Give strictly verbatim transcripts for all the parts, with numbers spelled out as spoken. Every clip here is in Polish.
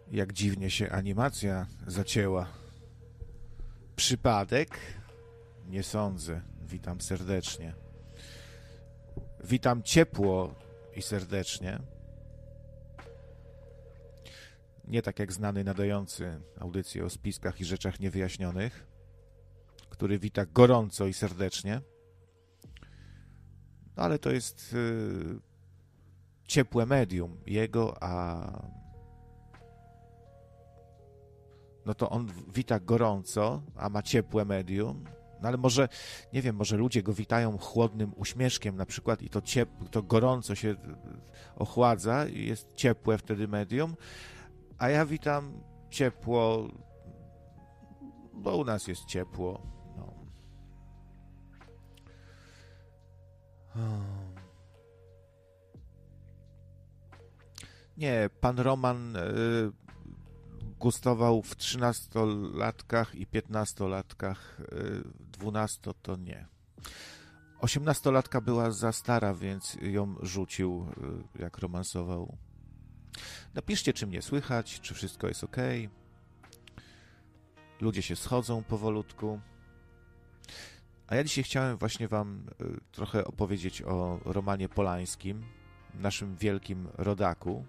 Jak dziwnie się animacja zacięła. Przypadek? Nie sądzę. Witam serdecznie. Witam ciepło i serdecznie. Nie tak jak znany nadający audycję o spiskach i rzeczach niewyjaśnionych, który wita gorąco i serdecznie. No ale to jest yy, ciepłe medium jego, a no to on wita gorąco, a ma ciepłe medium. No ale może, nie wiem, może ludzie go witają chłodnym uśmieszkiem na przykład i to, ciep- to gorąco się ochładza i jest ciepłe wtedy medium, a ja witam ciepło, bo u nas jest ciepło. No. Nie, pan Roman y, gustował w trzynastolatkach i piętnastolatkach, y, dwunasto to nie. Osiemnastolatka była za stara, więc ją rzucił, y, jak romansował. Napiszcie, czy mnie słychać, czy wszystko jest ok. Ludzie się schodzą powolutku. A ja dzisiaj chciałem właśnie wam y, trochę opowiedzieć o Romanie Polańskim, naszym wielkim rodaku,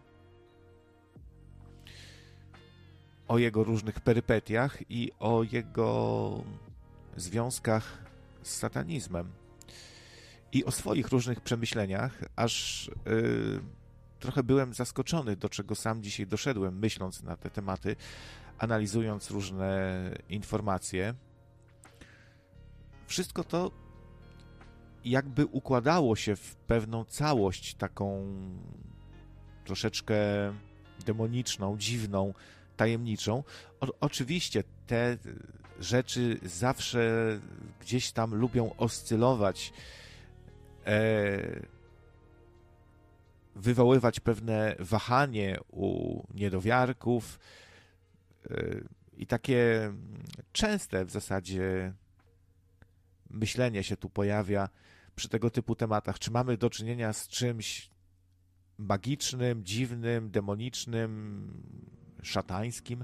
o jego różnych perypetiach i o jego związkach z satanizmem i o swoich różnych przemyśleniach, aż yy, trochę byłem zaskoczony, do czego sam dzisiaj doszedłem, myśląc na te tematy, analizując różne informacje. Wszystko to jakby układało się w pewną całość, taką troszeczkę demoniczną, dziwną, tajemniczą. O, oczywiście te rzeczy zawsze gdzieś tam lubią oscylować, e, wywoływać pewne wahanie u niedowiarków e, i takie częste w zasadzie myślenie się tu pojawia przy tego typu tematach. Czy mamy do czynienia z czymś magicznym, dziwnym, demonicznym, szatańskim?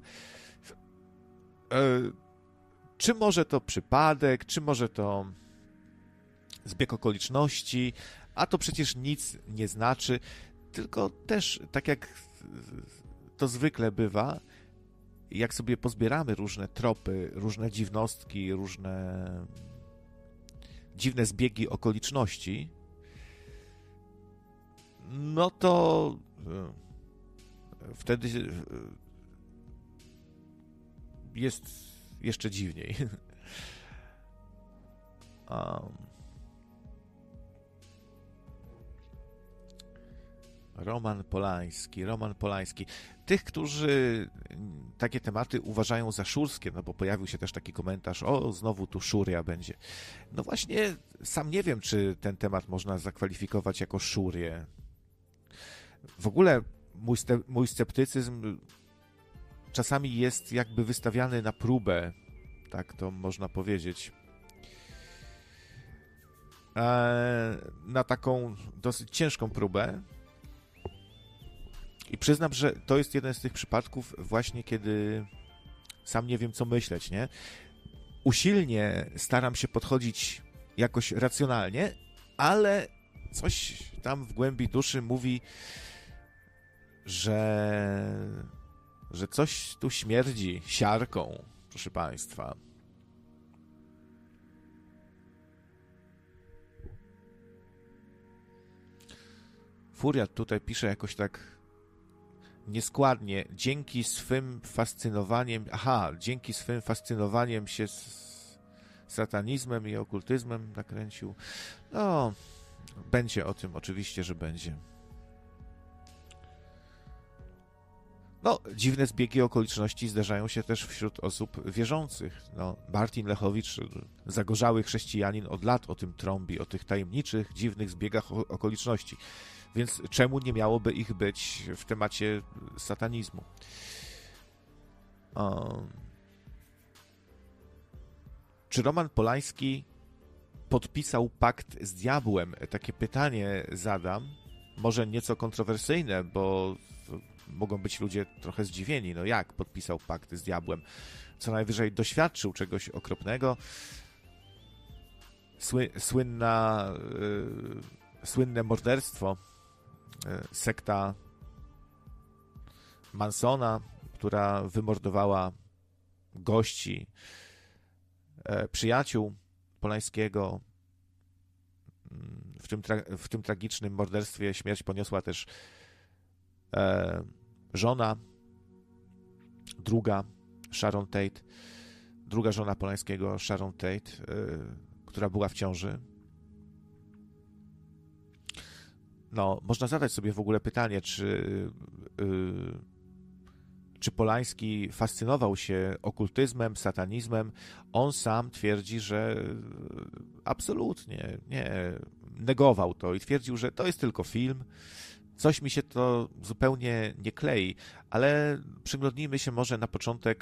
Czy może to przypadek, czy może to zbieg okoliczności, a to przecież nic nie znaczy, tylko też, tak jak to zwykle bywa, jak sobie pozbieramy różne tropy, różne dziwnostki, różne dziwne zbiegi okoliczności, no to wtedy jest jeszcze dziwniej. Um. Roman Polański, Roman Polański. Tych, którzy takie tematy uważają za szurskie, no bo pojawił się też taki komentarz, o, znowu tu szuria będzie. No właśnie, sam nie wiem, czy ten temat można zakwalifikować jako szurię. W ogóle mój, ste- mój sceptycyzm czasami jest jakby wystawiany na próbę, tak to można powiedzieć. Eee, na taką dosyć ciężką próbę. I przyznam, że to jest jeden z tych przypadków właśnie, kiedy sam nie wiem, co myśleć, nie? Usilnie staram się podchodzić jakoś racjonalnie, ale coś tam w głębi duszy mówi, że, że coś tu śmierdzi siarką, proszę państwa. Furiat tutaj pisze jakoś tak nieskładnie, dzięki swym fascynowaniem, aha, dzięki swym fascynowaniem się z satanizmem i okultyzmem nakręcił. No, będzie o tym, oczywiście, że będzie. No, dziwne zbiegi okoliczności zdarzają się też wśród osób wierzących. No, Martin Lechowicz, zagorzały chrześcijanin, od lat o tym trąbi, o tych tajemniczych, dziwnych zbiegach okoliczności. Więc czemu nie miałoby ich być w temacie satanizmu? Um, czy Roman Polański podpisał pakt z diabłem? Takie pytanie zadam. Może nieco kontrowersyjne, bo mogą być ludzie trochę zdziwieni. No jak podpisał pakt z diabłem? Co najwyżej doświadczył czegoś okropnego. Sły, słynna, y, słynne morderstwo, y, sekta Mansona, która wymordowała gości, y, przyjaciół Polańskiego. W tym, tra- w tym tragicznym morderstwie śmierć poniosła też e, żona, druga, Sharon Tate, druga żona Polańskiego, Sharon Tate, e, która była w ciąży. No, można zadać sobie w ogóle pytanie, czy, y, czy Polański fascynował się okultyzmem, satanizmem. On sam twierdzi, że absolutnie nie, negował to i twierdził, że to jest tylko film, coś mi się to zupełnie nie klei, ale przyglądnijmy się może na początek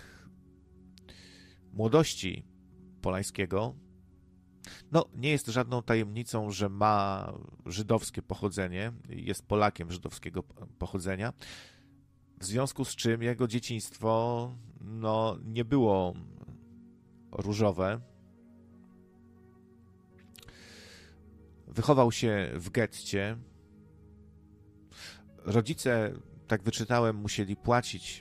młodości Polańskiego. No, nie jest żadną tajemnicą, że ma żydowskie pochodzenie, jest Polakiem żydowskiego pochodzenia, w związku z czym jego dzieciństwo no, nie było różowe. Wychował się w getcie. Rodzice, tak wyczytałem, musieli płacić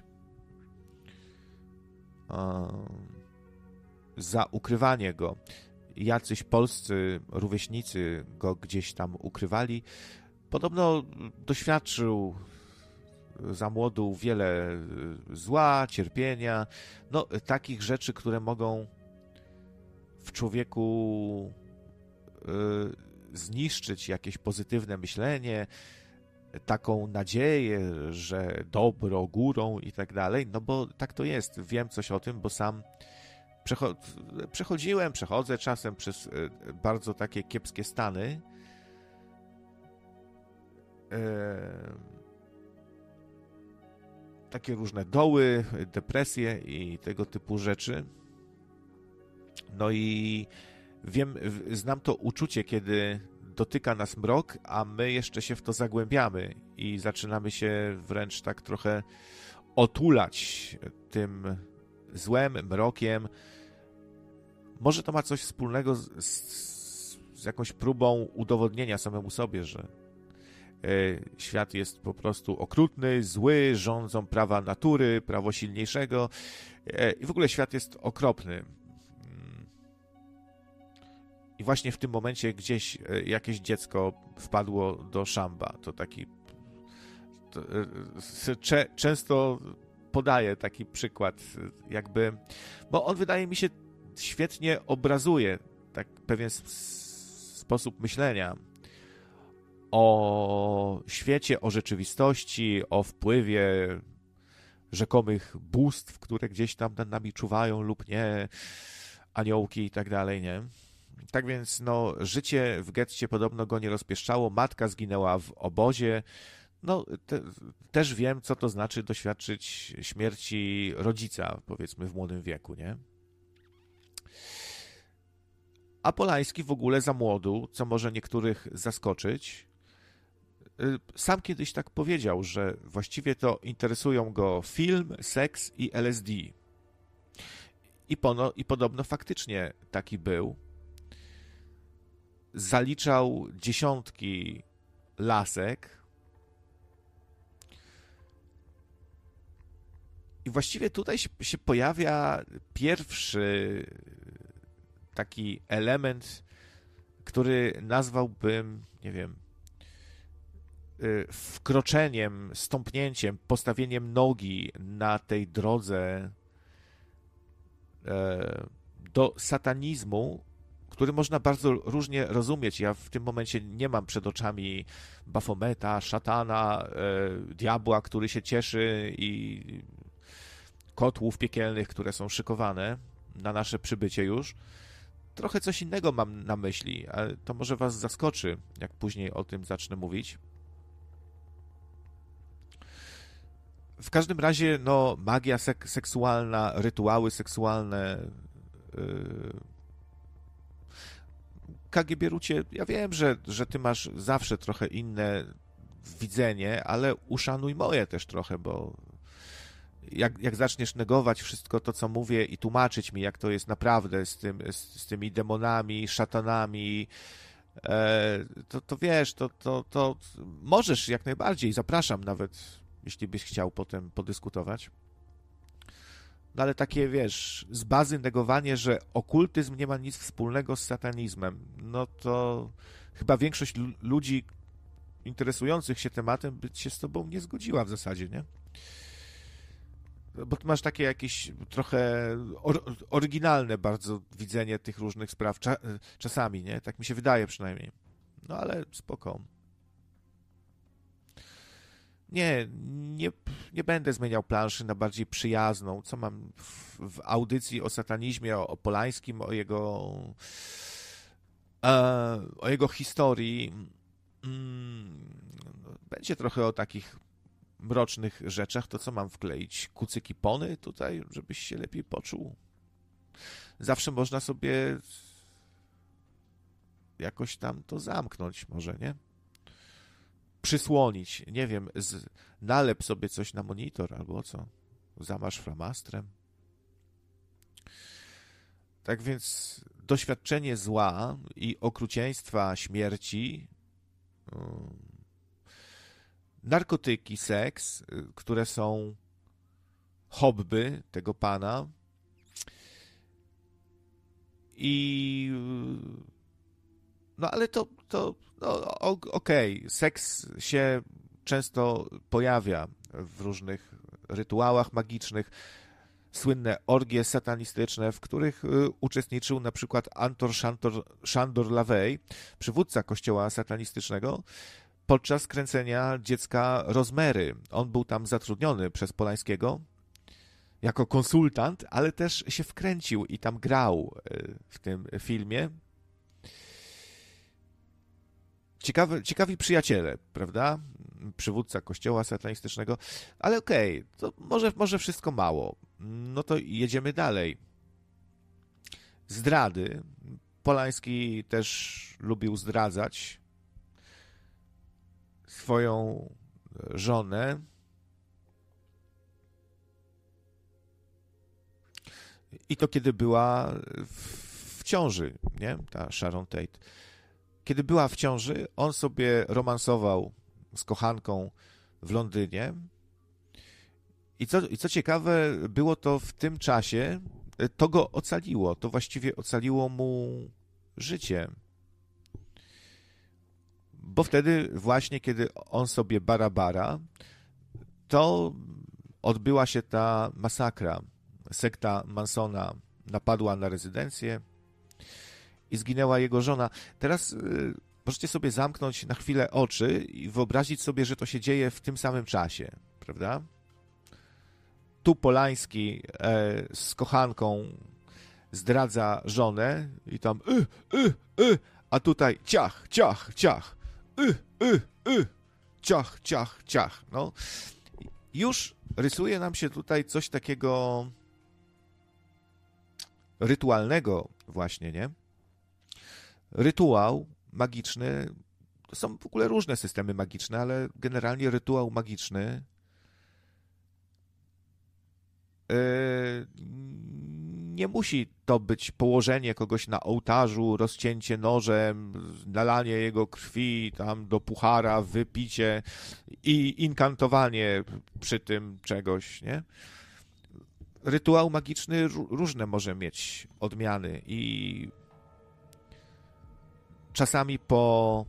uh, za ukrywanie go. Jacyś polscy rówieśnicy go gdzieś tam ukrywali. Podobno doświadczył za młodu wiele zła, cierpienia, no takich rzeczy, które mogą w człowieku y, zniszczyć jakieś pozytywne myślenie, taką nadzieję, że dobro górą i tak dalej, no bo tak to jest. Wiem coś o tym, bo sam przecho- przechodziłem, przechodzę czasem przez bardzo takie kiepskie stany. E- takie różne doły, depresje i tego typu rzeczy. No i wiem, znam to uczucie, kiedy dotyka nas mrok, a my jeszcze się w to zagłębiamy i zaczynamy się wręcz tak trochę otulać tym złem, mrokiem. Może to ma coś wspólnego z, z, z jakąś próbą udowodnienia samemu sobie, że świat jest po prostu okrutny, zły, rządzą prawa natury, prawo silniejszego i w ogóle świat jest okropny. I właśnie w tym momencie gdzieś jakieś dziecko wpadło do szamba. To taki... To, cze, często podaję taki przykład, jakby... Bo on, wydaje mi się, świetnie obrazuje tak pewien sposób myślenia o świecie, o rzeczywistości, o wpływie rzekomych bóstw, które gdzieś tam nad nami czuwają lub nie, aniołki i tak dalej, nie? Tak więc, no, życie w getcie podobno go nie rozpieszczało, matka zginęła w obozie, no, te, też wiem, co to znaczy doświadczyć śmierci rodzica, powiedzmy, w młodym wieku, nie? A Polański w ogóle za młodu, co może niektórych zaskoczyć, sam kiedyś tak powiedział, że właściwie to interesują go film, seks i L S D. I, pono, i podobno faktycznie taki był. Zaliczał dziesiątki lasek. I właściwie tutaj się, się pojawia pierwszy taki element, który nazwałbym, nie wiem, wkroczeniem, stąpnięciem, postawieniem nogi na tej drodze do satanizmu, który można bardzo różnie rozumieć. Ja w tym momencie nie mam przed oczami Bafometa, szatana, diabła, który się cieszy i kotłów piekielnych, które są szykowane na nasze przybycie już. Trochę coś innego mam na myśli, ale to może was zaskoczy, jak później o tym zacznę mówić. W każdym razie, no, magia sek- seksualna, rytuały seksualne. Yy... K G B Rucie, ja wiem, że, że ty masz zawsze trochę inne widzenie, ale uszanuj moje też trochę, bo jak, jak zaczniesz negować wszystko to, co mówię i tłumaczyć mi, jak to jest naprawdę z, tym, z, z tymi demonami, szatanami, e, to, to wiesz, to, to, to możesz jak najbardziej, zapraszam nawet, jeśli byś chciał potem podyskutować. No ale takie, wiesz, z bazy negowanie, że okultyzm nie ma nic wspólnego z satanizmem, no to chyba większość lu- ludzi interesujących się tematem by się z tobą nie zgodziła w zasadzie, nie? Bo ty masz takie jakieś trochę or- oryginalne bardzo widzenie tych różnych spraw, cza- czasami, nie? Tak mi się wydaje przynajmniej. No ale spoko. Nie, nie, nie będę zmieniał planszy na bardziej przyjazną. Co mam w, w audycji o satanizmie, o, o Polańskim, o jego e, o jego historii. Mm, będzie trochę o takich mrocznych rzeczach. To co mam wkleić? Kucyki pony tutaj, żebyś się lepiej poczuł? Zawsze można sobie jakoś tam to zamknąć, może, nie? Przysłonić, nie wiem, z, nalep sobie coś na monitor albo co, zamasz flamastrem. Tak więc doświadczenie zła i okrucieństwa, śmierci, um, narkotyki, seks, które są hobby tego pana i no ale to, to no, okej, okay. Seks się często pojawia w różnych rytuałach magicznych, słynne orgie satanistyczne, w których uczestniczył na przykład Anton Szandor LaVey, przywódca kościoła satanistycznego, podczas kręcenia dziecka Rozmery. On był tam zatrudniony przez Polańskiego jako konsultant, ale też się wkręcił i tam grał w tym filmie. Ciekawy, ciekawi przyjaciele, prawda? Przywódca kościoła satanistycznego, ale okej, okay, to może, może wszystko mało. No to jedziemy dalej. Zdrady. Polański też lubił zdradzać swoją żonę. I to kiedy była w ciąży, nie? Ta Sharon Tate. Kiedy była w ciąży, on sobie romansował z kochanką w Londynie. I co, i co ciekawe, było to w tym czasie, to go ocaliło. To właściwie ocaliło mu życie. Bo wtedy właśnie, kiedy on sobie bara-bara, to odbyła się ta masakra. Sekta Mansona napadła na rezydencję i zginęła jego żona. Teraz y, możecie sobie zamknąć na chwilę oczy i wyobrazić sobie, że to się dzieje w tym samym czasie, prawda? Tu Polański e, z kochanką zdradza żonę i tam y, y, y, a tutaj ciach, ciach, ciach, y, y, y, ciach, ciach, ciach. No. Już rysuje nam się tutaj coś takiego rytualnego właśnie, nie? Rytuał magiczny, to są w ogóle różne systemy magiczne, ale generalnie rytuał magiczny yy, nie musi to być położenie kogoś na ołtarzu, rozcięcie nożem, nalanie jego krwi tam do puchara, wypicie i inkantowanie przy tym czegoś, nie? Rytuał magiczny różne może mieć odmiany i czasami po,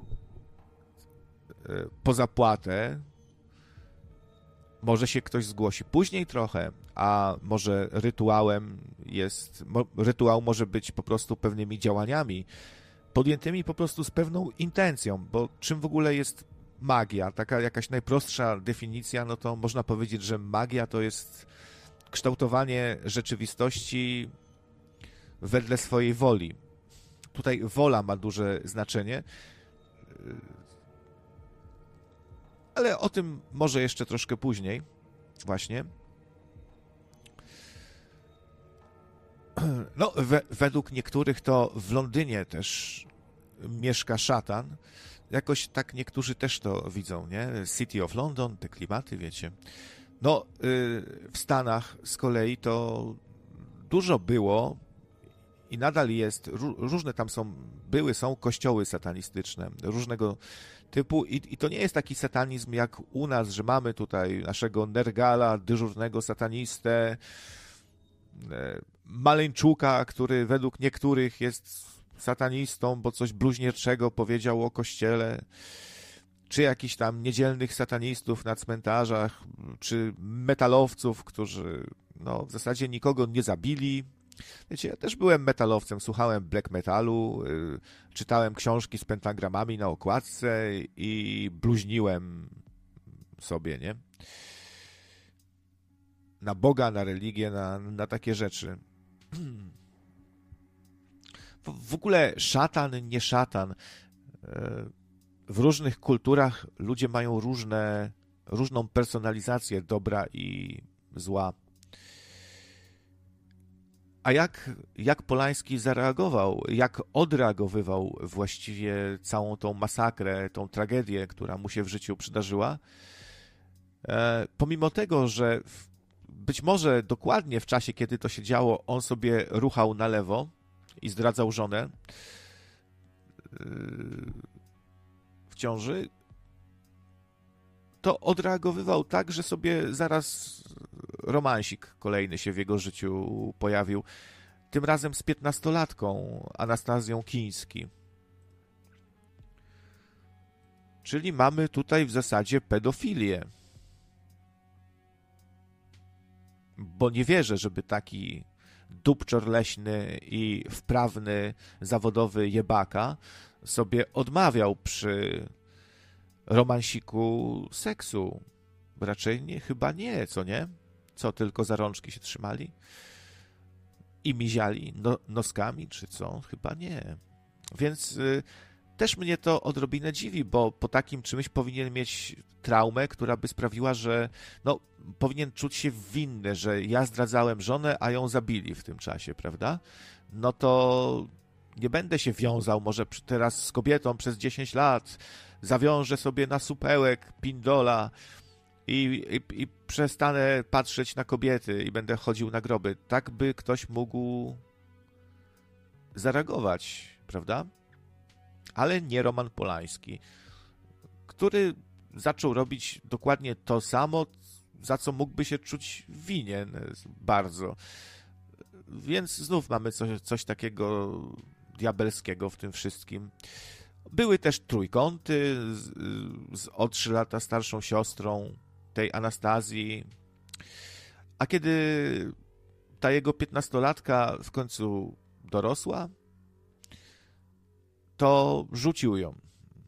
po zapłatę może się ktoś zgłosi później trochę, a może rytuałem jest, rytuał może być po prostu pewnymi działaniami podjętymi po prostu z pewną intencją, bo czym w ogóle jest magia? Taka jakaś najprostsza definicja, no to można powiedzieć, że magia to jest kształtowanie rzeczywistości wedle swojej woli. Tutaj wola ma duże znaczenie, ale o tym może jeszcze troszkę później właśnie. No, we, według niektórych to w Londynie też mieszka szatan. jakoś tak niektórzy też to widzą, nie? City of London, te klimaty, wiecie. No, w Stanach z kolei to dużo było i nadal jest, różne tam są, były, są kościoły satanistyczne, różnego typu i, i to nie jest taki satanizm jak u nas, że mamy tutaj naszego Nergala, dyżurnego satanistę, Maleńczuka, który według niektórych jest satanistą, bo coś bluźnierczego powiedział o kościele, czy jakichś tam niedzielnych satanistów na cmentarzach, czy metalowców, którzy no, w zasadzie nikogo nie zabili. Wiecie, ja też byłem metalowcem, słuchałem black metalu, yy, czytałem książki z pentagramami na okładce i bluźniłem sobie, nie? Na Boga, na religię, na, na takie rzeczy. W, w ogóle szatan, nie szatan. Yy, w różnych kulturach ludzie mają różne, różną personalizację dobra i zła. A jak, jak Polański zareagował, jak odreagowywał właściwie całą tą masakrę, tą tragedię, która mu się w życiu przydarzyła? E, pomimo tego, że w, być może dokładnie w czasie, kiedy to się działo, on sobie ruchał na lewo i zdradzał żonę e, w ciąży, to odreagowywał tak, że sobie zaraz romansik kolejny się w jego życiu pojawił. Tym razem z piętnastolatką Anastazją Kiński. Czyli mamy tutaj w zasadzie pedofilię. Bo nie wierzę, żeby taki dupczor leśny i wprawny, zawodowy jebaka sobie odmawiał przy romansiku seksu. Raczej nie, chyba nie, co nie? Co, tylko za rączki się trzymali? I miziali no, noskami, czy co? Chyba nie. Więc y, też mnie to odrobinę dziwi, bo po takim czymś powinien mieć traumę, która by sprawiła, że no, powinien czuć się winny, że ja zdradzałem żonę, a ją zabili w tym czasie, prawda? No to nie będę się wiązał może teraz z kobietą przez dziesięć lat, zawiążę sobie na supełek pindola i, i, i przestanę patrzeć na kobiety i będę chodził na groby. Tak by ktoś mógł zareagować, prawda? Ale nie Roman Polański, który zaczął robić dokładnie to samo, za co mógłby się czuć winien bardzo. Więc znów mamy coś, coś takiego diabelskiego w tym wszystkim. Były też trójkąty z, z o trzy lata starszą siostrą tej Anastazji. A kiedy ta jego piętnastolatka w końcu dorosła, to rzucił ją.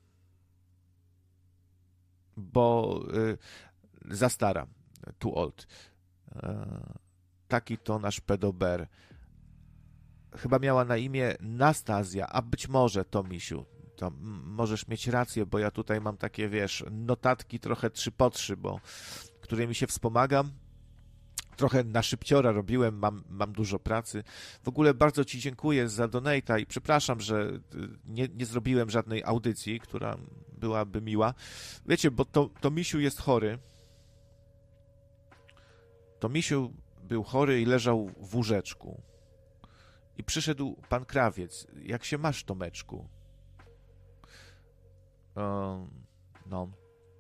Bo y, za stara, too old. Y, taki to nasz pedober. Chyba miała na imię Nastazja, a być może to, misiu, to m- możesz mieć rację, bo ja tutaj mam takie, wiesz, notatki trochę trzy po trzy, bo którymi się wspomagam. Trochę na szybciora robiłem, mam, mam dużo pracy. W ogóle bardzo Ci dziękuję za donate'a i przepraszam, że nie, nie zrobiłem żadnej audycji, która byłaby miła. Wiecie, bo to, to misiu jest chory. To misiu był chory i leżał w łóżeczku. I przyszedł pan krawiec. Jak się masz, Tomeczku? Um, no.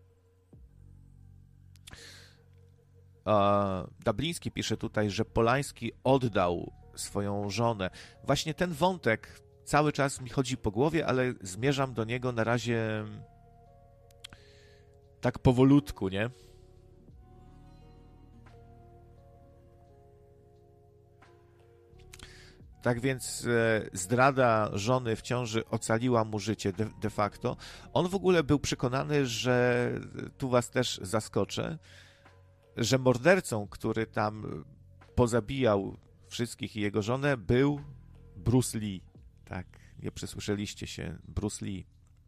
Dabliński pisze tutaj, że Polański oddał swoją żonę. Właśnie ten wątek cały czas mi chodzi po głowie, ale zmierzam do niego na razie tak powolutku, nie? Tak więc e, zdrada żony w ciąży ocaliła mu życie de, de facto. On w ogóle był przekonany, że tu was też zaskoczę, że mordercą, który tam pozabijał wszystkich i jego żonę, był Bruce Lee. Tak, nie przesłyszeliście się, Bruce Lee.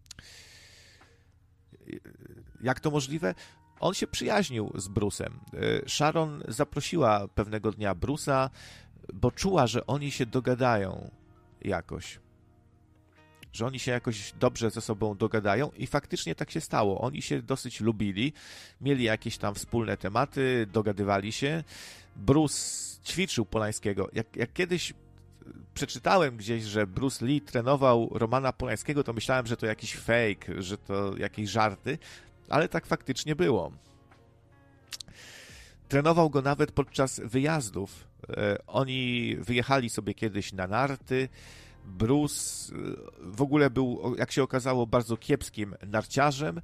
Jak to możliwe? On się przyjaźnił z Bruce'em. Sharon zaprosiła pewnego dnia Bruce'a, bo czuła, że oni się dogadają jakoś. że oni się jakoś dobrze ze sobą dogadają i faktycznie tak się stało. Oni się dosyć lubili, mieli jakieś tam wspólne tematy, dogadywali się. Bruce ćwiczył Polańskiego. Jak, jak kiedyś przeczytałem gdzieś, że Bruce Lee trenował Romana Polańskiego, to myślałem, że to jakiś fake, że to jakieś żarty, ale tak faktycznie było. Trenował go nawet podczas wyjazdów. Oni wyjechali sobie kiedyś na narty. Bruce w ogóle był, jak się okazało, bardzo kiepskim narciarzem.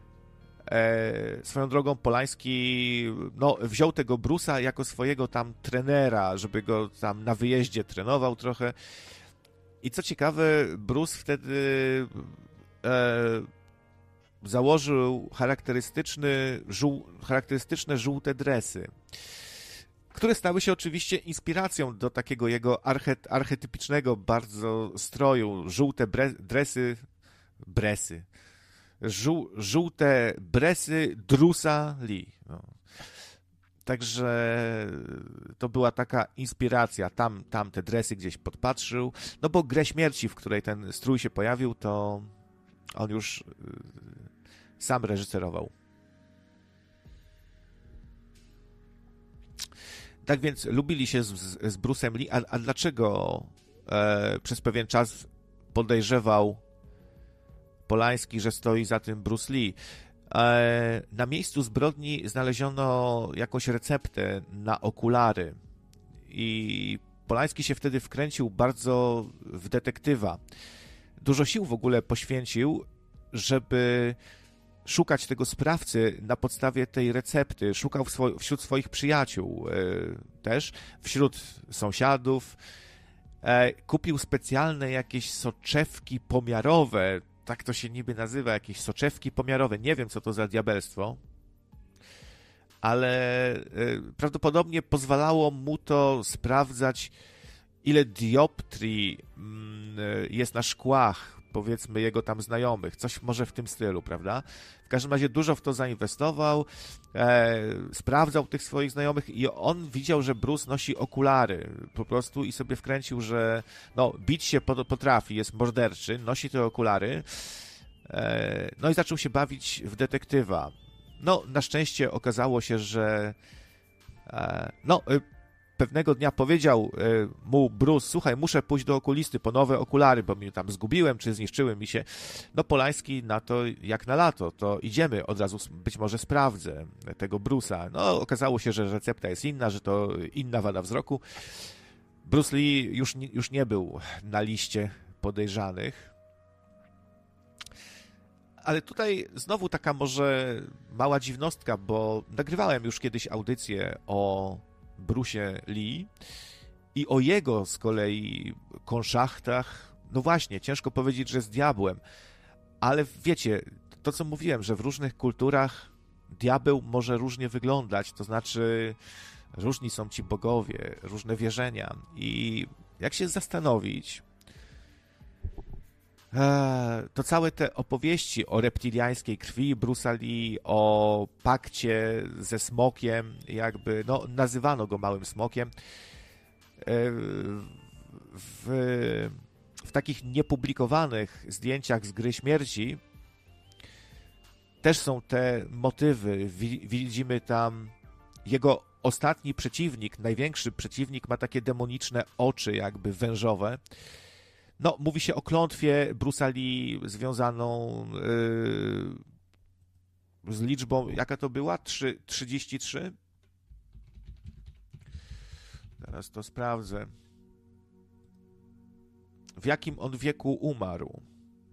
Swoją drogą Polański no, wziął tego Bruce'a jako swojego tam trenera, żeby go tam na wyjeździe trenował trochę. I co ciekawe, Bruce wtedy e, założył charakterystyczny, żół, charakterystyczne żółte dresy, które stały się oczywiście inspiracją do takiego jego archet, archetypicznego bardzo stroju. Żółte bre, dresy, bresy, żół, żółte bresy Bruce'a Lee. No. Także to była taka inspiracja. Tam, tam te dresy gdzieś podpatrzył. No bo Grę Śmierci, w której ten strój się pojawił, to on już sam reżyserował. Tak więc lubili się z, z, z Bruce'em Lee, a, a dlaczego e, przez pewien czas podejrzewał Polański, że stoi za tym Bruce Lee? E, na miejscu zbrodni znaleziono jakąś receptę na okulary i Polański się wtedy wkręcił bardzo w detektywa. Dużo sił w ogóle poświęcił, żeby szukać tego sprawcy na podstawie tej recepty. Szukał swo- wśród swoich przyjaciół yy, też, wśród sąsiadów. E, kupił specjalne jakieś soczewki pomiarowe, tak to się niby nazywa, jakieś soczewki pomiarowe. Nie wiem, co to za diabelstwo, ale yy, prawdopodobnie pozwalało mu to sprawdzać, ile dioptrii yy, jest na szkłach, powiedzmy, jego tam znajomych. Coś może w tym stylu, prawda? W każdym razie dużo w to zainwestował, e, sprawdzał tych swoich znajomych i on widział, że Bruce nosi okulary po prostu i sobie wkręcił, że no, bić się potrafi, jest morderczy, nosi te okulary, e, no i zaczął się bawić w detektywa. No, na szczęście okazało się, że e, no, pewnego dnia powiedział mu Bruce: słuchaj, muszę pójść do okulisty po nowe okulary, bo mi tam zgubiłem, czy zniszczyły mi się. No Polański na to jak na lato, to idziemy, od razu być może sprawdzę tego Bruce'a. No okazało się, że recepta jest inna, że to inna wada wzroku. Bruce Lee już, już nie był na liście podejrzanych. Ale tutaj znowu taka może mała dziwnostka, bo nagrywałem już kiedyś audycję o Bruce'ie Lee i o jego z kolei konszachtach. No właśnie, ciężko powiedzieć, że z diabłem, ale wiecie, to co mówiłem, że w różnych kulturach diabeł może różnie wyglądać, to znaczy różni są ci bogowie, różne wierzenia i jak się zastanowić, to całe te opowieści o reptiliańskiej krwi Bruce'a Lee, o pakcie ze smokiem, jakby, no, nazywano go małym smokiem, w, w takich niepublikowanych zdjęciach z Gry Śmierci też są te motywy. Widzimy tam jego ostatni przeciwnik, największy przeciwnik ma takie demoniczne oczy, jakby wężowe. No, mówi się o klątwie Bruce'a Lee związaną yy, z liczbą, jaka to była? trzy, trzydzieści trzy? Teraz to sprawdzę. W jakim on wieku umarł?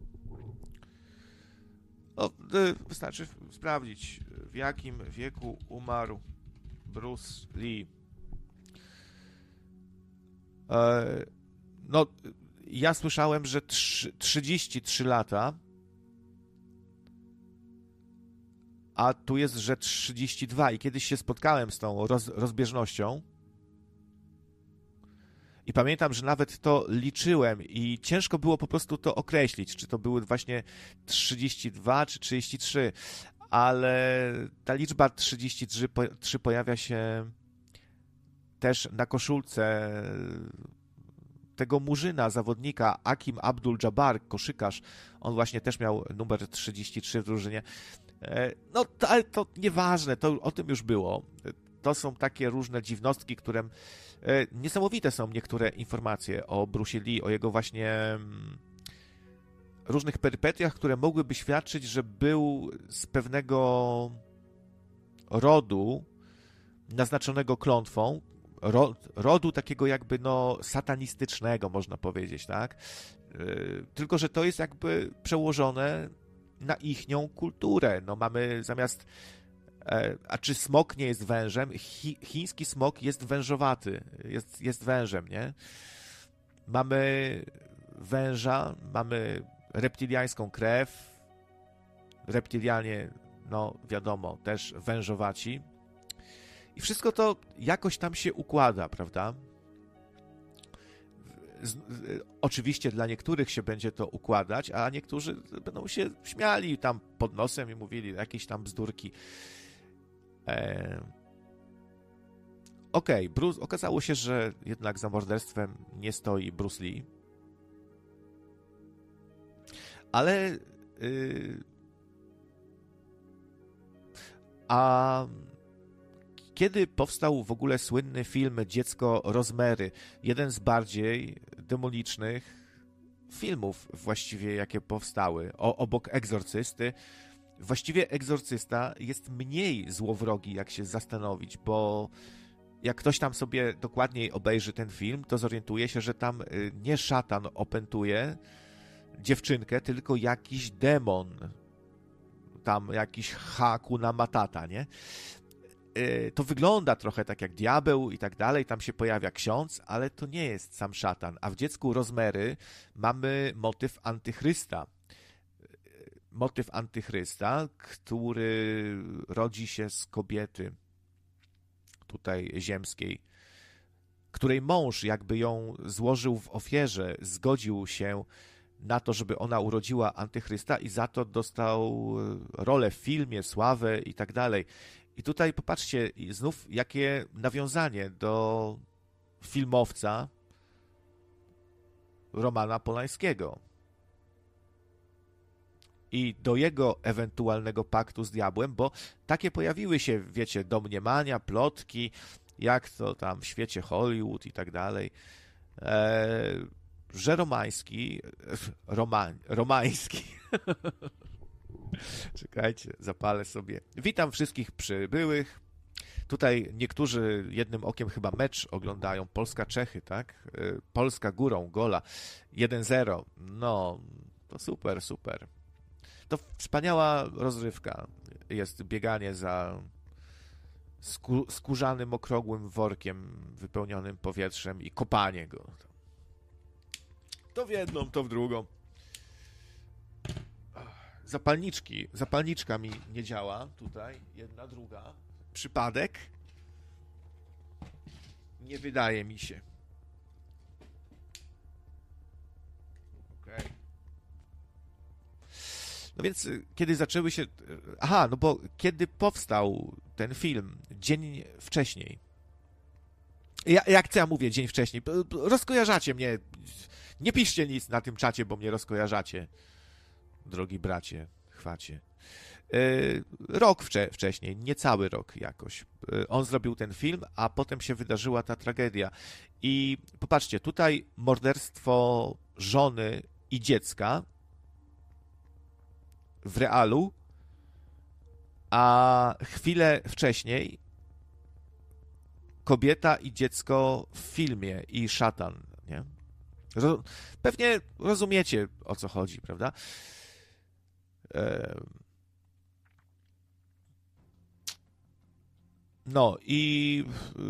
No, yy, wystarczy sprawdzić, w jakim wieku umarł Bruce Lee. Yy, no, ja słyszałem, że trzydzieści trzy lata, a tu jest, że trzydzieści dwa i kiedyś się spotkałem z tą roz, rozbieżnością i pamiętam, że nawet to liczyłem i ciężko było po prostu to określić, czy to były właśnie trzydzieści dwa czy trzydzieści trzy, ale ta liczba trzydzieści trzy pojawia się też na koszulce tego Murzyna, zawodnika, Akim Abdul-Jabbar, koszykarz, on właśnie też miał numer trzydzieści trzy w drużynie. No, to, ale to nieważne, to o tym już było. To są takie różne dziwностki, które... Niesamowite są niektóre informacje o Bruce Lee, o jego właśnie różnych perypetiach, które mogłyby świadczyć, że był z pewnego rodu naznaczonego klątwą, rodu takiego jakby no satanistycznego, można powiedzieć, tak? Tylko że to jest jakby przełożone na ichnią kulturę. No mamy zamiast... A czy smok nie jest wężem? Chi, chiński smok jest wężowaty, jest, jest wężem, nie? Mamy węża, mamy reptiliańską krew, reptilianie, no wiadomo, też wężowaci. I wszystko to jakoś tam się układa, prawda? Z, oczywiście dla niektórych się będzie to układać, a niektórzy będą się śmiali tam pod nosem i mówili jakieś tam bzdurki. E... Okej, okay, Bruce, okazało się, że jednak za morderstwem nie stoi Bruce Lee. Ale yy... a kiedy powstał w ogóle słynny film Dziecko Rosemary, jeden z bardziej demonicznych filmów właściwie, jakie powstały, o, obok Egzorcysty. Właściwie Egzorcysta jest mniej złowrogi, jak się zastanowić, bo jak ktoś tam sobie dokładniej obejrzy ten film, to zorientuje się, że tam nie szatan opętuje dziewczynkę, tylko jakiś demon. Tam jakiś Hakuna Matata, nie? To wygląda trochę tak jak diabeł i tak dalej, tam się pojawia ksiądz, ale to nie jest sam szatan. A w Dziecku Rosemary mamy motyw antychrysta. Motyw antychrysta, który rodzi się z kobiety tutaj ziemskiej, której mąż jakby ją złożył w ofierze, zgodził się na to, żeby ona urodziła antychrysta i za to dostał rolę w filmie, sławę i tak dalej. I tutaj popatrzcie, znów jakie nawiązanie do filmowca Romana Polańskiego i do jego ewentualnego paktu z diabłem, bo takie pojawiły się, wiecie, domniemania, plotki, jak to tam w świecie Hollywood i tak dalej, e, że Romański, Romań, Romański, czekajcie, zapalę sobie. Witam wszystkich przybyłych. Tutaj niektórzy jednym okiem chyba mecz oglądają. Polska-Czechy, tak? Polska górą, gola. jeden zero. No, to super, super. To wspaniała rozrywka. Jest bieganie za skó- skórzanym, okrągłym workiem wypełnionym powietrzem i kopanie go. To w jedną, to w drugą. Zapalniczki. Zapalniczka mi nie działa. Tutaj jedna, druga. Przypadek? Nie wydaje mi się. Okej. Okay. No więc kiedy zaczęły się... Aha, no bo kiedy powstał ten film? Dzień wcześniej. Ja, jak co ja mówię dzień wcześniej? Rozkojarzacie mnie. Nie piszcie nic na tym czacie, bo mnie rozkojarzacie. Drogi bracie, chwacie. Yy, rok wcze- wcześniej, niecały rok jakoś. Yy, on zrobił ten film, a potem się wydarzyła ta tragedia. I popatrzcie, tutaj morderstwo żony i dziecka w realu, a chwilę wcześniej kobieta i dziecko w filmie i szatan, nie? Ro- pewnie rozumiecie, o co chodzi, prawda? Yy... No i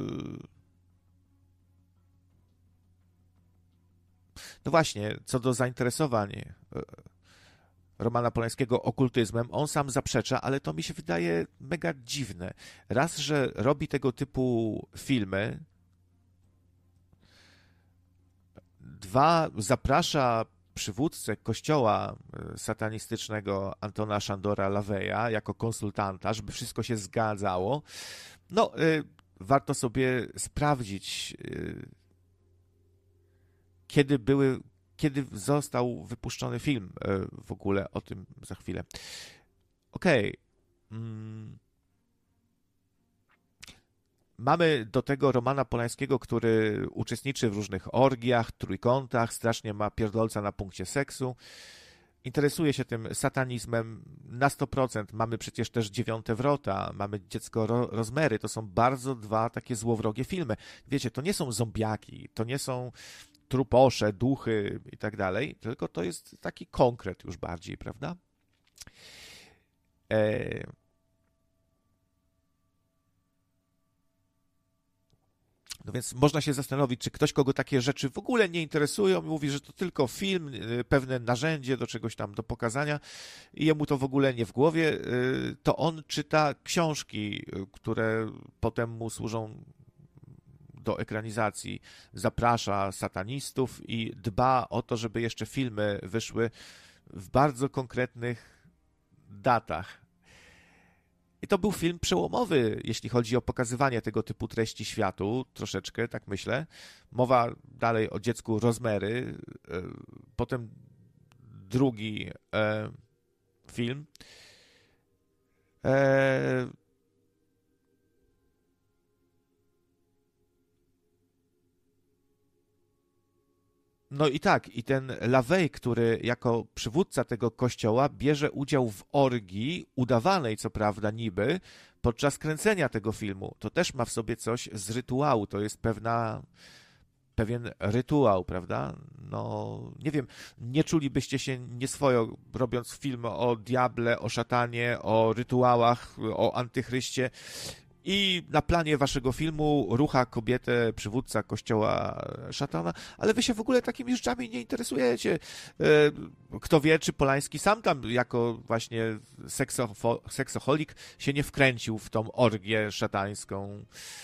no właśnie, co do zainteresowań Romana Polańskiego okultyzmem, on sam zaprzecza, ale to mi się wydaje mega dziwne. Raz, że robi tego typu filmy, dwa, zaprasza przywódcę kościoła satanistycznego Antona Szandora LaVeya jako konsultanta, żeby wszystko się zgadzało. No, y, warto sobie sprawdzić, y, kiedy były, kiedy został wypuszczony film w ogóle, o tym za chwilę. Okej. Okay. Mm. Mamy do tego Romana Polańskiego, który uczestniczy w różnych orgiach, trójkątach, strasznie ma pierdolca na punkcie seksu. Interesuje się tym satanizmem na sto procent. Mamy przecież też Dziewiąte Wrota, mamy Dziecko Ro- Rozmery. To są bardzo dwa takie złowrogie filmy. Wiecie, to nie są zombiaki, to nie są truposze, duchy i tak dalej, tylko to jest taki konkret już bardziej, prawda? E... No więc można się zastanowić, czy ktoś, kogo takie rzeczy w ogóle nie interesują, mówi, że to tylko film, pewne narzędzie do czegoś tam, do pokazania i jemu to w ogóle nie w głowie, to on czyta książki, które potem mu służą do ekranizacji, zaprasza satanistów i dba o to, żeby jeszcze filmy wyszły w bardzo konkretnych datach. I to był film przełomowy, jeśli chodzi o pokazywanie tego typu treści światu, troszeczkę, tak myślę. Mowa dalej o Dziecku Rozmery, potem drugi e, film. E, No i tak, i ten LaVey, który jako przywódca tego kościoła bierze udział w orgii, udawanej co prawda niby, podczas kręcenia tego filmu. To też ma w sobie coś z rytuału, to jest pewna, pewien rytuał, prawda? No, nie wiem, nie czulibyście się nieswojo, robiąc film o diable, o szatanie, o rytuałach, o antychryście, i na planie waszego filmu rucha kobietę, przywódca kościoła szatana, ale wy się w ogóle takimi rzeczami nie interesujecie. Kto wie, czy Polański sam tam jako właśnie seksofo- seksoholik się nie wkręcił w tą orgię szatańską.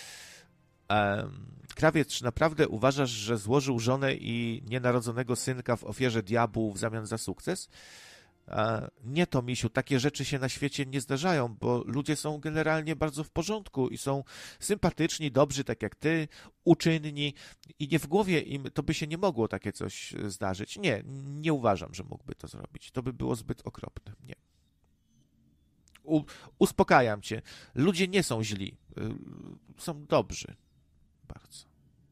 Krawiec, czy naprawdę uważasz, że złożył żonę i nienarodzonego synka w ofierze diabłu w zamian za sukces? Nie to, misiu, takie rzeczy się na świecie nie zdarzają, bo ludzie są generalnie bardzo w porządku i są sympatyczni, dobrzy, tak jak ty, uczynni i nie w głowie im to by się nie mogło takie coś zdarzyć. Nie, nie uważam, że mógłby to zrobić. To by było zbyt okropne. Nie. U, uspokajam cię. Ludzie nie są źli. Są dobrzy. Bardzo.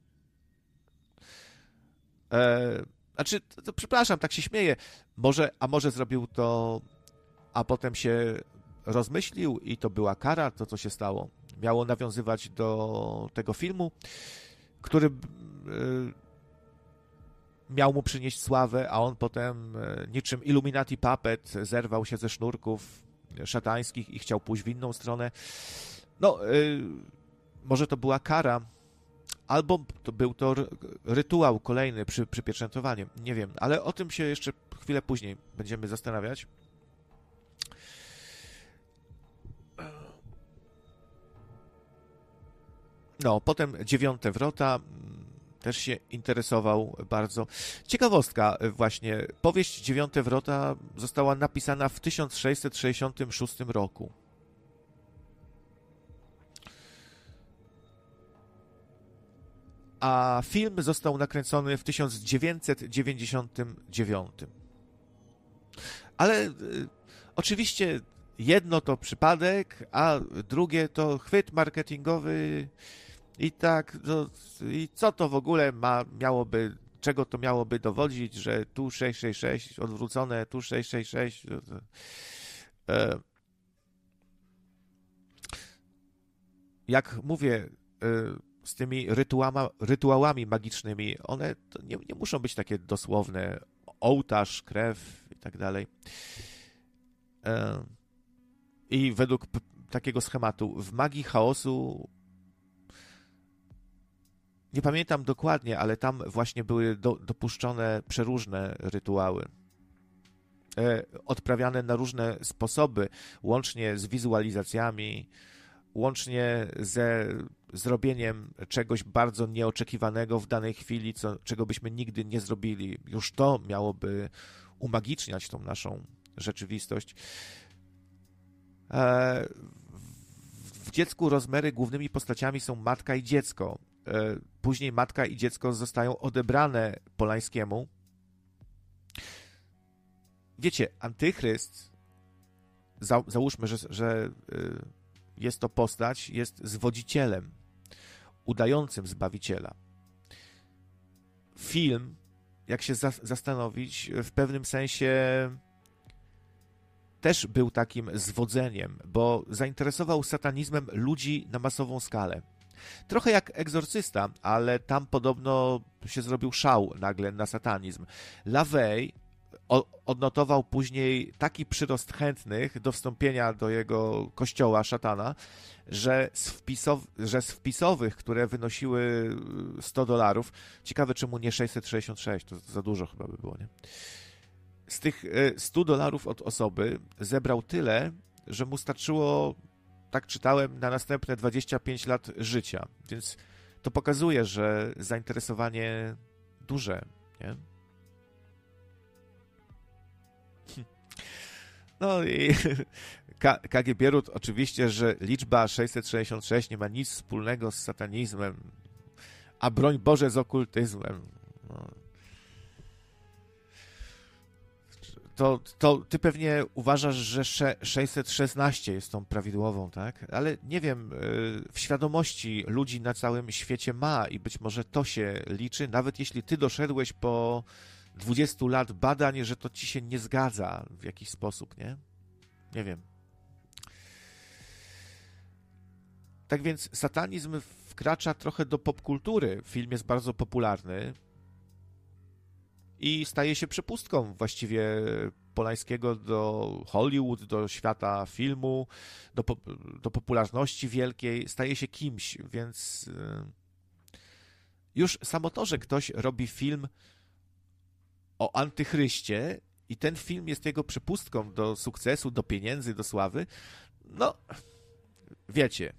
E, znaczy, to, to, przepraszam, tak się śmieję. Może, a może zrobił to, a potem się rozmyślił i to była kara, to co się stało. Miało nawiązywać do tego filmu, który y, miał mu przynieść sławę, a on potem y, niczym Illuminati Puppet zerwał się ze sznurków szatańskich i chciał pójść w inną stronę. No, y, może to była kara, albo to był to rytuał kolejny przy przypieczętowaniu. Nie wiem, ale o tym się jeszcze chwilę później będziemy zastanawiać. No, potem Dziewiąte Wrota też się interesował bardzo. Ciekawostka właśnie, powieść Dziewiąte Wrota została napisana w tysiąc sześćset sześćdziesiątym szóstym roku. A film został nakręcony w tysiąc dziewięćset dziewięćdziesiątym dziewiątym. Ale y, oczywiście jedno to przypadek, a drugie to chwyt marketingowy i tak, no, i co to w ogóle ma, miałoby, czego to miałoby dowodzić, że tu sześć sześć sześć odwrócone, tu sześć sześć sześć. To, to, e, jak mówię, e, z tymi rytuałami, rytuałami magicznymi, one to nie, nie muszą być takie dosłowne, ołtarz, krew i tak dalej. I według p- takiego schematu w magii chaosu nie pamiętam dokładnie, ale tam właśnie były do, dopuszczone przeróżne rytuały. E, odprawiane na różne sposoby, łącznie z wizualizacjami, łącznie ze zrobieniem czegoś bardzo nieoczekiwanego w danej chwili, co, czego byśmy nigdy nie zrobili. Już to miałoby umagiczniać tą naszą rzeczywistość. E, w dziecku Rozmery głównymi postaciami są matka i dziecko. Później matka i dziecko zostają odebrane Polańskiemu. Wiecie, Antychryst, za, załóżmy, że, że jest to postać, jest zwodzicielem, udającym Zbawiciela. Film, jak się za, zastanowić, w pewnym sensie też był takim zwodzeniem, bo zainteresował satanizmem ludzi na masową skalę. Trochę jak Egzorcysta, ale tam podobno się zrobił szał nagle na satanizm. LaVey odnotował później taki przyrost chętnych do wstąpienia do jego kościoła szatana, że z, wpisow- że z wpisowych, które wynosiły sto dolarów, ciekawe czemu nie sześćset sześćdziesiąt sześć, to za dużo chyba by było, nie? Z tych stu dolarów od osoby zebrał tyle, że mu starczyło, tak czytałem, na następne dwadzieścia pięć lat życia. Więc to pokazuje, że zainteresowanie duże, nie? No i K G Bierut oczywiście, że liczba sześćset sześćdziesiąt sześć nie ma nic wspólnego z satanizmem, a broń Boże z okultyzmem. No. To, to ty pewnie uważasz, że sześćset szesnaście jest tą prawidłową, tak? Ale nie wiem, w świadomości ludzi na całym świecie ma i być może to się liczy, nawet jeśli ty doszedłeś po dwudziestu lat badań, że to ci się nie zgadza w jakiś sposób, nie? Nie wiem. Tak więc satanizm wkracza trochę do popkultury. Film jest bardzo popularny i staje się przepustką właściwie Polańskiego do Hollywood, do świata filmu, do, po, do popularności wielkiej. Staje się kimś, więc już samo to, że ktoś robi film o Antychryście i ten film jest jego przepustką do sukcesu, do pieniędzy, do sławy, no, wiecie.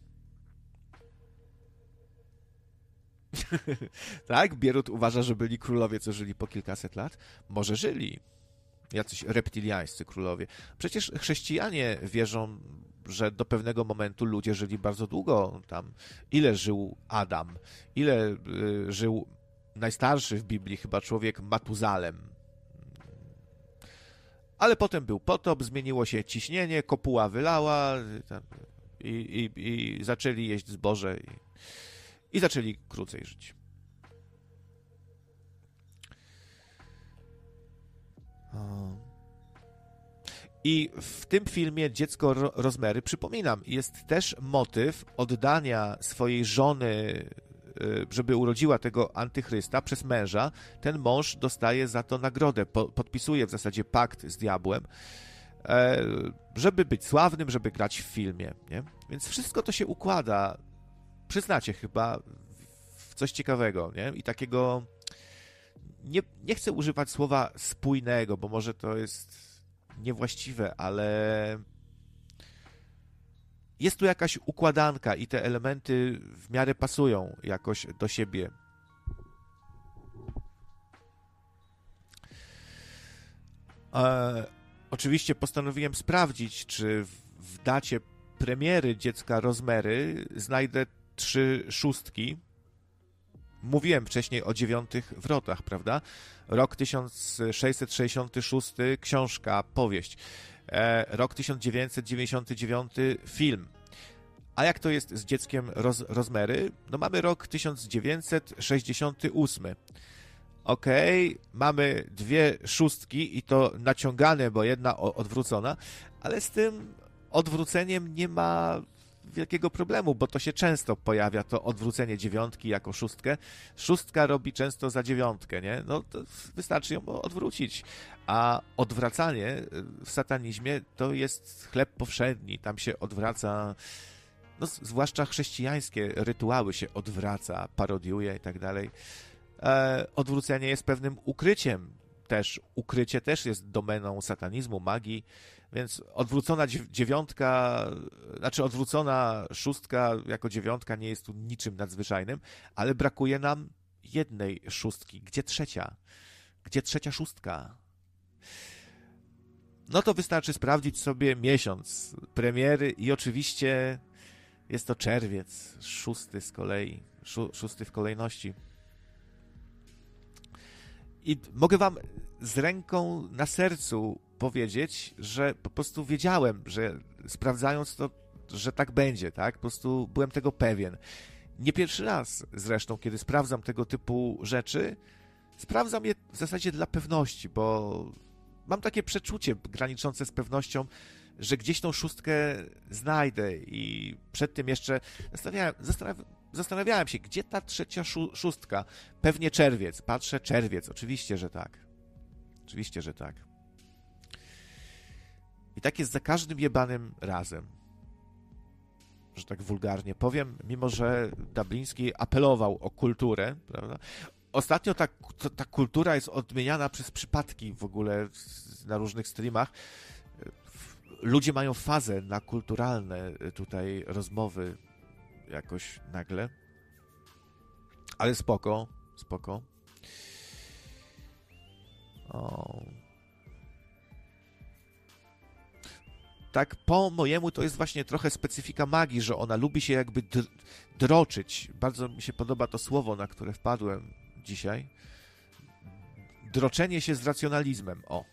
Tak? Bierut uważa, że byli królowie, co żyli po kilkaset lat? Może żyli. Jacyś reptiliańscy królowie. Przecież chrześcijanie wierzą, że do pewnego momentu ludzie żyli bardzo długo. Tam ile żył Adam? Ile y, żył najstarszy w Biblii chyba człowiek Matuzalem? Ale potem był potop, zmieniło się ciśnienie, kopuła wylała i, i, i zaczęli jeść zboże i, i zaczęli krócej żyć. I w tym filmie Dziecko Rozmery, przypominam, jest też motyw oddania swojej żony, żeby urodziła tego Antychrysta przez męża. Ten mąż dostaje za to nagrodę, podpisuje w zasadzie pakt z diabłem, żeby być sławnym, żeby grać w filmie, nie? Więc wszystko to się układa, przyznacie chyba, w coś ciekawego, nie? I takiego, nie, nie chcę używać słowa spójnego, bo może to jest niewłaściwe, ale jest tu jakaś układanka i te elementy w miarę pasują jakoś do siebie. E, oczywiście postanowiłem sprawdzić, czy w, w dacie premiery Dziecka Rozmery znajdę trzy szóstki. Mówiłem wcześniej o dziewiątych wrotach, prawda? Rok tysiąc sześćset sześćdziesiąty szósty, książka, powieść. E, rok tysiąc dziewięćset dziewięćdziesiąty dziewiąty, film. A jak to jest z Dzieckiem Roz, Rozmery? No mamy rok tysiąc dziewięćset sześćdziesiąty ósmy. Okej, okay, mamy dwie szóstki i to naciągane, bo jedna odwrócona, ale z tym odwróceniem nie ma wielkiego problemu, bo to się często pojawia, to odwrócenie dziewiątki jako szóstkę. Szóstka robi często za dziewiątkę, nie? No to wystarczy ją odwrócić. A odwracanie w satanizmie to jest chleb powszedni. Tam się odwraca, no zwłaszcza chrześcijańskie rytuały się odwraca, parodiuje i tak dalej. E, odwrócenie jest pewnym ukryciem też. Ukrycie też jest domeną satanizmu, magii, więc odwrócona dziewiątka, znaczy odwrócona szóstka jako dziewiątka nie jest tu niczym nadzwyczajnym, ale brakuje nam jednej szóstki. Gdzie trzecia? Gdzie trzecia szóstka? No to wystarczy sprawdzić sobie miesiąc premiery i oczywiście Jest to czerwiec, szósty z kolei, szó, szósty w kolejności. I mogę wam z ręką na sercu powiedzieć, że po prostu wiedziałem, że sprawdzając to, że tak będzie, tak? Po prostu byłem tego pewien. Nie pierwszy raz zresztą, kiedy sprawdzam tego typu rzeczy, sprawdzam je w zasadzie dla pewności, bo mam takie przeczucie graniczące z pewnością, że gdzieś tą szóstkę znajdę i przed tym jeszcze zastanawiałem, zastanawiałem, zastanawiałem się, gdzie ta trzecia szó- szóstka? Pewnie czerwiec. Patrzę, czerwiec. Oczywiście, że tak. Oczywiście, że tak. I tak jest za każdym jebanym razem. Że tak wulgarnie powiem, mimo że Dubliński apelował o kulturę, prawda? Ostatnio ta, ta kultura jest odmieniana przez przypadki w ogóle na różnych streamach. Ludzie mają fazę na kulturalne tutaj rozmowy jakoś nagle. Ale spoko, spoko. O. Tak po mojemu to jest właśnie trochę specyfika magii, że ona lubi się jakby dr- droczyć. Bardzo mi się podoba to słowo, na które wpadłem dzisiaj. Droczenie się z racjonalizmem. O.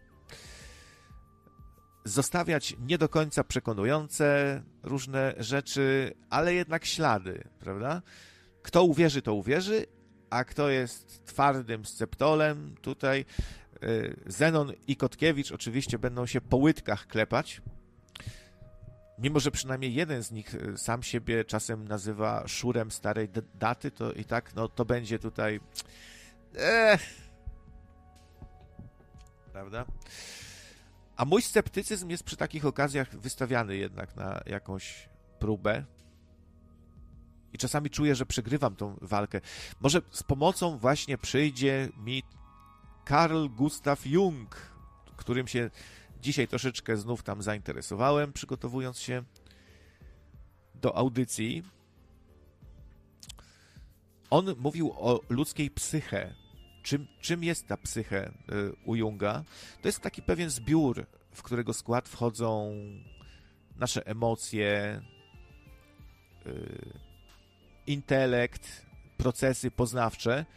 Zostawiać nie do końca przekonujące różne rzeczy, ale jednak ślady, prawda? Kto uwierzy, to uwierzy, a kto jest twardym sceptolem, tutaj Zenon i Kotkiewicz oczywiście będą się po łydkach klepać, mimo że przynajmniej jeden z nich sam siebie czasem nazywa szurem starej daty, to i tak, no to będzie tutaj Ech. Prawda? A mój sceptycyzm jest przy takich okazjach wystawiany jednak na jakąś próbę i czasami czuję, że przegrywam tą walkę. Może z pomocą właśnie przyjdzie mi Carl Gustav Jung, którym się dzisiaj troszeczkę znów tam zainteresowałem, przygotowując się do audycji. On mówił o ludzkiej psyche. Czym, czym jest ta psyche u Junga? To jest taki pewien zbiór, w którego skład wchodzą nasze emocje, intelekt, procesy poznawcze,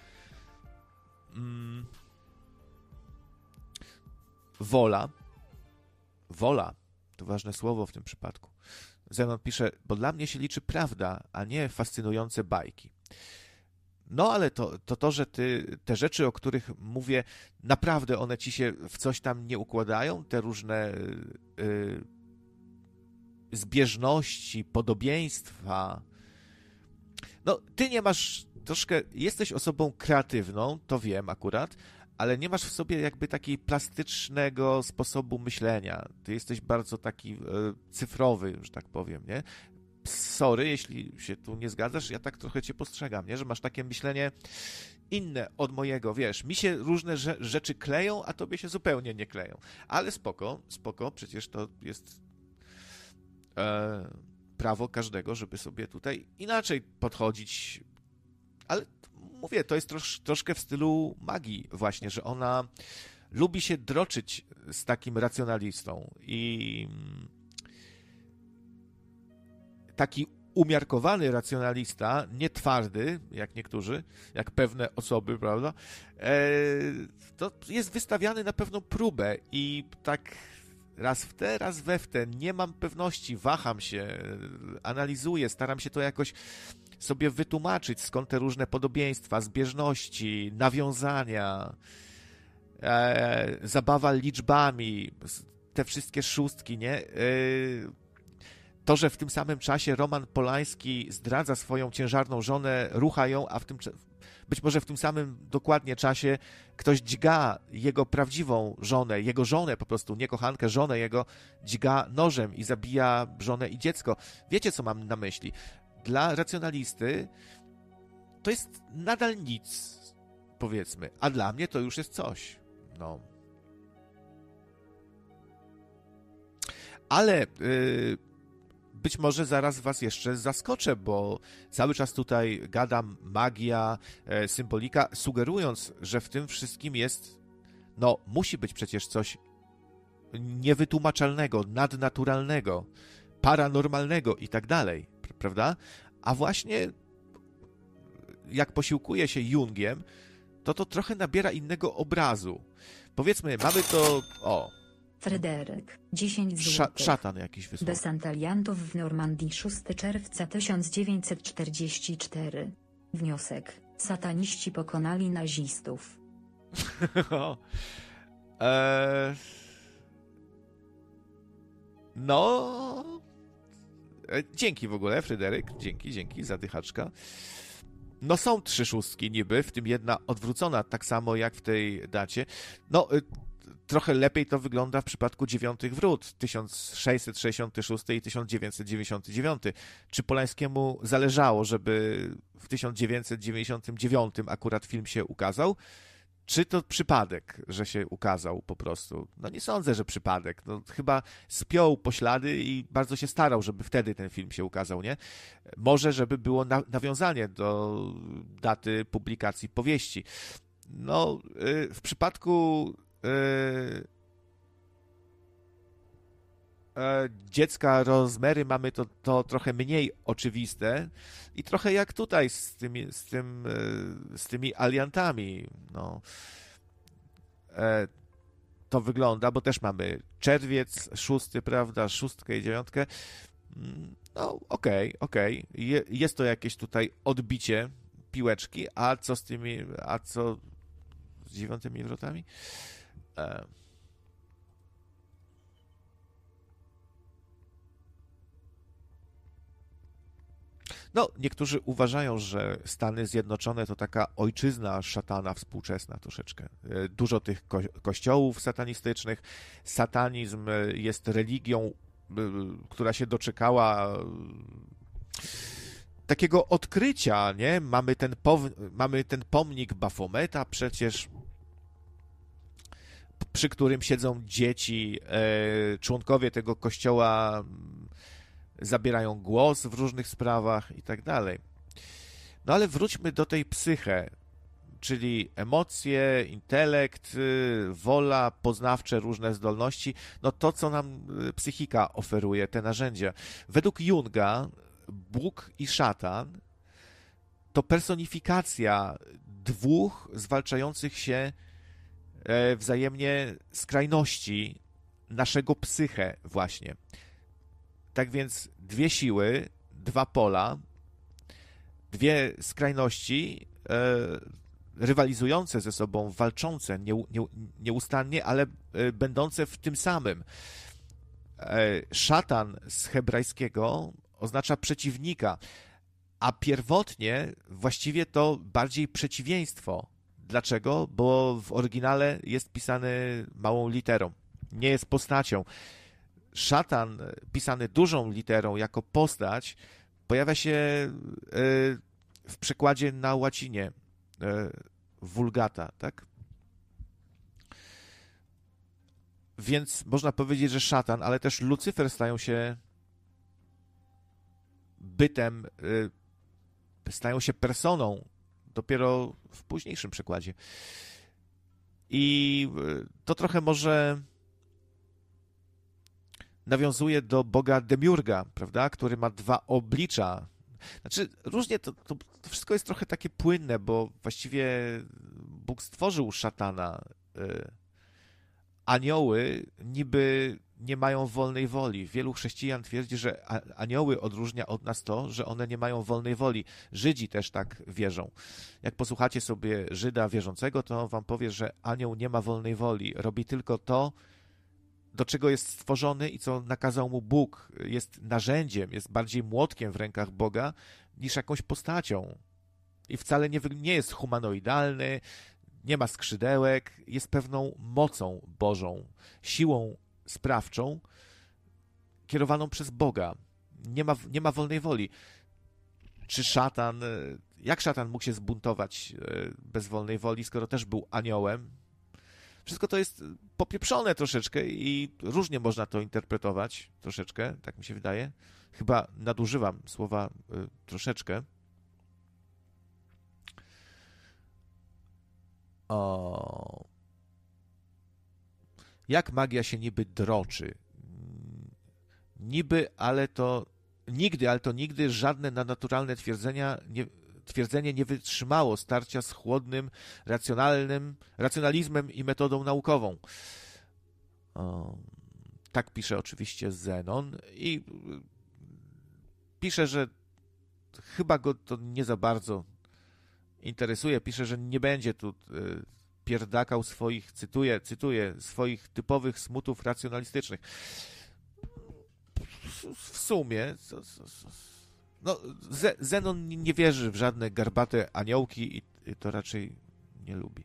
wola. Wola to ważne słowo w tym przypadku. Zenon pisze, bo dla mnie się liczy prawda, a nie fascynujące bajki. No, ale to, to, to że ty, te rzeczy, o których mówię, naprawdę one ci się w coś tam nie układają, te różne y, zbieżności, podobieństwa. No, ty nie masz troszkę, jesteś osobą kreatywną, to wiem akurat, ale nie masz w sobie jakby takiej plastycznego sposobu myślenia. Ty jesteś bardzo taki y, cyfrowy, że tak powiem, nie? Sorry, jeśli się tu nie zgadzasz, ja tak trochę cię postrzegam, nie? Że masz takie myślenie inne od mojego, wiesz, mi się różne rze- rzeczy kleją, a tobie się zupełnie nie kleją. Ale spoko, spoko, przecież to jest e, prawo każdego, żeby sobie tutaj inaczej podchodzić. Ale mówię, to jest trosz, troszkę w stylu magii właśnie, że ona lubi się droczyć z takim racjonalistą i taki umiarkowany racjonalista, nie twardy, jak niektórzy, jak pewne osoby, prawda, e, to jest wystawiany na pewną próbę i tak raz w te, raz we w te, nie mam pewności, waham się, analizuję, staram się to jakoś sobie wytłumaczyć, skąd te różne podobieństwa, zbieżności, nawiązania, e, zabawa liczbami, te wszystkie szóstki, nie? E, To, że w tym samym czasie Roman Polański zdradza swoją ciężarną żonę, rucha ją, a w tym, być może w tym samym dokładnie czasie ktoś dźga jego prawdziwą żonę, jego żonę po prostu, nie kochankę, żonę jego, dźga nożem i zabija żonę i dziecko. Wiecie, co mam na myśli? Dla racjonalisty to jest nadal nic, powiedzmy, a dla mnie to już jest coś. No. Ale... Yy, Być może zaraz was jeszcze zaskoczę, bo cały czas tutaj gadam magia, e, symbolika, sugerując, że w tym wszystkim jest, no, musi być przecież coś niewytłumaczalnego, nadnaturalnego, paranormalnego i tak dalej, prawda? A właśnie jak posiłkuje się Jungiem, to to trochę nabiera innego obrazu. Powiedzmy, mamy to... O, Fryderyk, dziesięć Sza, złotych. szatan jakiś wysłał. Desant aliantów w Normandii szóstego czerwca tysiąc dziewięćset czterdziestego czwartego. Wniosek. Sataniści pokonali nazistów. eee... No... Dzięki w ogóle, Fryderyk. Dzięki, dzięki, zadychaczka. No są trzy szóstki niby, w tym jedna odwrócona, tak samo jak w tej dacie. No, trochę lepiej to wygląda w przypadku dziewiątych wrót, tysiąc sześćset sześćdziesiąty szósty i tysiąc dziewięćset dziewięćdziesiąty dziewiąty. Czy Polańskiemu zależało, żeby w tysiąc dziewięćset dziewięćdziesiątym dziewiątym akurat film się ukazał? Czy to przypadek, że się ukazał po prostu? No nie sądzę, że przypadek. No, chyba spiął poślady i bardzo się starał, żeby wtedy ten film się ukazał, nie? Może, żeby było na- nawiązanie do daty publikacji powieści. No, yy, w przypadku yy, dziecka Rosemary mamy to, to trochę mniej oczywiste i trochę jak tutaj z tymi, z tym, z tymi aliantami. No. To wygląda, bo też mamy czerwiec, szósty, prawda, szóstkę i dziewiątkę. No okej, okay, okej. Okay. Je, jest to jakieś tutaj odbicie piłeczki, a co z tymi, a co z dziewiątymi wrotami? E No, niektórzy uważają, że Stany Zjednoczone to taka ojczyzna szatana współczesna troszeczkę. Dużo tych ko kościołów satanistycznych. Satanizm jest religią, która się doczekała takiego odkrycia, nie? Mamy ten, mamy ten pomnik Bafometa przecież, przy którym siedzą dzieci, e, członkowie tego kościoła zabierają głos w różnych sprawach i tak dalej. No ale wróćmy do tej psyche, czyli emocje, intelekt, wola, poznawcze, różne zdolności, no to, co nam psychika oferuje, te narzędzia. Według Junga Bóg i szatan to personifikacja dwóch zwalczających się wzajemnie skrajności naszego psyche właśnie. Tak więc dwie siły, dwa pola, dwie skrajności e, rywalizujące ze sobą, walczące nie, nie, nieustannie, ale e, będące w tym samym. E, szatan z hebrajskiego oznacza przeciwnika, a pierwotnie właściwie to bardziej przeciwieństwo. Dlaczego? Bo w oryginale jest pisany małą literą, nie jest postacią. Szatan pisany dużą literą jako postać pojawia się w przekładzie na łacinie vulgata, tak? Więc można powiedzieć, że szatan, ale też Lucyfer stają się bytem, stają się personą dopiero w późniejszym przekładzie. I to trochę może nawiązuje do Boga Demiurga, prawda, który ma dwa oblicza. Znaczy, różnie to, to, to wszystko jest trochę takie płynne, bo właściwie Bóg stworzył szatana. Anioły niby nie mają wolnej woli. Wielu chrześcijan twierdzi, że anioły odróżnia od nas to, że one nie mają wolnej woli. Żydzi też tak wierzą. Jak posłuchacie sobie Żyda wierzącego, to on wam powie, że anioł nie ma wolnej woli. Robi tylko to, do czego jest stworzony i co nakazał mu Bóg. Jest narzędziem, jest bardziej młotkiem w rękach Boga niż jakąś postacią. I wcale nie, nie jest humanoidalny, nie ma skrzydełek, jest pewną mocą Bożą, siłą sprawczą kierowaną przez Boga. Nie ma, nie ma wolnej woli. Czy szatan, jak szatan mógł się zbuntować bez wolnej woli, skoro też był aniołem? Wszystko to jest popieprzone troszeczkę i różnie można to interpretować, troszeczkę, tak mi się wydaje. Chyba nadużywam słowa y, troszeczkę. O. Jak magia się niby droczy? Niby, ale to nigdy, ale to nigdy żadne nadnaturalne twierdzenia nie, twierdzenie nie wytrzymało starcia z chłodnym, racjonalnym, racjonalizmem i metodą naukową. O, tak pisze oczywiście Zenon i pisze, że chyba go to nie za bardzo interesuje. Pisze, że nie będzie tu pierdakał swoich, cytuję, cytuję, swoich typowych smutów racjonalistycznych. W sumie no, Zenon nie wierzy w żadne garbate aniołki i to raczej nie lubi.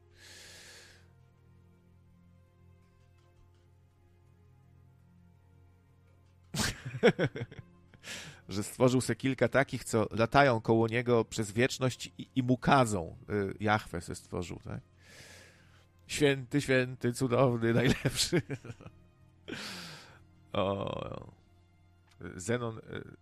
Że stworzył se kilka takich, co latają koło niego przez wieczność i, i mu kadzą. Jahwe se stworzył, tak? Święty, święty, cudowny, najlepszy. O, Zenon,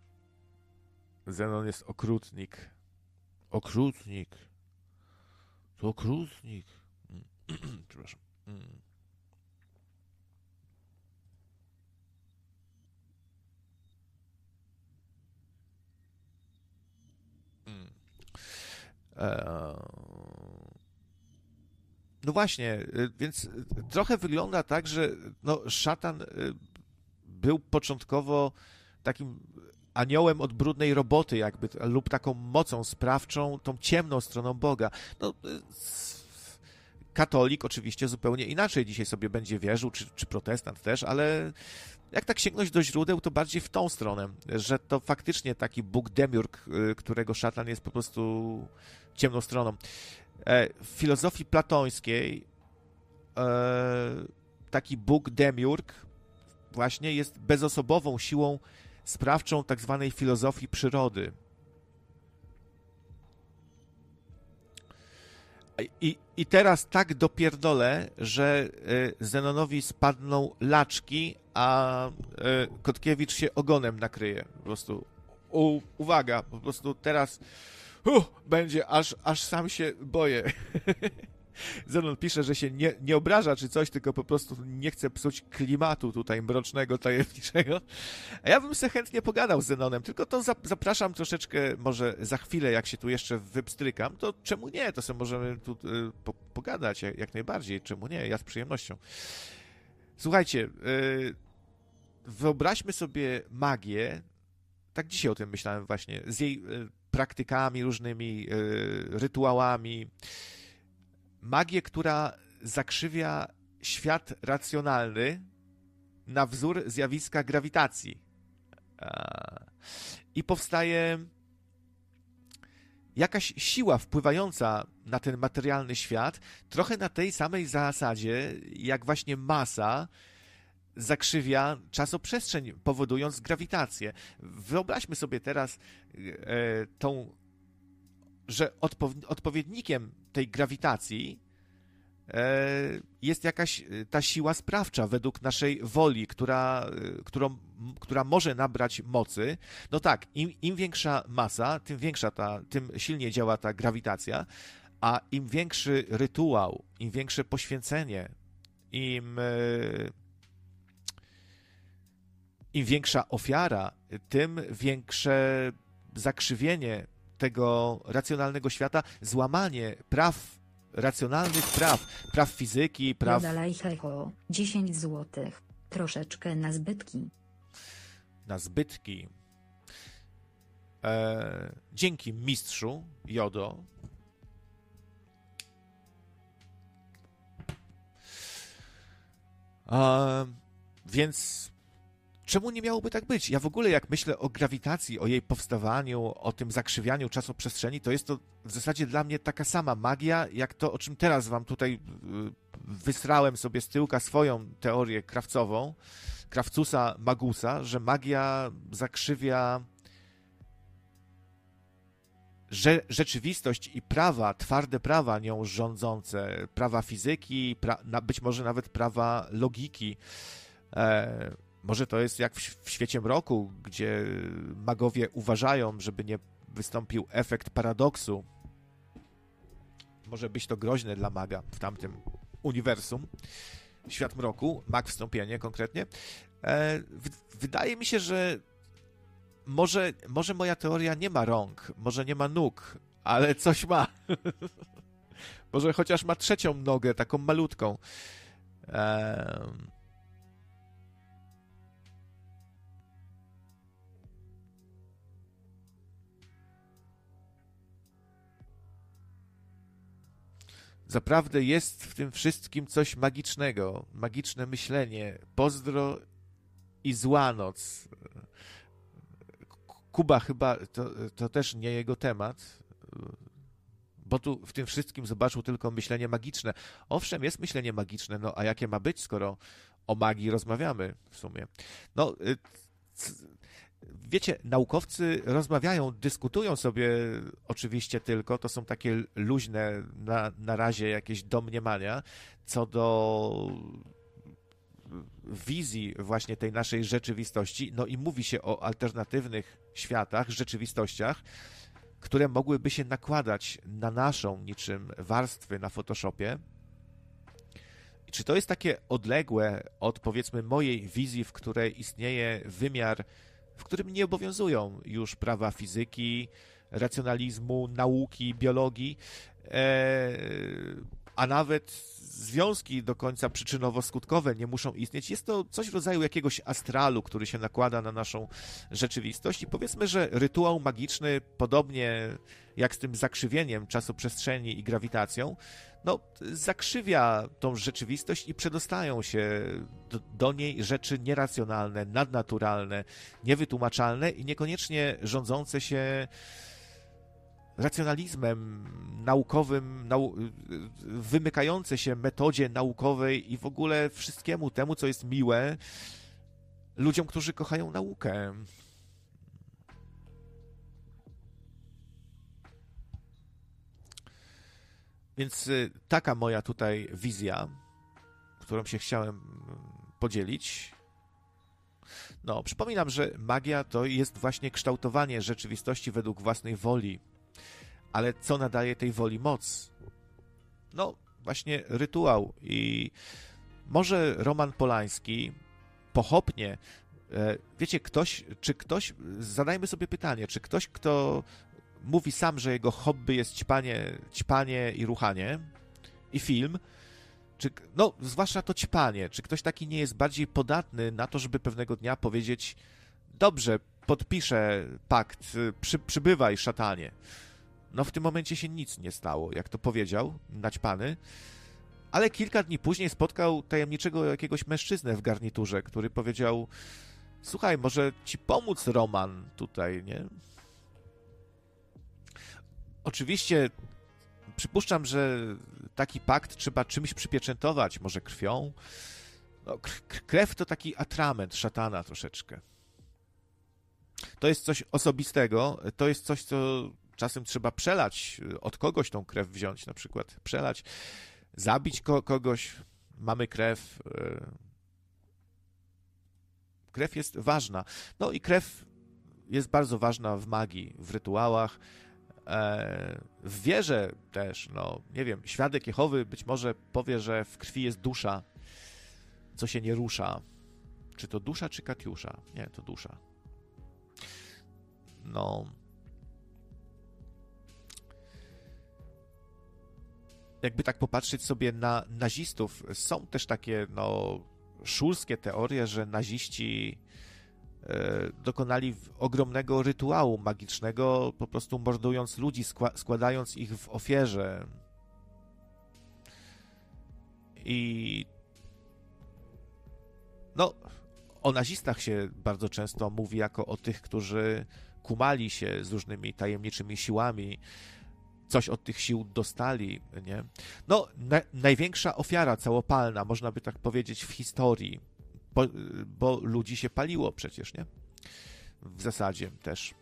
Zenon jest okrutnik. Okrutnik. To okrutnik. Przepraszam. No właśnie, więc trochę wygląda tak, że no, szatan był początkowo takim aniołem od brudnej roboty jakby, lub taką mocą sprawczą, tą ciemną stroną Boga. No, katolik oczywiście zupełnie inaczej dzisiaj sobie będzie wierzył, czy, czy protestant też, ale jak tak sięgnąć do źródeł, to bardziej w tą stronę, że to faktycznie taki Bóg demiurg, którego szatan jest po prostu ciemną stroną. W filozofii platońskiej taki Bóg demiurg właśnie jest bezosobową siłą sprawczą tak zwanej filozofii przyrody. I, I teraz tak dopierdolę, że Zenonowi spadną laczki, a Kotkiewicz się ogonem nakryje. Po prostu u, uwaga, po prostu teraz uh, będzie, aż, aż sam się boję. Zenon pisze, że się nie, nie obraża czy coś, tylko po prostu nie chce psuć klimatu tutaj mrocznego, tajemniczego. A ja bym se chętnie pogadał z Zenonem, tylko to zapraszam troszeczkę, może za chwilę, jak się tu jeszcze wypstrykam, to czemu nie? To sobie możemy tu y, po, pogadać jak, jak najbardziej. Czemu nie? Ja z przyjemnością. Słuchajcie, y, wyobraźmy sobie magię, tak dzisiaj o tym myślałem właśnie, z jej y, praktykami różnymi, y, rytuałami, magię, która zakrzywia świat racjonalny na wzór zjawiska grawitacji. I powstaje jakaś siła wpływająca na ten materialny świat, trochę na tej samej zasadzie, jak właśnie masa zakrzywia czasoprzestrzeń, powodując grawitację. Wyobraźmy sobie teraz e, tą że odpo- odpowiednikiem tej grawitacji e, jest jakaś ta siła sprawcza według naszej woli, która, którą, która może nabrać mocy. No tak, im, im większa masa, tym większa ta, tym silniej działa ta grawitacja, a im większy rytuał, im większe poświęcenie, im, e, im większa ofiara, tym większe zakrzywienie tego racjonalnego świata, złamanie praw, racjonalnych praw, praw fizyki, praw... Jodalajchecho, dziesięć złotych. Troszeczkę na zbytki. Na zbytki. E, dzięki mistrzu Jodo. E, więc czemu nie miałoby tak być? Ja w ogóle jak myślę o grawitacji, o jej powstawaniu, o tym zakrzywianiu czasoprzestrzeni, to jest to w zasadzie dla mnie taka sama magia, jak to, o czym teraz wam tutaj wysrałem sobie z tyłka swoją teorię krawcową, Krawcusa Magusa, że magia zakrzywia że, rzeczywistość i prawa, twarde prawa nią rządzące, prawa fizyki, pra, być może nawet prawa logiki. E, Może to jest jak w Świecie Mroku, gdzie magowie uważają, żeby nie wystąpił efekt paradoksu. Może być to groźne dla maga w tamtym uniwersum. Świat Mroku, mag wstąpienie konkretnie. E, w, wydaje mi się, że może, może moja teoria nie ma rąk, może nie ma nóg, ale coś ma. Może chociaż ma trzecią nogę, taką malutką. Um... Zaprawdę jest w tym wszystkim coś magicznego, magiczne myślenie. Pozdro i zła noc. Kuba chyba, to, to też nie jego temat, bo tu w tym wszystkim zobaczył tylko myślenie magiczne. Owszem, jest myślenie magiczne, no a jakie ma być, skoro o magii rozmawiamy w sumie? No, wiecie, naukowcy rozmawiają, dyskutują sobie oczywiście tylko, to są takie luźne na, na razie jakieś domniemania co do wizji właśnie tej naszej rzeczywistości, no i mówi się o alternatywnych światach, rzeczywistościach, które mogłyby się nakładać na naszą niczym warstwy na Photoshopie. I czy to jest takie odległe od, powiedzmy, mojej wizji, w której istnieje wymiar, w którym nie obowiązują już prawa fizyki, racjonalizmu, nauki, biologii, e, a nawet związki do końca przyczynowo-skutkowe nie muszą istnieć. Jest to coś w rodzaju jakiegoś astralu, który się nakłada na naszą rzeczywistość i powiedzmy, że rytuał magiczny, podobnie jak z tym zakrzywieniem czasoprzestrzeni i grawitacją, no, zakrzywia tą rzeczywistość i przedostają się do, do niej rzeczy nieracjonalne, nadnaturalne, niewytłumaczalne i niekoniecznie rządzące się racjonalizmem naukowym, nau wymykające się metodzie naukowej i w ogóle wszystkiemu temu, co jest miłe ludziom, którzy kochają naukę. Więc taka moja tutaj wizja, którą się chciałem podzielić. No, przypominam, że magia to jest właśnie kształtowanie rzeczywistości według własnej woli. Ale co nadaje tej woli moc? No, właśnie rytuał. I może Roman Polański pochopnie, wiecie, ktoś, czy ktoś, zadajmy sobie pytanie, czy ktoś, kto mówi sam, że jego hobby jest ćpanie, ćpanie i ruchanie i film, czy, no, zwłaszcza to ćpanie, czy ktoś taki nie jest bardziej podatny na to, żeby pewnego dnia powiedzieć: dobrze, podpiszę pakt, przy, przybywaj, szatanie. No w tym momencie się nic nie stało, jak to powiedział, naćpany, ale kilka dni później spotkał tajemniczego jakiegoś mężczyznę w garniturze, który powiedział: słuchaj, może ci pomóc, Roman, tutaj, nie? Oczywiście przypuszczam, że taki pakt trzeba czymś przypieczętować, może krwią. No, krew to taki atrament szatana troszeczkę. To jest coś osobistego, to jest coś, co czasem trzeba przelać, od kogoś tą krew wziąć, na przykład przelać, zabić ko kogoś, mamy krew. Krew jest ważna. No i krew jest bardzo ważna w magii, w rytuałach, w wierze też, no nie wiem, świadek Jehowy być może powie, że w krwi jest dusza, co się nie rusza. Czy to dusza, czy Katiusza? Nie, to dusza. No... Jakby tak popatrzeć sobie na nazistów, są też takie, no, szulskie teorie, że naziści e, dokonali ogromnego rytuału magicznego, po prostu mordując ludzi, skła składając ich w ofierze. I no, o nazistach się bardzo często mówi jako o tych, którzy kumali się z różnymi tajemniczymi siłami, coś od tych sił dostali, nie? No, na, największa ofiara całopalna, można by tak powiedzieć, w historii, bo, bo ludzi się paliło przecież, nie? W zasadzie też.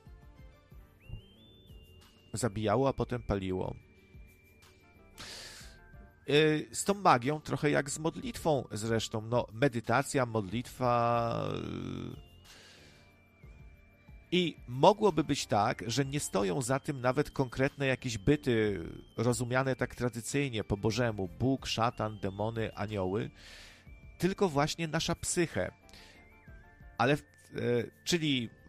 Zabijało, a potem paliło. Yy, z tą magią trochę jak z modlitwą zresztą, no, medytacja, modlitwa... Yy, I mogłoby być tak, że nie stoją za tym nawet konkretne jakieś byty rozumiane tak tradycyjnie po Bożemu, Bóg, szatan, demony, anioły, tylko właśnie nasza psyche. Ale, e, czyli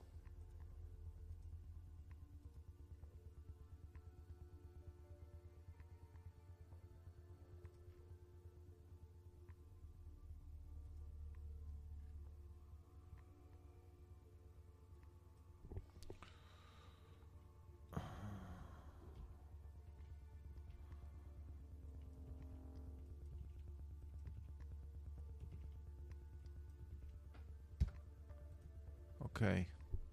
Okej.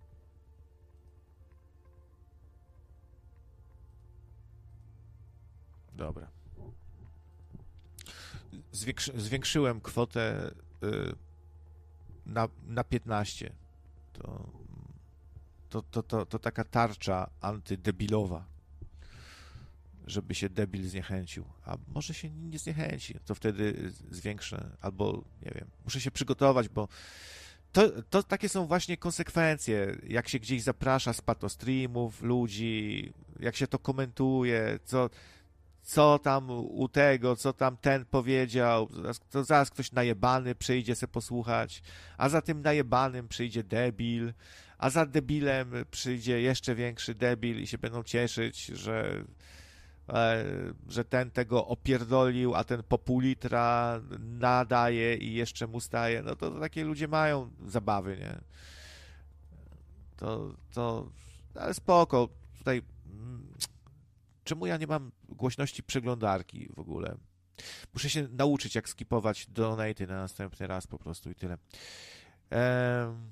Dobra. Zwiększy, zwiększyłem kwotę y, na, na piętnaście. To, to, to, to, to taka tarcza antydebilowa, żeby się debil zniechęcił. A może się nie zniechęci, to wtedy zwiększę, albo nie wiem, muszę się przygotować, bo to, to takie są właśnie konsekwencje, jak się gdzieś zaprasza z patostreamów ludzi, jak się to komentuje, co, co tam u tego, co tam ten powiedział, to zaraz ktoś najebany przyjdzie se posłuchać, a za tym najebanym przyjdzie debil, a za debilem przyjdzie jeszcze większy debil i się będą cieszyć, że że ten tego opierdolił, a ten po pół litra nadaje i jeszcze mu staje, no to, to takie ludzie mają zabawy, nie? To, to, ale spoko, tutaj czemu ja nie mam głośności przeglądarki w ogóle? Muszę się nauczyć, jak skipować donaty na następny raz po prostu i tyle. Ehm...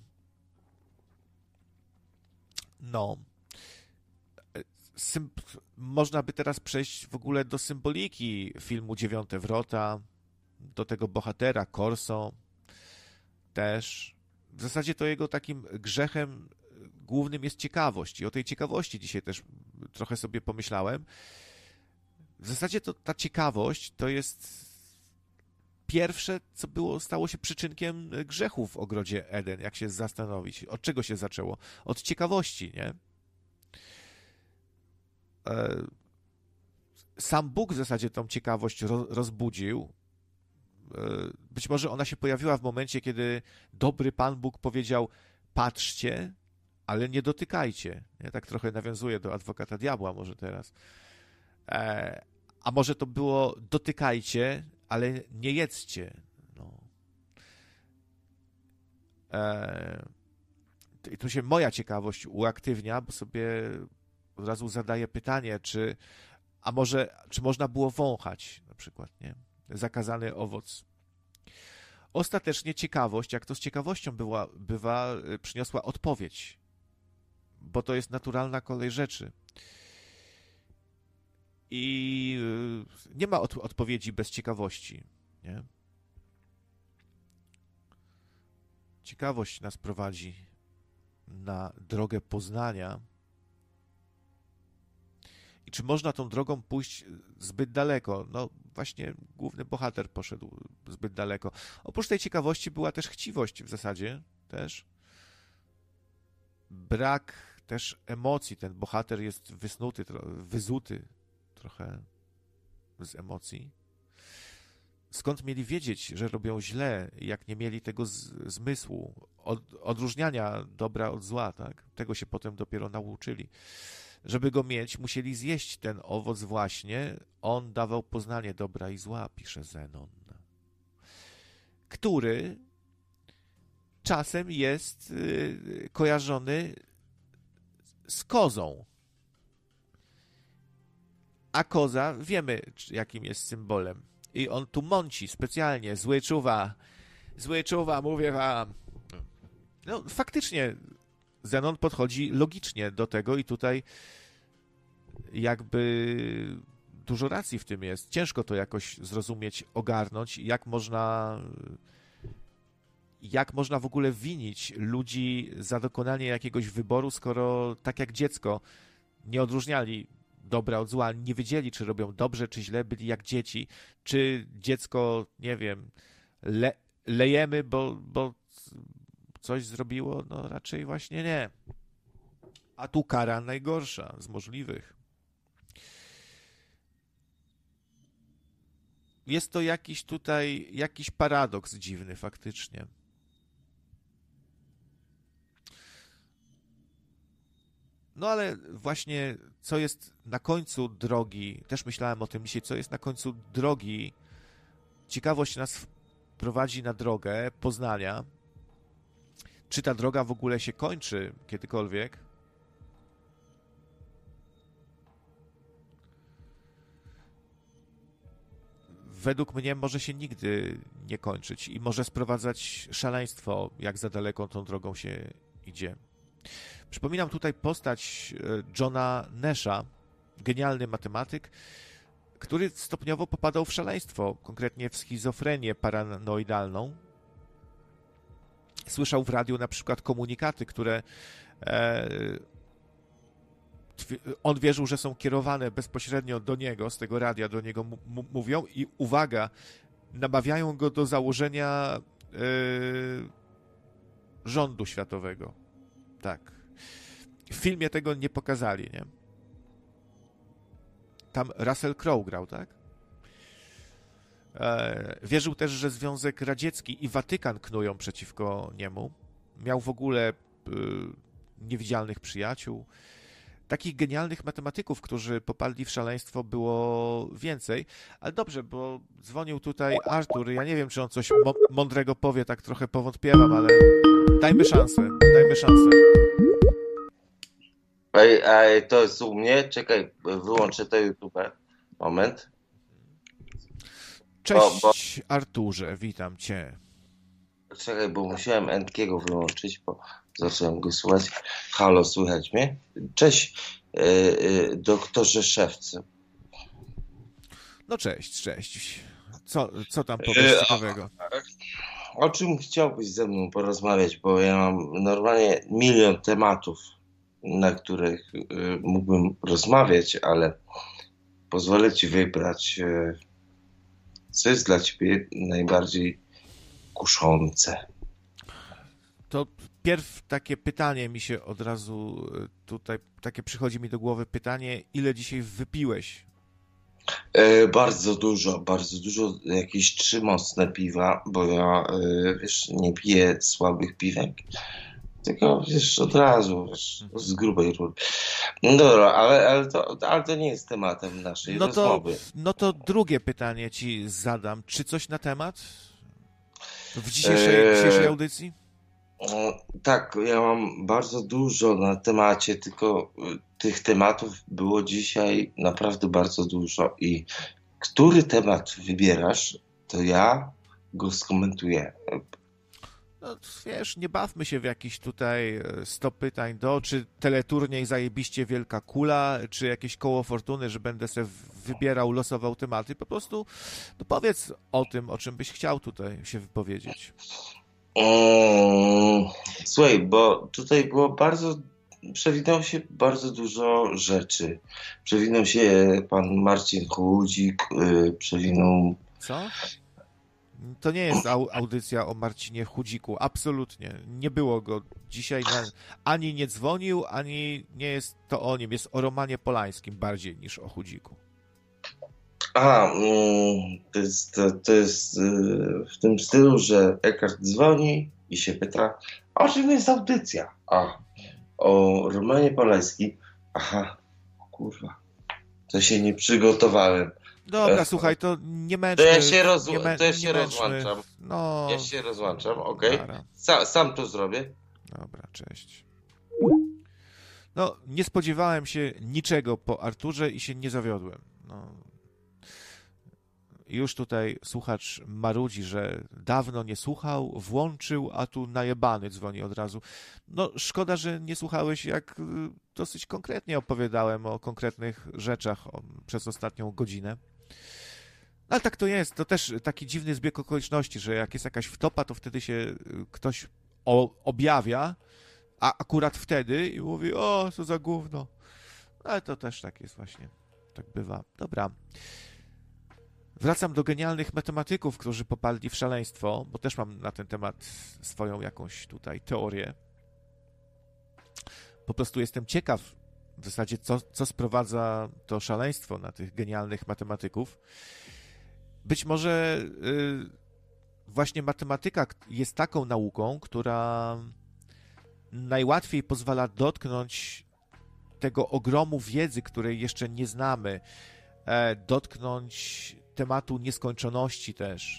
No. Sym... Można by teraz przejść w ogóle do symboliki filmu Dziewiąte Wrota, do tego bohatera Corso też. W zasadzie to jego takim grzechem głównym jest ciekawość i o tej ciekawości dzisiaj też trochę sobie pomyślałem. W zasadzie to ta ciekawość to jest pierwsze, co było, stało się przyczynkiem grzechu w ogrodzie Eden, jak się zastanowić. Od czego się zaczęło? Od ciekawości, nie? Sam Bóg w zasadzie tą ciekawość rozbudził. Być może ona się pojawiła w momencie, kiedy dobry Pan Bóg powiedział: patrzcie, ale nie dotykajcie. Ja tak trochę nawiązuję do adwokata diabła może teraz. A może to było: dotykajcie, ale nie jedzcie. No. I tu się moja ciekawość uaktywnia, bo sobie od razu zadaję pytanie, czy a może, czy można było wąchać na przykład, nie? Zakazany owoc. Ostatecznie ciekawość, jak to z ciekawością była, bywa, przyniosła odpowiedź, bo to jest naturalna kolej rzeczy. I nie ma od, odpowiedzi bez ciekawości, nie? Ciekawość nas prowadzi na drogę poznania. I czy można tą drogą pójść zbyt daleko? No właśnie główny bohater poszedł zbyt daleko. Oprócz tej ciekawości była też chciwość w zasadzie, też. Brak też emocji. Ten bohater jest wysnuty, wyzuty trochę z emocji. Skąd mieli wiedzieć, że robią źle, jak nie mieli tego z, zmysłu, od, odróżniania dobra od zła, tak? Tego się potem dopiero nauczyli. Żeby go mieć, musieli zjeść ten owoc właśnie. On dawał poznanie dobra i zła, pisze Zenon, który czasem jest yy, kojarzony z kozą. A koza, wiemy, jakim jest symbolem. I on tu mąci specjalnie. Zły czuwa, zły czuwa, mówię wam. No, faktycznie Zenon podchodzi logicznie do tego i tutaj jakby dużo racji w tym jest. Ciężko to jakoś zrozumieć, ogarnąć, jak można jak można w ogóle winić ludzi za dokonanie jakiegoś wyboru, skoro tak jak dziecko nie odróżniali dobra od zła, nie wiedzieli, czy robią dobrze, czy źle, byli jak dzieci, czy dziecko, nie wiem, le, lejemy, bo, bo coś zrobiło, no raczej właśnie nie. A tu kara najgorsza z możliwych. Jest to jakiś tutaj, jakiś paradoks dziwny faktycznie. No ale właśnie co jest na końcu drogi, też myślałem o tym dzisiaj, co jest na końcu drogi, ciekawość nas prowadzi na drogę poznania. Czy ta droga w ogóle się kończy kiedykolwiek? Według mnie może się nigdy nie kończyć i może sprowadzać szaleństwo, jak za daleko tą drogą się idzie. idzie. Przypominam tutaj postać Johna Nasha, genialny matematyk, który stopniowo popadał w szaleństwo, konkretnie w schizofrenię paranoidalną. Słyszał w radiu na przykład komunikaty, które e, on wierzył, że są kierowane bezpośrednio do niego, z tego radia do niego m- mówią i uwaga, namawiają go do założenia e, rządu światowego. Tak. W filmie tego nie pokazali, nie? Tam Russell Crowe grał, tak? E, wierzył też, że Związek Radziecki i Watykan knują przeciwko niemu. Miał w ogóle e, niewidzialnych przyjaciół. Takich genialnych matematyków, którzy popadli w szaleństwo, było więcej. Ale dobrze, bo dzwonił tutaj Artur. Ja nie wiem, czy on coś mo- mądrego powie, tak trochę powątpiewam, ale dajmy szansę, dajmy szansę. Ej, ej, to jest u mnie? Czekaj, wyłączę to YouTube. Moment. Cześć, bo, bo... Arturze, witam cię. Czekaj, bo musiałem Endkiego wyłączyć, bo zacząłem go słuchać. Halo, słychać mnie? Cześć, yy, yy, doktorze Szewcu. No cześć, cześć. Co, co tam powiesz ciekawego? O, o czym chciałbyś ze mną porozmawiać? Bo ja mam normalnie milion tematów, na których y, mógłbym rozmawiać, ale pozwolę ci wybrać, y, co jest dla ciebie najbardziej kuszące. To pierw takie pytanie mi się od razu tutaj, takie przychodzi mi do głowy pytanie, ile dzisiaj wypiłeś? E, bardzo dużo, bardzo dużo, jakieś trzy mocne piwa, bo ja, e, wiesz, nie piję słabych piwek, tylko, wiesz, od razu, wiesz, z grubej rury. No dobra, ale, ale, to, ale to nie jest tematem naszej no to, rozmowy. No to drugie pytanie ci zadam. Czy coś na temat w dzisiejszej, e... dzisiejszej audycji? Tak, ja mam bardzo dużo na temacie, tylko tych tematów było dzisiaj naprawdę bardzo dużo i który temat wybierasz, to ja go skomentuję. No wiesz, nie bawmy się w jakiś tutaj sto pytań do, czy teleturniej zajebiście wielka kula, czy jakieś koło fortuny, że będę sobie wybierał, losował tematy. Po prostu no powiedz o tym, o czym byś chciał tutaj się wypowiedzieć. Um, słuchaj, bo tutaj było bardzo, przewinęło się bardzo dużo rzeczy. Przewinął się pan Marcin Chudzik, yy, przewinął... Co? To nie jest au- audycja o Marcinie Chudziku, absolutnie. Nie było go dzisiaj, na, ani nie dzwonił, ani nie jest to o nim, jest o Romanie Polańskim bardziej niż o Chudziku. Aha, mm, to jest, to, to jest yy, w tym stylu, że Eckhart dzwoni i się pyta, o czym jest audycja? A, o Romanie Polańskim. Aha, kurwa, to się nie przygotowałem. Dobra, e, słuchaj, to nie męczmy. To ja się, roz, nie mę, to ja się nie rozłączam. No, ja się rozłączam, okej? Okay. Sa, sam to zrobię. Dobra, cześć. No, nie spodziewałem się niczego po Arturze i się nie zawiodłem. No. Już tutaj słuchacz marudzi, że dawno nie słuchał, włączył, a tu najebany dzwoni od razu. No, szkoda, że nie słuchałeś, jak dosyć konkretnie opowiadałem o konkretnych rzeczach o, przez ostatnią godzinę. Ale tak to jest, to też taki dziwny zbieg okoliczności, że jak jest jakaś wtopa, to wtedy się ktoś o, objawia, a akurat wtedy i mówi, o, co za gówno. Ale to też tak jest właśnie, tak bywa. Dobra. Wracam do genialnych matematyków, którzy popadli w szaleństwo, bo też mam na ten temat swoją jakąś tutaj teorię. Po prostu jestem ciekaw w zasadzie, co, co sprowadza to szaleństwo na tych genialnych matematyków. Być może yy, właśnie matematyka jest taką nauką, która najłatwiej pozwala dotknąć tego ogromu wiedzy, której jeszcze nie znamy, e, dotknąć tematu nieskończoności też.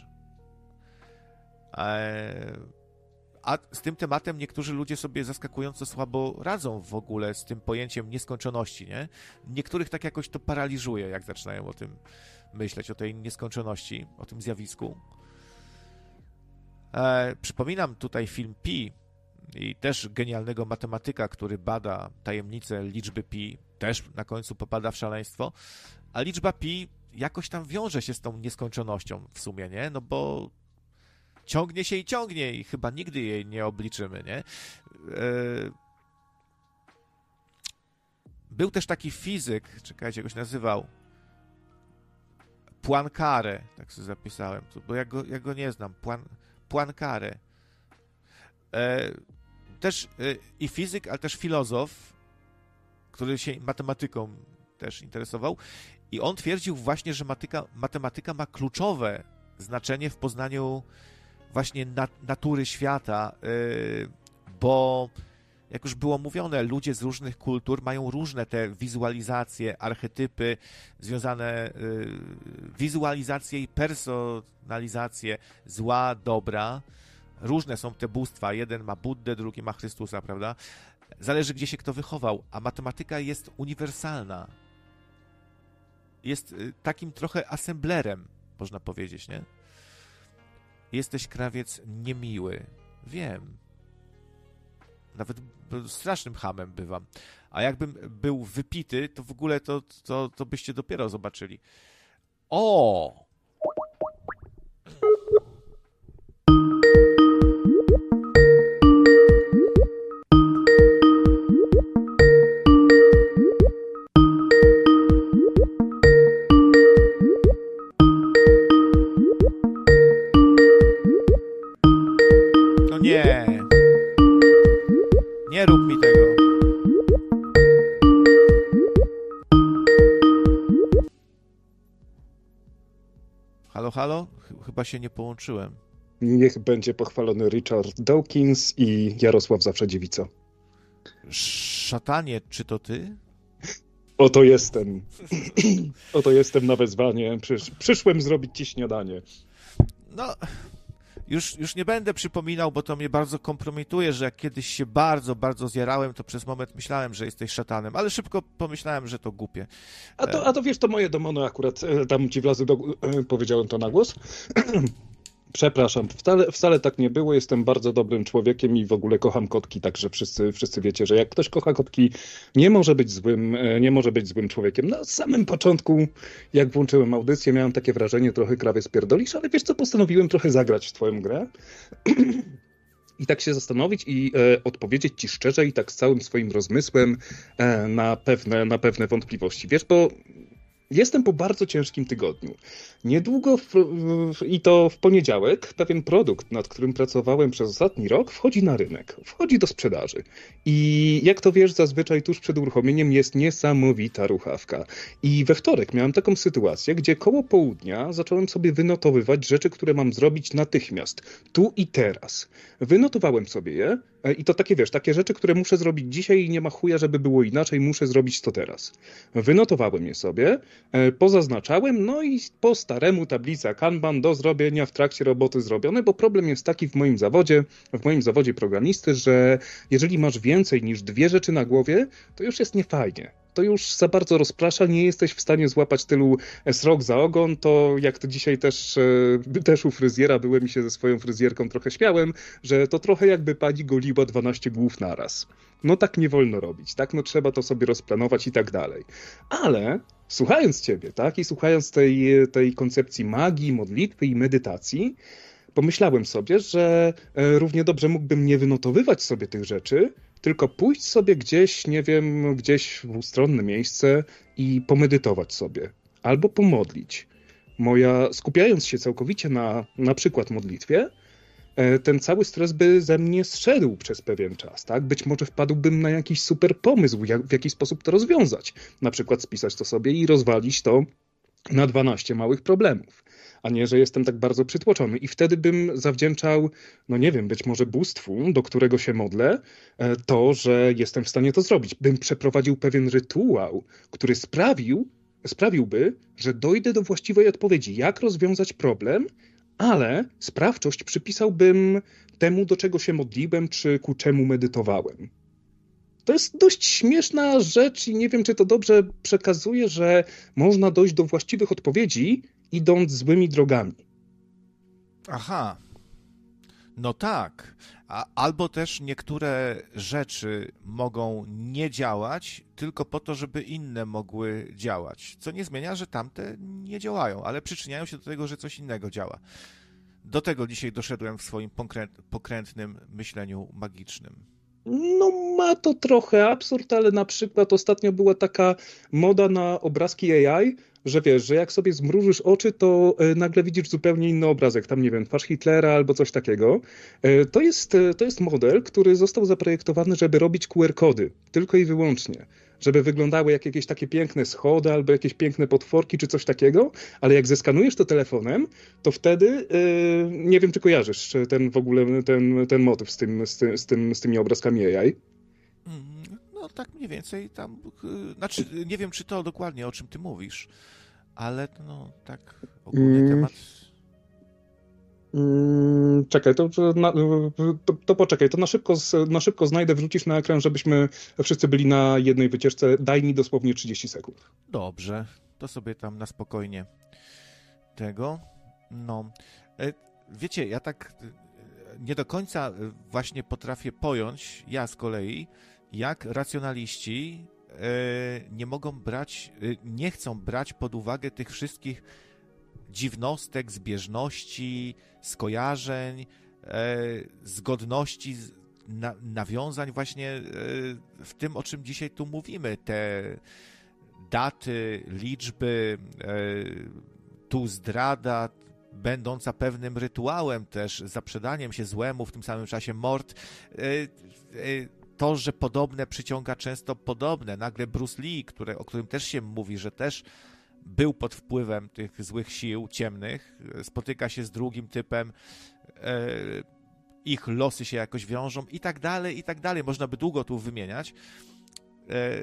E, a z tym tematem niektórzy ludzie sobie zaskakująco słabo radzą w ogóle z tym pojęciem nieskończoności, nie? Niektórych tak jakoś to paraliżuje, jak zaczynają o tym myśleć, o tej nieskończoności, o tym zjawisku. E, przypominam tutaj film Pi, i też genialnego matematyka, który bada tajemnicę liczby pi, też na końcu popada w szaleństwo, a liczba pi jakoś tam wiąże się z tą nieskończonością w sumie, nie? No bo ciągnie się i ciągnie i chyba nigdy jej nie obliczymy, nie? Był też taki fizyk, czekajcie, jak go się nazywał, Poincaré, tak sobie zapisałem, bo ja go, ja go nie znam, Poincaré. Też i fizyk, ale też filozof, który się matematyką też interesował i on twierdził właśnie, że matyka, matematyka ma kluczowe znaczenie w poznaniu właśnie nat- natury świata, yy, bo jak już było mówione, ludzie z różnych kultur mają różne te wizualizacje, archetypy związane, yy, wizualizacje i personalizacje zła, dobra. Różne są te bóstwa. Jeden ma Buddę, drugi ma Chrystusa, prawda? Zależy, gdzie się kto wychował, a matematyka jest uniwersalna. Jest yy, takim trochę assemblerem, można powiedzieć, nie? Jesteś, krawiec, niemiły. Wiem. Nawet strasznym chamem bywam. A jakbym był wypity, to w ogóle to, to, to byście dopiero zobaczyli. O! No nie! Nie rób mi tego. Halo, halo? Chyba się nie połączyłem. Niech będzie pochwalony Richard Dawkins i Jarosław Zawsze Dziewico. Szatanie, czy to ty? Oto jestem. Oto jestem na wezwanie. Przysz, przyszłem zrobić ci śniadanie. No... Już, już nie będę przypominał, bo to mnie bardzo kompromituje, że jak kiedyś się bardzo, bardzo zjarałem, to przez moment myślałem, że jesteś szatanem, ale szybko pomyślałem, że to głupie. A to, a to wiesz, to moje demony akurat tam ci wlazły do... Powiedziałem to na głos. Przepraszam, wcale, wcale tak nie było, jestem bardzo dobrym człowiekiem i w ogóle kocham kotki, także wszyscy, wszyscy wiecie, że jak ktoś kocha kotki, nie może być złym, nie może być złym człowiekiem. Na samym początku, jak włączyłem audycję, miałem takie wrażenie, trochę krawiec pierdolisz, ale wiesz co, postanowiłem trochę zagrać w twoją grę i tak się zastanowić i e, odpowiedzieć ci szczerze i tak z całym swoim rozmysłem e, na pewne, na pewne wątpliwości. Wiesz, bo jestem po bardzo ciężkim tygodniu. Niedługo, w, w, i to w poniedziałek, pewien produkt, nad którym pracowałem przez ostatni rok, wchodzi na rynek, wchodzi do sprzedaży. I jak to wiesz, zazwyczaj tuż przed uruchomieniem jest niesamowita ruchawka. I we wtorek miałem taką sytuację, gdzie koło południa zacząłem sobie wynotowywać rzeczy, które mam zrobić natychmiast, tu i teraz. Wynotowałem sobie je i to takie, wiesz, takie rzeczy, które muszę zrobić dzisiaj i nie ma chuja, żeby było inaczej, muszę zrobić to teraz. Wynotowałem je sobie, pozaznaczałem, no i po staremu tablica Kanban do zrobienia w trakcie roboty zrobione, bo problem jest taki w moim zawodzie, w moim zawodzie programisty, że jeżeli masz więcej niż dwie rzeczy na głowie, to już jest niefajnie. To już za bardzo rozprasza, nie jesteś w stanie złapać tylu srok za ogon, to jak to dzisiaj też, też u fryzjera byłem i się ze swoją fryzjerką trochę śmiałem, że to trochę jakby pani goliła dwanaście głów naraz. No tak nie wolno robić, tak? No trzeba to sobie rozplanować i tak dalej. Ale słuchając ciebie, tak? I słuchając tej, tej koncepcji magii, modlitwy i medytacji, pomyślałem sobie, że równie dobrze mógłbym nie wynotowywać sobie tych rzeczy, tylko pójść sobie gdzieś, nie wiem, gdzieś w ustronne miejsce i pomedytować sobie. Albo pomodlić. Moja, skupiając się całkowicie na na przykład modlitwie, ten cały stres by ze mnie zszedł przez pewien czas, tak? Być może wpadłbym na jakiś super pomysł, jak, w jaki sposób to rozwiązać. Na przykład spisać to sobie i rozwalić to na dwanaście małych problemów. A nie, że jestem tak bardzo przytłoczony. I wtedy bym zawdzięczał, no nie wiem, być może bóstwu, do którego się modlę, to, że jestem w stanie to zrobić. Bym przeprowadził pewien rytuał, który sprawił, sprawiłby, że dojdę do właściwej odpowiedzi, jak rozwiązać problem, ale sprawczość przypisałbym temu, do czego się modliłem, czy ku czemu medytowałem. To jest dość śmieszna rzecz i nie wiem, czy to dobrze przekazuje, że można dojść do właściwych odpowiedzi, idąc złymi drogami. Aha. No tak, A, albo też niektóre rzeczy mogą nie działać tylko po to, żeby inne mogły działać, co nie zmienia, że tamte nie działają, ale przyczyniają się do tego, że coś innego działa. Do tego dzisiaj doszedłem w swoim pokręt, pokrętnym myśleniu magicznym. No ma to trochę absurd, ale na przykład ostatnio była taka moda na obrazki A I, że wiesz, że jak sobie zmrużysz oczy, to e, nagle widzisz zupełnie inny obrazek, tam nie wiem, twarz Hitlera albo coś takiego. E, To jest, e, to jest model, który został zaprojektowany, żeby robić Q R kody, tylko i wyłącznie. Żeby wyglądały jak jakieś takie piękne schody albo jakieś piękne potworki czy coś takiego, ale jak zeskanujesz to telefonem, to wtedy, e, nie wiem czy kojarzysz ten w ogóle, ten, ten motyw z, tym, z, tym, z, tym, z tymi obrazkami A I. Mm, No tak mniej więcej tam, y, znaczy nie wiem, czy to dokładnie, o czym ty mówisz, ale no tak ogólnie Mm. temat... Mm, Czekaj, to, to, na, to, to poczekaj, to na szybko, z- na szybko znajdę, wrzucisz na ekran, żebyśmy wszyscy byli na jednej wycieczce. Daj mi dosłownie trzydzieści sekund. Dobrze, to sobie tam na spokojnie tego, no. E, Wiecie, ja tak e, nie do końca e, właśnie potrafię pojąć, ja z kolei, jak racjonaliści e, nie mogą brać, e, nie chcą brać pod uwagę tych wszystkich dziwnostek, zbieżności, skojarzeń, e, zgodności, z- na, nawiązań właśnie e, w tym, o czym dzisiaj tu mówimy. Te daty, liczby, e, tu zdrada, będąca pewnym rytuałem też, zaprzedaniem się złemu, w tym samym czasie mord. E, e, To, że podobne przyciąga często podobne. Nagle Bruce Lee, które, o którym też się mówi, że też był pod wpływem tych złych sił ciemnych, spotyka się z drugim typem, e, ich losy się jakoś wiążą i tak dalej, i tak dalej. Można by długo tu wymieniać. E,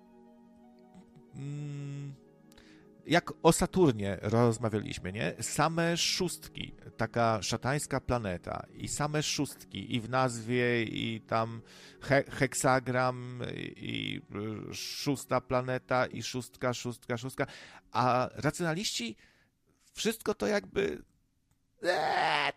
mm, jak o Saturnie rozmawialiśmy, nie? Same szóstki, taka szatańska planeta i same szóstki i w nazwie i tam he, heksagram i, i szósta planeta i szóstka, szóstka, szóstka, a racjonaliści wszystko to jakby eee,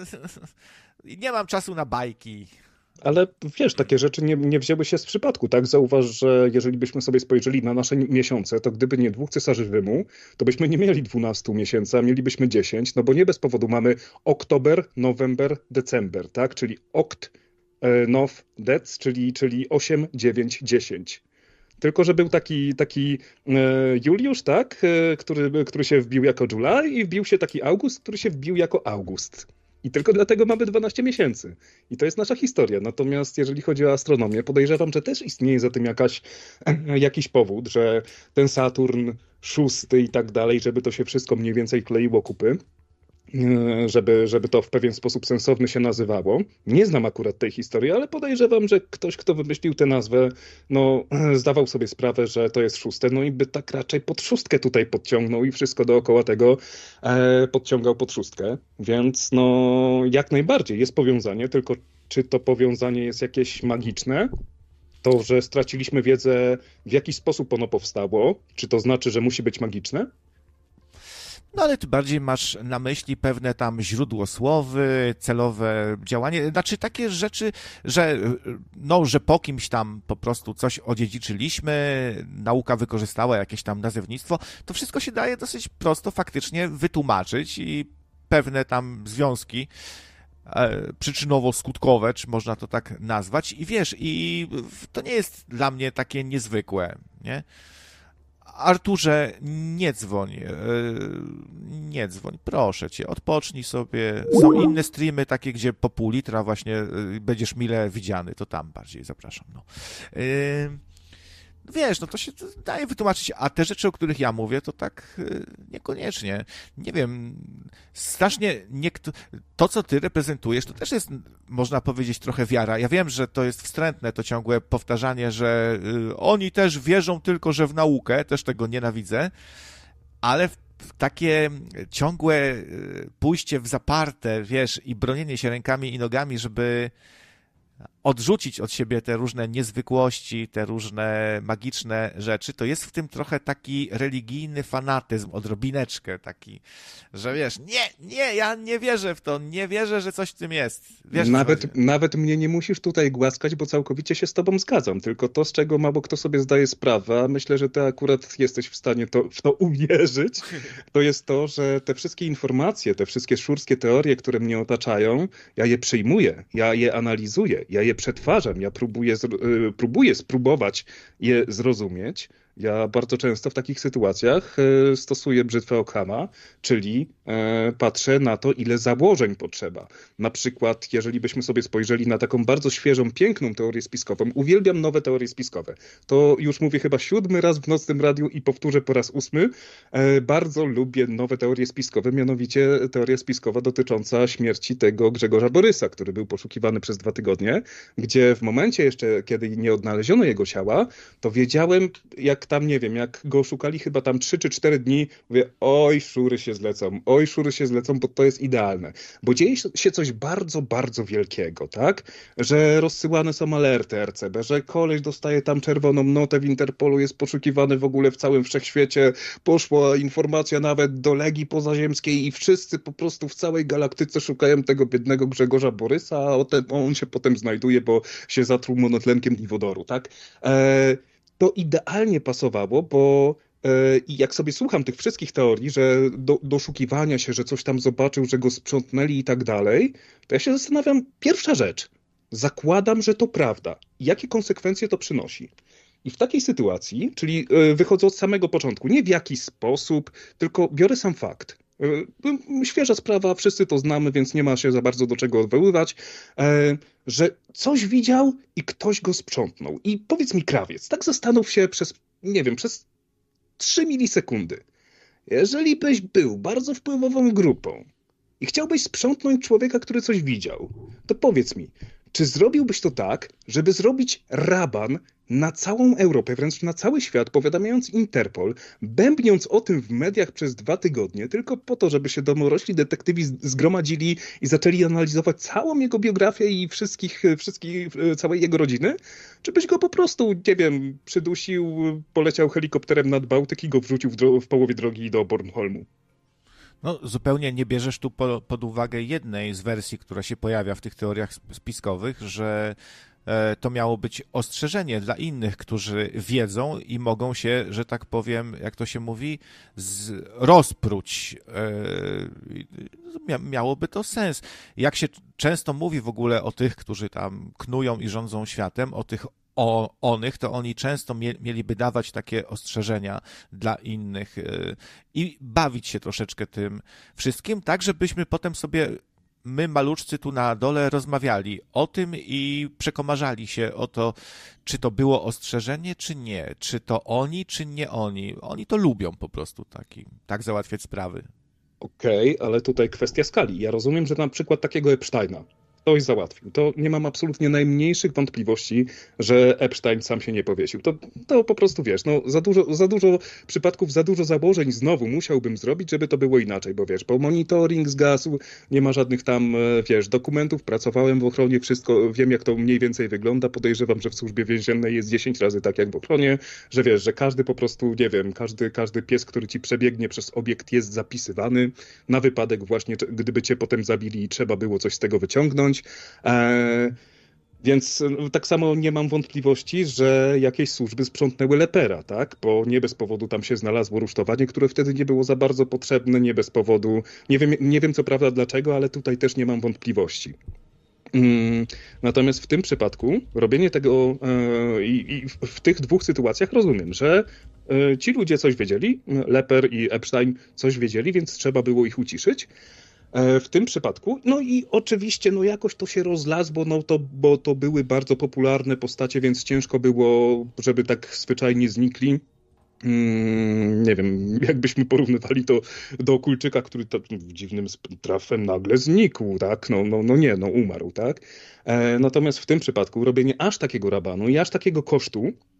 nie mam czasu na bajki. Ale wiesz, takie rzeczy nie, nie wzięły się z przypadku, tak? Zauważ, że jeżeli byśmy sobie spojrzeli na nasze miesiące, to gdyby nie dwóch cesarzy Rzymu, to byśmy nie mieli dwunastu miesięcy, a mielibyśmy dziesięć, no bo nie bez powodu mamy oktober, november, december, tak? Czyli okt, e, now, dec, czyli, czyli osiem, dziewięć, dziesięć. Tylko, że był taki, taki e, Juliusz, tak? E, który, który się wbił jako July i wbił się taki August, który się wbił jako August. I tylko dlatego mamy dwanaście miesięcy. I to jest nasza historia. Natomiast jeżeli chodzi o astronomię, podejrzewam, że też istnieje za tym jakaś, jakiś powód, że ten Saturn szósty i tak dalej, żeby to się wszystko mniej więcej kleiło kupy, żeby, żeby to w pewien sposób sensowny się nazywało. Nie znam akurat tej historii, ale podejrzewam, że ktoś, kto wymyślił tę nazwę, no zdawał sobie sprawę, że to jest szóste, no i by tak raczej pod szóstkę tutaj podciągnął i wszystko dookoła tego e, podciągał pod szóstkę. Więc no jak najbardziej jest powiązanie, tylko czy to powiązanie jest jakieś magiczne? To, że straciliśmy wiedzę, w jaki sposób ono powstało, czy to znaczy, że musi być magiczne? No ale ty bardziej masz na myśli pewne tam źródło słowy, celowe działanie, znaczy takie rzeczy, że no, że po kimś tam po prostu coś odziedziczyliśmy, nauka wykorzystała jakieś tam nazewnictwo, to wszystko się daje dosyć prosto faktycznie wytłumaczyć i pewne tam związki e, przyczynowo-skutkowe, czy można to tak nazwać i wiesz, i to nie jest dla mnie takie niezwykłe, nie? Arturze, nie dzwoń, yy, nie dzwoń, proszę cię, odpocznij sobie. Są inne streamy takie, gdzie po pół litra właśnie yy, będziesz mile widziany, to tam bardziej zapraszam. No. Yy, wiesz, no to się daje wytłumaczyć, a te rzeczy, o których ja mówię, to tak yy, niekoniecznie. Nie wiem, strasznie niektó- to, co ty reprezentujesz, to też jest, można powiedzieć, trochę wiara. Ja wiem, że to jest wstrętne, to ciągłe powtarzanie, że y, oni też wierzą tylko, że w naukę, też tego nienawidzę, ale w, w takie ciągłe y, pójście w zaparte, wiesz, i bronienie się rękami i nogami, żeby odrzucić od siebie te różne niezwykłości, te różne magiczne rzeczy, to jest w tym trochę taki religijny fanatyzm, odrobineczkę taki, że wiesz, nie, nie, ja nie wierzę w to, nie wierzę, że coś w tym jest. Wiesz, nawet, nawet mnie nie musisz tutaj głaskać, bo całkowicie się z tobą zgadzam, tylko to, z czego mało kto sobie zdaje sprawę, a myślę, że ty akurat jesteś w stanie to, w to uwierzyć, to jest to, że te wszystkie informacje, te wszystkie szurskie teorie, które mnie otaczają, ja je przyjmuję, ja je analizuję, ja je przetwarzam, ja próbuję, próbuję spróbować je zrozumieć. Ja bardzo często w takich sytuacjach stosuję brzytwę Ockhama, czyli patrzę na to, ile założeń potrzeba. Na przykład, jeżeli byśmy sobie spojrzeli na taką bardzo świeżą, piękną teorię spiskową, uwielbiam nowe teorie spiskowe. To już mówię chyba siódmy raz w Nocnym Radiu i powtórzę po raz ósmy. Bardzo lubię nowe teorie spiskowe, mianowicie teoria spiskowa dotycząca śmierci tego Grzegorza Borysa, który był poszukiwany przez dwa tygodnie, gdzie w momencie jeszcze, kiedy nie odnaleziono jego ciała, to wiedziałem, jak tam, nie wiem, jak go szukali chyba tam trzy czy cztery dni, mówię, oj, szury się zlecą, oj, szury się zlecą, bo to jest idealne. Bo dzieje się coś bardzo, bardzo wielkiego, tak? Że rozsyłane są alerty R C B, że koleś dostaje tam czerwoną notę w Interpolu, jest poszukiwany w ogóle w całym wszechświecie, poszła informacja nawet do Legii Pozaziemskiej i wszyscy po prostu w całej galaktyce szukają tego biednego Grzegorza Borysa, a on się potem znajduje, bo się zatruł monotlenkiem wodoru, tak? Eee, To idealnie pasowało, bo i jak sobie słucham tych wszystkich teorii, że do, doszukiwania się, że coś tam zobaczył, że go sprzątnęli i tak dalej, to ja się zastanawiam, pierwsza rzecz, zakładam, że to prawda. Jakie konsekwencje to przynosi? I w takiej sytuacji, czyli wychodzę od samego początku, nie w jaki sposób, tylko biorę sam fakt. Świeża sprawa, wszyscy to znamy, więc nie ma się za bardzo do czego odwoływać, że coś widział i ktoś go sprzątnął. I powiedz mi, krawiec, tak zastanów się przez, nie wiem, przez trzy milisekundy. Jeżeli byś był bardzo wpływową grupą i chciałbyś sprzątnąć człowieka, który coś widział, to powiedz mi, czy zrobiłbyś to tak, żeby zrobić raban na całą Europę, wręcz na cały świat, powiadamiając Interpol, bębniąc o tym w mediach przez dwa tygodnie, tylko po to, żeby się domorośli detektywi zgromadzili i zaczęli analizować całą jego biografię i wszystkich, wszystkich, całej jego rodziny? Czy byś go po prostu, nie wiem, przydusił, poleciał helikopterem nad Bałtyk i go wrzucił w, dro- w połowie drogi do Bornholmu? No, zupełnie nie bierzesz tu po, pod uwagę jednej z wersji, która się pojawia w tych teoriach spiskowych, że e, to miało być ostrzeżenie dla innych, którzy wiedzą i mogą się, że tak powiem, jak to się mówi, z, rozpróć. E, mia, miałoby to sens. Jak się często mówi w ogóle o tych, którzy tam knują i rządzą światem, o tych o onych, to oni często mie mieliby dawać takie ostrzeżenia dla innych yy, i bawić się troszeczkę tym wszystkim, tak żebyśmy potem sobie, my maluczcy tu na dole, rozmawiali o tym i przekomarzali się o to, czy to było ostrzeżenie, czy nie, czy to oni, czy nie oni. Oni to lubią po prostu taki, tak załatwiać sprawy. Okej, okay, ale tutaj kwestia skali. Ja rozumiem, że na przykład takiego Epsteina ktoś załatwił. To nie mam absolutnie najmniejszych wątpliwości, że Epstein sam się nie powiesił. To, to po prostu, wiesz, no za dużo, za dużo przypadków, za dużo założeń znowu musiałbym zrobić, żeby to było inaczej, bo wiesz, bo monitoring zgasł, nie ma żadnych tam, wiesz, dokumentów, pracowałem w ochronie, wszystko, wiem jak to mniej więcej wygląda, podejrzewam, że w służbie więziennej jest dziesięć razy tak jak w ochronie, że wiesz, że każdy po prostu, nie wiem, każdy, każdy pies, który ci przebiegnie przez obiekt jest zapisywany na wypadek właśnie, gdyby cię potem zabili i trzeba było coś z tego wyciągnąć. E, więc tak samo nie mam wątpliwości, że jakieś służby sprzątnęły Lepera, tak? Bo nie bez powodu tam się znalazło rusztowanie, które wtedy nie było za bardzo potrzebne, nie bez powodu. Nie wiem, nie wiem co prawda dlaczego, ale tutaj też nie mam wątpliwości. Mm, natomiast w tym przypadku robienie tego e, i w, w tych dwóch sytuacjach rozumiem, że e, ci ludzie coś wiedzieli, Leper i Epstein coś wiedzieli, więc trzeba było ich uciszyć. W tym przypadku, no i oczywiście no jakoś to się rozlazło, no to, bo to były bardzo popularne postacie, więc ciężko było, żeby tak zwyczajnie znikli. Hmm, nie wiem, jakbyśmy porównywali to do Kulczyka, który to dziwnym trafem nagle znikł, tak? No, no, no nie, no umarł, tak? E, natomiast w tym przypadku robienie aż takiego rabanu i aż takiego kosztu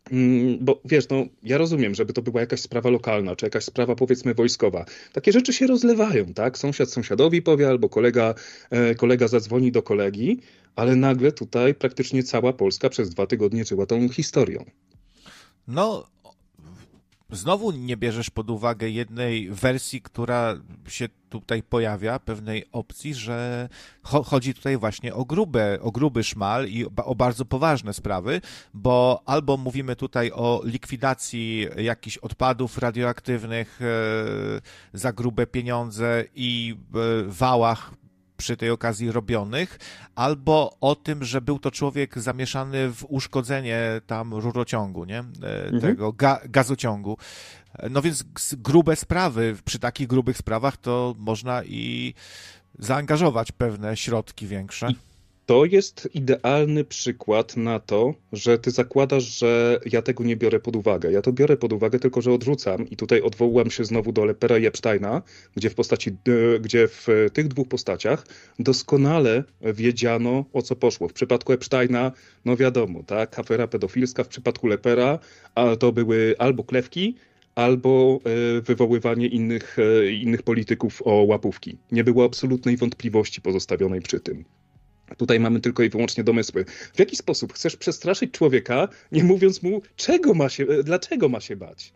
Bo wiesz, no ja rozumiem, żeby to była jakaś sprawa lokalna, czy jakaś sprawa powiedzmy wojskowa. Takie rzeczy się rozlewają, tak? Sąsiad sąsiadowi powie, albo kolega, e, kolega zadzwoni do kolegi, ale nagle tutaj praktycznie cała Polska przez dwa tygodnie żyła tą historią. No, znowu nie bierzesz pod uwagę jednej wersji, która się tutaj pojawia, pewnej opcji, że cho- chodzi tutaj właśnie o grube, o gruby szmal i o, o bardzo poważne sprawy, bo albo mówimy tutaj o likwidacji jakichś odpadów radioaktywnych e, za grube pieniądze i e, wałach przy tej okazji robionych, albo o tym, że był to człowiek zamieszany w uszkodzenie tam rurociągu, nie? E, tego ga- gazociągu. No więc grube sprawy, przy takich grubych sprawach to można i zaangażować pewne środki większe. To jest idealny przykład na to, że ty zakładasz, że ja tego nie biorę pod uwagę. Ja to biorę pod uwagę, tylko że odrzucam i tutaj odwołam się znowu do Lepera i Epsteina, gdzie w postaci, gdzie w tych dwóch postaciach doskonale wiedziano, o co poszło. W przypadku Epsteina, no wiadomo, tak, afera pedofilska, w przypadku Lepera, a to były albo klewki, albo wywoływanie innych, innych polityków o łapówki. Nie było absolutnej wątpliwości pozostawionej przy tym. Tutaj mamy tylko i wyłącznie domysły. W jaki sposób chcesz przestraszyć człowieka, nie mówiąc mu, czego ma się, dlaczego ma się bać?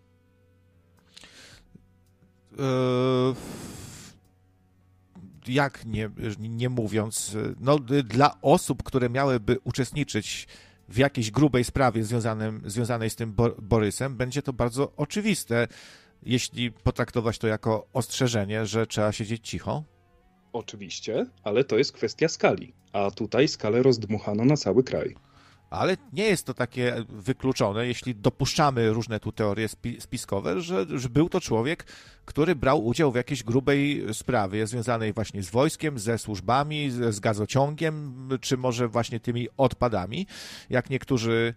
Eee, jak nie, nie mówiąc? No, dla osób, które miałyby uczestniczyć w jakiejś grubej sprawie związanym, związanej z tym Borysem, będzie to bardzo oczywiste, jeśli potraktować to jako ostrzeżenie, że trzeba siedzieć cicho. Oczywiście, ale to jest kwestia skali, a tutaj skalę rozdmuchano na cały kraj. Ale nie jest to takie wykluczone, jeśli dopuszczamy różne tu teorie spi- spiskowe, że, że był to człowiek, który brał udział w jakiejś grubej sprawie związanej właśnie z wojskiem, ze służbami, z, z gazociągiem, czy może właśnie tymi odpadami, jak niektórzy...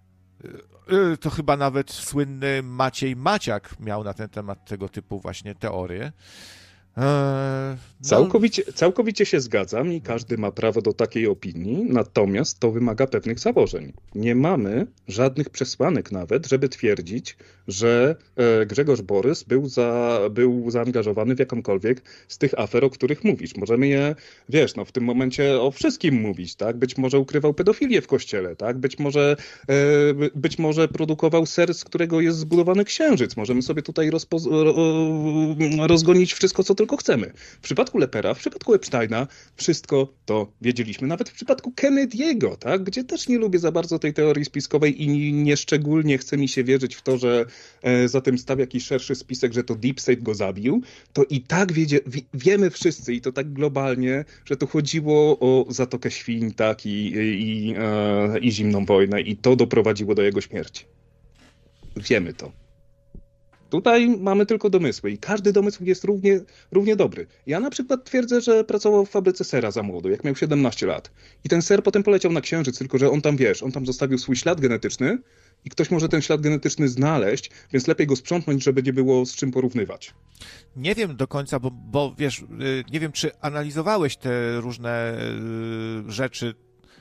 To chyba nawet słynny Maciej Maciak miał na ten temat tego typu właśnie teorie. Eee, no. Całkowicie, całkowicie się zgadzam i każdy ma prawo do takiej opinii, natomiast to wymaga pewnych założeń. Nie mamy żadnych przesłanek nawet, żeby twierdzić, że e, Grzegorz Borys był, za, był zaangażowany w jakąkolwiek z tych afer, o których mówisz. Możemy je, wiesz, no w tym momencie o wszystkim mówić, tak? Być może ukrywał pedofilię w kościele, tak? Być może, e, być może produkował ser, z którego jest zbudowany księżyc. Możemy sobie tutaj rozpo, ro, rozgonić wszystko, co tylko chcemy. W przypadku Lepera, w przypadku Epsteina wszystko to wiedzieliśmy. Nawet w przypadku Kennedy'ego, tak? Gdzie też nie lubię za bardzo tej teorii spiskowej i nieszczególnie chce mi się wierzyć w to, że e, za tym stał jakiś szerszy spisek, że to Deep State go zabił, to i tak wiedzie, wie, wiemy wszyscy i to tak globalnie, że tu chodziło o Zatokę Świń, tak? I, i, e, i zimną wojnę i to doprowadziło do jego śmierci. Wiemy to. Tutaj mamy tylko domysły i każdy domysł jest równie, równie dobry. Ja na przykład twierdzę, że pracował w fabryce sera za młodu, jak miał siedemnaście lat. I ten ser potem poleciał na Księżyc, tylko że on tam, wiesz, on tam zostawił swój ślad genetyczny i ktoś może ten ślad genetyczny znaleźć, więc lepiej go sprzątnąć, żeby nie było z czym porównywać. Nie wiem do końca, bo, bo wiesz, nie wiem, czy analizowałeś te różne rzeczy,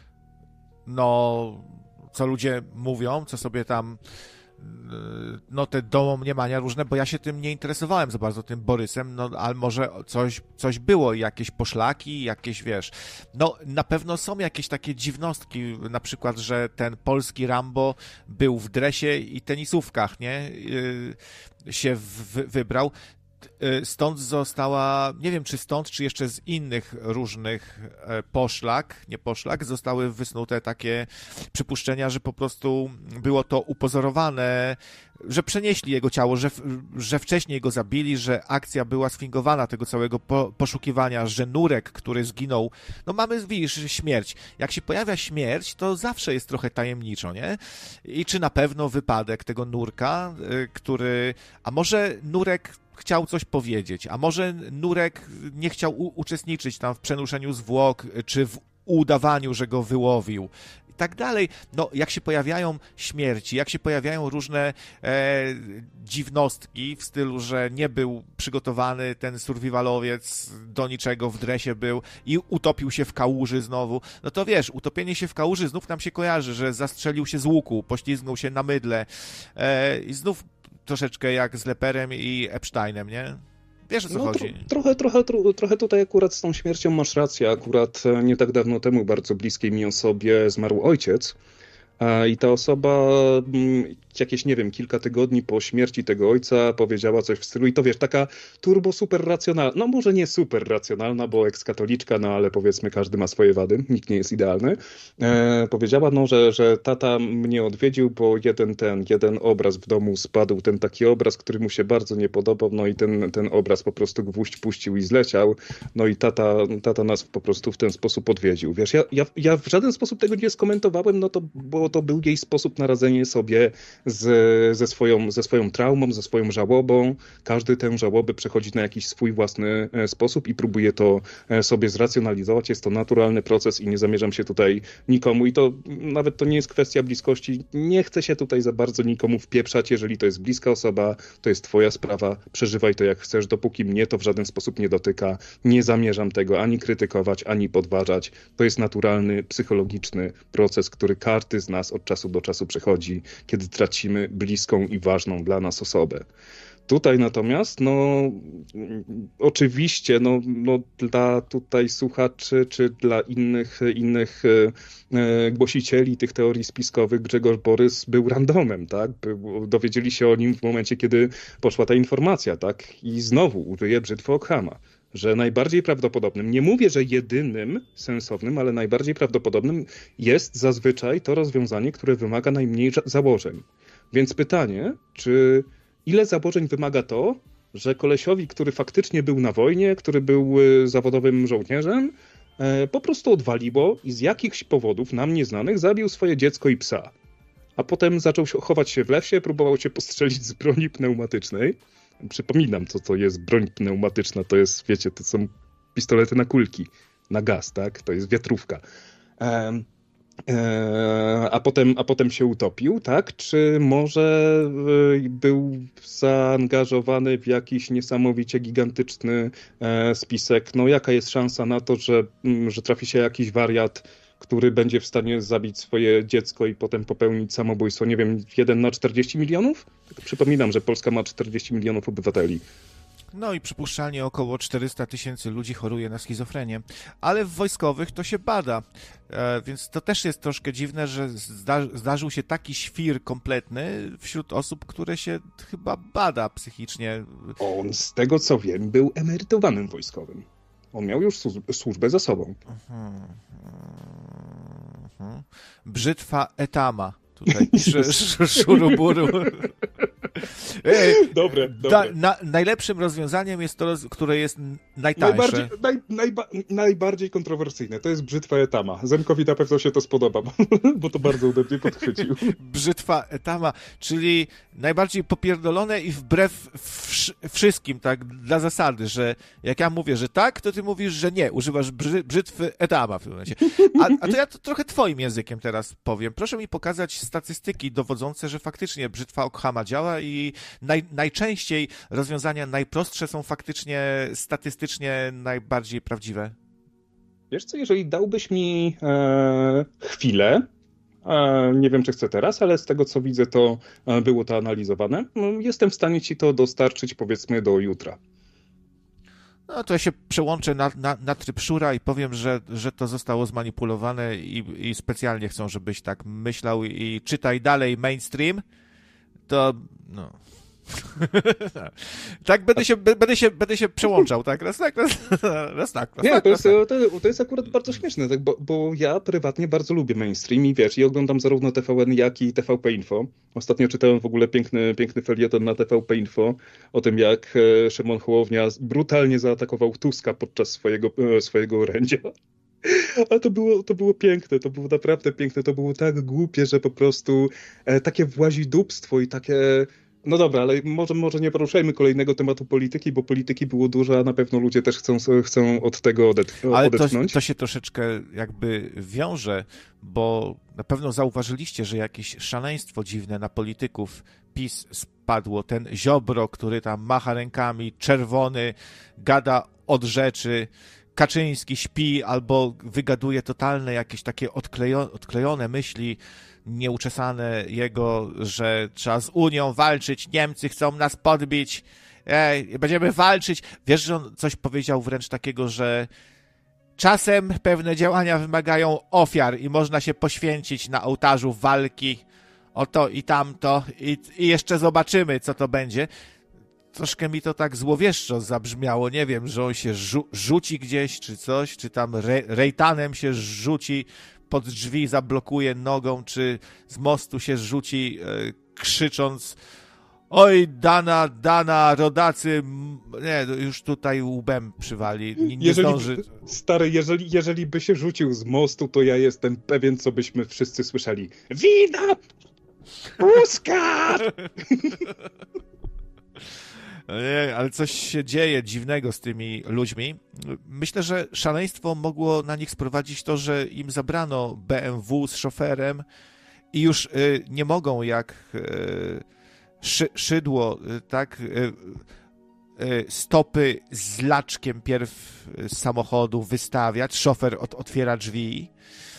no, co ludzie mówią, co sobie tam no te domniemania różne, bo ja się tym nie interesowałem za bardzo, tym Borysem, no ale może coś, coś było, jakieś poszlaki, jakieś, wiesz, no na pewno są jakieś takie dziwnostki, na przykład, że ten polski Rambo był w dresie i tenisówkach, nie, yy, się w, wybrał. Stąd została, nie wiem czy stąd, czy jeszcze z innych różnych poszlak, nie poszlak, zostały wysnute takie przypuszczenia, że po prostu było to upozorowane, że przenieśli jego ciało, że, że wcześniej go zabili, że akcja była sfingowana tego całego po, poszukiwania, że Nurek, który zginął, no mamy, widzisz, śmierć. Jak się pojawia śmierć, to zawsze jest trochę tajemniczo, nie? I czy na pewno wypadek tego Nurka, który, a może Nurek chciał coś powiedzieć, a może Nurek nie chciał u- uczestniczyć tam w przenoszeniu zwłok, czy w udawaniu, że go wyłowił. tak dalej. No, jak się pojawiają śmierci, jak się pojawiają różne e, dziwnostki w stylu, że nie był przygotowany ten survivalowiec do niczego, w dresie był i utopił się w kałuży znowu, no to wiesz, utopienie się w kałuży znów nam się kojarzy, że zastrzelił się z łuku, poślizgnął się na mydle e, i znów troszeczkę jak z Leperem i Epsteinem, nie? Wiesz, o co no, chodzi? Tro, trochę, trochę, tro, trochę tutaj akurat z tą śmiercią masz rację. Akurat nie tak dawno temu bardzo bliskiej mi osobie zmarł ojciec. I ta osoba jakieś, nie wiem, kilka tygodni po śmierci tego ojca powiedziała coś w stylu, i to wiesz, taka turbo super racjonalna, no może nie super racjonalna, bo ekskatoliczka, no ale powiedzmy każdy ma swoje wady, nikt nie jest idealny. E, powiedziała, no, że, że tata mnie odwiedził, bo jeden ten, jeden obraz w domu spadł, ten taki obraz, który mu się bardzo nie podobał, no i ten, ten obraz po prostu gwóźdź puścił i zleciał, no i tata, tata nas po prostu w ten sposób odwiedził. Wiesz, ja, ja, ja w żaden sposób tego nie skomentowałem, no to, bo to był jej sposób na radzenie sobie z, ze, swoją, ze swoją traumą, ze swoją żałobą. Każdy tę żałobę przechodzi na jakiś swój własny sposób i próbuje to sobie zracjonalizować. Jest to naturalny proces i nie zamierzam się tutaj nikomu, i to nawet to nie jest kwestia bliskości. Nie chcę się tutaj za bardzo nikomu wpieprzać. Jeżeli to jest bliska osoba, to jest twoja sprawa. Przeżywaj to jak chcesz. Dopóki mnie to w żaden sposób nie dotyka, nie zamierzam tego ani krytykować, ani podważać. To jest naturalny, psychologiczny proces, który każdy z nas od czasu do czasu przechodzi, kiedy tracimy bliską i ważną dla nas osobę. Tutaj natomiast, no oczywiście, no, no dla tutaj słuchaczy, czy dla innych, innych e, głosicieli tych teorii spiskowych, Grzegorz Borys był randomem, tak? Był, dowiedzieli się o nim w momencie, kiedy poszła ta informacja, tak? I znowu użyję brzytwy Ockhama, że najbardziej prawdopodobnym, nie mówię, że jedynym sensownym, ale najbardziej prawdopodobnym jest zazwyczaj to rozwiązanie, które wymaga najmniej założeń. Więc pytanie, czy ile założeń wymaga to, że kolesiowi, który faktycznie był na wojnie, który był zawodowym żołnierzem, po prostu odwaliło i z jakichś powodów nam nieznanych zabił swoje dziecko i psa. A potem zaczął chować się w lesie, próbował się postrzelić z broni pneumatycznej. Przypominam, co to jest broń pneumatyczna. To jest, wiecie, to są pistolety na kulki, na gaz, tak? To jest wiatrówka. E, e, a, potem, a potem się utopił, tak? Czy może e, był zaangażowany w jakiś niesamowicie gigantyczny e, spisek? No jaka jest szansa na to, że, m, że trafi się jakiś wariat, który będzie w stanie zabić swoje dziecko i potem popełnić samobójstwo, nie wiem, jeden na czterdzieści milionów? Tak, przypominam, że Polska ma czterdzieści milionów obywateli. No i przypuszczalnie około czterysta tysięcy ludzi choruje na schizofrenię, ale w wojskowych to się bada, e, więc to też jest troszkę dziwne, że zda, zdarzył się taki świr kompletny wśród osób, które się chyba bada psychicznie. On, z tego co wiem, był emerytowanym wojskowym. On miał już służbę za sobą. Mhm. Mhm. Brzytwa Etama. Tutaj pisze szuruburu. Dobre, dobre. Da, na, najlepszym rozwiązaniem jest to, które jest najtańsze. Najbardziej, naj, najba, najbardziej kontrowersyjne. To jest brzytwa Etama. Zenkowi na pewno się to spodoba, bo, bo to bardzo udobnie podchwycił. Brzytwa Etama, czyli najbardziej popierdolone i wbrew wsz, wszystkim, tak, dla zasady, że jak ja mówię, że tak, to ty mówisz, że nie. Używasz brzy, brzytwy Etama w tym momencie. A, a to ja to trochę twoim językiem teraz powiem. Proszę mi pokazać statystyki dowodzące, że faktycznie brzytwa Ockhama działa i naj, najczęściej rozwiązania najprostsze są faktycznie statystycznie najbardziej prawdziwe. Wiesz co, jeżeli dałbyś mi e, chwilę, e, nie wiem czy chcę teraz, ale z tego co widzę to e, było to analizowane, no, jestem w stanie ci to dostarczyć powiedzmy do jutra. No to ja się przełączę na, na, na tryb szura i powiem, że, że to zostało zmanipulowane i, i specjalnie chcą, żebyś tak myślał i czytaj dalej mainstream, to no... tak, będę się, będę, się, będę się przełączał, tak? Raz tak, raz, raz tak. Raz nie, tak, to, jest, raz tak. To, to jest akurat bardzo śmieszne, tak? bo, bo ja prywatnie bardzo lubię mainstream i wiesz, i oglądam zarówno T V N, jak i T V P Info. Ostatnio czytałem w ogóle piękny, piękny felieton na T V P Info o tym, jak Szymon Hołownia brutalnie zaatakował Tuska podczas swojego, swojego orędzia. A to było, to było piękne, to było naprawdę piękne, to było tak głupie, że po prostu e, takie włazidupstwo i takie No dobra, ale może, może nie poruszajmy kolejnego tematu polityki, bo polityki było dużo, a na pewno ludzie też chcą, chcą od tego odet, Ale to, odetchnąć. to się troszeczkę jakby wiąże, bo na pewno zauważyliście, że jakieś szaleństwo dziwne na polityków PiS spadło. Ten Ziobro, który tam macha rękami, czerwony, gada od rzeczy, Kaczyński śpi albo wygaduje totalne jakieś takie odklejo, odklejone myśli, nieuczesane jego, że trzeba z Unią walczyć, Niemcy chcą nas podbić, ej, będziemy walczyć. Wiesz, że on coś powiedział wręcz takiego, że czasem pewne działania wymagają ofiar i można się poświęcić na ołtarzu walki o to i tamto i, i jeszcze zobaczymy, co to będzie. Troszkę mi to tak złowieszczo zabrzmiało, nie wiem, że on się rzu- rzuci gdzieś, czy coś, czy tam re- rejtanem się rzuci pod drzwi, zablokuje nogą, czy z mostu się rzuci, e, krzycząc oj, Dana, Dana, rodacy, nie, już tutaj łbem przywali, nie, nie jeżeli, zdąży. Stary, jeżeli, jeżeli by się rzucił z mostu, to ja jestem pewien, co byśmy wszyscy słyszeli. Wina! Puskar! Nie, ale coś się dzieje dziwnego z tymi ludźmi. Myślę, że szaleństwo mogło na nich sprowadzić to, że im zabrano B M W z szoferem i już y, nie mogą jak y, szy, szydło, y, tak, y, y, stopy z laczkiem pierw z samochodu wystawiać. Szofer od, otwiera drzwi.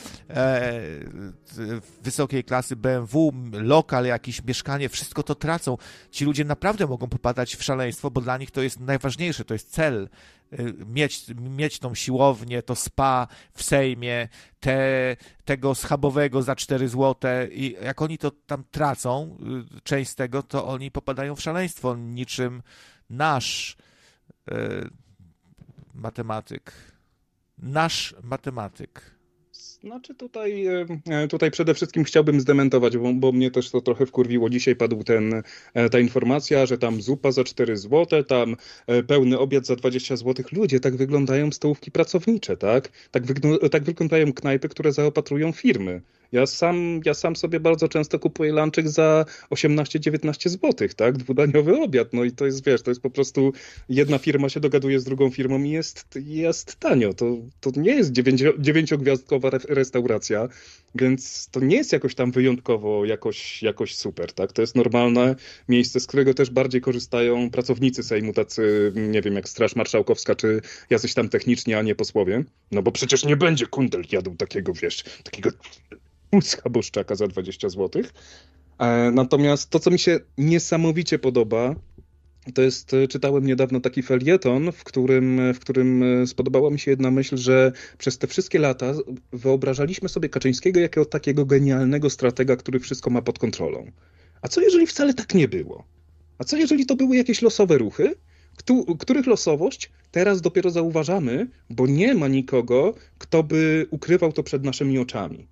E, wysokiej klasy B M W, lokal, jakieś mieszkanie, wszystko to tracą. Ci ludzie naprawdę mogą popadać w szaleństwo, bo dla nich to jest najważniejsze, to jest cel. Mieć, mieć tą siłownię, to spa w Sejmie, te, tego schabowego za cztery złote i jak oni to tam tracą, część z tego, to oni popadają w szaleństwo, niczym nasz e, matematyk. Nasz matematyk. Znaczy tutaj, tutaj przede wszystkim chciałbym zdementować, bo, bo mnie też to trochę wkurwiło. Dzisiaj padł ten, ta informacja, że tam zupa za cztery złote, tam pełny obiad za dwadzieścia złotych. Ludzie, tak wyglądają stołówki pracownicze, tak? Tak, wygl- tak wyglądają knajpy, które zaopatrują firmy. Ja sam, ja sam sobie bardzo często kupuję lunchek za osiemnaście dziewiętnaście złotych, tak? Dwudaniowy obiad. No i to jest, wiesz, to jest po prostu jedna firma się dogaduje z drugą firmą i jest, jest tanio. To, to nie jest dziewięcio, dziewięciogwiazdkowa re, restauracja, więc to nie jest jakoś tam wyjątkowo jakoś, jakoś super, tak? To jest normalne miejsce, z którego też bardziej korzystają pracownicy Sejmu, tacy, nie wiem, jak Straż Marszałkowska, czy jacyś tam techniczni, a nie posłowie. No bo przecież nie będzie kundel jadł takiego, wiesz, takiego schaboszczaka za dwadzieścia złotych. Natomiast to, co mi się niesamowicie podoba, to jest, czytałem niedawno taki felieton, w którym, w którym spodobała mi się jedna myśl, że przez te wszystkie lata wyobrażaliśmy sobie Kaczyńskiego jako takiego genialnego stratega, który wszystko ma pod kontrolą. A co jeżeli wcale tak nie było? A co jeżeli to były jakieś losowe ruchy, których losowość teraz dopiero zauważamy, bo nie ma nikogo, kto by ukrywał to przed naszymi oczami?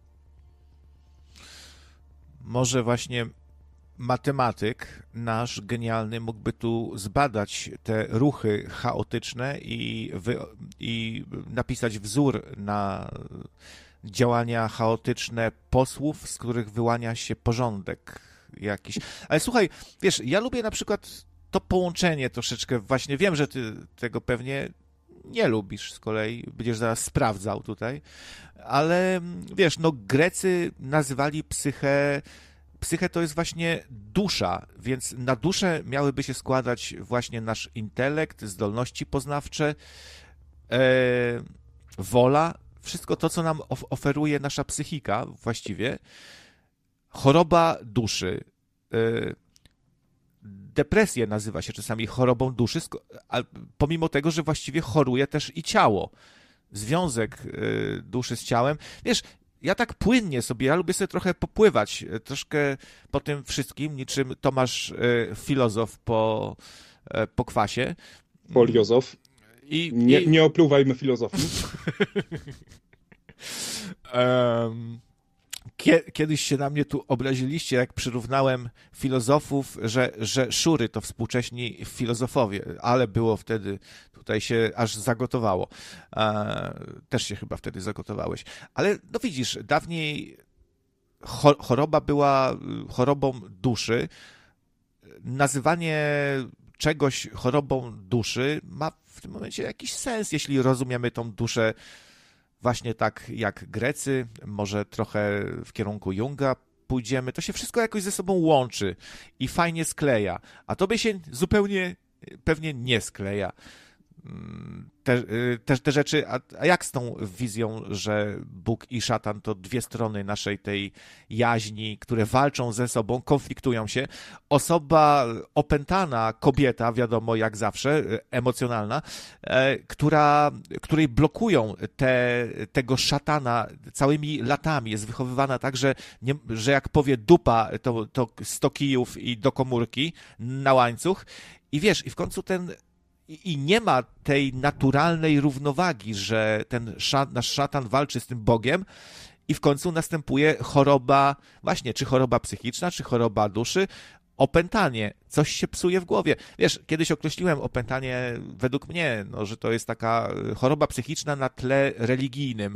Może właśnie matematyk nasz genialny mógłby tu zbadać te ruchy chaotyczne i, wy, i napisać wzór na działania chaotyczne posłów, z których wyłania się porządek jakiś. Ale słuchaj, wiesz, ja lubię na przykład to połączenie troszeczkę, właśnie wiem, że ty tego pewnie nie lubisz z kolei, będziesz zaraz sprawdzał tutaj, ale wiesz, no Grecy nazywali psychę, psychę to jest właśnie dusza, więc na duszę miałyby się składać właśnie nasz intelekt, zdolności poznawcze, e, wola, wszystko to, co nam of- oferuje nasza psychika właściwie, choroba duszy, e, depresję nazywa się czasami chorobą duszy, a pomimo tego, że właściwie choruje też i ciało. Związek duszy z ciałem. Wiesz, ja tak płynnie sobie, ja lubię sobie trochę popływać, troszkę po tym wszystkim, niczym Tomasz filozof po, po kwasie. Foliozof. I, nie, i... nie opluwajmy filozofii. um... Kiedyś się na mnie tu obraziliście, jak przyrównałem filozofów, że, że szury to współcześni filozofowie, ale było wtedy, tutaj się aż zagotowało. Też się chyba wtedy zagotowałeś. Ale no widzisz, dawniej choroba była chorobą duszy, nazywanie czegoś chorobą duszy ma w tym momencie jakiś sens, jeśli rozumiemy tą duszę właśnie tak jak Grecy, może trochę w kierunku Junga pójdziemy, to się wszystko jakoś ze sobą łączy i fajnie skleja, a tobie się zupełnie pewnie nie skleja. Te, te, te rzeczy, a, a jak z tą wizją, że Bóg i szatan to dwie strony naszej tej jaźni, które walczą ze sobą, konfliktują się. Osoba opętana, kobieta, wiadomo jak zawsze, emocjonalna, e, która, której blokują te, tego szatana całymi latami, jest wychowywana tak, że, nie, że jak powie dupa, to, to sto kijów i do komórki na łańcuch. I wiesz, i w końcu ten I nie ma tej naturalnej równowagi, że ten szat, nasz szatan walczy z tym Bogiem i w końcu następuje choroba, właśnie, czy choroba psychiczna, czy choroba duszy, opętanie, coś się psuje w głowie. Wiesz, kiedyś określiłem opętanie według mnie, no, że to jest taka choroba psychiczna na tle religijnym.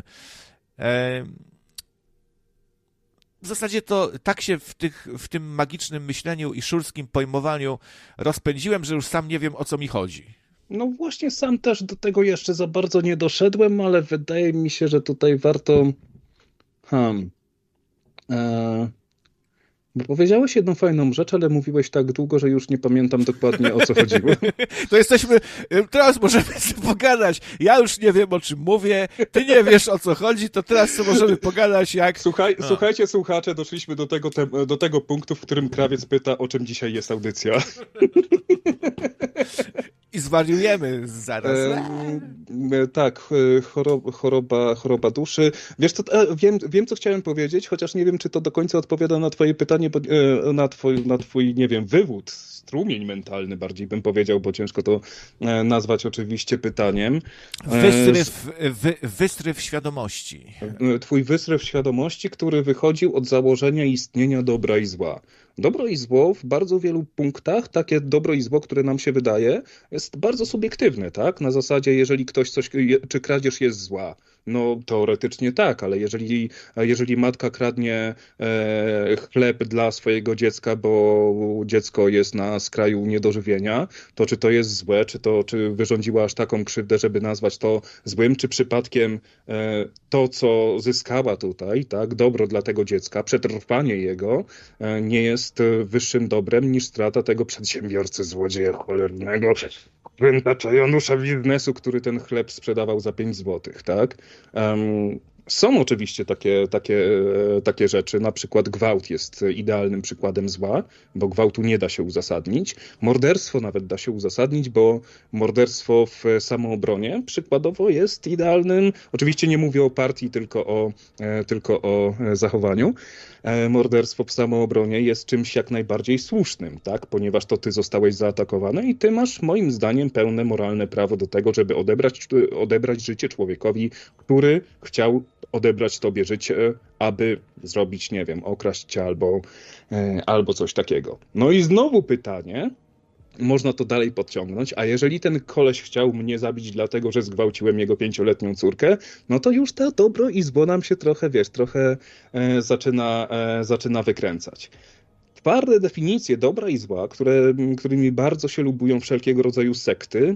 W zasadzie to tak się w, tych, w tym magicznym myśleniu i szurskim pojmowaniu rozpędziłem, że już sam nie wiem, o co mi chodzi. No właśnie sam też do tego jeszcze za bardzo nie doszedłem, ale wydaje mi się, że tutaj warto... Hmm. E... Bo powiedziałeś jedną fajną rzecz, ale mówiłeś tak długo, że już nie pamiętam dokładnie, o co chodziło. To jesteśmy... Teraz możemy sobie pogadać. Ja już nie wiem, o czym mówię. Ty nie wiesz, o co chodzi, to teraz sobie możemy pogadać jak... Słuchaj, no. Słuchajcie, słuchacze, doszliśmy do tego, te, do tego punktu, w którym krawiec pyta, o czym dzisiaj jest audycja. I zwariujemy zaraz. E, tak, choroba, choroba, choroba duszy. Wiesz, to, e, wiem, wiem, co chciałem powiedzieć, chociaż nie wiem, czy to do końca odpowiada na twoje pytanie, bo, e, na, twój, na twój, nie wiem, wywód, strumień mentalny bardziej bym powiedział, bo ciężko to e, nazwać oczywiście pytaniem. E, wystryw, wy, wystryw świadomości. Twój wystryw świadomości, który wychodził od założenia istnienia dobra i zła. Dobro i zło w bardzo wielu punktach, takie dobro i zło, które nam się wydaje, jest bardzo subiektywne, tak? Na zasadzie, jeżeli ktoś coś, czy kradzież jest zła, no teoretycznie tak, ale jeżeli, jeżeli matka kradnie e, chleb dla swojego dziecka, bo dziecko jest na skraju niedożywienia, to czy to jest złe, czy to czy wyrządziła aż taką krzywdę, żeby nazwać to złym, czy przypadkiem e, to, co zyskała tutaj, tak, dobro dla tego dziecka, przetrwanie jego e, nie jest wyższym dobrem niż strata tego przedsiębiorcy, złodzieja cholernego, pętacza Janusza biznesu, który ten chleb sprzedawał za pięć złotych, tak? Um, Są oczywiście takie, takie, takie rzeczy, na przykład gwałt jest idealnym przykładem zła, bo gwałtu nie da się uzasadnić. Morderstwo nawet da się uzasadnić, bo morderstwo w samoobronie przykładowo jest idealnym, oczywiście nie mówię o partii, tylko o, tylko o zachowaniu. Morderstwo w samoobronie jest czymś jak najbardziej słusznym, tak? Ponieważ to ty zostałeś zaatakowany i ty masz moim zdaniem pełne moralne prawo do tego, żeby odebrać, odebrać życie człowiekowi, który chciał odebrać tobie życie, aby zrobić, nie wiem, okraść cię albo, albo coś takiego. No i znowu pytanie, można to dalej podciągnąć, a jeżeli ten koleś chciał mnie zabić dlatego, że zgwałciłem jego pięcioletnią córkę, no to już to dobro i zło nam się trochę, wiesz, trochę e, zaczyna, e, zaczyna wykręcać. Twarde definicje dobra i zła, które, którymi bardzo się lubują wszelkiego rodzaju sekty,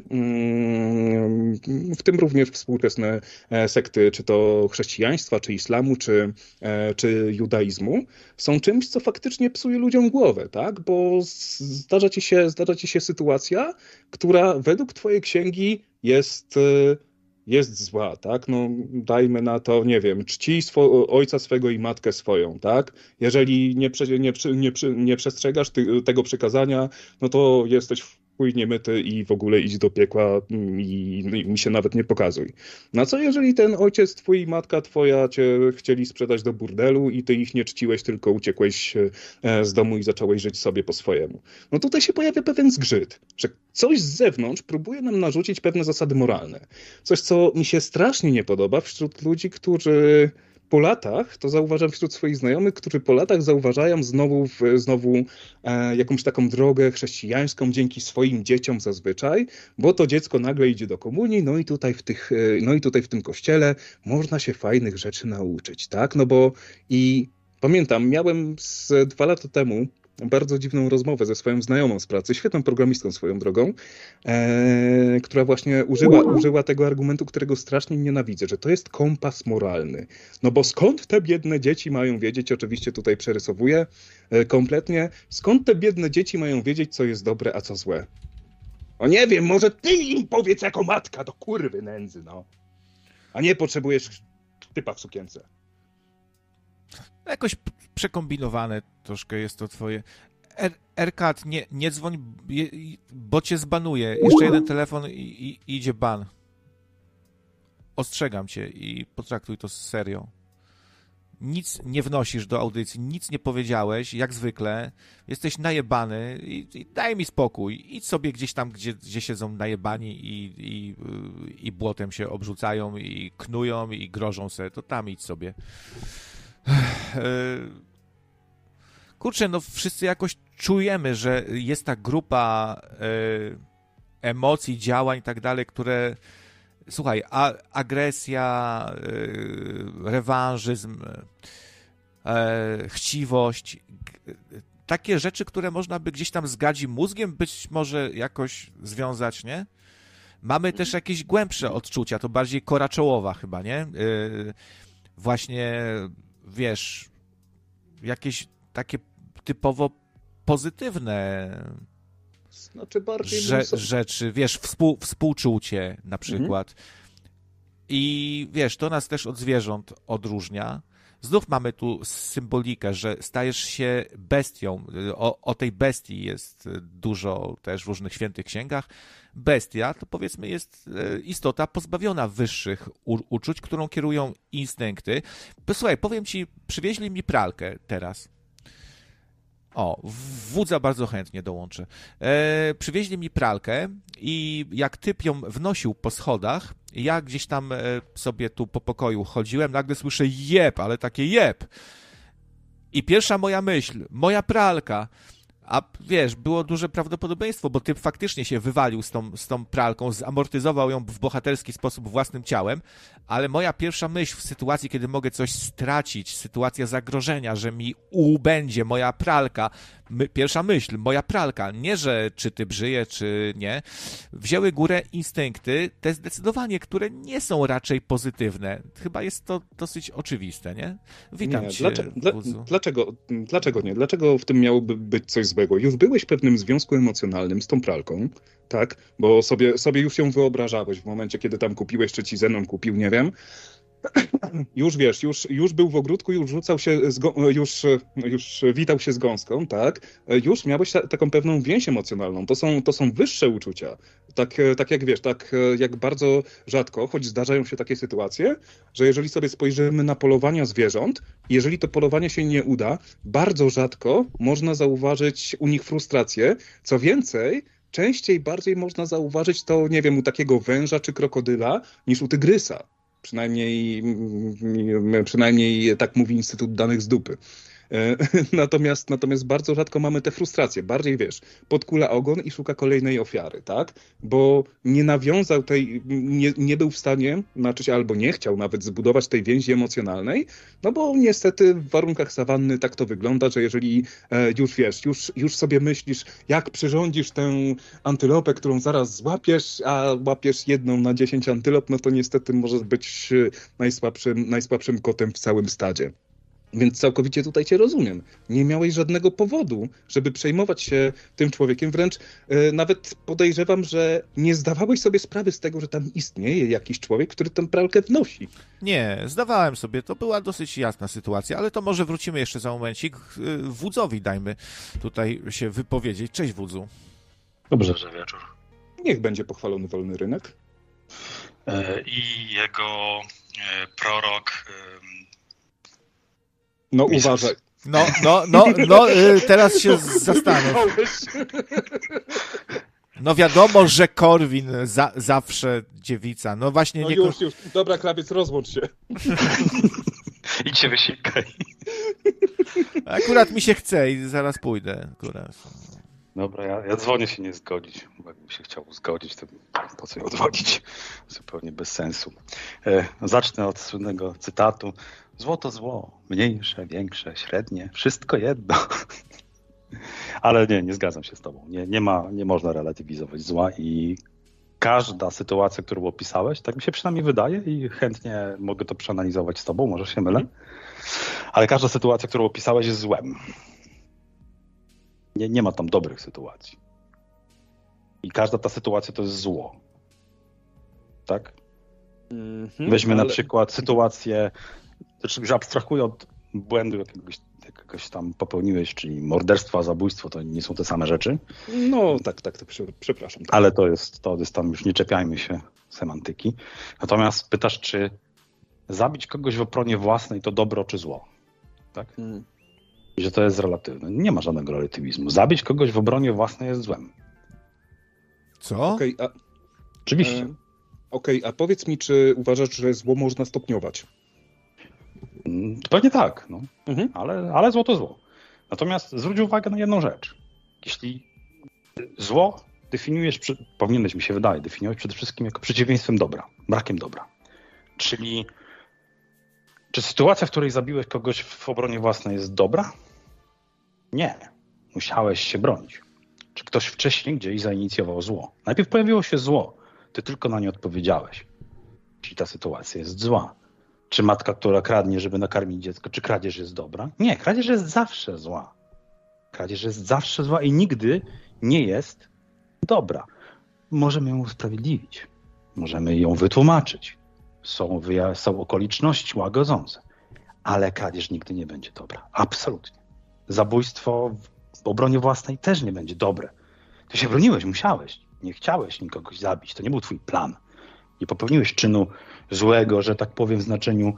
w tym również współczesne sekty, czy to chrześcijaństwa, czy islamu, czy, czy judaizmu, są czymś, co faktycznie psuje ludziom głowę, tak? Bo zdarza ci się, zdarza ci się sytuacja, która według twojej księgi jest... jest zła, tak? No dajmy na to, nie wiem, czci swo- ojca swego i matkę swoją, tak? Jeżeli nie, prze- nie, nie, nie przestrzegasz ty- tego przykazania, no to jesteś chuj niemyty i w ogóle idź do piekła i, i mi się nawet nie pokazuj. No co jeżeli ten ojciec twój i matka twoja cię chcieli sprzedać do burdelu i ty ich nie czciłeś, tylko uciekłeś z domu i zacząłeś żyć sobie po swojemu? No tutaj się pojawia pewien zgrzyt, że coś z zewnątrz próbuje nam narzucić pewne zasady moralne. Coś, co mi się strasznie nie podoba wśród ludzi, którzy... po latach, to zauważam wśród swoich znajomych, którzy po latach zauważają znowu, znowu e, jakąś taką drogę chrześcijańską dzięki swoim dzieciom zazwyczaj, bo to dziecko nagle idzie do komunii, no i tutaj w tych, no i tutaj w tym kościele można się fajnych rzeczy nauczyć, tak? No bo i pamiętam, miałem z dwa lata temu bardzo dziwną rozmowę ze swoją znajomą z pracy, świetną programistką swoją drogą, e, która właśnie użyła, użyła tego argumentu, którego strasznie nienawidzę, że to jest kompas moralny. No bo skąd te biedne dzieci mają wiedzieć, oczywiście tutaj przerysowuję e, kompletnie, skąd te biedne dzieci mają wiedzieć, co jest dobre, a co złe? O nie wiem, może ty im powiedz jako matka, do kurwy nędzy, no. A nie potrzebujesz typa w sukience. Jakoś przekombinowane troszkę jest to twoje. R K T, nie, nie dzwoń, bo cię zbanuje. Jeszcze jeden telefon i, i idzie ban. Ostrzegam cię i potraktuj to serio. Nic nie wnosisz do audycji, nic nie powiedziałeś, jak zwykle. Jesteś najebany i, i daj mi spokój. Idź sobie gdzieś tam, gdzie, gdzie siedzą najebani i, i, i błotem się obrzucają i knują i grożą se. To tam idź sobie. Kurczę, no wszyscy jakoś czujemy, że jest ta grupa emocji, działań i tak dalej, które... Słuchaj, a, agresja, yy, rewanżyzm, yy, chciwość, yy, takie rzeczy, które można by gdzieś tam z gadzim mózgiem być może jakoś związać, nie? Mamy też jakieś głębsze odczucia, to bardziej kora czołowa chyba, nie? Yy, właśnie, wiesz, jakieś takie typowo pozytywne Znaczy bardziej Rze- rzeczy, wiesz, współ, współczucie na przykład. Mhm. I wiesz, to nas też od zwierząt odróżnia. Znów mamy tu symbolikę, że stajesz się bestią. O, o tej bestii jest dużo też w różnych świętych księgach. Bestia to powiedzmy jest istota pozbawiona wyższych u- uczuć, którą kierują instynkty. Posłuchaj, powiem ci, przywieźli mi pralkę teraz. O, wódza bardzo chętnie dołączę. E, przywieźli mi pralkę i jak typ ją wnosił po schodach, ja gdzieś tam e, sobie tu po pokoju chodziłem, nagle słyszę jeb, ale takie jeb. I pierwsza moja myśl, moja pralka. A wiesz, było duże prawdopodobieństwo, bo typ faktycznie się wywalił z tą, z tą pralką, zamortyzował ją w bohaterski sposób własnym ciałem, ale moja pierwsza myśl w sytuacji, kiedy mogę coś stracić, sytuacja zagrożenia, że mi ubędzie moja pralka, my, pierwsza myśl, moja pralka, nie że czy typ żyje, czy nie, wzięły górę instynkty, te zdecydowanie, które nie są raczej pozytywne. Chyba jest to dosyć oczywiste, nie? Witam nie, cię, dlaczego, dla, Wódzu. dlaczego, dlaczego nie? Dlaczego w tym miałoby być coś złego? Już byłeś w pewnym związku emocjonalnym z tą pralką, tak? Bo sobie, sobie już ją wyobrażałeś w momencie, kiedy tam kupiłeś, czy ci Zenon kupił, nie wiem. Już wiesz, już, już był w ogródku, już rzucał się, z go, już, już witał się z gąską, tak? Już miałeś ta, taką pewną więź emocjonalną. To są, to są wyższe uczucia. Tak, tak jak wiesz, tak jak bardzo rzadko, choć zdarzają się takie sytuacje, że jeżeli sobie spojrzymy na polowania zwierząt, jeżeli to polowanie się nie uda, bardzo rzadko można zauważyć u nich frustrację. Co więcej, częściej bardziej można zauważyć to, nie wiem, u takiego węża czy krokodyla, niż u tygrysa. Przynajmniej, przynajmniej tak mówi Instytut Danych z Dupy. Natomiast, natomiast bardzo rzadko mamy te frustracje. Bardziej, wiesz, podkula ogon i szuka kolejnej ofiary, tak? Bo nie nawiązał tej, nie, nie był w stanie, znaczy się albo nie chciał nawet zbudować tej więzi emocjonalnej, no bo niestety w warunkach sawanny tak to wygląda, że jeżeli już wiesz, już, już sobie myślisz, jak przyrządzisz tę antylopę, którą zaraz złapiesz, a łapiesz jedną na dziesięć antylop, no to niestety możesz być najsłabszym, najsłabszym kotem w całym stadzie. Więc całkowicie tutaj cię rozumiem. Nie miałeś żadnego powodu, żeby przejmować się tym człowiekiem. Wręcz yy, nawet podejrzewam, że nie zdawałeś sobie sprawy z tego, że tam istnieje jakiś człowiek, który tę pralkę wnosi. Nie, zdawałem sobie. To była dosyć jasna sytuacja, ale to może wrócimy jeszcze za momencik. Wódzowi dajmy tutaj się wypowiedzieć. Cześć, Wódzu. Dobrze, że wieczór. Niech będzie pochwalony wolny rynek. Yy, I jego yy, prorok... Yy, No uważaj. No, no, no, no, y, teraz się zastanów. No wiadomo, że Korwin za, zawsze dziewica. No właśnie no nie... już, już. Dobra, krawiec, rozłącz się. Idź się wysikaj. Akurat mi się chce i zaraz pójdę. Akurat. Dobra, ja, ja dzwonię się nie zgodzić. Bo jakbym się chciał zgodzić, to po co je odwodzić? Zupełnie bez sensu. E, zacznę od słynnego cytatu. Zło to zło. Mniejsze, większe, średnie. Wszystko jedno. Ale nie, nie zgadzam się z tobą. Nie, nie, ma, nie można relatywizować zła i każda sytuacja, którą opisałeś, tak mi się przynajmniej wydaje i chętnie mogę to przeanalizować z tobą, może się mylę, ale każda sytuacja, którą opisałeś, jest złem. Nie, nie ma tam dobrych sytuacji. I każda ta sytuacja to jest zło. Tak? Mm-hmm, Weźmy ale... na przykład sytuację, znaczy abstrahuję od błędu jakiegoś, jakiegoś tam popełniłeś, czyli morderstwa, zabójstwo, to nie są te same rzeczy. No tak, tak, tak przepraszam. Tak. Ale to jest, to jest tam, już nie czepiajmy się semantyki. Natomiast pytasz, czy zabić kogoś w obronie własnej to dobro czy zło? Tak? Hmm. I że to jest relatywne. Nie ma żadnego relatywizmu. Zabić kogoś w obronie własnej jest złem. Co? Okay, a... Oczywiście. E... Okej, okay, a powiedz mi, czy uważasz, że zło można stopniować? Pewnie tak, no. Mhm. ale, ale zło to zło. Natomiast zwróć uwagę na jedną rzecz. Jeśli zło definiujesz, powinieneś, mi się wydaje, definiować przede wszystkim jako przeciwieństwem dobra, brakiem dobra. Czyli czy sytuacja, w której zabiłeś kogoś w obronie własnej jest dobra? Nie. Musiałeś się bronić. Czy ktoś wcześniej gdzieś zainicjował zło? Najpierw pojawiło się zło. Ty tylko na nie odpowiedziałeś. Czyli ta sytuacja jest zła. Czy matka, która kradnie, żeby nakarmić dziecko, czy kradzież jest dobra? Nie, kradzież jest zawsze zła. Kradzież jest zawsze zła i nigdy nie jest dobra. Możemy ją usprawiedliwić. Możemy ją wytłumaczyć. Są, wyja- są okoliczności łagodzące. Ale kradzież nigdy nie będzie dobra. Absolutnie. Zabójstwo w obronie własnej też nie będzie dobre. Ty się broniłeś, musiałeś. Nie chciałeś nikogo zabić. To nie był twój plan. Nie popełniłeś czynu złego, że tak powiem w znaczeniu,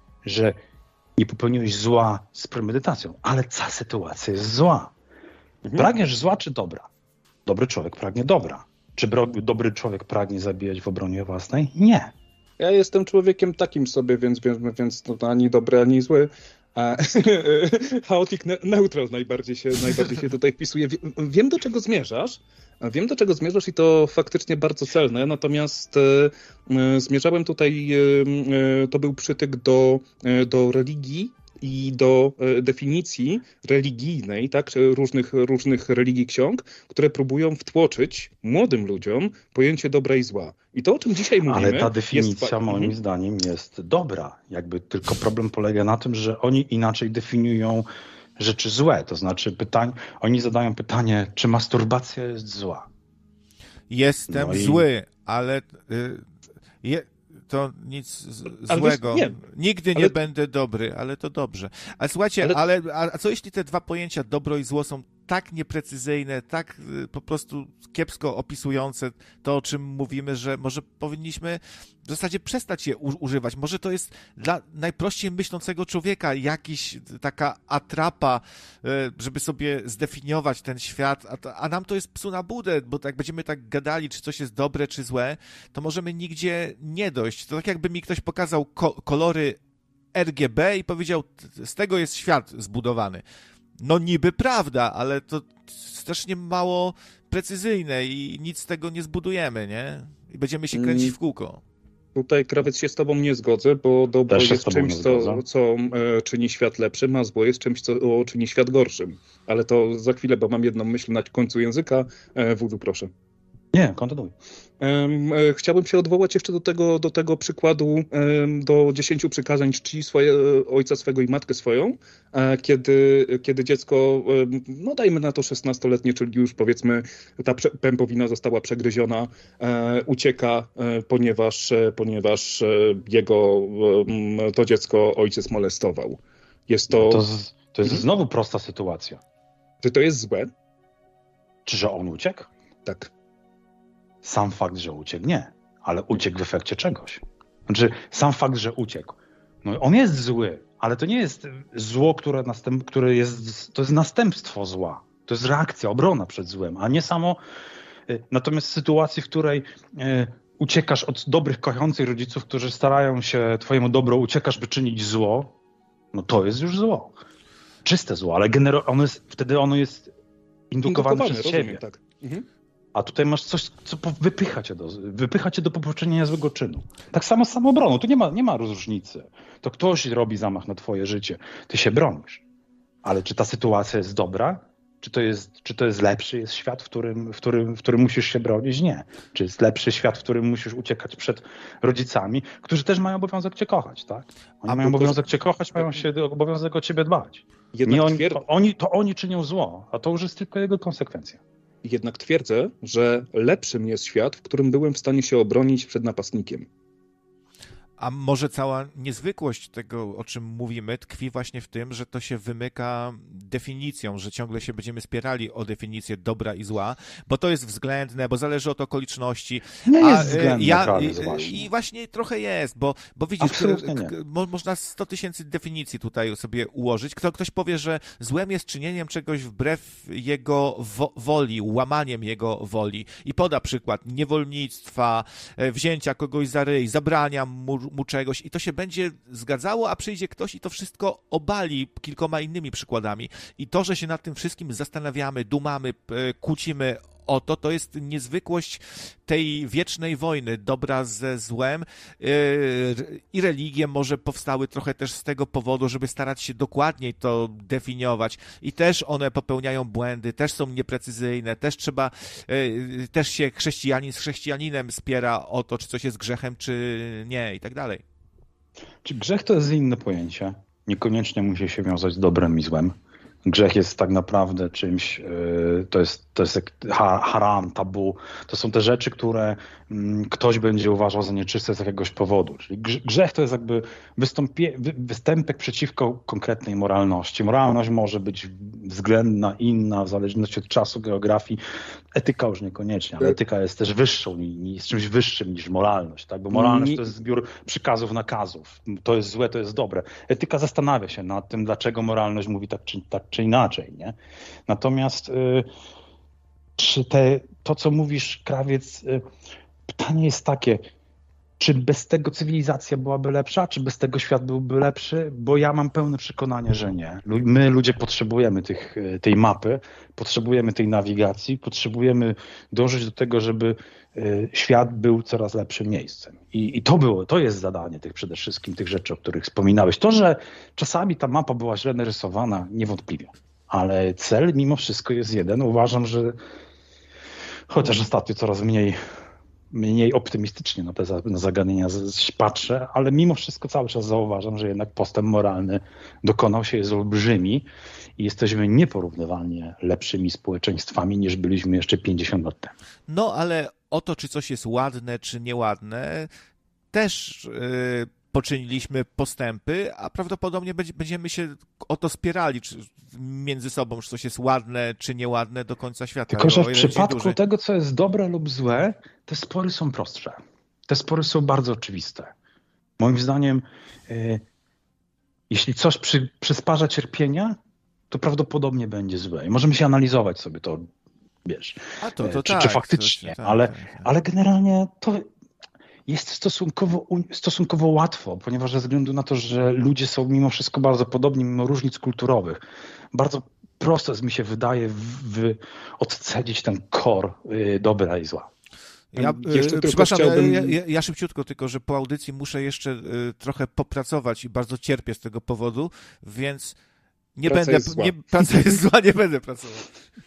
że nie popełniłeś zła z premedytacją. Ale ta sytuacja jest zła. Mhm. Pragniesz zła czy dobra? Dobry człowiek pragnie dobra. Czy bro- dobry człowiek pragnie zabijać w obronie własnej? Nie. Ja jestem człowiekiem takim sobie, więc, więc, więc to ani dobry, ani zły. A chaotic neutral najbardziej się, najbardziej się tutaj wpisuje. Wiem, do czego zmierzasz. Wiem, do czego zmierzasz i to faktycznie bardzo celne, natomiast e, zmierzałem tutaj, e, to był przytyk do, e, do religii i do e, definicji religijnej, tak, różnych, różnych religii ksiąg, które próbują wtłoczyć młodym ludziom pojęcie dobra i zła. I to, o czym dzisiaj mówimy... Ale ta definicja jest... moim mhm. zdaniem jest dobra. Jakby tylko problem polega na tym, że oni inaczej definiują rzeczy złe. To znaczy pytań, oni zadają pytanie, czy masturbacja jest zła? Jestem no i... zły, ale y, je, to nic z, złego. Wiesz, nie. Nigdy nie ale... będę dobry, ale to dobrze. A słuchajcie, ale... ale a co jeśli te dwa pojęcia dobro i zło są tak nieprecyzyjne, tak y, po prostu kiepsko opisujące to, o czym mówimy, że może powinniśmy w zasadzie przestać je u- używać. Może to jest dla najprościej myślącego człowieka jakiś taka atrapa, y, żeby sobie zdefiniować ten świat, a, a nam to jest psu na budę, bo jak będziemy tak gadali, czy coś jest dobre, czy złe, to możemy nigdzie nie dojść. To tak jakby mi ktoś pokazał ko- kolory R G B i powiedział, z tego jest świat zbudowany. No niby prawda, ale to strasznie mało precyzyjne i nic z tego nie zbudujemy, nie? I będziemy się kręcić w kółko. Tutaj, Krawiec, się z tobą nie zgodzę, bo dobro jest czymś, co, co e, czyni świat lepszym, a zło jest czymś, co o, czyni świat gorszym. Ale to za chwilę, bo mam jedną myśl na końcu języka. E, Wudu, proszę. Nie, kontynuuj. Chciałbym się odwołać jeszcze do tego, do tego przykładu, do dziesięciu przykazań czci swoje, ojca swego i matkę swoją, kiedy, kiedy dziecko, no dajmy na to szesnastoletnie, czyli już powiedzmy ta pępowina została przegryziona, ucieka, ponieważ, ponieważ jego, to dziecko ojciec molestował. Jest to... To, z, to jest znowu prosta sytuacja. Czy to jest złe? Czy że on uciekł? Tak. Sam fakt, że uciekł, nie. Ale uciekł w efekcie czegoś. Znaczy, sam fakt, że uciekł. No, on jest zły, ale to nie jest zło, które, następ, które jest... To jest następstwo zła. To jest reakcja, obrona przed złem, a nie samo... Natomiast w sytuacji, w której e, uciekasz od dobrych, kochających rodziców, którzy starają się twojemu dobro, uciekasz, by czynić zło, no to jest już zło. Czyste zło, ale genero- ono jest, wtedy ono jest indukowane, indukowane przez rozumiem, ciebie. Tak. Mhm. A tutaj masz coś, co wypycha cię do, wypycha cię do popełnienia złego czynu. Tak samo z samoobroną. Tu nie ma, nie ma różnicy. To ktoś robi zamach na twoje życie. Ty się bronisz. Ale czy ta sytuacja jest dobra? Czy to jest, czy to jest lepszy jest świat, w którym, w, którym, w którym musisz się bronić? Nie. Czy jest lepszy świat, w którym musisz uciekać przed rodzicami, którzy też mają obowiązek cię kochać, tak? Oni A mają to- obowiązek cię kochać, mają się obowiązek o ciebie dbać. Jednak, Nie oni, twier- to, oni, to oni czynią zło, a to już jest tylko jego konsekwencja. jednak twierdzę, że lepszym jest świat, w którym byłem w stanie się obronić przed napastnikiem. A może cała niezwykłość tego, o czym mówimy, tkwi właśnie w tym, że to się wymyka definicją, że ciągle się będziemy spierali o definicję dobra i zła, bo to jest względne, bo zależy od okoliczności. Nie A, jest y, względne, ja, prawie, i, właśnie. I właśnie trochę jest, bo, bo widzisz, Absolutnie k- nie. k- mo, można sto tysięcy definicji tutaj sobie ułożyć. Kto, ktoś powie, że złem jest czynieniem czegoś wbrew jego wo, woli, łamaniem jego woli i poda przykład niewolnictwa, e, wzięcia kogoś za ryj, zabrania mu, mu czegoś i to się będzie zgadzało, a przyjdzie ktoś i to wszystko obali kilkoma innymi przykładami. I to, że się nad tym wszystkim zastanawiamy, dumamy, e, kłócimy o to, to jest niezwykłość tej wiecznej wojny dobra ze złem yy, i religie może powstały trochę też z tego powodu, żeby starać się dokładniej to definiować i też one popełniają błędy, też są nieprecyzyjne, też trzeba, yy, też się chrześcijanin z chrześcijaninem spiera o to, czy coś jest grzechem, czy nie i tak dalej. Czy grzech to jest inne pojęcie? Niekoniecznie musi się wiązać z dobrem i złem. Grzech jest tak naprawdę czymś, yy, to jest, to jest jak ha, haram, tabu. To są te rzeczy, które mm, ktoś będzie uważał za nieczyste z jakiegoś powodu. Czyli grz, grzech to jest jakby wystąpie, wy, występek przeciwko konkretnej moralności. Moralność może być względna, inna, w zależności od czasu, geografii. Etyka już niekoniecznie, ale etyka jest też wyższą, jest czymś wyższym niż moralność. Tak? Bo moralność to jest zbiór przykazów, nakazów. To jest złe, to jest dobre. Etyka zastanawia się nad tym, dlaczego moralność mówi tak czy, tak, czy inaczej. Nie? Natomiast y, czy te, to, co mówisz, Krawiec, y, pytanie jest takie, czy bez tego cywilizacja byłaby lepsza, czy bez tego świat byłby lepszy? Bo ja mam pełne przekonanie, że nie. My, ludzie, potrzebujemy tych, tej mapy, potrzebujemy tej nawigacji, potrzebujemy dążyć do tego, żeby świat był coraz lepszym miejscem. I, i to było, to jest zadanie tych przede wszystkim tych rzeczy, o których wspominałeś. To, że czasami ta mapa była źle narysowana, niewątpliwie. Ale cel mimo wszystko jest jeden. Uważam, że chociaż ostatnio coraz mniej mniej optymistycznie na te na zagadnienia patrzę, ale mimo wszystko cały czas zauważam, że jednak postęp moralny dokonał się, jest olbrzymi i jesteśmy nieporównywalnie lepszymi społeczeństwami niż byliśmy jeszcze pięćdziesiąt lat temu. No ale o to, czy coś jest ładne, czy nieładne, też yy, poczyniliśmy postępy, a prawdopodobnie będziemy się o to spierali czy między sobą, czy coś jest ładne, czy nieładne do końca świata. Tylko, że w przypadku tego, co jest dobre lub złe, te spory są prostsze. Te spory są bardzo oczywiste. Moim zdaniem, yy, jeśli coś przy, przysparza cierpienia, to prawdopodobnie będzie złe. I możemy się analizować sobie to, wiesz, a to, to czy, tak, czy faktycznie, to, to, tak, ale, tak, tak. ale generalnie to jest stosunkowo, stosunkowo łatwo, ponieważ ze względu na to, że ludzie są mimo wszystko bardzo podobni, mimo różnic kulturowych, bardzo prosto mi się wydaje w, w odcedzić ten core y, dobra i zła. Ja, Jeszcze przepraszam, chciałbym... ja, ja, ja szybciutko, tylko że po audycji muszę jeszcze y, trochę popracować i bardzo cierpię z tego powodu, więc nie praca będę, jest zła. nie, praca jest zła, nie będę pracował.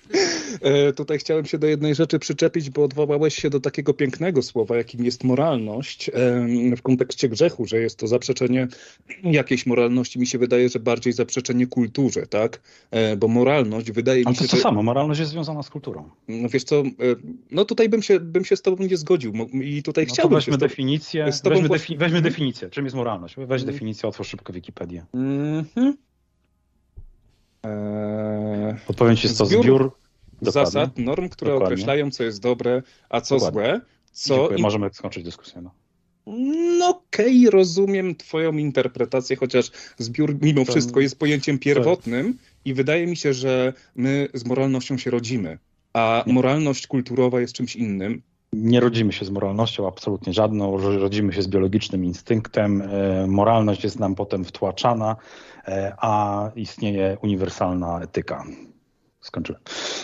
E, tutaj chciałem się do jednej rzeczy przyczepić, bo odwołałeś się do takiego pięknego słowa, jakim jest moralność e, w kontekście grzechu, że jest to zaprzeczenie jakiejś moralności. Mi się wydaje, że bardziej zaprzeczenie kulturze, tak? E, bo moralność wydaje Ale mi się, to jest to że... samo, moralność jest związana z kulturą. No wiesz co, e, no tutaj bym się, bym się z tobą nie zgodził i tutaj No chciałbym to weźmy się z tobą... definicję, z tobą weźmy, właśnie- defi- weźmy definicję, czym jest moralność. Weź Mm. definicję, otwórz szybko Wikipedię. Mhm. Eee, Odpowiem ci, jest to Zbiór zbiór dokładnie. zasad, norm, które Dokładnie. określają, co jest dobre, a co Dokładnie. złe. Co Dziękuję, i- możemy skończyć dyskusję. No. No okej, rozumiem twoją interpretację, chociaż zbiór mimo To- wszystko jest pojęciem pierwotnym i wydaje mi się, że my z moralnością się rodzimy, a Nie. moralność kulturowa jest czymś innym. Nie rodzimy się z moralnością, absolutnie żadną. Rodzimy się z biologicznym instynktem. E, Moralność jest nam potem wtłaczana, e, a istnieje uniwersalna etyka. Skończyłem.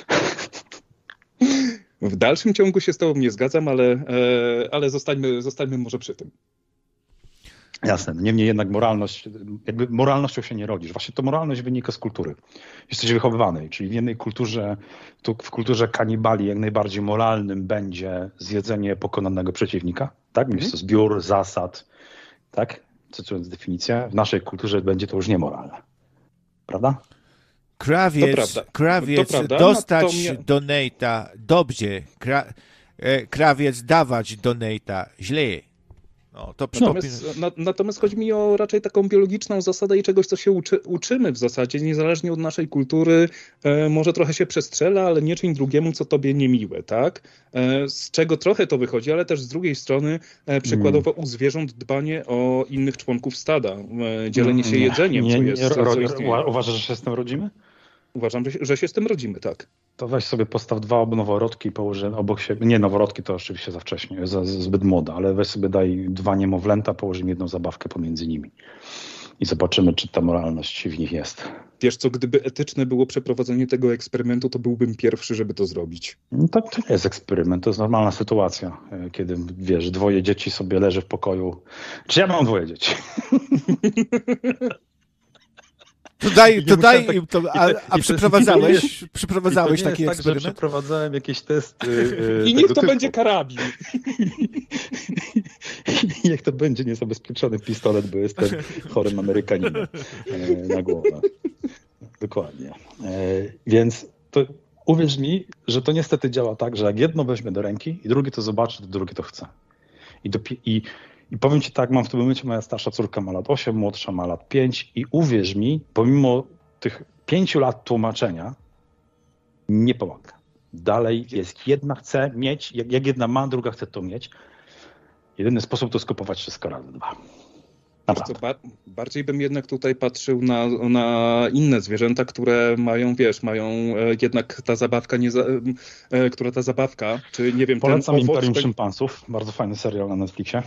W dalszym ciągu się z tobą nie zgadzam, ale, e, ale zostańmy, zostańmy może przy tym. Jasne, niemniej jednak moralność, jakby moralnością się nie rodzisz. Właśnie to moralność wynika z kultury. Jesteś wychowywany, czyli w jednej kulturze, tu w kulturze kanibali jak najbardziej moralnym będzie zjedzenie pokonanego przeciwnika, tak? Jest to zbiór zasad, tak? Cytując definicję, w naszej kulturze będzie to już niemoralne. Prawda? Krawiec, krawiec prawda, dostać natomiast... donata dobrze, Kra, e, krawiec dawać donata źle. No, to natomiast, na, natomiast chodzi mi o raczej taką biologiczną zasadę i czegoś, co się uczy, uczymy w zasadzie, niezależnie od naszej kultury. E, może trochę się przestrzela, ale nie czyń drugiemu, co tobie niemiłe, tak? E, z czego trochę to wychodzi, ale też z drugiej strony e, przykładowo u zwierząt dbanie o innych członków stada, e, dzielenie się jedzeniem, nie, co nie, jest... nie, co ro, istnieje. ro, uważasz, że się z tym rodzimy? Uważam, że, że się z tym rodzimy, tak. To weź sobie postaw dwa noworodki, położy obok siebie. Nie, noworodki to oczywiście za wcześnie, za, za zbyt młode, ale weź sobie daj dwa niemowlęta, położymy jedną zabawkę pomiędzy nimi. I zobaczymy, czy ta moralność w nich jest. Wiesz co, gdyby etyczne było przeprowadzenie tego eksperymentu, to byłbym pierwszy, żeby to zrobić. No to, to nie jest eksperyment, to jest normalna sytuacja, kiedy wiesz, dwoje dzieci sobie leży w pokoju. Czy ja mam dwoje dzieci? To daj, to daj tak, im to, a, i to, a i przeprowadzałeś, to jest, przeprowadzałeś i to nie taki jest eksperyment? Tak, że przeprowadzałem jakieś testy. Yy, I niech to typu. będzie karabin. Niech to będzie niezabezpieczony pistolet, bo jestem chorym Amerykaninem yy, na głowę. Dokładnie. Yy, więc to uwierz mi, że to niestety działa tak, że jak jedno weźmie do ręki i drugie to zobaczy, to drugie to chce. I, do, i I powiem ci tak, mam w tym momencie, moja starsza córka ma lat osiem, młodsza ma lat pięć i uwierz mi, pomimo tych pięciu lat tłumaczenia, nie pomaga. Dalej jest, jedna chce mieć, jak, jak jedna ma, druga chce to mieć. Jedyny sposób to skupować wszystko razy dwa. Co, ba- bardziej bym jednak tutaj patrzył na, na inne zwierzęta, które mają, wiesz, mają e, jednak ta zabawka, nie za, e, która ta zabawka, czy nie wiem, Polecam ten Imperium owoc... Szympansów, bardzo fajny serial na Netflixie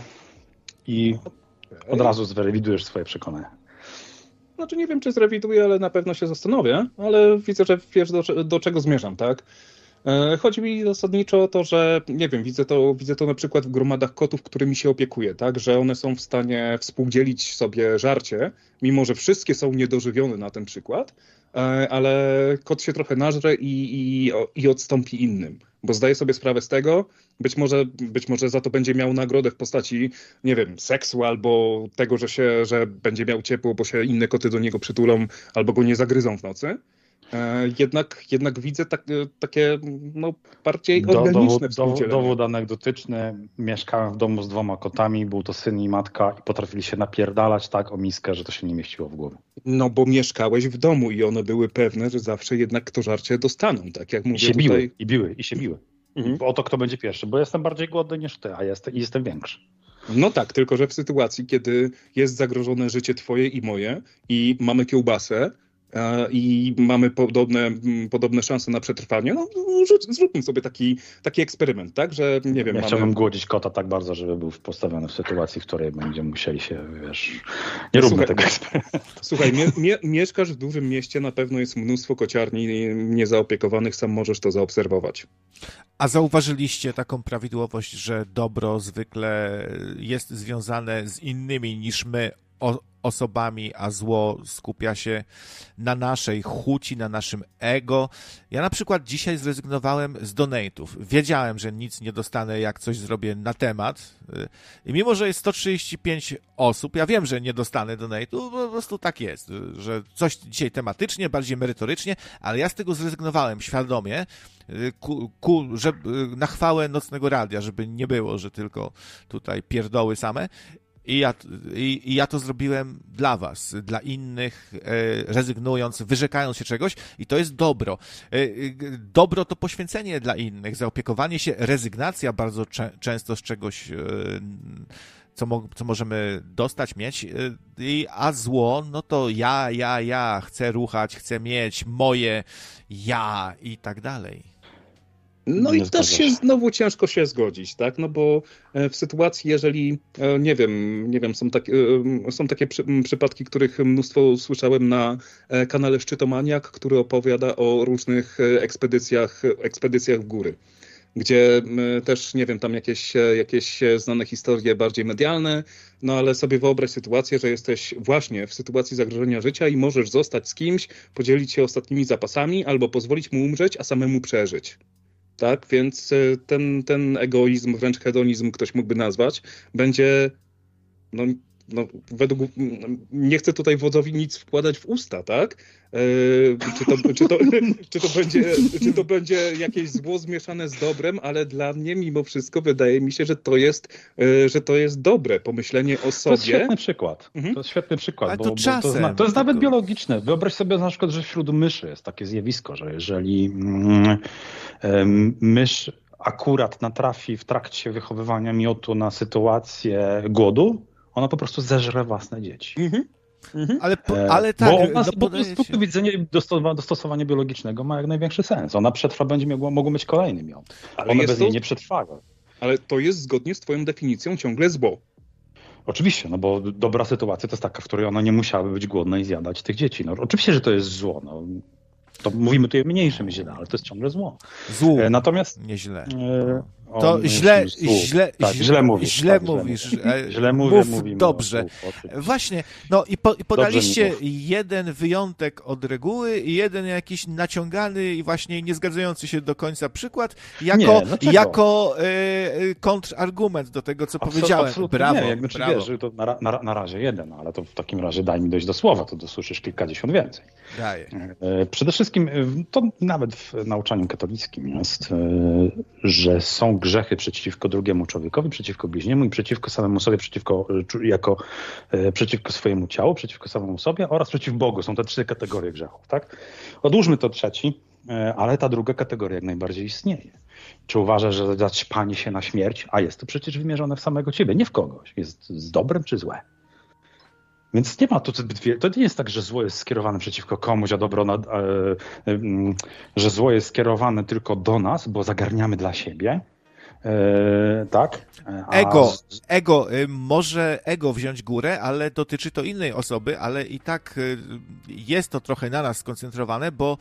i od razu zrewidujesz swoje przekonania. Znaczy nie wiem, czy zrewiduję, ale na pewno się zastanowię, ale widzę, że wiesz, do, do czego zmierzam, tak? Chodzi mi zasadniczo o to, że nie wiem, widzę to, widzę to na przykład w gromadach kotów, którymi się opiekuję, tak, że one są w stanie współdzielić sobie żarcie, mimo że wszystkie są niedożywione na ten przykład, ale kot się trochę nażre i, i, i odstąpi innym, bo zdaje sobie sprawę z tego, być może, być może za to będzie miał nagrodę w postaci, nie wiem, seksu albo tego, że, się, że będzie miał ciepło, bo się inne koty do niego przytulą albo go nie zagryzą w nocy. Jednak, jednak widzę tak, takie no, bardziej Do, organiczne dowód, dowód, dowód anegdotyczny. Mieszkałem w domu z dwoma kotami, był to syn i matka i potrafili się napierdalać tak o miskę, że to się nie mieściło w głowie. No bo mieszkałeś w domu i one były pewne, że zawsze jednak to żarcie dostaną, tak jak mówię I się tutaj. biły, i biły, i się biły. Mhm. O to, kto będzie pierwszy, bo jestem bardziej głodny niż ty, a jestem, i jestem większy. No tak, tylko że w sytuacji, kiedy jest zagrożone życie twoje i moje i mamy kiełbasę, i mamy podobne, podobne szanse na przetrwanie, no zróbmy sobie taki, taki eksperyment, tak, że nie wiem... Ja mamy... chciałbym głodzić kota tak bardzo, żeby był postawiony w sytuacji, w której będziemy musieli się, wiesz... Nie róbmy Słuchaj, tego eksperymentu. Słuchaj, mie- mie- mieszkasz w dużym mieście, na pewno jest mnóstwo kociarni niezaopiekowanych, sam możesz to zaobserwować. A zauważyliście taką prawidłowość, że dobro zwykle jest związane z innymi niż my o- osobami, a zło skupia się na naszej chuci, na naszym ego. Ja na przykład dzisiaj zrezygnowałem z donate'ów. Wiedziałem, że nic nie dostanę, jak coś zrobię na temat. I mimo, że jest sto trzydzieści pięć osób, ja wiem, że nie dostanę donate'u, po prostu tak jest, że coś dzisiaj tematycznie, bardziej merytorycznie, ale ja z tego zrezygnowałem świadomie, ku, ku, żeby, na chwałę Nocnego Radia, żeby nie było, że tylko tutaj pierdoły same. I ja, i, I ja to zrobiłem dla was, dla innych, e, rezygnując, wyrzekając się czegoś i to jest dobro. E, dobro to poświęcenie dla innych, zaopiekowanie się, rezygnacja bardzo cze- często z czegoś, e, co, mo- co możemy dostać, mieć, e, i, a zło, no to ja, ja, ja, chcę ruchać, chcę mieć, moje, ja i tak dalej. No Nie i też się znowu ciężko się zgodzić, tak? No bo w sytuacji, jeżeli, nie wiem, nie wiem, są, tak, są takie przy, przypadki, których mnóstwo słyszałem na kanale Szczytomaniak, który opowiada o różnych ekspedycjach, ekspedycjach w góry. gdzie y, też, nie wiem, tam jakieś, jakieś znane historie bardziej medialne, no ale sobie wyobraź sytuację, że jesteś właśnie w sytuacji zagrożenia życia i możesz zostać z kimś, podzielić się ostatnimi zapasami albo pozwolić mu umrzeć, a samemu przeżyć. Tak, więc y, ten, ten egoizm, wręcz hedonizm ktoś mógłby nazwać, będzie, no, no według, nie chcę tutaj wodzowi nic wkładać w usta, tak? Yy, czy, to, czy, to, czy, to będzie, czy to będzie jakieś zło zmieszane z dobrem, ale dla mnie mimo wszystko wydaje mi się, że to jest, yy, że to jest dobre pomyślenie o sobie. To jest świetny przykład. Mhm. To jest świetny przykład, bo, to, bo czasem, to, zna, to jest tylko... nawet biologiczne. Wyobraź sobie na przykład, że wśród myszy jest takie zjawisko, że jeżeli mm, mm, mysz akurat natrafi w trakcie wychowywania miotu na sytuację głodu, ona po prostu zeżre własne dzieci. Mhm. Mhm. Ale, ale tak, bo, ona, no, bo z punktu widzenia dostosowania biologicznego ma jak największy sens. Ona przetrwa, będzie mogła, mogą być kolejny miot. Ale one bez to, niej nie przetrwają. Ale to jest zgodnie z twoją definicją ciągle zło. Oczywiście, no bo dobra sytuacja to jest taka, w której ona nie musiałaby być głodna i zjadać tych dzieci. No, oczywiście, że to jest zło. No. To mówimy tutaj o mniejszym źle, ale to jest ciągle zło. Zło. Natomiast nie źle. E, To źle, źle, tak, źle mówisz. Źle tak, mówisz. Źle, źle mówię, Mów mówimy dobrze. Słów, Właśnie, no i, po, i podaliście jeden wyjątek od reguły i jeden jakiś naciągany i właśnie nie zgadzający się do końca przykład jako, nie, jako e, kontrargument do tego, co Absolut, powiedziałem. Absolutnie brawo, nie, jak znaczy, brawo. Wiesz, to na, na, na razie jeden, ale to w takim razie daj mi dojść do słowa, to dosłyszysz kilkadziesiąt więcej. Daję. Przede wszystkim to nawet w nauczaniu katolickim jest, że są grzechy przeciwko drugiemu człowiekowi, przeciwko bliźniemu i przeciwko samemu sobie, przeciwko, jako, przeciwko swojemu ciału, przeciwko samemu sobie oraz przeciw Bogu. Są te trzy kategorie grzechów. Tak? Odłóżmy to trzeci, ale ta druga kategoria jak najbardziej istnieje. Czy uważasz, że zaćpanie się na śmierć, a jest to przecież wymierzone w samego ciebie, nie w kogoś, jest z dobrem czy złe? Więc nie ma tu zbyt wiele. To nie jest tak, że zło jest skierowane przeciwko komuś, a dobro, na, e, e, że zło jest skierowane tylko do nas, bo zagarniamy dla siebie. E, tak? A... Ego, ego, może ego wziąć górę, ale dotyczy to innej osoby, ale i tak jest to trochę na nas skoncentrowane, bo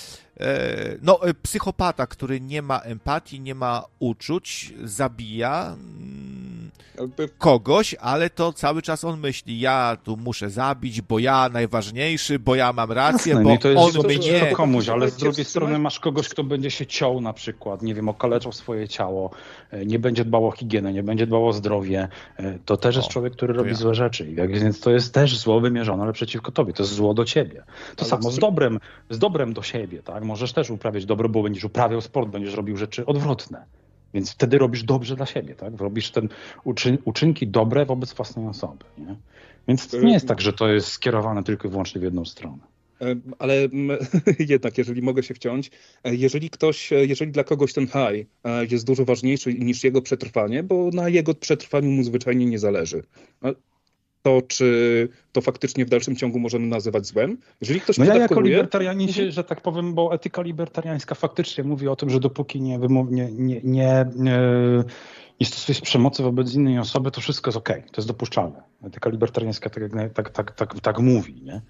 no, psychopata, który nie ma empatii, nie ma uczuć, zabija kogoś, ale to cały czas on myśli, ja tu muszę zabić, bo ja najważniejszy, bo ja mam rację, Jasne, bo to jest on mnie... komuś, ale z drugiej strony masz kogoś, kto będzie się ciął na przykład, nie wiem, okaleczał swoje ciało, nie będzie dbał o higienę, nie będzie dbał o zdrowie, to też jest o, człowiek, który robi ja. złe rzeczy, więc to jest też zło wymierzone, ale przeciwko tobie, to jest zło do ciebie. To ale samo z dobrem, z dobrem do siebie, tak? Możesz też uprawiać dobro, bo będziesz uprawiał sport, będziesz robił rzeczy odwrotne. Więc wtedy robisz dobrze dla siebie, tak? Robisz ten uczyn, uczynki dobre wobec własnej osoby. Nie? Więc to nie jest tak, że to jest skierowane tylko i wyłącznie w jedną stronę. Ale jednak, jeżeli mogę się wciąć, jeżeli ktoś, jeżeli dla kogoś ten high jest dużo ważniejszy niż jego przetrwanie, bo na jego przetrwaniu mu zwyczajnie nie zależy. To czy to faktycznie w dalszym ciągu możemy nazywać złem? Jeżeli ktoś no ja jako libertarianin się, że tak powiem, bo etyka libertariańska faktycznie mówi o tym, że dopóki nie, nie, nie, nie, nie, nie stosujesz przemocy wobec innej osoby, to wszystko jest okej, to jest dopuszczalne. Etyka libertariańska tak, tak, tak, tak, tak mówi, nie?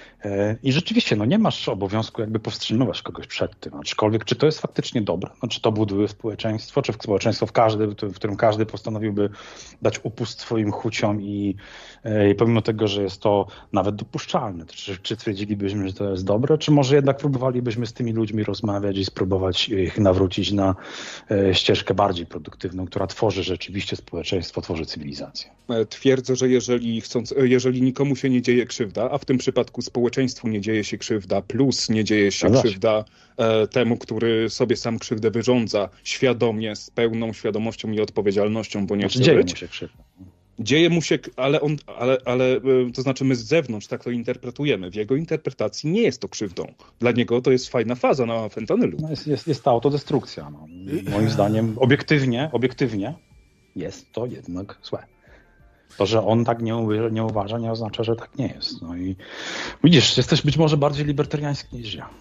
I rzeczywiście, no nie masz obowiązku jakby powstrzymywać kogoś przed tym, aczkolwiek czy to jest faktycznie dobre, no, czy to buduje społeczeństwo, czy społeczeństwo w, każdy, w którym każdy postanowiłby dać upust swoim chuciom i, i pomimo tego, że jest to nawet dopuszczalne, czy, czy twierdzilibyśmy, że to jest dobre, czy może jednak próbowalibyśmy z tymi ludźmi rozmawiać i spróbować ich nawrócić na ścieżkę bardziej produktywną, która tworzy rzeczywiście społeczeństwo, tworzy cywilizację. Twierdzę, że jeżeli, chcąc, jeżeli nikomu się nie dzieje krzywda, a w tym przypadku społeczeństwu nie dzieje się krzywda, plus nie dzieje się no krzywda e, temu, który sobie sam krzywdę wyrządza, świadomie, z pełną świadomością i odpowiedzialnością, bo nie znaczy, chce dzieje być. mu się krzywda. Dzieje mu się, ale on, ale, ale to znaczy my z zewnątrz tak to interpretujemy. W jego interpretacji nie jest to krzywdą. Dla niego to jest fajna faza na fentanylu. No jest, jest, jest ta autodestrukcja. No. Moim zdaniem obiektywnie, obiektywnie jest to jednak złe. To, że on tak nie, nie uważa, nie oznacza, że tak nie jest. No i widzisz, jesteś być może bardziej libertariański niż ja.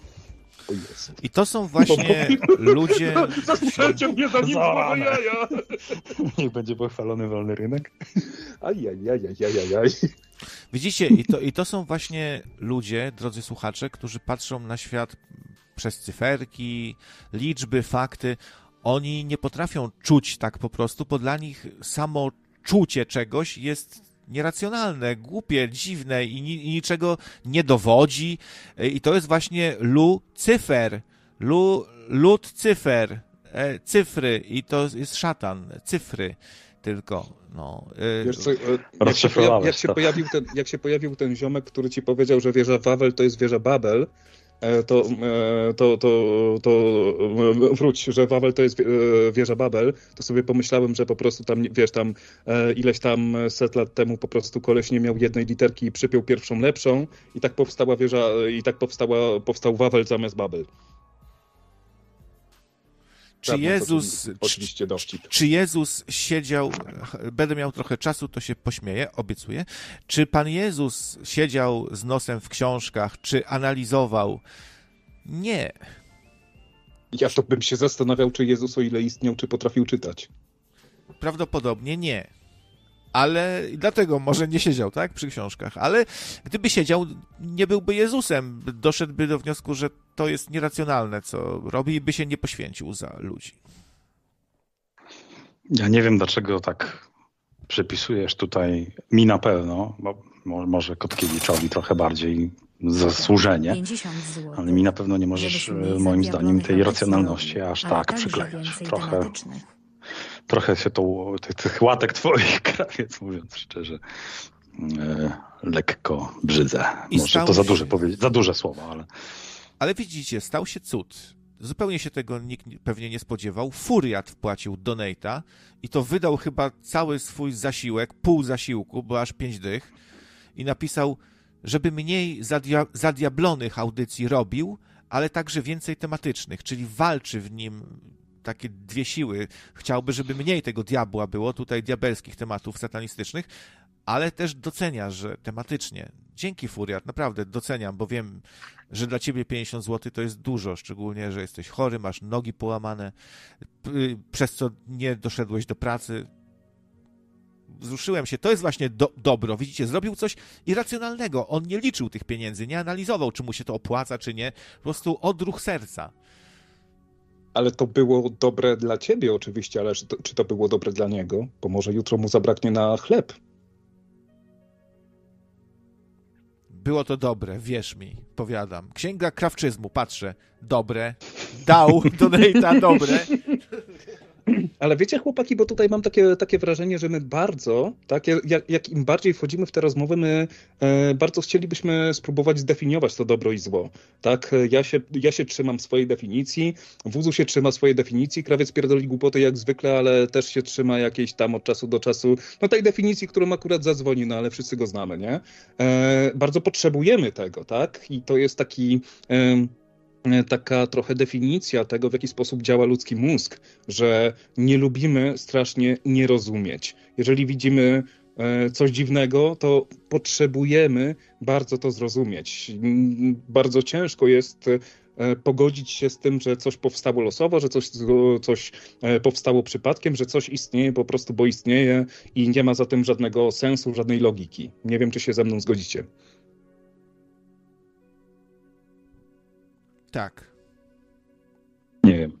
I to są właśnie ludzie... Zastrzelcie mnie za nim moje jaja! Niech będzie pochwalony wolny rynek. Ajajajajajajaj. Widzicie, i to, i to są właśnie ludzie, drodzy słuchacze, którzy patrzą na świat przez cyferki, liczby, fakty. oni nie potrafią czuć tak po prostu, bo dla nich samo czucie czegoś jest nieracjonalne, głupie, dziwne i, ni- i niczego nie dowodzi. I to jest właśnie Lucyfer, Lu, Lucyfer, e, cyfry i to jest szatan, cyfry tylko. No, y... Wiesz co, jak, się pojawi, jak, się pojawił ten, jak się pojawił ten ziomek, który ci powiedział, że wieża Wawel to jest wieża Babel, to, to, to, to wróć, że Wawel to jest wieża Babel, to sobie pomyślałem, że po prostu tam, wiesz, tam ileś tam set lat temu po prostu koleś nie miał jednej literki i przypiął pierwszą lepszą i tak powstała wieża, i tak powstała, powstał Wawel zamiast Babel. Czy Jezus, oczywiście dowcip. Czy Jezus siedział, będę miał trochę czasu, to się pośmieję, obiecuję. Czy Pan Jezus siedział z nosem w książkach, czy analizował? Nie. Ja to bym się zastanawiał, czy Jezus, o ile istniał, czy potrafił czytać. Prawdopodobnie nie. Ale dlatego może nie siedział, tak, przy książkach. Ale gdyby siedział, nie byłby Jezusem. Doszedłby do wniosku, że to jest nieracjonalne, co robi i by się nie poświęcił za ludzi. Ja nie wiem, dlaczego tak przypisujesz tutaj mi na pewno, bo może Kotkiewiczowi trochę bardziej zasłużenie, ale mi na pewno nie możesz moim zdaniem tej racjonalności aż tak przyklejać. Trochę... Trochę się to, tych, tych łatek twoich krawiec, mówiąc szczerze, e, lekko brzydzę. I Może to za duże powiedzieć, za duże słowa, ale... Ale widzicie, stał się cud. Zupełnie się tego nikt pewnie nie spodziewał. Furiat wpłacił donate'a i to wydał chyba cały swój zasiłek, pół zasiłku, bo aż pięć dych i napisał, żeby mniej zadia- zadiablonych audycji robił, ale także więcej tematycznych, czyli walczy w nim takie dwie siły. Chciałby, żeby mniej tego diabła było, tutaj diabelskich tematów satanistycznych, ale też docenia, że tematycznie. Dzięki, Furiat, naprawdę doceniam, bo wiem, że dla ciebie pięćdziesiąt złotych to jest dużo, szczególnie, że jesteś chory, masz nogi połamane, przez co nie doszedłeś do pracy. Wzruszyłem się. To jest właśnie do, dobro. Widzicie, zrobił coś irracjonalnego. On nie liczył tych pieniędzy, nie analizował, czy mu się to opłaca, czy nie. Po prostu odruch serca. Ale to było dobre dla ciebie oczywiście, ale czy to, czy to było dobre dla niego? Bo może jutro mu zabraknie na chleb. Było to dobre, wierz mi, powiadam. Księga krawczyzmu, patrzę, dobre. Dał donate'a, dobre. Ale wiecie, chłopaki, bo tutaj mam takie, takie wrażenie, że my bardzo, tak, jak, jak im bardziej wchodzimy w te rozmowy, my e, bardzo chcielibyśmy spróbować zdefiniować to dobro i zło. Tak, ja się, ja się trzymam swojej definicji, Wuzu się trzyma swojej definicji, krawiec pierdoli głupoty jak zwykle, ale też się trzyma jakiejś tam od czasu do czasu, no tej definicji, którą akurat zadzwoni, no ale wszyscy go znamy, nie? E, bardzo potrzebujemy tego, tak? I to jest taki... E, taka trochę definicja tego, w jaki sposób działa ludzki mózg, że nie lubimy strasznie nie rozumieć. Jeżeli widzimy coś dziwnego, to potrzebujemy bardzo to zrozumieć. Bardzo ciężko jest pogodzić się z tym, że coś powstało losowo, że coś, coś powstało przypadkiem, że coś istnieje po prostu, bo istnieje i nie ma za tym żadnego sensu, żadnej logiki. Nie wiem, czy się ze mną zgodzicie. Tak. Nie wiem.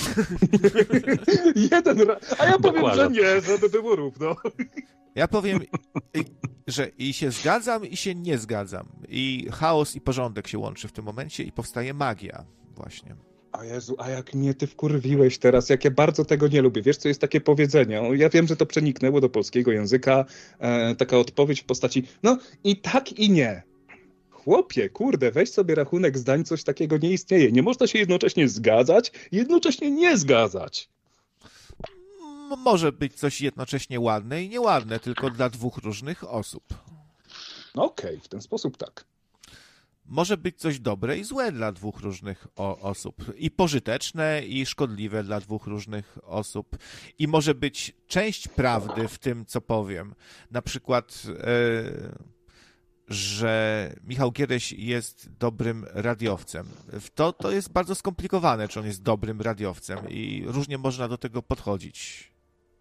Jeden raz. A ja powiem, że nie, żeby było równo. Ja powiem, że i się zgadzam, i się nie zgadzam. I chaos i porządek się łączy w tym momencie i powstaje magia właśnie. O Jezu, a jak mnie ty wkurwiłeś teraz, jak ja bardzo tego nie lubię. Wiesz, co jest takie powiedzenie? Ja wiem, że to przeniknęło do polskiego języka. E, taka odpowiedź w postaci, no i tak i nie. Chłopie, kurde, weź sobie rachunek zdań, coś takiego nie istnieje. Nie można się jednocześnie zgadzać i jednocześnie nie zgadzać. M- może być coś jednocześnie ładne i nieładne, tylko dla dwóch różnych osób. Okej, okay, w ten sposób tak. Może być coś dobre i złe dla dwóch różnych o- osób. I pożyteczne, i szkodliwe dla dwóch różnych osób. I może być część prawdy w tym, co powiem. Na przykład... Yy... że Michał Giereś jest dobrym radiowcem. To, to jest bardzo skomplikowane, czy on jest dobrym radiowcem i różnie można do tego podchodzić.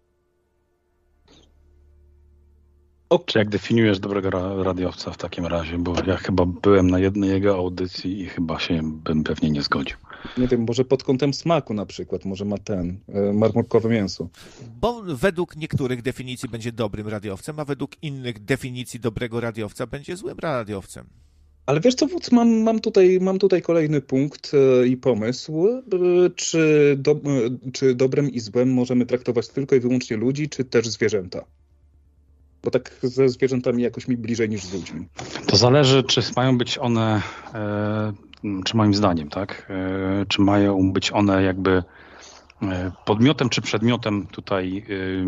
O, czy jak definiujesz dobrego ra- radiowca w takim razie? Bo ja chyba byłem na jednej jego audycji i chyba się bym pewnie nie zgodził. Nie wiem, może pod kątem smaku na przykład, może ma ten, marmurkowe mięso. Bo według niektórych definicji będzie dobrym radiowcem, a według innych definicji dobrego radiowca będzie złym radiowcem. Ale wiesz co, Wódz, mam, mam, tutaj, mam tutaj kolejny punkt e, i pomysł. E, czy, do, e, czy dobrem i złem możemy traktować tylko i wyłącznie ludzi, czy też zwierzęta? Bo tak ze zwierzętami jakoś mi bliżej niż z ludźmi. To zależy, czy mają być one, e, czy moim zdaniem, tak? E, czy mają być one jakby e, podmiotem czy przedmiotem tutaj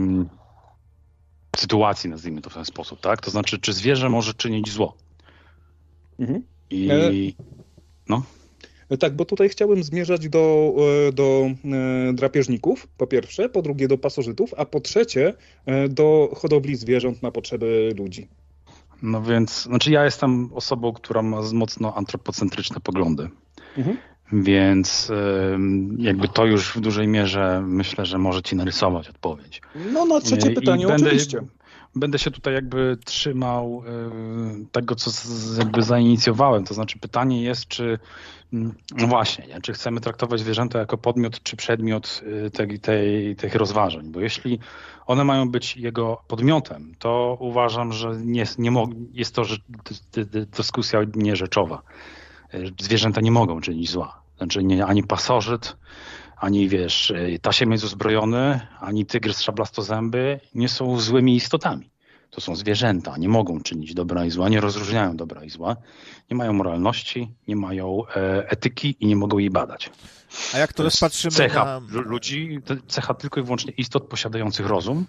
e, sytuacji, nazwijmy to w ten sposób, tak? To znaczy, czy zwierzę może czynić zło? Mhm. I no. Tak, bo tutaj chciałem zmierzać do, do drapieżników, po pierwsze, po drugie do pasożytów, a po trzecie do hodowli zwierząt na potrzeby ludzi. No więc, znaczy ja jestem osobą, która ma mocno antropocentryczne poglądy. Mhm. Więc jakby to już w dużej mierze myślę, że może ci narysować odpowiedź. No na trzecie pytanie będę, oczywiście. Będę się tutaj jakby trzymał y, tego, co z, jakby zainicjowałem. To znaczy pytanie jest, czy no właśnie, nie? Czy chcemy traktować zwierzęta jako podmiot, czy przedmiot y, tej, tej, tych rozważań. Bo jeśli one mają być jego podmiotem, to uważam, że nie, nie mo- jest to że, d, d, dyskusja nierzeczowa. Zwierzęta nie mogą czynić zła. Znaczy nie, ani pasożyt, ani wiesz, tasiemiec uzbrojony, ani tygrys szablastozęby nie są złymi istotami. To są zwierzęta, nie mogą czynić dobra i zła, nie rozróżniają dobra i zła, nie mają moralności, nie mają e, etyki i nie mogą jej badać. A jak to, to rozpatrzymy cecha na... ludzi, cecha tylko i wyłącznie istot posiadających rozum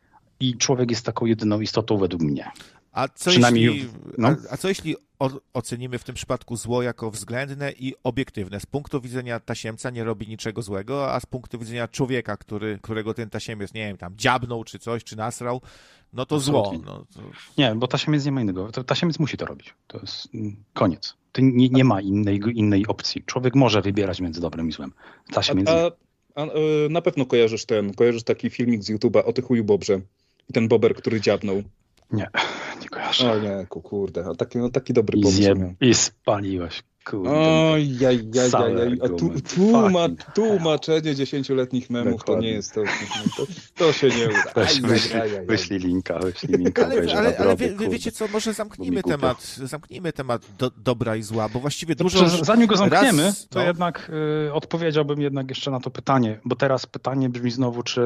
i człowiek jest taką jedyną istotą według mnie. A co, jeśli, no? a, a co jeśli o, ocenimy w tym przypadku zło jako względne i obiektywne? Z punktu widzenia tasiemca nie robi niczego złego, a z punktu widzenia człowieka, który, którego ten tasiemiec, nie wiem, tam dziabnął czy coś, czy nasrał, no to zło. No, to... Nie, bo tasiemiec nie ma innego. Tasiemiec musi to robić. To jest koniec. To nie, nie ma innej, innej opcji. Człowiek może wybierać między dobrem i złem. Tasiemiec a, nie. A, a, na pewno kojarzysz ten, kojarzysz taki filmik z YouTube'a o chuju bobrze. I ten bober, który dziabnął. Nie, nie kojarzę. O nie, kurde, a taki, no, taki dobry I pomysł zjeb... miał. I spaliłeś, kurde. Oj, jaj, jaj, jaj, jaj. A tu, tłuma, tłumaczenie dziesięcioletnich memów to nie jest to, to, to się nie uda. Weź, wyślij, wyślij linka, wyślij linka. Ale, ale, ale, ale wie, wiecie co, może zamknijmy temat, zamknijmy temat do, dobra i zła, bo właściwie dużo... Dobrze, zanim go zamkniemy, raz, to no. jednak y, odpowiedziałbym jednak jeszcze na to pytanie, bo teraz pytanie brzmi znowu, czy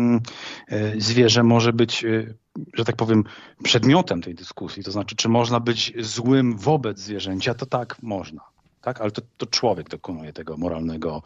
y, y, zwierzę może być... Y, że tak powiem, przedmiotem tej dyskusji, to znaczy, czy można być złym wobec zwierzęcia, to tak, można. Tak? Ale to, to człowiek dokonuje tego moralnego,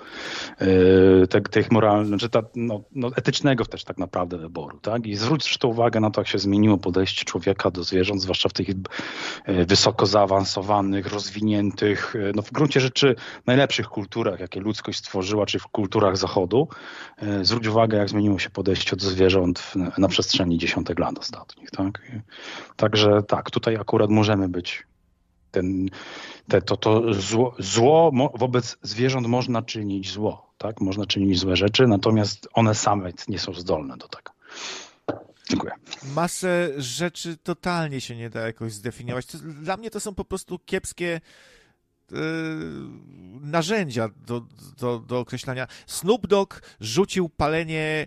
yy, te, tych moralnych, czy ta, no, no, etycznego też tak naprawdę wyboru. Tak? I zwróć to uwagę na to, jak się zmieniło podejście człowieka do zwierząt, zwłaszcza w tych yy, wysoko zaawansowanych, rozwiniętych, yy, no w gruncie rzeczy najlepszych kulturach, jakie ludzkość stworzyła, czy w kulturach Zachodu. Yy, zwróć uwagę, jak zmieniło się podejście do zwierząt w, na przestrzeni dziesiątek lat ostatnich. Tak? Yy, także tak, tutaj akurat możemy być ten, te, to, to zło, zło mo, wobec zwierząt można czynić zło, tak? Można czynić złe rzeczy, natomiast one same nie są zdolne do tego. Dziękuję. Masę rzeczy totalnie się nie da jakoś zdefiniować. To, dla mnie to są po prostu kiepskie yy, narzędzia do, do, do określania. Snoop Dogg rzucił palenie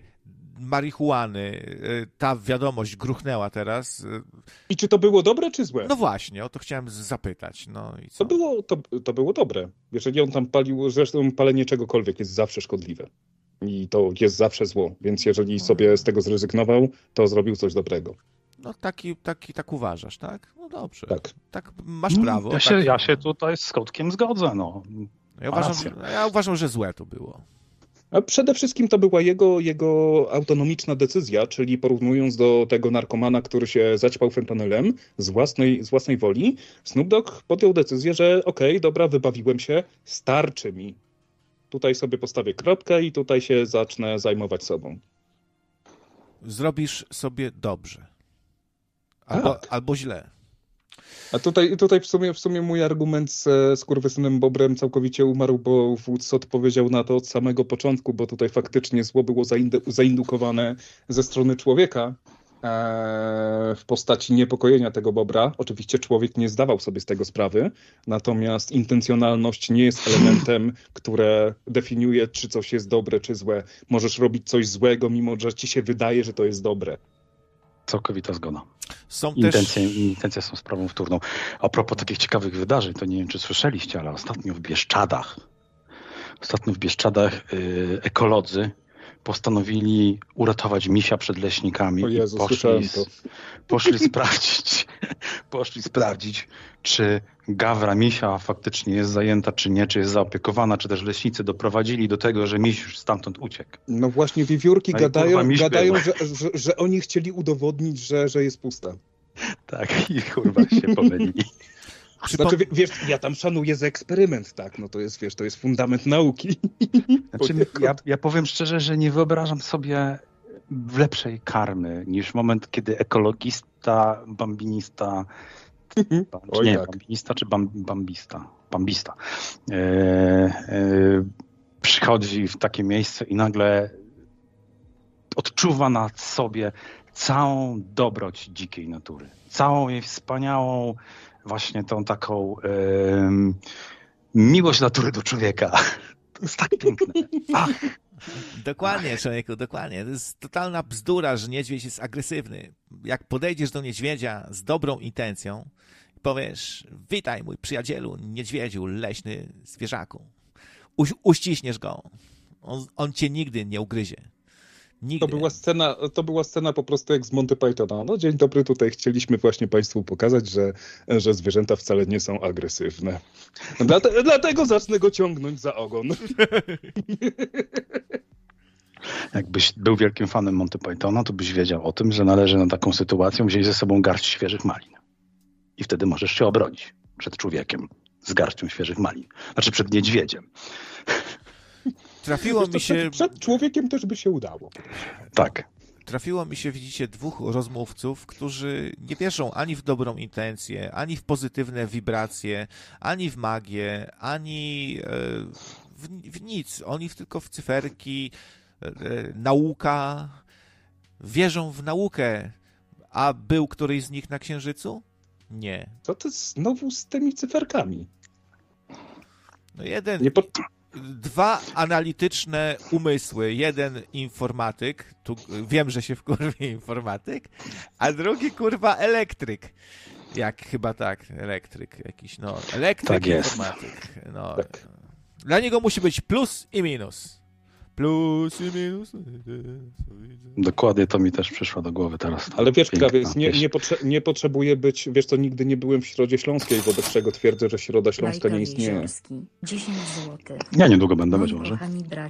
marihuany. Ta wiadomość gruchnęła teraz. I czy to było dobre, czy złe? No właśnie, o to chciałem zapytać. No i co? To było, to, to było dobre. Jeżeli on tam palił, zresztą palenie czegokolwiek jest zawsze szkodliwe. I to jest zawsze zło. Więc jeżeli sobie z tego zrezygnował, to zrobił coś dobrego. No taki, taki, tak uważasz, tak? No dobrze. Tak. Tak masz prawo. Ja się, tak. ja się tutaj z Skotkiem zgodzę. No. Ja uważam, że, ja uważam, że złe to było. A przede wszystkim to była jego, jego autonomiczna decyzja, czyli porównując do tego narkomana, który się zaćpał fentanylem z własnej, z własnej woli, Snoop Dogg podjął decyzję, że okej, okay, dobra, wybawiłem się, starczy mi. Tutaj sobie postawię kropkę i tutaj się zacznę zajmować sobą. Zrobisz sobie dobrze. Albo, tak. albo źle. A tutaj, tutaj w, sumie, w sumie mój argument z skurwysynem Bobrem całkowicie umarł, bo Wódz odpowiedział na to od samego początku, bo tutaj faktycznie zło było zaindu- zaindukowane ze strony człowieka. Eee, w postaci niepokojenia tego bobra. Oczywiście człowiek nie zdawał sobie z tego sprawy, natomiast intencjonalność nie jest elementem, które definiuje, czy coś jest dobre, czy złe. Możesz robić coś złego, mimo że ci się wydaje, że to jest dobre. Całkowita zgoda. Są Intencje, też... intencje są sprawą wtórną. A propos takich ciekawych wydarzeń, to nie wiem, czy słyszeliście, ale ostatnio w Bieszczadach, ostatnio w Bieszczadach yy, ekolodzy postanowili uratować misia przed leśnikami. O Jezu, i poszli, słyszałem to. Poszli sprawdzić, poszli sprawdzić, czy gawra misia faktycznie jest zajęta, czy nie, czy jest zaopiekowana, czy też leśnicy doprowadzili do tego, że miś już stamtąd uciekł. No właśnie, wiewiórki No gadają, kurwa, gadają że, że, że oni chcieli udowodnić, że, że jest pusta. Tak, i kurwa się pomylili. Znaczy, wiesz, ja tam szanuję za eksperyment, tak, no to jest, wiesz, to jest fundament nauki. Znaczy, ja, ja powiem szczerze, że nie wyobrażam sobie w lepszej karmy niż moment, kiedy ekologista, bambinista, ba, czy Oj, nie, tak. bambinista czy bam, bambista, bambista, e, e, przychodzi w takie miejsce i nagle odczuwa na sobie całą dobroć dzikiej natury, całą jej wspaniałą właśnie tą taką e, miłość natury do człowieka. To jest tak piękne. Ach. Dokładnie, człowieku, dokładnie. To jest totalna bzdura, że niedźwiedź jest agresywny. Jak podejdziesz do niedźwiedzia z dobrą intencją, powiesz: witaj, mój przyjacielu, niedźwiedziu, leśny zwierzaku. Uś, uściśniesz go. On, on cię nigdy nie ugryzie. Nigdy. To była scena, to była scena po prostu jak z Monty Pythona. No dzień dobry, tutaj chcieliśmy właśnie Państwu pokazać, że, że zwierzęta wcale nie są agresywne. Dlate, dlatego zacznę go ciągnąć za ogon. Jakbyś był wielkim fanem Monty Pythona, to byś wiedział o tym, że należy na taką sytuację wziąć ze sobą garść świeżych malin. I wtedy możesz się obronić przed człowiekiem z garścią świeżych malin. Znaczy przed niedźwiedziem. Trafiło mi się... Przed, przed człowiekiem też by się udało. Tak. Trafiło mi się, widzicie, dwóch rozmówców, którzy nie wierzą ani w dobrą intencję, ani w pozytywne wibracje, ani w magię, ani w, w nic. Oni tylko w cyferki, nauka. Wierzą w naukę. A był któryś z nich na Księżycu? Nie. Co to jest znowu z tymi cyferkami? No jeden... Nie po... Dwa analityczne umysły. Jeden informatyk, tu wiem, że się wkurwi informatyk, a drugi kurwa elektryk. Jak chyba tak, elektryk jakiś, no. Elektryk, tak jest. informatyk. No. Tak. Dla niego musi być plus i minus. Plus i minus. Dokładnie to mi też przyszło do głowy teraz. Ale wiesz, Piękna Krawiec, nie, nie, potrze- nie potrzebuję być, wiesz co, nigdy nie byłem w Środzie Śląskiej, wobec czego twierdzę, że Środa Śląska nie istnieje. dziesięć złotych. Ja niedługo będę, być może.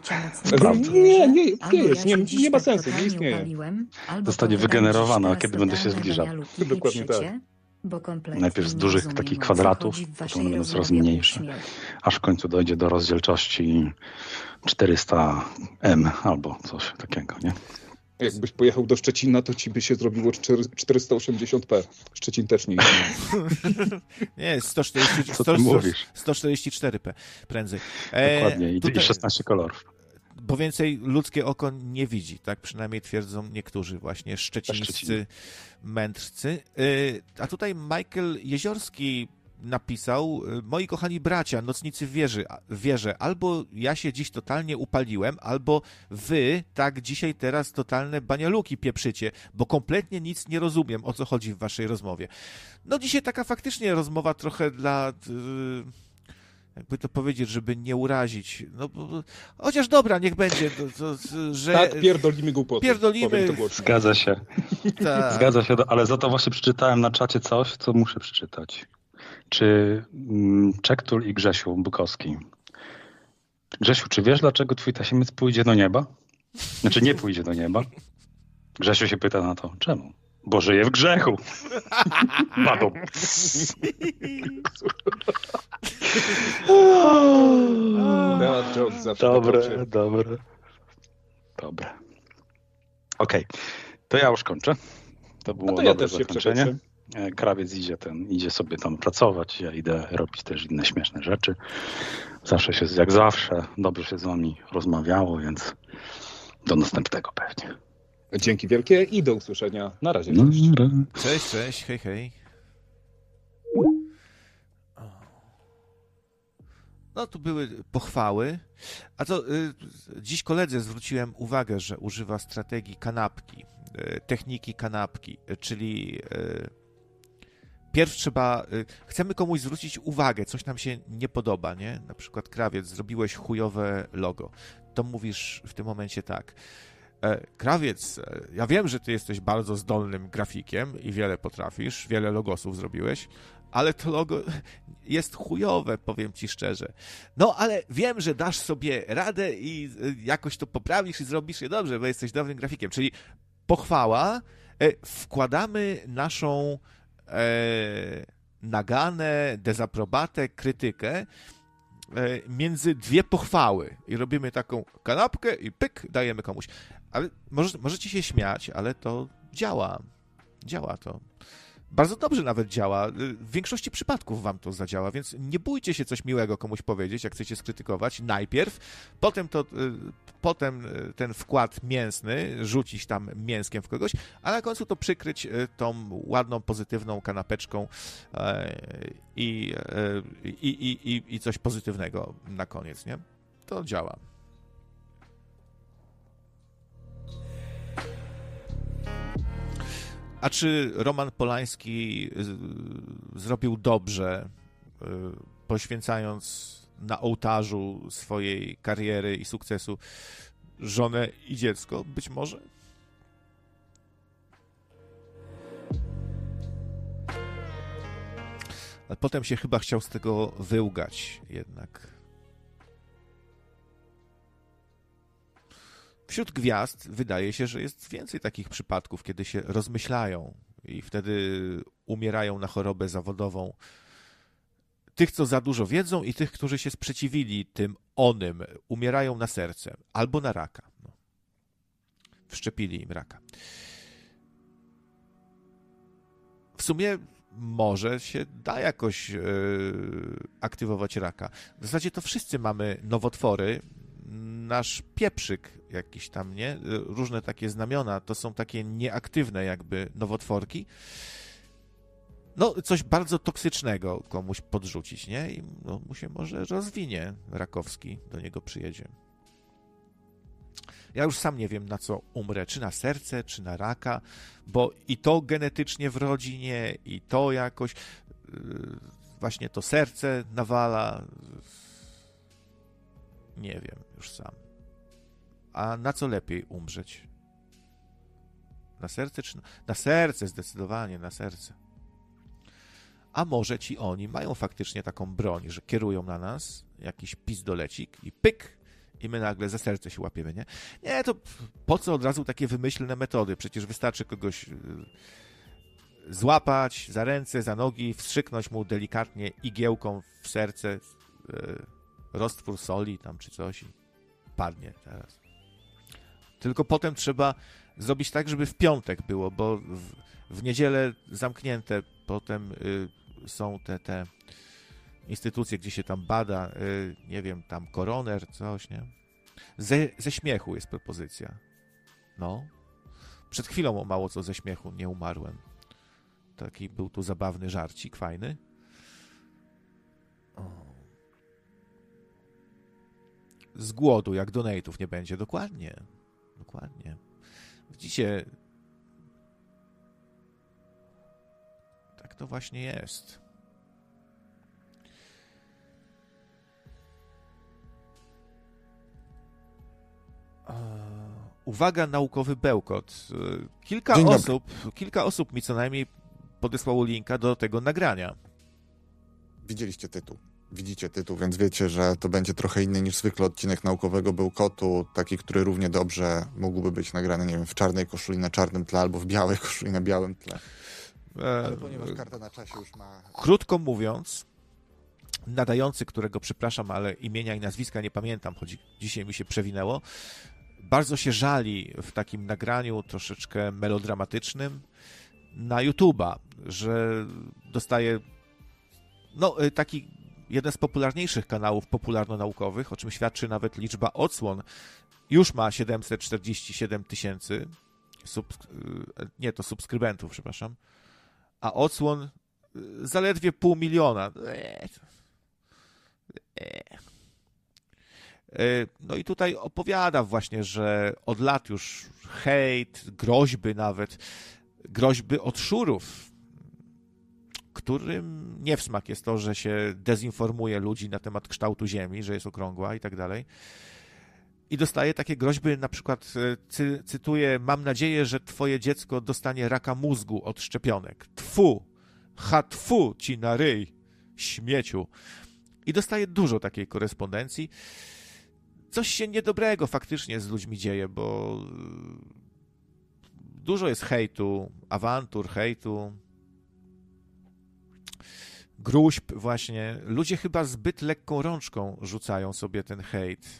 Nie, nie, nie jest, nie, nie ma sensu, nie istnieje. Zostanie wygenerowana, kiedy będę się zbliżał. Dokładnie tak. Najpierw z dużych takich kwadratów, potem będą coraz mniejsze, aż w końcu dojdzie do rozdzielczości czterysta em albo coś takiego, nie? Jakbyś pojechał do Szczecina, to ci by się zrobiło czterysta osiemdziesiąt p. Szczecin też nie istnieje. Nie, sto czterdzieści, Co ty mówisz? sto czterdzieści cztery p prędzej. Dokładnie, i, tutaj... i szesnaście kolorów. Bo więcej ludzkie oko nie widzi, tak przynajmniej twierdzą niektórzy właśnie szczecińscy mędrcy. A tutaj Michael Jeziorski napisał: moi kochani bracia, nocnicy w wieży, wieże, albo ja się dziś totalnie upaliłem, albo wy tak dzisiaj teraz totalne banialuki pieprzycie, bo kompletnie nic nie rozumiem, o co chodzi w waszej rozmowie. No dzisiaj taka faktycznie rozmowa trochę dla... Yy... jakby to powiedzieć, żeby nie urazić. No, chociaż dobra, niech będzie. To, to, że... Tak, pierdolimy głupoty. Pierdolimy. Zgadza się. Tak. Zgadza się, ale za to właśnie przeczytałem na czacie coś, co muszę przeczytać. Czy mm, Czektul i Grzesiu Bukowski. Grzesiu, czy wiesz, dlaczego twój tasiemiec pójdzie do nieba? Znaczy nie pójdzie do nieba. Grzesiu się pyta na to, czemu? Bo żyje w grzechu. Badą. Dobre, dobre. Dobre. Okej, okay. To ja już kończę. To było to dobre ja też zakończenie. Się Krawiec idzie, ten, idzie sobie tam pracować, ja idę robić też inne śmieszne rzeczy. Zawsze się, jak zawsze, dobrze się z wami rozmawiało, więc do następnego pewnie. Dzięki wielkie i do usłyszenia. Na razie. Cześć, cześć, cześć hej, hej. No, tu były pochwały. A to y, dziś koledze zwróciłem uwagę, że używa strategii kanapki, y, techniki kanapki, y, czyli y, pierw trzeba, y, chcemy komuś zwrócić uwagę, coś nam się nie podoba, nie? Na przykład krawiec, zrobiłeś chujowe logo. To mówisz w tym momencie tak. E, krawiec, e, ja wiem, że ty jesteś bardzo zdolnym grafikiem i wiele potrafisz, wiele logosów zrobiłeś, ale to logo jest chujowe, powiem ci szczerze. No, ale wiem, że dasz sobie radę i jakoś to poprawisz i zrobisz je dobrze, bo jesteś dobrym grafikiem. Czyli pochwała, wkładamy naszą e, naganę, dezaprobatę, krytykę między dwie pochwały i robimy taką kanapkę i pyk, dajemy komuś. Ale może, możecie się śmiać, ale to działa. Działa to. Bardzo dobrze nawet działa. W większości przypadków wam to zadziała, więc nie bójcie się coś miłego komuś powiedzieć, jak chcecie skrytykować. Najpierw, potem, to, potem ten wkład mięsny, rzucić tam mięskiem w kogoś, a na końcu to przykryć tą ładną, pozytywną kanapeczką i, i, i, i, i coś pozytywnego na koniec, nie? To działa. A czy Roman Polański zrobił dobrze, poświęcając na ołtarzu swojej kariery i sukcesu żonę i dziecko? Być może. Ale potem się chyba chciał z tego wyłgać jednak. Wśród gwiazd wydaje się, że jest więcej takich przypadków, kiedy się rozmyślają i wtedy umierają na chorobę zawodową. Tych, co za dużo wiedzą i tych, którzy się sprzeciwili tym onym, umierają na serce albo na raka. No. Wszczepili im raka. W sumie może się da jakoś yy, aktywować raka. W zasadzie to wszyscy mamy nowotwory. Nasz pieprzyk jakiś tam, nie? Różne takie znamiona, to są takie nieaktywne jakby nowotworki. No, coś bardzo toksycznego komuś podrzucić, nie? I no, mu się może rozwinie rakowski, do niego przyjedzie. Ja już sam nie wiem, na co umrę, czy na serce, czy na raka, bo i to genetycznie w rodzinie, i to jakoś yy, właśnie to serce nawala. Nie wiem już sam. A na co lepiej umrzeć? Na serce czy na... Na serce, zdecydowanie, na serce. A może ci oni mają faktycznie taką broń, że kierują na nas jakiś pizdolecik i pyk, i my nagle za serce się łapiemy, nie? Nie, to po co od razu takie wymyślne metody? Przecież wystarczy kogoś złapać za ręce, za nogi, wstrzyknąć mu delikatnie igiełką w serce, roztwór soli tam czy coś i padnie teraz. Tylko potem trzeba zrobić tak, żeby w piątek było, bo w, w niedzielę zamknięte potem y, są te, te instytucje, gdzie się tam bada, y, nie wiem, tam koroner, coś, nie? Ze, ze śmiechu jest propozycja. No. Przed chwilą o mało co ze śmiechu nie umarłem. Taki był tu zabawny żarcik, fajny. O. Z głodu, jak donate'ów nie będzie. Dokładnie. Dokładnie. Widzicie, tak to właśnie jest. Uwaga, naukowy bełkot. Kilka Dzień osób, dobry. kilka osób mi co najmniej podesłało linka do tego nagrania. Widzieliście tytuł. Widzicie tytuł, więc wiecie, że to będzie trochę inny niż zwykle odcinek naukowego bełkotu, taki, który równie dobrze mógłby być nagrany, nie wiem, w czarnej koszuli na czarnym tle albo w białej koszuli na białym tle. Ale ponieważ karta na czasie już ma... Krótko mówiąc, nadający, którego przepraszam, ale imienia i nazwiska nie pamiętam, choć dzisiaj mi się przewinęło, bardzo się żali w takim nagraniu troszeczkę melodramatycznym na YouTube'a, że dostaje no taki jeden z popularniejszych kanałów popularno-naukowych, o czym świadczy nawet liczba odsłon, już ma siedemset czterdzieści siedem tysięcy Subsk- nie, to subskrybentów, przepraszam. A odsłon zaledwie pół miliona. Eee. Eee. No i tutaj opowiada właśnie, że od lat już hejt, groźby nawet, groźby od szurów, którym nie w smak jest to, że się dezinformuje ludzi na temat kształtu Ziemi, że jest okrągła i tak dalej. I dostaje takie groźby, na przykład cy, cytuję, mam nadzieję, że twoje dziecko dostanie raka mózgu od szczepionek. Tfu, ha tfu ci na ryj, śmieciu. I dostaje dużo takiej korespondencji. Coś się niedobrego faktycznie z ludźmi dzieje, bo dużo jest hejtu, awantur, hejtu, gruźb właśnie. Ludzie chyba zbyt lekką rączką rzucają sobie ten hejt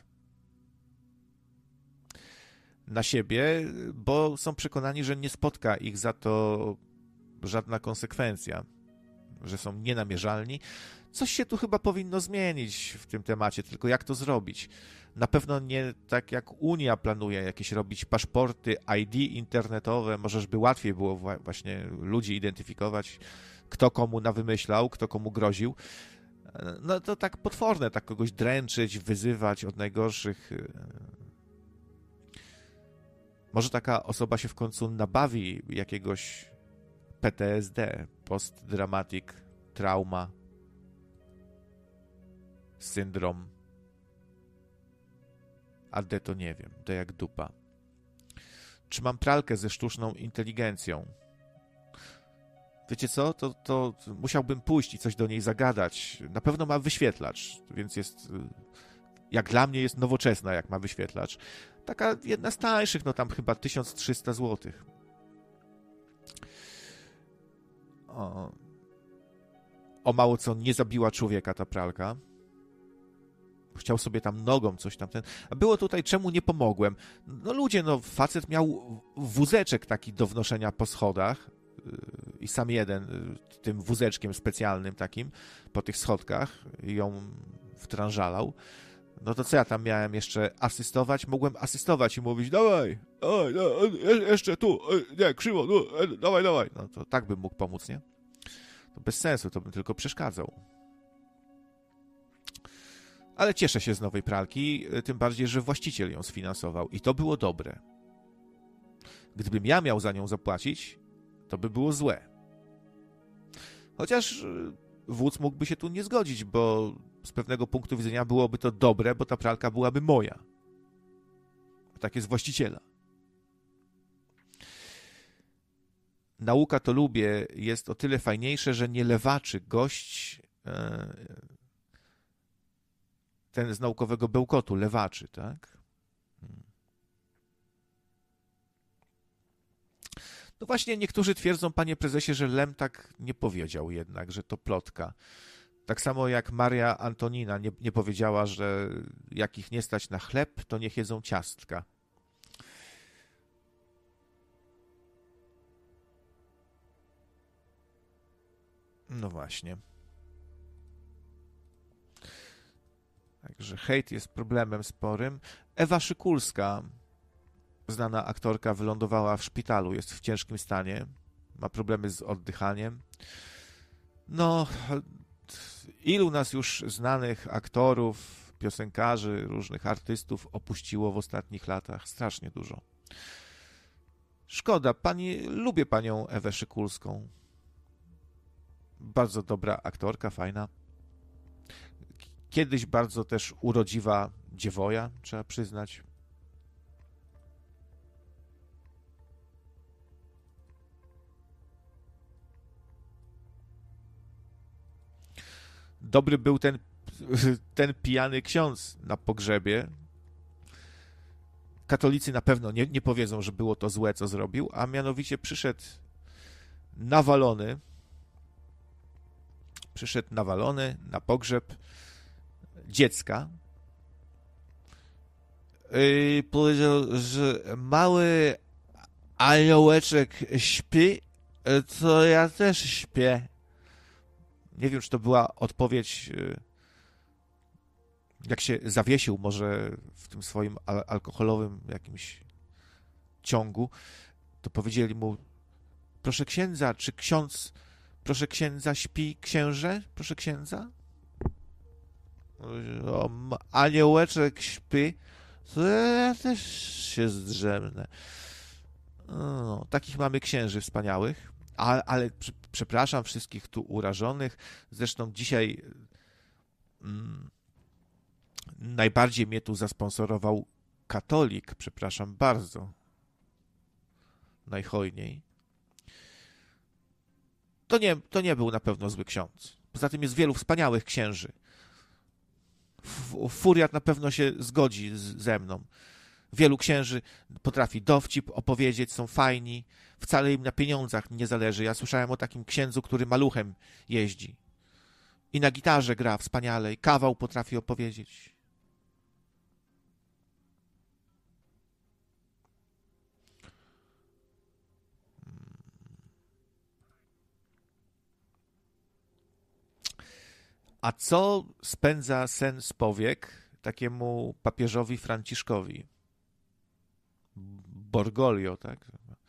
na siebie, bo są przekonani, że nie spotka ich za to żadna konsekwencja, że są nienamierzalni. Coś się tu chyba powinno zmienić w tym temacie, tylko jak to zrobić? Na pewno nie tak jak Unia planuje jakieś robić paszporty, I D internetowe, może żeby łatwiej było właśnie ludzi identyfikować, kto komu nawymyślał, kto komu groził. No to tak potworne, tak kogoś dręczyć, wyzywać od najgorszych. Może taka osoba się w końcu nabawi jakiegoś P T S D, post-dramatic trauma, syndrom. A D to nie wiem, D jak dupa. Czy mam pralkę ze sztuczną inteligencją? Wiecie co? To, to musiałbym pójść i coś do niej zagadać. Na pewno ma wyświetlacz, więc jest, jak dla mnie jest nowoczesna, jak ma wyświetlacz. Taka jedna z tańszych, no tam chyba tysiąc trzysta złotych. O, o mało co nie zabiła człowieka ta pralka. Chciał sobie tam nogą coś tam ten... A było tutaj, czemu nie pomogłem? No ludzie, no facet miał wózeczek taki do wnoszenia po schodach i sam jeden tym wózeczkiem specjalnym takim po tych schodkach ją wtrążalał. No to co ja tam miałem jeszcze asystować? Mogłem asystować i mówić, dawaj, dawaj, dawaj jeszcze tu, nie, krzywo, no, dawaj, dawaj. No to tak bym mógł pomóc, nie? To bez sensu, to bym tylko przeszkadzał. Ale cieszę się z nowej pralki, tym bardziej, że właściciel ją sfinansował i to było dobre. Gdybym ja miał za nią zapłacić, to by było złe. Chociaż wódz mógłby się tu nie zgodzić, bo z pewnego punktu widzenia byłoby to dobre, bo ta pralka byłaby moja. A tak jest właściciela. Nauka to lubię, jest o tyle fajniejsze, że nie lewaczy gość... Yy, ten z naukowego bełkotu, lewaczy, tak? No właśnie, niektórzy twierdzą, panie prezesie, że Lem tak nie powiedział jednak, że to plotka. Tak samo jak Maria Antonina nie, nie powiedziała, że jak ich nie stać na chleb, to niech jedzą ciastka. No właśnie. Także hejt jest problemem sporym. Ewa Szykulska, znana aktorka, wylądowała w szpitalu, jest w ciężkim stanie, ma problemy z oddychaniem. No, ilu nas już znanych aktorów, piosenkarzy, różnych artystów opuściło w ostatnich latach? Strasznie dużo. Szkoda, pani, lubię panią Ewę Szykulską. Bardzo dobra aktorka, fajna. Kiedyś bardzo też urodziwa dziewoja, trzeba przyznać. Dobry był ten, ten pijany ksiądz na pogrzebie. Katolicy na pewno nie, nie powiedzą, że było to złe, co zrobił, a mianowicie przyszedł nawalony, przyszedł nawalony na pogrzeb dziecka. Yy, powiedział, że mały aniołeczek śpi, to ja też śpię. Nie wiem, czy to była odpowiedź, jak się zawiesił może w tym swoim al- alkoholowym jakimś ciągu. to powiedzieli mu: proszę księdza, czy ksiądz, proszę księdza, śpi księże? Proszę księdza? O, aniołeczek śpi, to ja też się zdrzemnę. No, takich mamy księży wspaniałych, ale, ale przepraszam wszystkich tu urażonych. Zresztą dzisiaj mm, najbardziej mnie tu zasponsorował katolik, przepraszam bardzo, najhojniej. To nie, to nie był na pewno zły ksiądz. Poza tym jest wielu wspaniałych księży. Furiat na pewno się zgodzi z, ze mną. Wielu księży potrafi dowcip opowiedzieć, są fajni. Wcale im na pieniądzach nie zależy. Ja słyszałem o takim księdzu, który maluchem jeździ. I na gitarze gra wspaniale. I kawał potrafi opowiedzieć. A co spędza sen z powiek takiemu papieżowi Franciszkowi? Borgoglio, tak?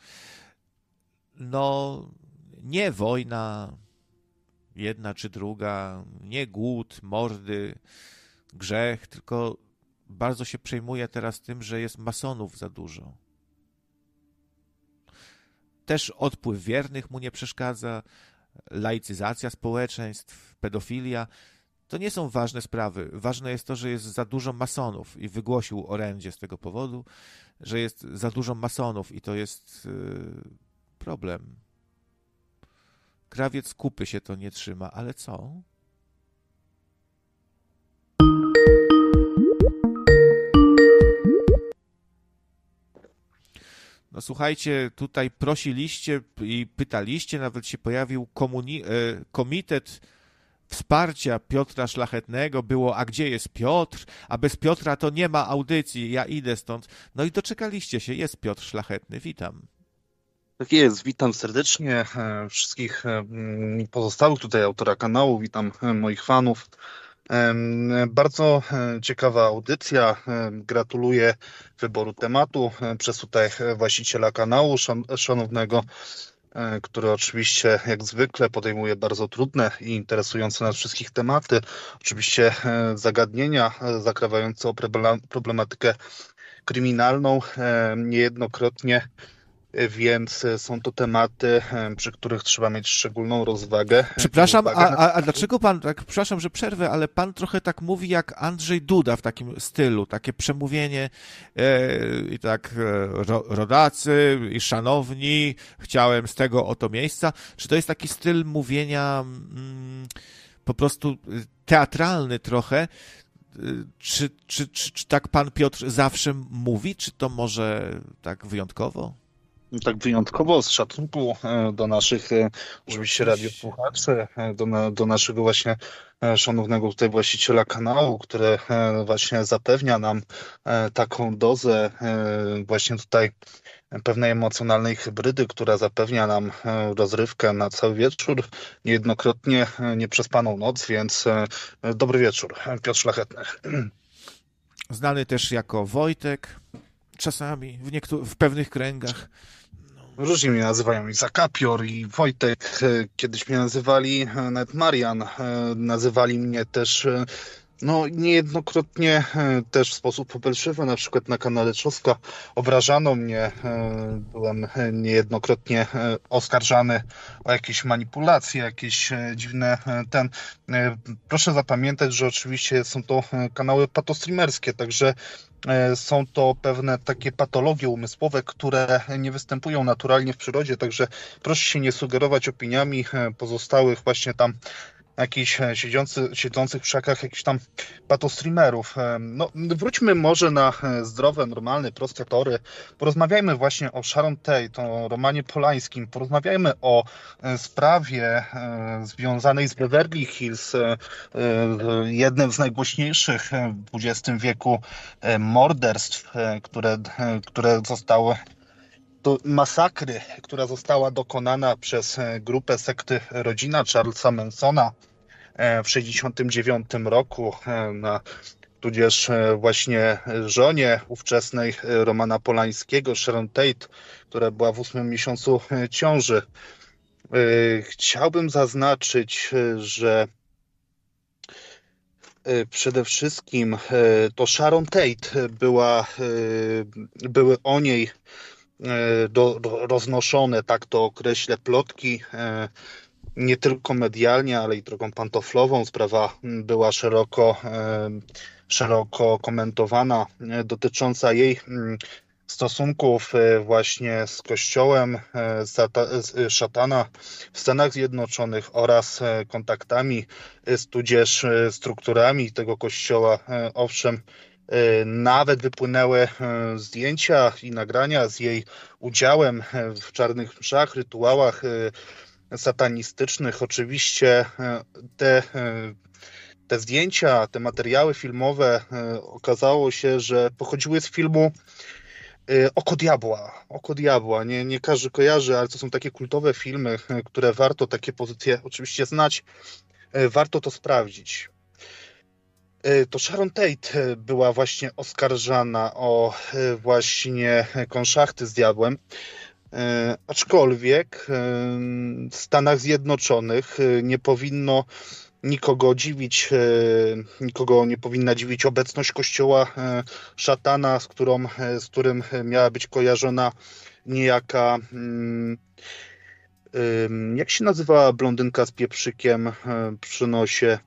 No, nie wojna, jedna czy druga, nie głód, mordy, grzech, tylko bardzo się przejmuje teraz tym, że jest masonów za dużo. Też odpływ wiernych mu nie przeszkadza, laicyzacja społeczeństw, pedofilia. To nie są ważne sprawy. Ważne jest to, że jest za dużo masonów i wygłosił orędzie z tego powodu, że jest za dużo masonów i to jest yy, problem. Krawiec kupy się to nie trzyma, ale co? No słuchajcie, tutaj prosiliście i pytaliście, nawet się pojawił komuni- e, komitet wsparcia Piotra Szlachetnego. Było: a gdzie jest Piotr? A bez Piotra to nie ma audycji, ja idę stąd. No i doczekaliście się, jest Piotr Szlachetny, witam. Tak jest, witam serdecznie wszystkich pozostałych tutaj autora kanału, witam moich fanów. Bardzo ciekawa audycja, gratuluję wyboru tematu przez tutaj właściciela kanału, szanownego, który oczywiście jak zwykle podejmuje bardzo trudne i interesujące nas wszystkich tematy. Oczywiście zagadnienia zakrawające o problematykę kryminalną niejednokrotnie, więc są to tematy, przy których trzeba mieć szczególną rozwagę. Przepraszam, a, a, a dlaczego pan, tak, przepraszam, że przerwę, ale pan trochę tak mówi jak Andrzej Duda w takim stylu, takie przemówienie e, i tak e, ro, rodacy i szanowni, chciałem z tego oto miejsca. Czy to jest taki styl mówienia mm, po prostu teatralny trochę? Czy, czy, czy, czy tak pan Piotr zawsze mówi, czy to może tak wyjątkowo? Tak wyjątkowo, z szacunku do naszych oczywiście radiosłuchaczy, do, do naszego właśnie szanownego tutaj właściciela kanału, który właśnie zapewnia nam taką dozę właśnie tutaj pewnej emocjonalnej hybrydy, która zapewnia nam rozrywkę na cały wieczór, niejednokrotnie nieprzespaną noc, więc dobry wieczór, Piotr Szlachetny. Znany też jako Wojtek, czasami w, niektó- w pewnych kręgach. Różnie mnie nazywają, i Zakapior, i Wojtek, kiedyś mnie nazywali nawet Marian, nazywali mnie też no niejednokrotnie też w sposób popelszywy, na przykład na kanale Czoska obrażano mnie, byłem niejednokrotnie oskarżany o jakieś manipulacje, jakieś dziwne ten. Proszę zapamiętać, że oczywiście są to kanały patostreamerskie, także są to pewne takie patologie umysłowe, które nie występują naturalnie w przyrodzie, także proszę się nie sugerować opiniami pozostałych właśnie tam jakichś siedzący, siedzących w krzakach jakichś tam patostreamerów. No, wróćmy może na zdrowe, normalne, proste tory. Porozmawiajmy właśnie o Sharon Tate, o Romanie Polańskim. Porozmawiajmy o sprawie związanej z Beverly Hills, jednym z najgłośniejszych w dwudziestym wieku morderstw, które, które zostały to masakry, która została dokonana przez grupę sekty rodzina Charlesa Mansona w sześćdziesiątym dziewiątym roku na tudzież właśnie żonie ówczesnej Romana Polańskiego, Sharon Tate, która była w ósmym miesiącu ciąży. Chciałbym zaznaczyć, że przede wszystkim to Sharon Tate była, były o niej do, do, roznoszone, tak to określę, plotki, nie tylko medialnie, ale i drogą pantoflową. Sprawa była szeroko, szeroko komentowana, dotycząca jej stosunków właśnie z Kościołem szatana w Stanach Zjednoczonych oraz kontaktami, tudzież strukturami tego Kościoła. Owszem, nawet wypłynęły zdjęcia i nagrania z jej udziałem w czarnych mszach, rytuałach satanistycznych. Oczywiście te, te zdjęcia, te materiały filmowe okazało się, że pochodziły z filmu Oko Diabła. Oko Diabła. Nie, nie każdy kojarzy, ale to są takie kultowe filmy, które warto takie pozycje oczywiście znać. Warto to sprawdzić. To Sharon Tate była właśnie oskarżana o właśnie konszachty z diabłem. Aczkolwiek w Stanach Zjednoczonych nie powinno nikogo dziwić, nikogo nie powinna dziwić obecność kościoła szatana, z, którą, z którym miała być kojarzona niejaka, jak się nazywała blondynka z pieprzykiem przy nosie?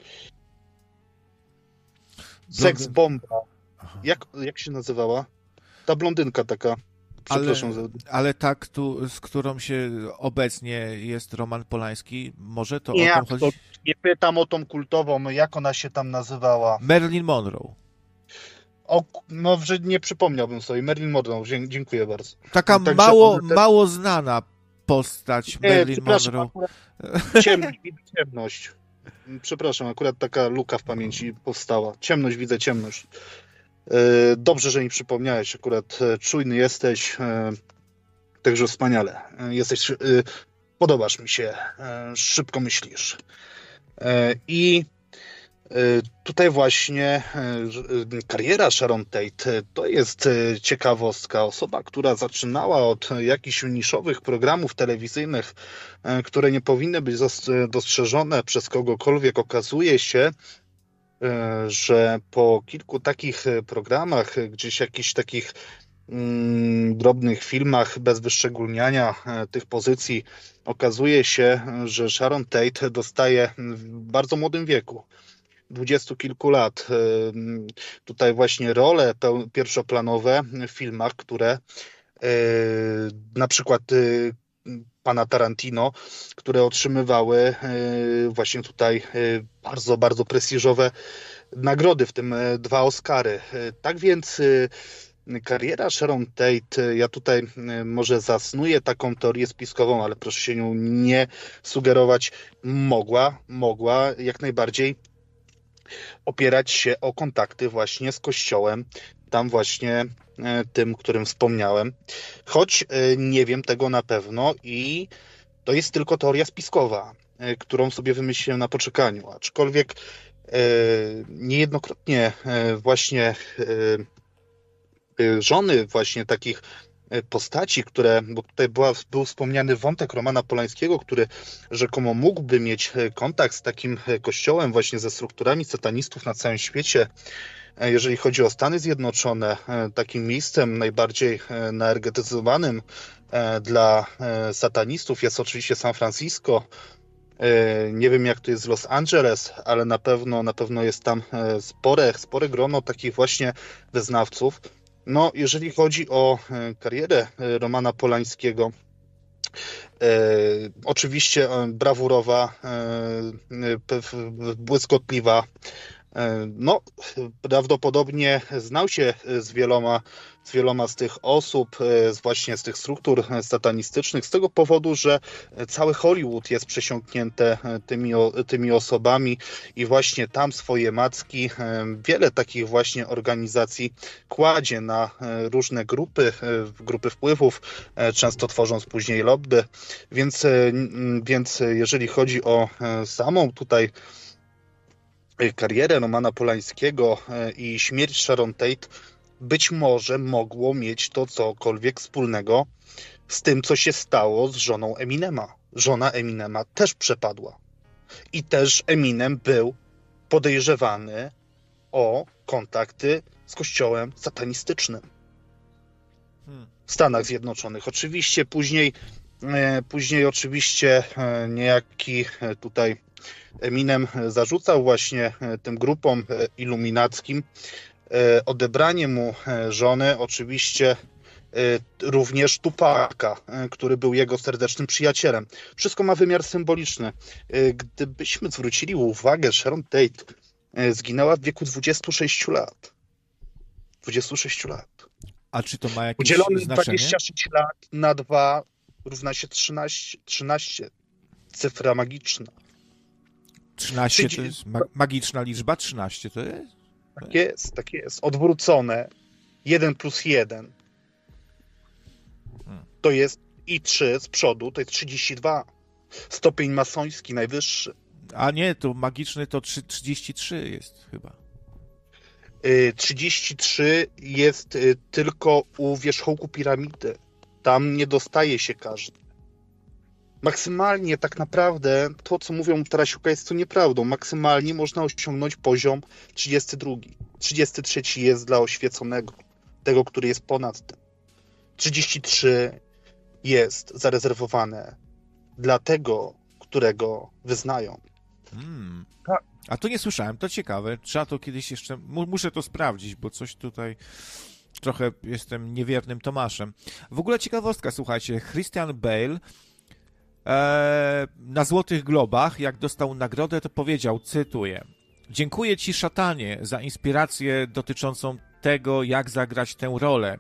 Seks bomba. Jak, jak się nazywała? Ta blondynka taka. Przepraszam. Ale, ale tak, tu, z którą się obecnie jest Roman Polański, może to nie, o tym chodzi? Nie pytam o tą kultową, jak ona się tam nazywała. Marilyn Monroe. O, no, że nie przypomniałbym sobie. Marilyn Monroe, dziękuję bardzo. Taka Także mało, te... mało znana postać nie, Marilyn Monroe. Ciemność, widzę ciemność. Przepraszam, akurat taka luka w pamięci powstała. Ciemność, widzę ciemność. Dobrze, że mi przypomniałeś, akurat czujny jesteś, także wspaniale. Jesteś, podobasz mi się, szybko myślisz. I tutaj właśnie kariera Sharon Tate to jest ciekawostka. Osoba, która zaczynała od jakichś niszowych programów telewizyjnych, które nie powinny być dostrzeżone przez kogokolwiek, okazuje się, że po kilku takich programach, gdzieś jakichś takich mm, drobnych filmach bez wyszczególniania tych pozycji, okazuje się, że Sharon Tate dostaje w bardzo młodym wieku, dwudziestu kilku lat, tutaj właśnie role pierwszoplanowe w filmach, które na przykład pana Tarantino, które otrzymywały właśnie tutaj bardzo, bardzo prestiżowe nagrody, w tym dwa Oscary. Tak więc kariera Sharon Tate, ja tutaj może zasnuję taką teorię spiskową, ale proszę się nią nie sugerować, mogła, mogła jak najbardziej opierać się o kontakty właśnie z Kościołem, tam właśnie tym, którym wspomniałem. Choć nie wiem tego na pewno i to jest tylko teoria spiskowa, którą sobie wymyśliłem na poczekaniu. Aczkolwiek niejednokrotnie właśnie żony właśnie takich postaci, które, bo tutaj była, był wspomniany wątek Romana Polańskiego, który rzekomo mógłby mieć kontakt z takim kościołem, właśnie ze strukturami satanistów na całym świecie. Jeżeli chodzi o Stany Zjednoczone, takim miejscem najbardziej naenergetyzowanym dla satanistów jest oczywiście San Francisco. Nie wiem, jak to jest z Los Angeles, ale na pewno, na pewno jest tam spore, spore grono takich właśnie wyznawców. No, jeżeli chodzi o karierę Romana Polańskiego, e, oczywiście brawurowa, e, błyskotliwa. E, no, prawdopodobnie znał się z wieloma, z wieloma z tych osób, e, właśnie z tych struktur satanistycznych, z tego powodu, że cały Hollywood jest przesiąknięte tymi, tymi osobami i właśnie tam swoje macki, e, wiele takich właśnie organizacji kładzie na różne grupy, grupy wpływów, e, często tworząc później lobby, więc, e, więc jeżeli chodzi o samą tutaj karierę Romana Polańskiego i śmierć Sharon Tate być może mogło mieć to cokolwiek wspólnego z tym, co się stało z żoną Eminema. Żona Eminema też przepadła. I też Eminem był podejrzewany o kontakty z kościołem satanistycznym w Stanach Zjednoczonych. Oczywiście później, później oczywiście niejaki tutaj Eminem zarzucał właśnie tym grupom iluminackim odebranie mu żony, oczywiście również Tupaka, który był jego serdecznym przyjacielem. Wszystko ma wymiar symboliczny. Gdybyśmy zwrócili uwagę, Sharon Tate zginęła w wieku dwudziestu sześciu lat. dwudziestu sześciu lat. A czy to ma jakieś Udzielony znaczenie? dwadzieścia sześć lat na dwa równa się trzynaście. trzynaście. Cyfra magiczna. trzynaście to jest ma- magiczna liczba? trzynaście to jest? Tak jest, tak jest. Odwrócone. jeden plus jeden. To jest i trzy z przodu, to jest trzydzieści dwa. Stopień masoński najwyższy. A nie, to magiczny to trzydzieści trzy jest chyba. trzydzieści trzy jest tylko u wierzchołku piramidy. Tam nie dostaje się każdy. Maksymalnie tak naprawdę to, co mówią Tarasiuka, jest to nieprawdą. Maksymalnie można osiągnąć poziom trzydziesty drugi. trzydziesty trzeci jest dla oświeconego, tego, który jest ponad tym. trzydzieści trzy jest zarezerwowane dla tego, którego wyznają. Hmm. Tak. A to nie słyszałem, to ciekawe. Trzeba to kiedyś jeszcze... Muszę to sprawdzić, bo coś tutaj... Trochę jestem niewiernym Tomaszem. W ogóle ciekawostka, słuchajcie. Christian Bale e, na Złotych Globach, jak dostał nagrodę, to powiedział, cytuję: dziękuję ci, szatanie, za inspirację dotyczącą tego, jak zagrać tę rolę.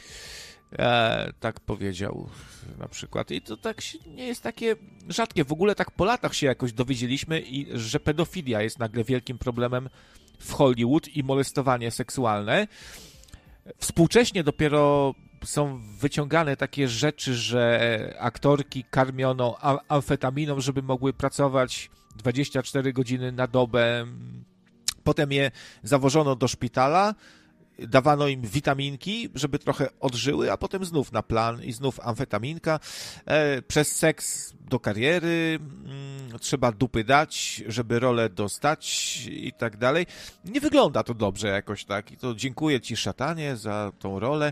E, tak powiedział na przykład. I to tak nie jest takie rzadkie. W ogóle tak po latach się jakoś dowiedzieliśmy, i, że pedofilia jest nagle wielkim problemem w Hollywood i molestowanie seksualne. Współcześnie dopiero są wyciągane takie rzeczy, że aktorki karmiono amfetaminą, żeby mogły pracować dwadzieścia cztery godziny na dobę. Potem je zawożono do szpitala, dawano im witaminki, żeby trochę odżyły, a potem znów na plan i znów amfetaminka. E, przez seks do kariery, mm, trzeba dupy dać, żeby rolę dostać i tak dalej. Nie wygląda to dobrze jakoś tak. I to dziękuję ci, szatanie, za tą rolę.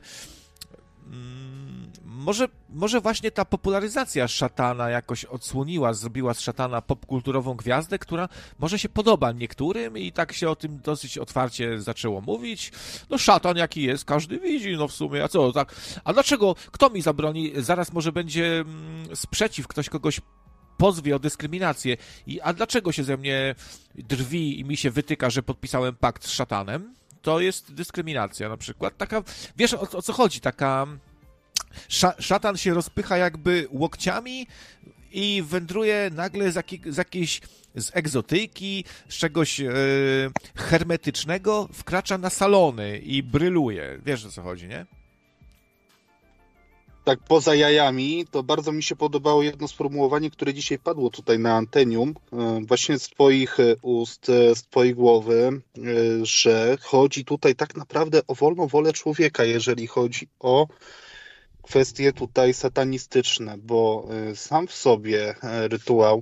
Mm, może, może właśnie ta popularyzacja szatana jakoś odsłoniła, zrobiła z szatana popkulturową gwiazdę, która może się podoba niektórym i tak się o tym dosyć otwarcie zaczęło mówić. No szatan jaki jest, każdy widzi, no w sumie, a co, tak, a dlaczego, kto mi zabroni, zaraz może będzie mm, sprzeciw, ktoś kogoś pozwie o dyskryminację, I, a dlaczego się ze mnie drwi i mi się wytyka, że podpisałem pakt z szatanem? To jest dyskryminacja na przykład. Taka, wiesz o, o co chodzi, taka... Szatan się rozpycha jakby łokciami i wędruje nagle z, jakiej, z jakiejś z egzotyki, z czegoś e, hermetycznego, wkracza na salony i bryluje. Wiesz o co chodzi, nie? Tak poza jajami, to bardzo mi się podobało jedno sformułowanie, które dzisiaj padło tutaj na antenium, właśnie z twoich ust, z twojej głowy, że chodzi tutaj tak naprawdę o wolną wolę człowieka, jeżeli chodzi o kwestie tutaj satanistyczne, bo sam w sobie rytuał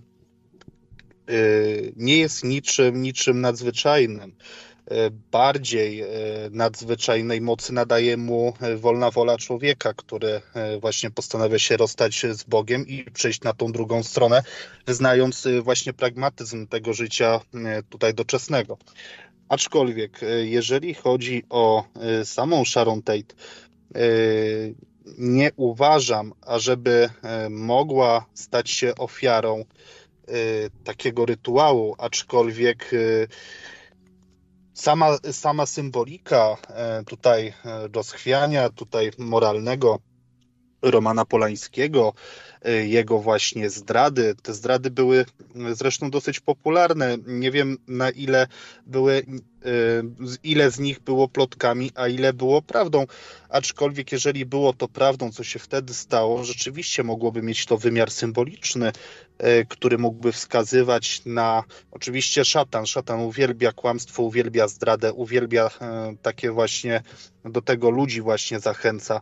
nie jest niczym, niczym nadzwyczajnym. Bardziej nadzwyczajnej mocy nadaje mu wolna wola człowieka, który właśnie postanawia się rozstać z Bogiem i przejść na tą drugą stronę, wyznając właśnie pragmatyzm tego życia tutaj doczesnego. Aczkolwiek, jeżeli chodzi o samą Sharon Tate, nie uważam, ażeby mogła stać się ofiarą takiego rytuału, aczkolwiek sama, sama symbolika tutaj rozchwiania, tutaj moralnego Romana Polańskiego, jego właśnie zdrady. Te zdrady były zresztą dosyć popularne. Nie wiem, na ile były, ile z nich było plotkami, a ile było prawdą. Aczkolwiek jeżeli było to prawdą, co się wtedy stało, rzeczywiście mogłoby mieć to wymiar symboliczny, który mógłby wskazywać na oczywiście szatan. Szatan uwielbia kłamstwo, uwielbia zdradę, uwielbia takie właśnie, do tego ludzi właśnie zachęca.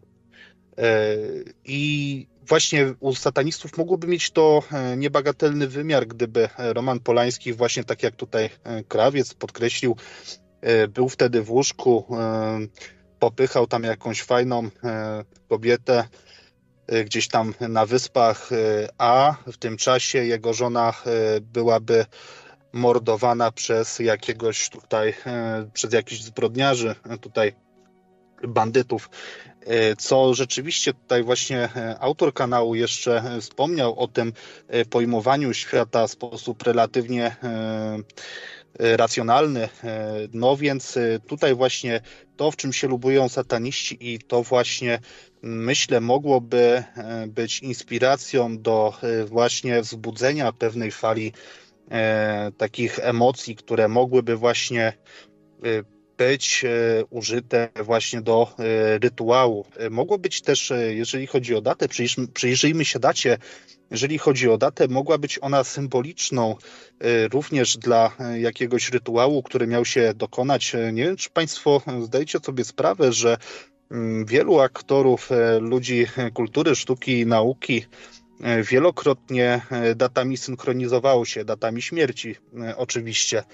I właśnie u satanistów mogłoby mieć to niebagatelny wymiar, gdyby Roman Polański, właśnie tak jak tutaj Krawiec podkreślił, był wtedy w łóżku, popychał tam jakąś fajną kobietę gdzieś tam na wyspach, a w tym czasie jego żona byłaby mordowana przez jakiegoś tutaj, przez jakichś zbrodniarzy, tutaj bandytów, co rzeczywiście tutaj właśnie autor kanału jeszcze wspomniał o tym pojmowaniu świata w sposób relatywnie racjonalny. No więc tutaj właśnie to, w czym się lubują sataniści, i to właśnie myślę mogłoby być inspiracją do właśnie wzbudzenia pewnej fali takich emocji, które mogłyby właśnie być użyte właśnie do rytuału. Mogło być też, jeżeli chodzi o datę, przyjrzyjmy się dacie, jeżeli chodzi o datę, mogła być ona symboliczną również dla jakiegoś rytuału, który miał się dokonać. Nie wiem, czy Państwo zdajecie sobie sprawę, że wielu aktorów, ludzi kultury, sztuki i nauki wielokrotnie datami synchronizowało się, datami śmierci oczywiście.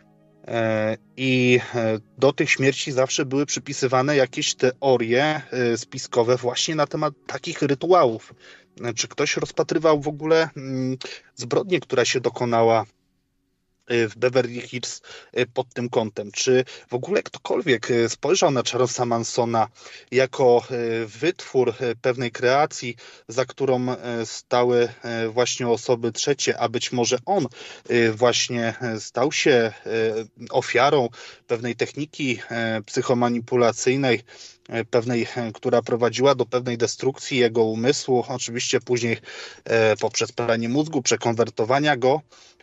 I do tych śmierci zawsze były przypisywane jakieś teorie spiskowe właśnie na temat takich rytuałów. Czy ktoś rozpatrywał w ogóle zbrodnię, która się dokonała w Beverly Hills pod tym kątem? Czy w ogóle ktokolwiek spojrzał na Charlesa Mansona jako wytwór pewnej kreacji, za którą stały właśnie osoby trzecie, a być może on właśnie stał się ofiarą pewnej techniki psychomanipulacyjnej, pewnej, która prowadziła do pewnej destrukcji jego umysłu, oczywiście później poprzez pranie mózgu, przekonwertowania go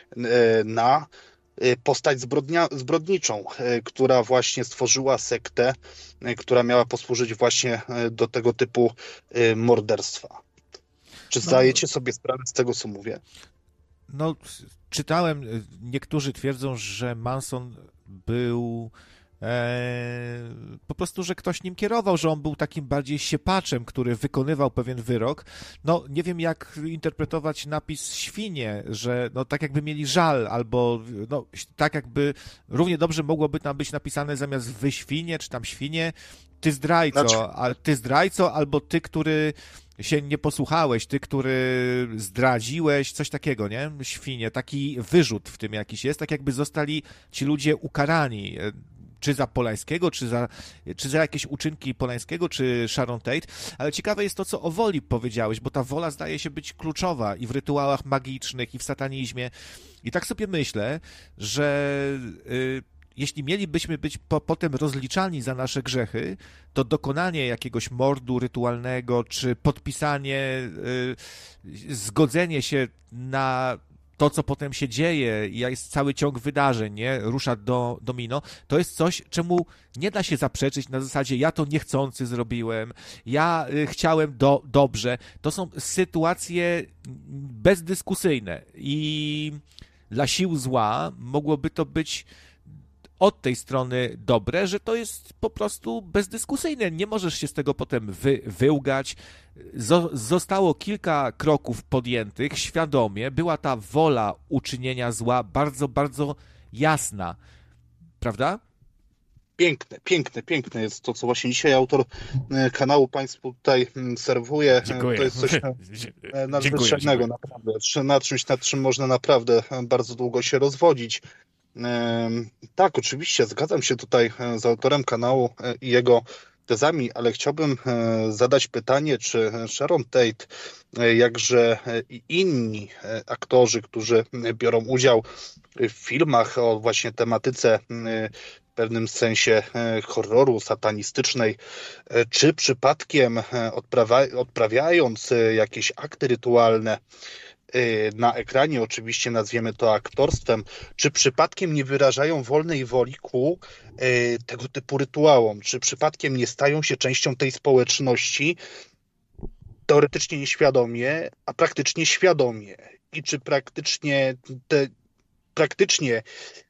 na postać zbrodnia, zbrodniczą, która właśnie stworzyła sektę, która miała posłużyć właśnie do tego typu morderstwa. Czy zdajecie sobie sprawę z tego, co mówię? No, czytałem, niektórzy twierdzą, że Manson był Eee, po prostu, że ktoś nim kierował, że on był takim bardziej siepaczem, który wykonywał pewien wyrok. No, nie wiem, jak interpretować napis świnie, że no tak jakby mieli żal, albo no tak jakby równie dobrze mogłoby tam być napisane zamiast wy świnie, czy tam świnie, ty zdrajco, znaczy... a ty zdrajco, albo ty, który się nie posłuchałeś, ty, który zdradziłeś, coś takiego, nie? Świnie, taki wyrzut w tym jakiś jest, tak jakby zostali ci ludzie ukarani, czy za Polańskiego, czy za, czy za jakieś uczynki Polańskiego, czy Sharon Tate, ale ciekawe jest to, co o woli powiedziałeś, bo ta wola zdaje się być kluczowa i w rytuałach magicznych, i w satanizmie. I tak sobie myślę, że y, jeśli mielibyśmy być po, potem rozliczani za nasze grzechy, to dokonanie jakiegoś mordu rytualnego, czy podpisanie, y, zgodzenie się na to, co potem się dzieje, i jest cały ciąg wydarzeń, nie? Rusza do domino, to jest coś, czemu nie da się zaprzeczyć na zasadzie ja to niechcący zrobiłem, ja y, chciałem do, dobrze. To są sytuacje bezdyskusyjne i dla sił zła mogłoby to być od tej strony dobre, że to jest po prostu bezdyskusyjne. Nie możesz się z tego potem wy, wyłgać. Zostało kilka kroków podjętych świadomie. Była ta wola uczynienia zła bardzo, bardzo jasna. Prawda? Piękne, piękne, piękne jest to, co właśnie dzisiaj autor kanału Państwu tutaj serwuje. Dziękuję. To jest coś nadzwyczajnego, naprawdę. Nad czymś, nad czym można naprawdę bardzo długo się rozwodzić. Tak, oczywiście, zgadzam się tutaj z autorem kanału i jego tezami, ale chciałbym zadać pytanie, czy Sharon Tate, jakże i inni aktorzy, którzy biorą udział w filmach o właśnie tematyce w pewnym sensie horroru satanistycznej, czy przypadkiem odprawa- odprawiając jakieś akty rytualne na ekranie, oczywiście nazwiemy to aktorstwem, czy przypadkiem nie wyrażają wolnej woli ku tego typu rytuałom, czy przypadkiem nie stają się częścią tej społeczności teoretycznie nieświadomie, a praktycznie świadomie. I czy praktycznie te, praktycznie,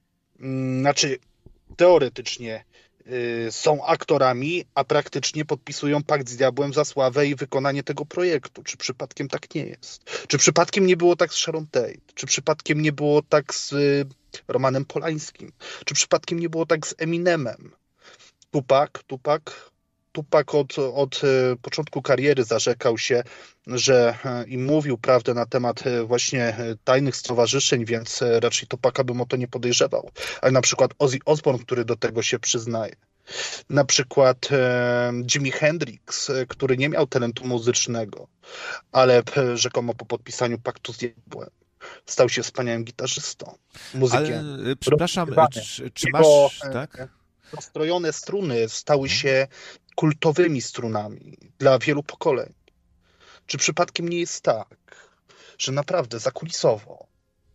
znaczy teoretycznie y, są aktorami, a praktycznie podpisują pakt z diabłem za sławę i wykonanie tego projektu. Czy przypadkiem tak nie jest? Czy przypadkiem nie było tak z Sharon Tate? Czy przypadkiem nie było tak z y, Romanem Polańskim? Czy przypadkiem nie było tak z Eminemem? Tupac, Tupac, Tupac od, od początku kariery zarzekał się, że i mówił prawdę na temat właśnie tajnych stowarzyszeń, więc raczej Tupaca bym o to nie podejrzewał. Ale na przykład Ozzy Osbourne, który do tego się przyznaje. Na przykład Jimi Hendrix, który nie miał talentu muzycznego, ale rzekomo po podpisaniu paktu z diabłem stał się wspaniałym gitarzystą, muzykiem. Ale, przepraszam, czy, czy masz... Jego, tak? rozstrojone struny stały się kultowymi strunami dla wielu pokoleń. Czy przypadkiem nie jest tak, że naprawdę zakulisowo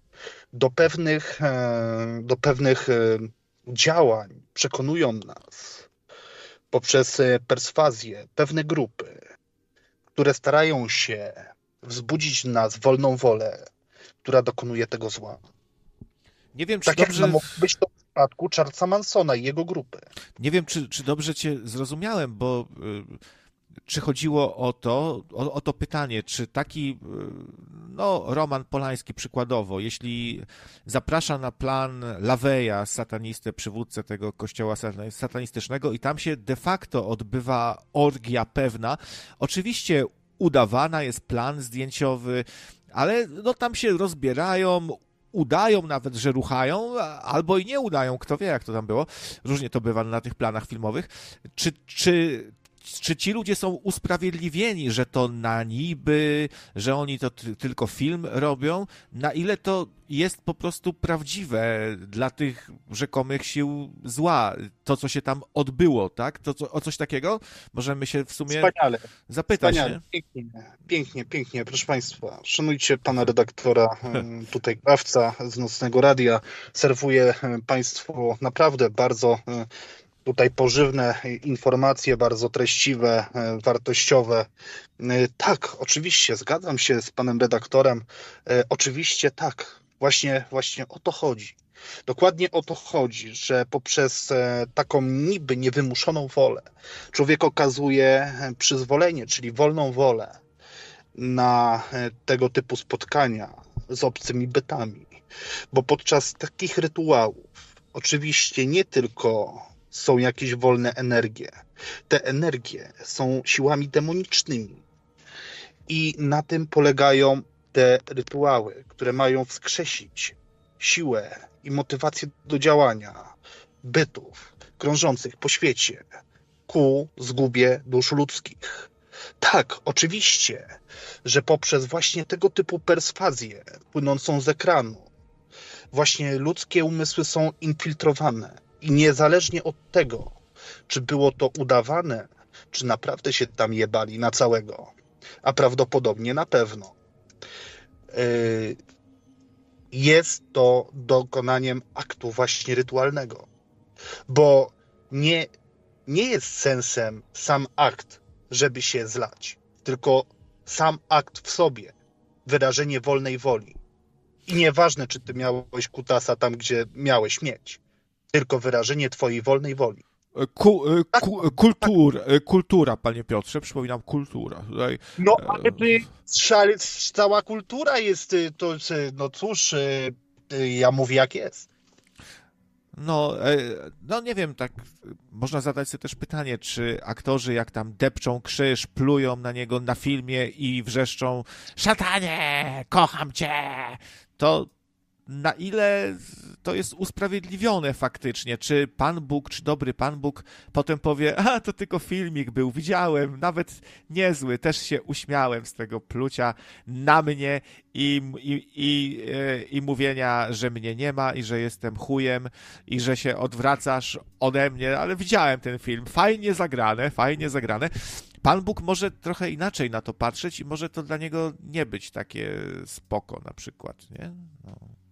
do pewnych, do pewnych działań przekonują nas poprzez perswazję pewne grupy, które starają się wzbudzić w nas wolną wolę, która dokonuje tego zła? Nie wiem, czy tak dobrze... jak mógł być to w przypadku Charlesa Mansona i jego grupy. Nie wiem, czy, czy dobrze cię zrozumiałem, bo y, czy chodziło o to, o, o to pytanie, czy taki, y, no, Roman Polański przykładowo, jeśli zaprasza na plan Laveya, satanistę, przywódcę tego kościoła satanistycznego i tam się de facto odbywa orgia pewna, oczywiście udawana jest plan zdjęciowy, ale no tam się rozbierają, udają nawet, że ruchają, albo i nie udają, kto wie, jak to tam było. Różnie to bywa na tych planach filmowych. Czy, czy, czy ci ludzie są usprawiedliwieni, że to na niby, że oni to t- tylko film robią? Na ile to jest po prostu prawdziwe dla tych rzekomych sił zła? To, co się tam odbyło, tak? To, co, o coś takiego? Możemy się w sumie Wspaniale. zapytać, Wspaniale. nie? Pięknie, pięknie, pięknie. Proszę Państwa, szanujcie pana redaktora, tutaj krawca z Nocnego Radia. Serwuję Państwu naprawdę bardzo tutaj pożywne informacje, bardzo treściwe, wartościowe. Tak, oczywiście, zgadzam się z panem redaktorem. Oczywiście tak, właśnie, właśnie o to chodzi. Dokładnie o to chodzi, że poprzez taką niby niewymuszoną wolę człowiek okazuje przyzwolenie, czyli wolną wolę na tego typu spotkania z obcymi bytami. Bo podczas takich rytuałów oczywiście nie tylko są jakieś wolne energie. Te energie są siłami demonicznymi. I na tym polegają te rytuały, które mają wskrzesić siłę i motywację do działania bytów krążących po świecie ku zgubie dusz ludzkich. Tak, oczywiście, że poprzez właśnie tego typu perswazję płynącą z ekranu właśnie ludzkie umysły są infiltrowane i niezależnie od tego, czy było to udawane, czy naprawdę się tam jebali na całego, a prawdopodobnie na pewno, yy, jest to dokonaniem aktu właśnie rytualnego. Bo nie, nie jest sensem sam akt, żeby się zlać, tylko sam akt w sobie, wyrażenie wolnej woli. I nieważne, czy ty miałeś kutasa tam, gdzie miałeś mieć, tylko wyrażenie twojej wolnej woli. Ku, ku, kultur, kultura, panie Piotrze, przypominam, kultura. Tutaj, no, ale ty, szale, cała kultura jest, to, no cóż, ja mówię jak jest. No, no nie wiem, tak można zadać sobie też pytanie, czy aktorzy jak tam depczą krzyż, plują na niego na filmie i wrzeszczą szatanie, kocham cię, to na ile to jest usprawiedliwione faktycznie. Czy Pan Bóg, czy dobry Pan Bóg potem powie, a to tylko filmik był, widziałem, nawet niezły, też się uśmiałem z tego plucia na mnie i, i, i, i mówienia, że mnie nie ma i że jestem chujem i że się odwracasz ode mnie, ale widziałem ten film, fajnie zagrane, fajnie zagrane. Pan Bóg może trochę inaczej na to patrzeć i może to dla niego nie być takie spoko na przykład, nie? No.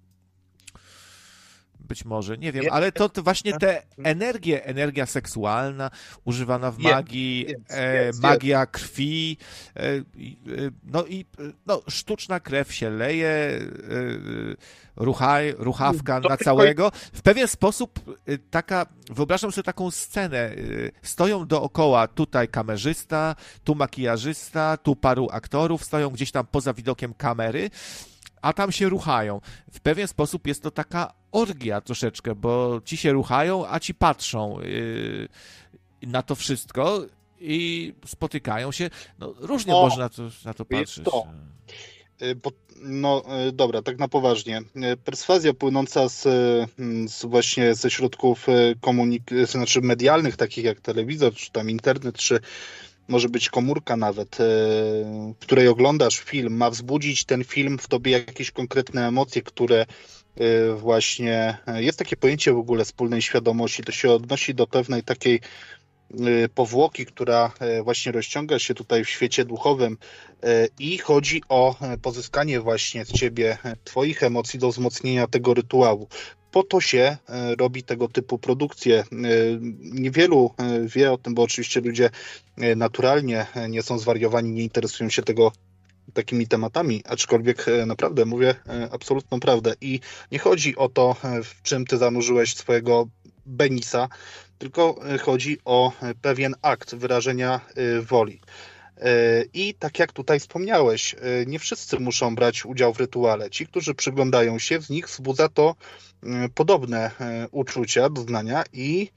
Być może, nie wiem, ale to, to właśnie te energie, energia seksualna używana w magii, jest, e, jest, magia jest. krwi, e, e, no i no, sztuczna krew się leje, e, ruchaj, ruchawka to na tylko... całego. W pewien sposób e, taka, wyobrażam sobie taką scenę, e, stoją dookoła tutaj kamerzysta, tu makijażysta, tu paru aktorów, stoją gdzieś tam poza widokiem kamery, a tam się ruchają. W pewien sposób jest to taka orgia troszeczkę, bo ci się ruchają, a ci patrzą yy, na to wszystko i spotykają się. No, różnie o, można to, na to patrzeć. To. Bo, no dobra, tak na poważnie. Perswazja płynąca z, z właśnie ze środków komunik- znaczy medialnych, takich jak telewizor, czy tam internet, czy może być komórka nawet, w której oglądasz film, ma wzbudzić ten film w tobie jakieś konkretne emocje, które właśnie, jest takie pojęcie w ogóle wspólnej świadomości, to się odnosi do pewnej takiej powłoki, która właśnie rozciąga się tutaj w świecie duchowym i chodzi o pozyskanie właśnie z ciebie twoich emocji do wzmocnienia tego rytuału. Po to się robi tego typu produkcje. Niewielu wie o tym, bo oczywiście ludzie naturalnie nie są zwariowani, nie interesują się tego takimi tematami, aczkolwiek naprawdę mówię absolutną prawdę. I nie chodzi o to, w czym ty zanurzyłeś swojego Benisa, tylko chodzi o pewien akt wyrażenia woli. I tak jak tutaj wspomniałeś, nie wszyscy muszą brać udział w rytuale. Ci, którzy przyglądają się, z nich wzbudza to podobne uczucia, doznania i,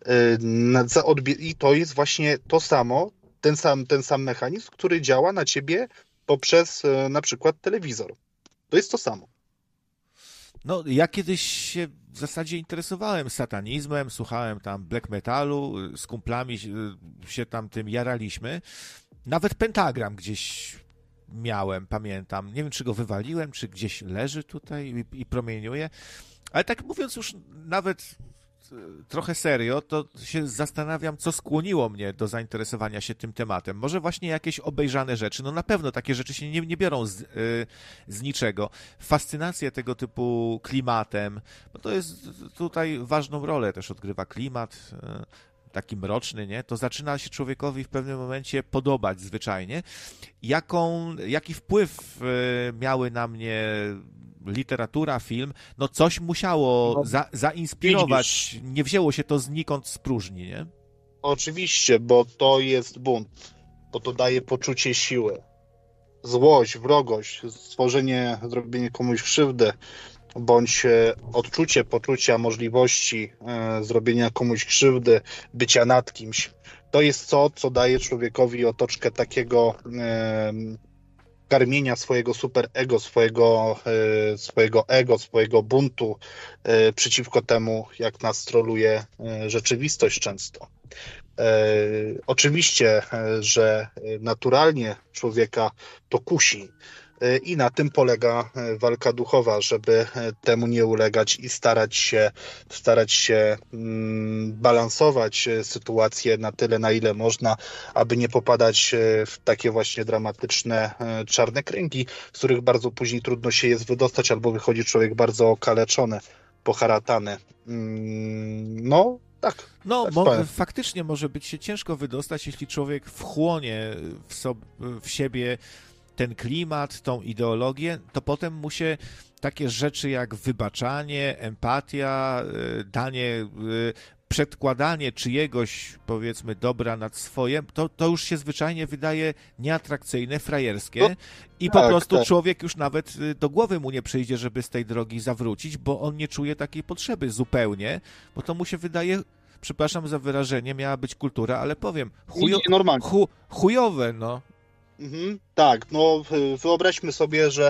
i to jest właśnie to samo, ten sam, ten sam mechanizm, który działa na ciebie poprzez na przykład telewizor. To jest to samo. No, ja kiedyś się w zasadzie interesowałem satanizmem, słuchałem tam black metalu, z kumplami się tam tym jaraliśmy. Nawet pentagram gdzieś miałem, pamiętam. Nie wiem, czy go wywaliłem, czy gdzieś leży tutaj i, i promieniuje. Ale tak mówiąc już nawet trochę serio, to się zastanawiam, co skłoniło mnie do zainteresowania się tym tematem. Może właśnie jakieś obejrzane rzeczy. No na pewno takie rzeczy się nie, nie biorą z, z niczego. Fascynacja tego typu klimatem, bo to jest tutaj ważną rolę też odgrywa klimat, taki mroczny, nie? To zaczyna się człowiekowi w pewnym momencie podobać zwyczajnie. Jaką, jaki wpływ miały na mnie literatura, film? No coś musiało no, za, zainspirować. Widzisz. Nie wzięło się to znikąd z próżni, nie? Oczywiście, bo to jest bunt. Bo to daje poczucie siły. Złość, wrogość, stworzenie, zrobienie komuś krzywdy, bądź odczucie, poczucia możliwości e, zrobienia komuś krzywdy, bycia nad kimś. To jest to, co daje człowiekowi otoczkę takiego e, karmienia swojego superego, swojego, e, swojego ego, swojego buntu e, przeciwko temu, jak nas troluje e, rzeczywistość często. E, oczywiście, e, że naturalnie człowieka to kusi. I na tym polega walka duchowa, żeby temu nie ulegać i starać się, starać się mm, balansować sytuację na tyle, na ile można, aby nie popadać w takie właśnie dramatyczne czarne kręgi, z których bardzo później trudno się jest wydostać, albo wychodzi człowiek bardzo okaleczony, poharatany. Mm, no, tak. No, tak mo- faktycznie może być się ciężko wydostać, jeśli człowiek wchłonie w, sob- w siebie ten klimat, tą ideologię, to potem mu się takie rzeczy jak wybaczanie, empatia, danie, przedkładanie czyjegoś, powiedzmy, dobra nad swoje, to, to już się zwyczajnie wydaje nieatrakcyjne, frajerskie no, i po tak, prostu tak. człowiek już nawet do głowy mu nie przyjdzie, żeby z tej drogi zawrócić, bo on nie czuje takiej potrzeby zupełnie, bo to mu się wydaje, przepraszam za wyrażenie, miała być kultura, ale powiem, chujo- chu- chujowe, no. Mhm, tak, no wyobraźmy sobie, że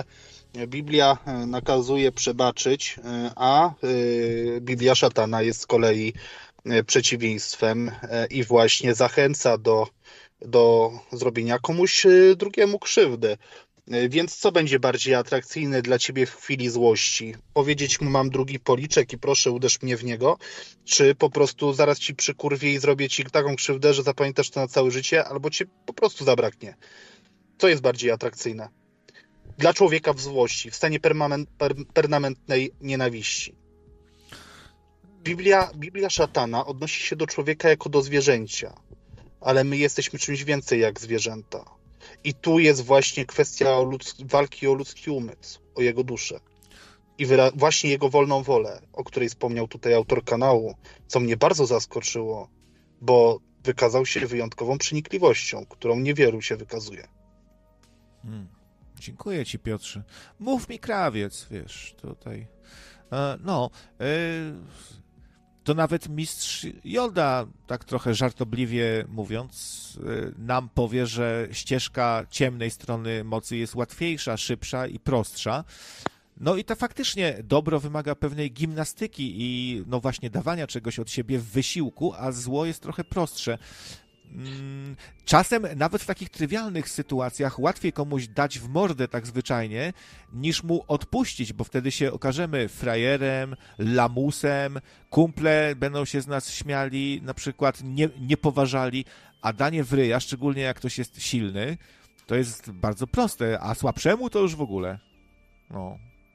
Biblia nakazuje przebaczyć, a Biblia szatana jest z kolei przeciwieństwem i właśnie zachęca do, do zrobienia komuś drugiemu krzywdy. Więc co będzie bardziej atrakcyjne dla ciebie w chwili złości? Powiedzieć mu, mam drugi policzek i proszę uderz mnie w niego? Czy po prostu zaraz ci przykurwię i zrobię ci taką krzywdę, że zapamiętasz to na całe życie, albo cię po prostu zabraknie? Co jest bardziej atrakcyjne? Dla człowieka w złości, w stanie permanent, per, permanentnej nienawiści. Biblia, Biblia szatana odnosi się do człowieka jako do zwierzęcia, ale my jesteśmy czymś więcej jak zwierzęta. I tu jest właśnie kwestia o ludzki, walki o ludzki umysł, o jego duszę. I wyra- właśnie jego wolną wolę, o której wspomniał tutaj autor kanału, co mnie bardzo zaskoczyło, bo wykazał się wyjątkową przenikliwością, którą niewielu się wykazuje. Hmm. Dziękuję ci, Piotrze. Mów mi krawiec, wiesz, tutaj. E, no, e, to nawet mistrz Yoda, tak trochę żartobliwie mówiąc, e, nam powie, że ścieżka ciemnej strony mocy jest łatwiejsza, szybsza i prostsza. No i to faktycznie dobro wymaga pewnej gimnastyki i no właśnie dawania czegoś od siebie w wysiłku, a zło jest trochę prostsze. Czasem nawet w takich trywialnych sytuacjach łatwiej komuś dać w mordę tak zwyczajnie, niż mu odpuścić, bo wtedy się okażemy frajerem, lamusem, kumple będą się z nas śmiali, na przykład nie, nie poważali, a danie w ryja, szczególnie jak ktoś jest silny, to jest bardzo proste, a słabszemu to już w ogóle. No.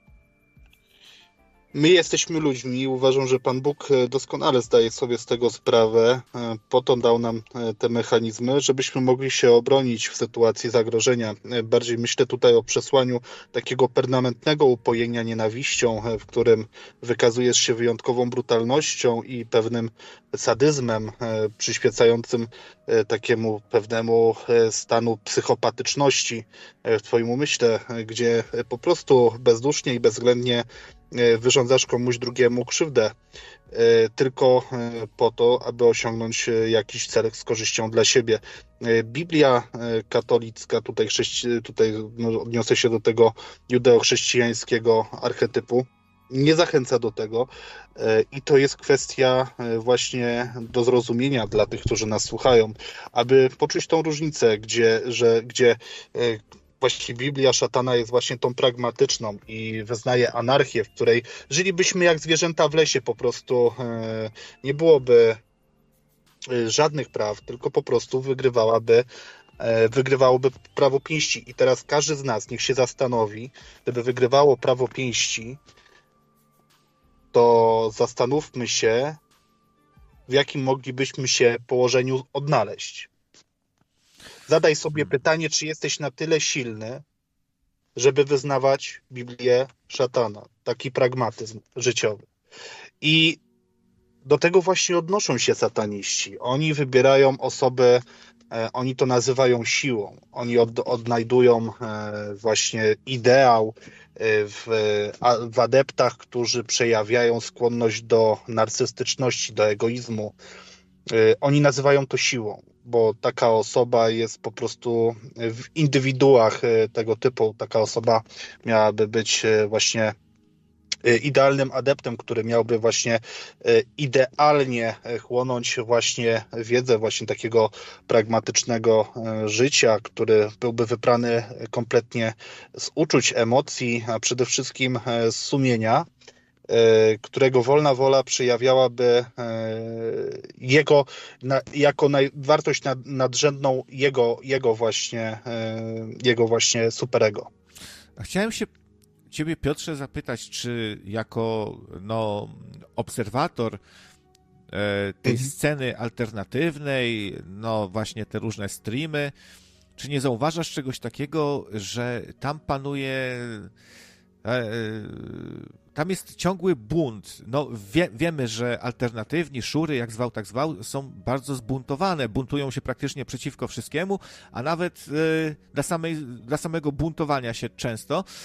My jesteśmy ludźmi i uważam, że Pan Bóg doskonale zdaje sobie z tego sprawę. Po to dał nam te mechanizmy, żebyśmy mogli się obronić w sytuacji zagrożenia. Bardziej myślę tutaj o przesłaniu takiego permanentnego upojenia nienawiścią, w którym wykazujesz się wyjątkową brutalnością i pewnym sadyzmem przyświecającym takiemu pewnemu stanu psychopatyczności w twoim umyśle, gdzie po prostu bezdusznie i bezwzględnie wyrządzasz komuś drugiemu krzywdę tylko po to, aby osiągnąć jakiś cel z korzyścią dla siebie. Biblia katolicka, tutaj, chrześci- tutaj no, odniosę się do tego judeo-chrześcijańskiego archetypu, nie zachęca do tego i to jest kwestia właśnie do zrozumienia dla tych, którzy nas słuchają, aby poczuć tą różnicę, gdzie, że, gdzie właściwie Biblia szatana jest właśnie tą pragmatyczną i wyznaje anarchię, w której żylibyśmy jak zwierzęta w lesie, po prostu nie byłoby żadnych praw, tylko po prostu wygrywałaby wygrywałoby prawo pięści. I teraz każdy z nas niech się zastanowi, gdyby wygrywało prawo pięści, to zastanówmy się, w jakim moglibyśmy się położeniu odnaleźć. Zadaj sobie pytanie, czy jesteś na tyle silny, żeby wyznawać Biblię szatana. Taki pragmatyzm życiowy. I do tego właśnie odnoszą się sataniści. Oni wybierają osoby, e, oni to nazywają siłą. Oni od, odnajdują e, właśnie ideał e, w, a, w adeptach, którzy przejawiają skłonność do narcystyczności, do egoizmu. E, oni nazywają to siłą, bo taka osoba jest po prostu w indywiduach tego typu. Taka osoba miałaby być właśnie idealnym adeptem, który miałby właśnie idealnie chłonąć właśnie wiedzę właśnie takiego pragmatycznego życia, który byłby wyprany kompletnie z uczuć, emocji, a przede wszystkim z sumienia, którego wolna wola przejawiałaby jego na, jako naj, wartość nad, nadrzędną jego, jego właśnie jego właśnie superego. A chciałem się ciebie, Piotrze, zapytać, czy jako no, obserwator e, tej mhm. sceny alternatywnej, no właśnie te różne streamy, czy nie zauważasz czegoś takiego, że tam panuje e, tam jest ciągły bunt. No, wie, wiemy, że alternatywni, szury, jak zwał, tak zwał, są bardzo zbuntowane. Buntują się praktycznie przeciwko wszystkiemu, a nawet y, dla, samej, dla samego buntowania się często.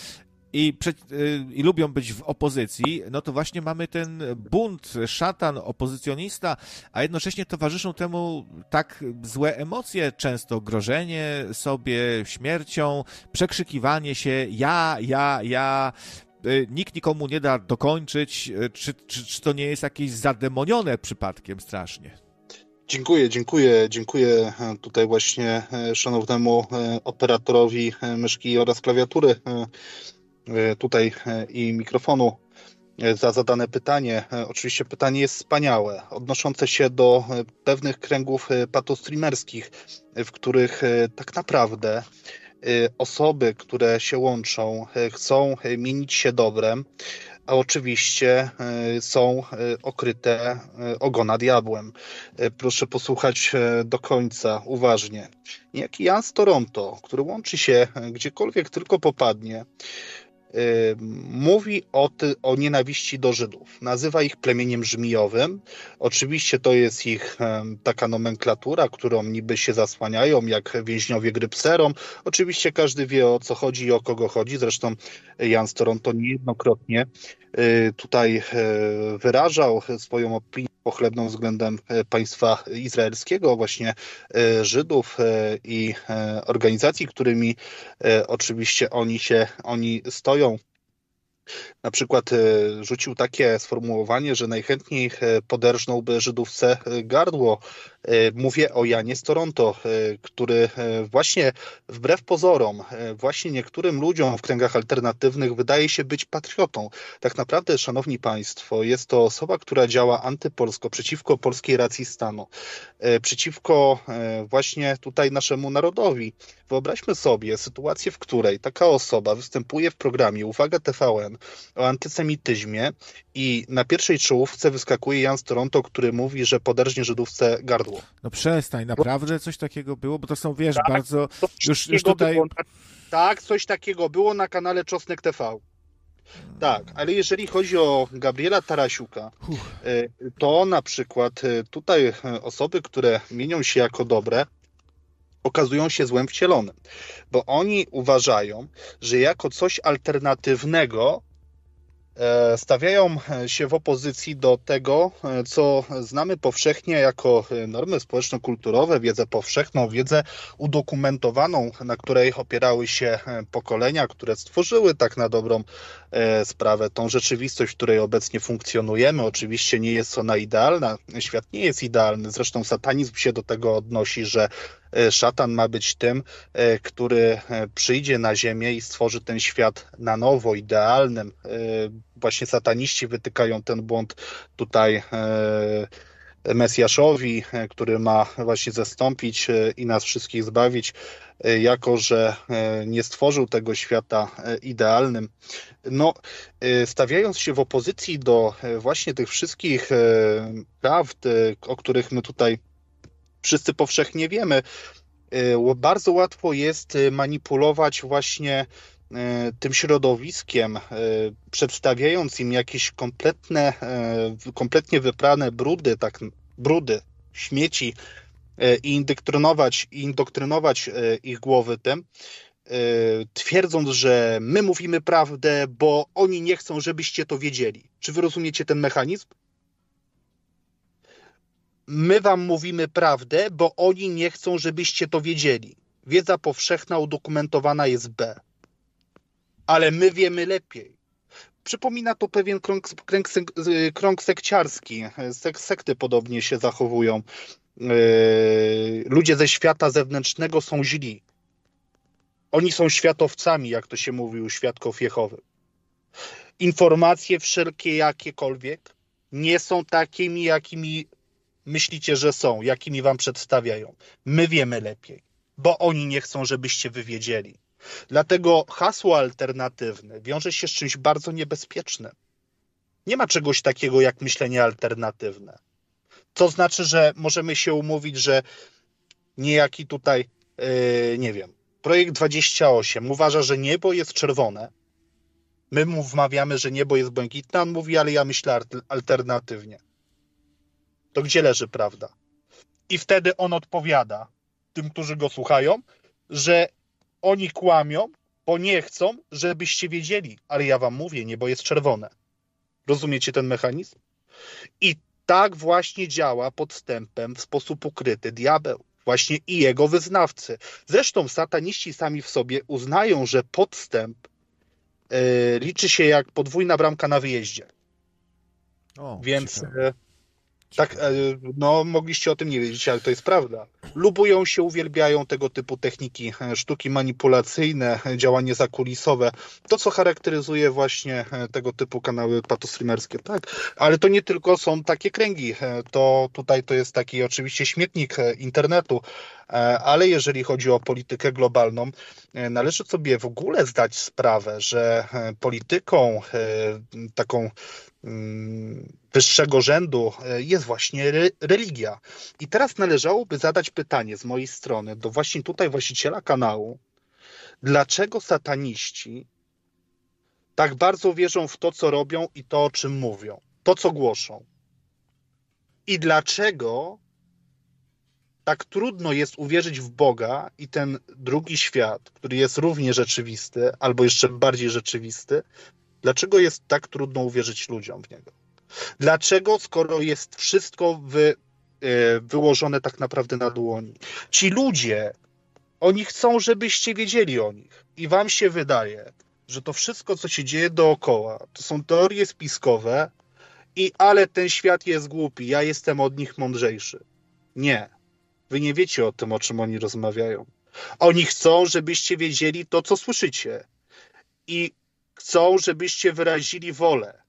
i, prze, i lubią być w opozycji, no to właśnie mamy ten bunt, szatan, opozycjonista, a jednocześnie towarzyszą temu tak złe emocje, często grożenie sobie śmiercią, przekrzykiwanie się ja, ja, ja, nikt nikomu nie da dokończyć, czy, czy, czy to nie jest jakieś zademonione przypadkiem strasznie? Dziękuję, dziękuję, dziękuję tutaj właśnie szanownemu operatorowi myszki oraz klawiatury tutaj i mikrofonu za zadane pytanie. Oczywiście pytanie jest wspaniałe, odnoszące się do pewnych kręgów patostreamerskich, w których tak naprawdę osoby, które się łączą, chcą mienić się dobrem, a oczywiście są okryte ogona diabłem. Proszę posłuchać do końca, uważnie. Niejaki Jan z Toronto, który łączy się gdziekolwiek tylko popadnie, mówi o, ty, o nienawiści do Żydów. Nazywa ich plemieniem żmijowym. Oczywiście to jest ich taka nomenklatura, którą niby się zasłaniają, jak więźniowie gry Pserom. Oczywiście każdy wie, o co chodzi i o kogo chodzi. Zresztą Jan z Toronto niejednokrotnie tutaj wyrażał swoją opinię pochlebną względem państwa izraelskiego, właśnie Żydów i organizacji, którymi oczywiście oni się, oni stoją. Na przykład rzucił takie sformułowanie, że najchętniej poderżnąłby Żydówce gardło. Mówię o Janie z Toronto, który właśnie wbrew pozorom, właśnie niektórym ludziom w kręgach alternatywnych wydaje się być patriotą. Tak naprawdę, szanowni państwo, jest to osoba, która działa antypolsko, przeciwko polskiej racji stanu, przeciwko właśnie tutaj naszemu narodowi. Wyobraźmy sobie sytuację, w której taka osoba występuje w programie, uwaga, T V N, o antysemityzmie i na pierwszej czołówce wyskakuje Jan z Toronto, który mówi, że poderżnie Żydówce gardło. No przestań, naprawdę coś takiego było? Bo to są, wiesz, tak, bardzo... Już, już tutaj... Było, tak, coś takiego było na kanale Czosnek T V. Tak, ale jeżeli chodzi o Gabriela Tarasiuka, to na przykład tutaj osoby, które mienią się jako dobre, okazują się złem wcielonym, bo oni uważają, że jako coś alternatywnego stawiają się w opozycji do tego, co znamy powszechnie jako normy społeczno-kulturowe, wiedzę powszechną, wiedzę udokumentowaną, na której opierały się pokolenia, które stworzyły tak na dobrą sprawę tą rzeczywistość, w której obecnie funkcjonujemy. Oczywiście nie jest ona idealna, świat nie jest idealny, zresztą satanizm się do tego odnosi, że szatan ma być tym, który przyjdzie na ziemię i stworzy ten świat na nowo, idealnym. Właśnie sataniści wytykają ten błąd tutaj Mesjaszowi, który ma właśnie zastąpić i nas wszystkich zbawić, jako że nie stworzył tego świata idealnym. No, stawiając się w opozycji do właśnie tych wszystkich prawd, o których my tutaj wszyscy powszechnie wiemy, bardzo łatwo jest manipulować właśnie tym środowiskiem, przedstawiając im jakieś kompletne, kompletnie wyprane brudy, tak, brudy, śmieci i indoktrynować, indoktrynować ich głowy tym, twierdząc, że my mówimy prawdę, bo oni nie chcą, żebyście to wiedzieli. Czy wy rozumiecie ten mechanizm? My wam mówimy prawdę, bo oni nie chcą, żebyście to wiedzieli. Wiedza powszechna udokumentowana jest B. Ale my wiemy lepiej. Przypomina to pewien krąg, krąg, krąg sekciarski. Sek, sekty podobnie się zachowują. Yy, ludzie ze świata zewnętrznego są źli. Oni są światowcami, jak to się mówi u świadków Jehowy. Informacje wszelkie, jakiekolwiek, nie są takimi, jakimi myślicie, że są, jakimi wam przedstawiają. My wiemy lepiej, bo oni nie chcą, żebyście wy wiedzieli. Dlatego hasło alternatywne wiąże się z czymś bardzo niebezpiecznym. Nie ma czegoś takiego jak myślenie alternatywne. To znaczy, że możemy się umówić, że niejaki tutaj, yy, nie wiem, projekt dwadzieścia osiem uważa, że niebo jest czerwone. My mu wmawiamy, że niebo jest błękitne. On mówi, ale ja myślę alternatywnie. To gdzie leży prawda? I wtedy on odpowiada tym, którzy go słuchają, że oni kłamią, Bo nie chcą, żebyście wiedzieli, ale ja wam mówię, niebo jest czerwone. Rozumiecie ten mechanizm? I tak właśnie działa podstępem w sposób ukryty diabeł. Właśnie i jego wyznawcy. Zresztą sataniści sami w sobie uznają, że podstęp yy, liczy się jak podwójna bramka na wyjeździe. O, Więc ciekawe. e, tak, e, no mogliście o tym nie wiedzieć, ale to jest prawda. Lubują się, uwielbiają tego typu techniki, e, sztuki manipulacyjne, e, działanie zakulisowe. To, co charakteryzuje właśnie e, tego typu kanały patostreamerskie, tak. Ale to nie tylko są takie kręgi. E, to tutaj to jest taki oczywiście śmietnik e, internetu, e, ale jeżeli chodzi o politykę globalną, e, należy sobie w ogóle zdać sprawę, że e, polityką e, taką wyższego rzędu jest właśnie re- religia. I teraz należałoby zadać pytanie z mojej strony do właśnie tutaj właściciela kanału, dlaczego sataniści tak bardzo wierzą w to, co robią i to, o czym mówią, to, co głoszą. I dlaczego tak trudno jest uwierzyć w Boga i ten drugi świat, który jest równie rzeczywisty, albo jeszcze bardziej rzeczywisty, dlaczego jest tak trudno uwierzyć ludziom w niego? Dlaczego, skoro jest wszystko wy, wyłożone tak naprawdę na dłoni? Ci ludzie, oni chcą, żebyście wiedzieli o nich. I wam się wydaje, że to wszystko, co się dzieje dookoła, to są teorie spiskowe i ale ten świat jest głupi, ja jestem od nich mądrzejszy. Nie. Wy nie wiecie o tym, o czym oni rozmawiają. Oni chcą, żebyście wiedzieli to, co słyszycie. I chcą, żebyście wyrazili wolę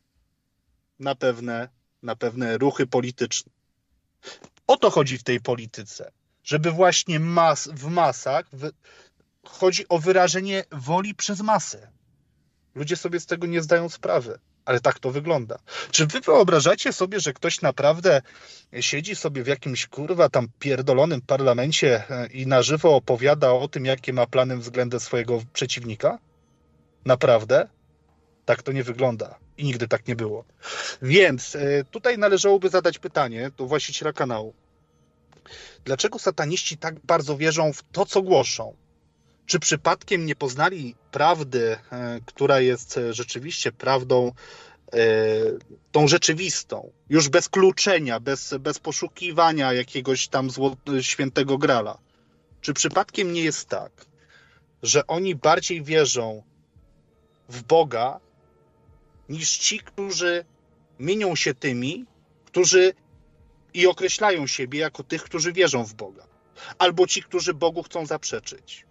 na pewne, na pewne ruchy polityczne. O to chodzi w tej polityce. Żeby właśnie mas, w masach w, chodzi o wyrażenie woli przez masę. Ludzie sobie z tego nie zdają sprawy, ale tak to wygląda. Czy wy wyobrażacie sobie, że ktoś naprawdę siedzi sobie w jakimś kurwa tam pierdolonym parlamencie i na żywo opowiada o tym, jakie ma plany względem swojego przeciwnika? Naprawdę? Tak to nie wygląda. I nigdy tak nie było. Więc tutaj należałoby zadać pytanie do właściciela kanału. Dlaczego sataniści tak bardzo wierzą w to, co głoszą? Czy przypadkiem nie poznali prawdy, która jest rzeczywiście prawdą, tą rzeczywistą, już bez kluczenia, bez, bez poszukiwania jakiegoś tam zło, świętego grala? Czy przypadkiem nie jest tak, że oni bardziej wierzą w Boga niż ci, którzy mienią się tymi, którzy i określają siebie jako tych, którzy wierzą w Boga, albo ci, którzy Bogu chcą zaprzeczyć?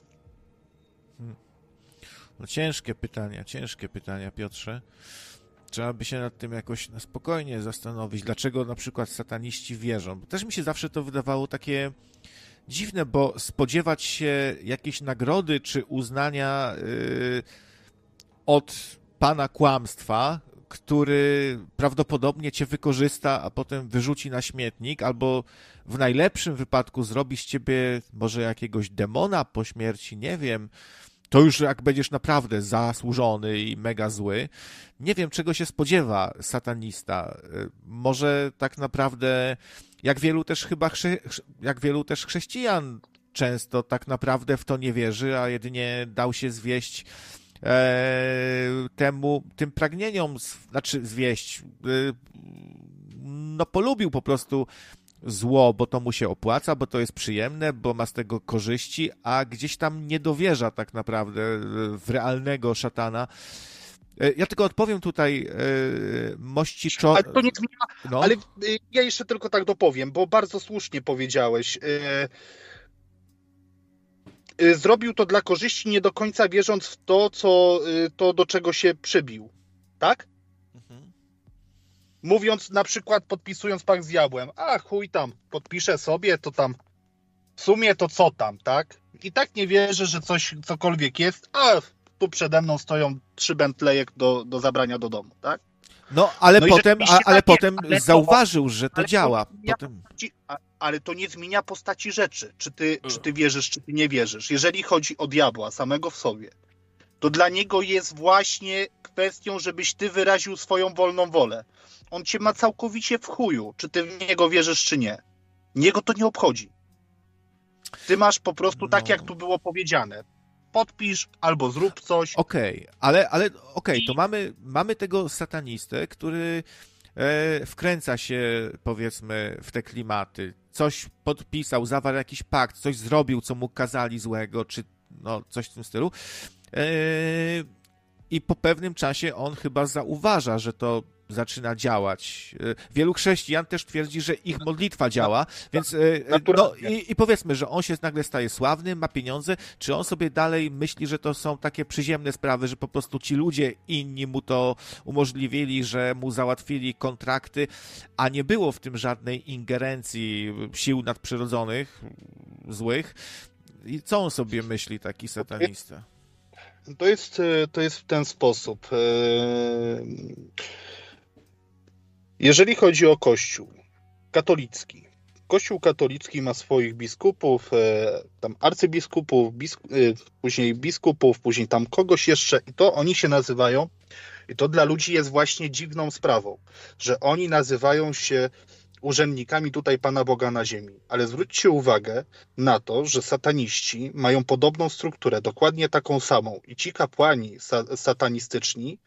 No ciężkie pytania, ciężkie pytania, Piotrze. Trzeba by się nad tym jakoś na spokojnie zastanowić, dlaczego na przykład sataniści wierzą. Bo też mi się zawsze to wydawało takie dziwne, bo spodziewać się jakiejś nagrody czy uznania yy, od pana kłamstwa, który prawdopodobnie cię wykorzysta, a potem wyrzuci na śmietnik, albo w najlepszym wypadku zrobi z ciebie może jakiegoś demona po śmierci, nie wiem. To już jak będziesz naprawdę zasłużony i mega zły. Nie wiem, czego się spodziewa satanista. Może tak naprawdę, jak wielu też chyba, jak wielu też chrześcijan często tak naprawdę w to nie wierzy, a jedynie dał się zwieść e, temu, tym pragnieniom, znaczy zwieść, e, no polubił po prostu zło, bo to mu się opłaca, bo to jest przyjemne, bo ma z tego korzyści, a gdzieś tam nie dowierza tak naprawdę w realnego szatana. Ja tylko odpowiem tutaj mości czo... Ale to nie zmienia, no. ale ja jeszcze tylko tak dopowiem, bo bardzo słusznie powiedziałeś. Zrobił to dla korzyści, nie do końca wierząc w to, co, to do czego się przybił. Tak? Mhm. Mówiąc na przykład, podpisując pakt z diabłem, a chuj tam, podpiszę sobie, to tam w sumie to co tam, tak? I tak nie wierzę, że coś, cokolwiek jest, a tu przede mną stoją trzy Bentley'e do, do zabrania do domu, tak? No, ale no potem, a, ale tak potem jest, ale zauważył, to, że to ale działa. To potem... postaci, ale to nie zmienia postaci rzeczy, czy ty, czy ty wierzysz, czy ty nie wierzysz. Jeżeli chodzi o diabła samego w sobie, to dla niego jest właśnie kwestią, żebyś ty wyraził swoją wolną wolę. On cię ma całkowicie w chuju, czy ty w niego wierzysz, czy nie. Niego to nie obchodzi. Ty masz po prostu, No. tak jak tu było powiedziane, podpisz, albo zrób coś. Okej, okay, ale, ale okej, okay, to mamy, mamy tego satanistę, który e, wkręca się, powiedzmy, w te klimaty. Coś podpisał, zawarł jakiś pakt, coś zrobił, co mu kazali złego, czy no, coś w tym stylu. E, I po pewnym czasie on chyba zauważa, że to zaczyna działać. Wielu chrześcijan też twierdzi, że ich modlitwa działa, więc no, i, i powiedzmy, że on się nagle staje sławny, ma pieniądze, czy on sobie dalej myśli, że to są takie przyziemne sprawy, że po prostu ci ludzie inni mu to umożliwili, że mu załatwili kontrakty, a nie było w tym żadnej ingerencji sił nadprzyrodzonych, złych. I co on sobie myśli, taki satanista? To jest, to jest w ten sposób. Jeżeli chodzi o Kościół katolicki, Kościół katolicki ma swoich biskupów, tam arcybiskupów, biskup, później biskupów, później tam kogoś jeszcze i to oni się nazywają, i to dla ludzi jest właśnie dziwną sprawą, że oni nazywają się urzędnikami tutaj Pana Boga na ziemi. Ale zwróćcie uwagę na to, że sataniści mają podobną strukturę, dokładnie taką samą. I ci kapłani sa- satanistyczni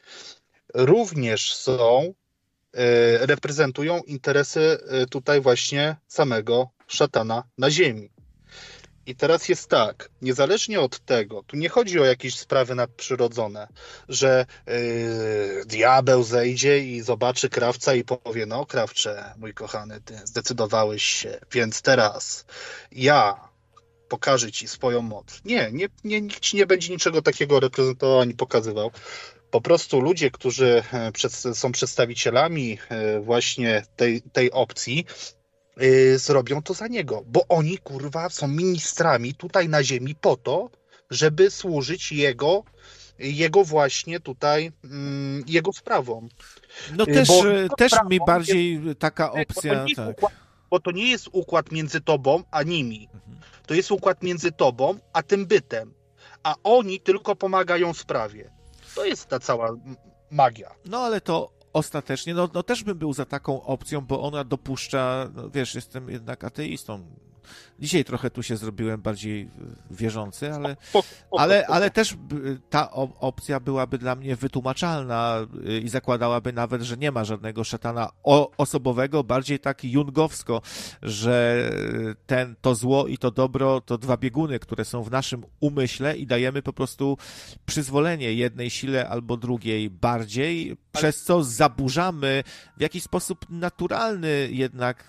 również są, e, reprezentują interesy e, tutaj właśnie samego szatana na ziemi. I teraz jest tak, niezależnie od tego, tu nie chodzi o jakieś sprawy nadprzyrodzone, że yy, diabeł zejdzie i zobaczy krawca i powie, no krawcze, mój kochany, ty zdecydowałeś się, więc teraz ja pokażę ci swoją moc. Nie, nie, nie, nikt ci nie będzie niczego takiego reprezentował ani pokazywał. Po prostu ludzie, którzy przed, są przedstawicielami właśnie tej, tej opcji, Yy, zrobią to za niego, bo oni, kurwa, są ministrami tutaj na ziemi po to, żeby służyć jego, jego właśnie tutaj, mm, jego sprawom. No też, bo też sprawą mi bardziej jest, taka bo opcja, to tak. Układ, bo to nie jest układ między tobą a nimi. Mhm. To jest układ między tobą a tym bytem. A oni tylko pomagają sprawie. To jest ta cała magia. No ale to ostatecznie, no, no też bym był za taką opcją, bo ona dopuszcza, no wiesz, jestem jednak ateistą. Dzisiaj trochę tu się zrobiłem bardziej wierzący, ale, ale, ale też ta opcja byłaby dla mnie wytłumaczalna i zakładałaby nawet, że nie ma żadnego szatana osobowego, bardziej tak jungowsko, że ten, to zło i to dobro to dwa bieguny, które są w naszym umyśle i dajemy po prostu przyzwolenie jednej sile albo drugiej bardziej, przez co zaburzamy w jakiś sposób naturalny jednak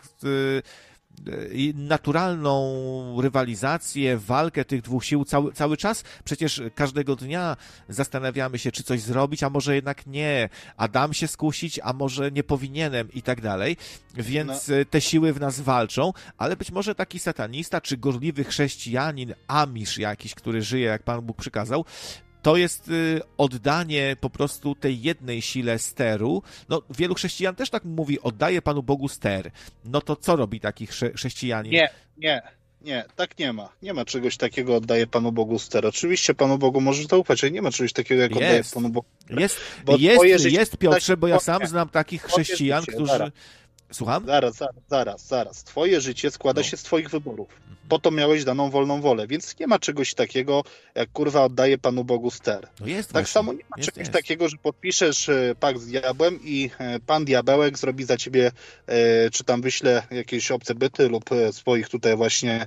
naturalną rywalizację, walkę tych dwóch sił cały, cały czas. Przecież każdego dnia zastanawiamy się, czy coś zrobić, a może jednak nie, a dam się skusić, a może nie powinienem i tak dalej. Więc no. te siły w nas walczą, ale być może taki satanista, czy gorliwy chrześcijanin, amisz jakiś, który żyje, jak Pan Bóg przykazał, to jest y, oddanie po prostu tej jednej sile steru. No, wielu chrześcijan też tak mówi, oddaje Panu Bogu ster. No to co robi taki chrze- chrześcijanin? Nie, nie, nie, tak nie ma. Nie ma czegoś takiego, oddaje Panu Bogu ster. Oczywiście Panu Bogu możesz zaufać, ale nie ma czegoś takiego, jak oddaje Panu Bogu ster. Jest, jest, jest Piotrze, bo ja sam znam takich chrześcijan, życie, którzy... zaraz. Słucham? Zaraz, zaraz, zaraz, zaraz. Twoje życie składa no. się z twoich wyborów. Po to miałeś daną wolną wolę, więc nie ma czegoś takiego, jak kurwa oddaje Panu Bogu ster. No jest tak właśnie. samo nie ma jest, czegoś jest. takiego, że podpiszesz pakt z diabłem i Pan Diabełek zrobi za ciebie, czy tam wyśle jakieś obce byty lub swoich tutaj właśnie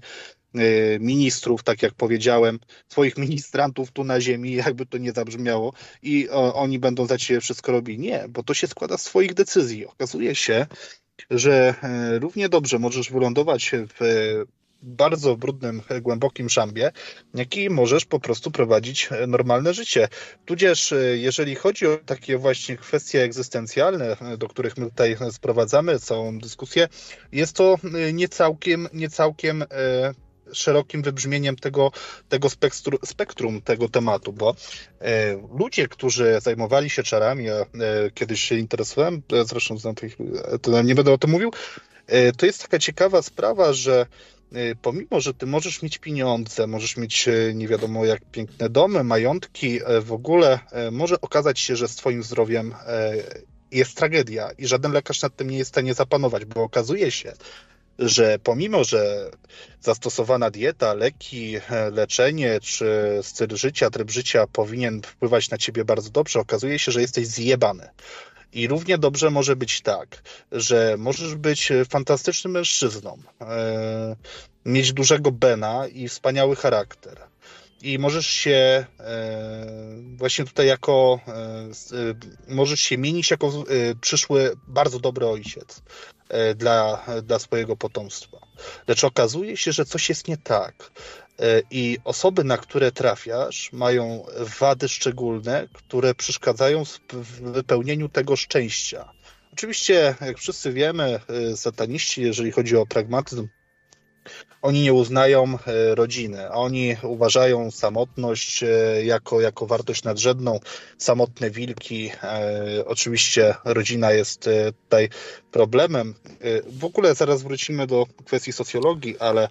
ministrów, tak jak powiedziałem, swoich ministrantów tu na ziemi, jakby to nie zabrzmiało, i o, oni będą za ciebie wszystko robili. Nie, bo to się składa z twoich decyzji. Okazuje się, że równie dobrze możesz wylądować w bardzo brudnym, głębokim szambie, jak i możesz po prostu prowadzić normalne życie. Tudzież, jeżeli chodzi o takie właśnie kwestie egzystencjalne, do których my tutaj sprowadzamy całą dyskusję, jest to nie całkiem, nie całkiem szerokim wybrzmieniem tego, tego spektrum, spektrum tego tematu, bo e, ludzie, którzy zajmowali się czarami, a e, kiedyś się interesowałem, zresztą znam tych, to nie będę o tym mówił, e, to jest taka ciekawa sprawa, że e, pomimo, że ty możesz mieć pieniądze, możesz mieć e, nie wiadomo jak piękne domy, majątki, e, w ogóle e, może okazać się, że z twoim zdrowiem e, jest tragedia i żaden lekarz nad tym nie jest w stanie zapanować, bo okazuje się, że pomimo, że zastosowana dieta, leki, leczenie czy styl życia, tryb życia powinien wpływać na ciebie bardzo dobrze, okazuje się, że jesteś zjebany. I równie dobrze może być tak, że możesz być fantastycznym mężczyzną, e, mieć dużego bena i wspaniały charakter. I możesz się e, właśnie tutaj jako, e, możesz się mienić jako e, przyszły bardzo dobry ojciec e, dla, dla swojego potomstwa. Lecz okazuje się, że coś jest nie tak. E, I osoby, na które trafiasz, mają wady szczególne, które przeszkadzają w wypełnieniu tego szczęścia. Oczywiście, jak wszyscy wiemy, e, sataniści, jeżeli chodzi o pragmatyzm, oni nie uznają rodziny, oni uważają samotność jako, jako wartość nadrzędną, samotne wilki. Oczywiście rodzina jest tutaj problemem. W ogóle zaraz wrócimy do kwestii socjologii, ale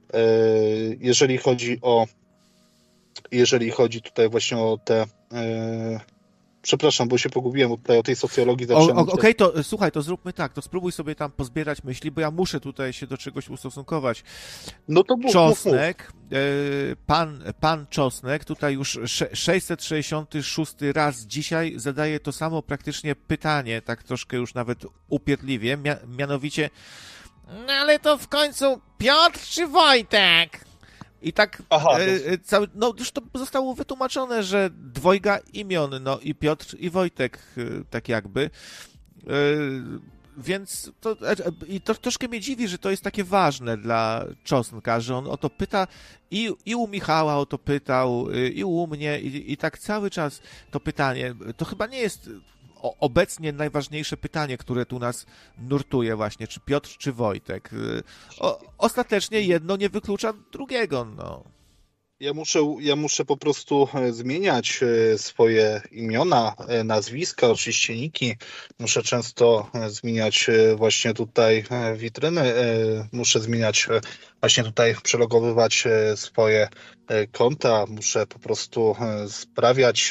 jeżeli chodzi o jeżeli chodzi tutaj właśnie o te przepraszam, bo się pogubiłem tutaj o tej socjologii. Okej, okay, to słuchaj, to zróbmy tak, to spróbuj sobie tam pozbierać myśli, bo ja muszę tutaj się do czegoś ustosunkować. No to mów, Czosnek, mów, mów. Pan, pan Czosnek tutaj już sześćset sześćdziesiąty szósty raz dzisiaj zadaje to samo praktycznie pytanie, tak troszkę już nawet upierdliwie, mianowicie, no ale to w końcu Piotr czy Wojtek? I tak Aha, e, cały, no już to zostało wytłumaczone, że dwojga imion, no i Piotr i Wojtek, e, tak jakby. E, więc to, e, i to troszkę mnie dziwi, że to jest takie ważne dla Czosnka, że on o to pyta i, i u Michała o to pytał, i u mnie, i, i tak cały czas to pytanie. To chyba nie jest obecnie najważniejsze pytanie, które tu nas nurtuje właśnie, czy Piotr, czy Wojtek. O, ostatecznie jedno nie wyklucza drugiego, no. Ja muszę, ja muszę po prostu zmieniać swoje imiona, nazwiska, oczywiście niki. Muszę często zmieniać właśnie tutaj witryny. Muszę zmieniać właśnie tutaj, przelogowywać swoje konta. Muszę po prostu sprawiać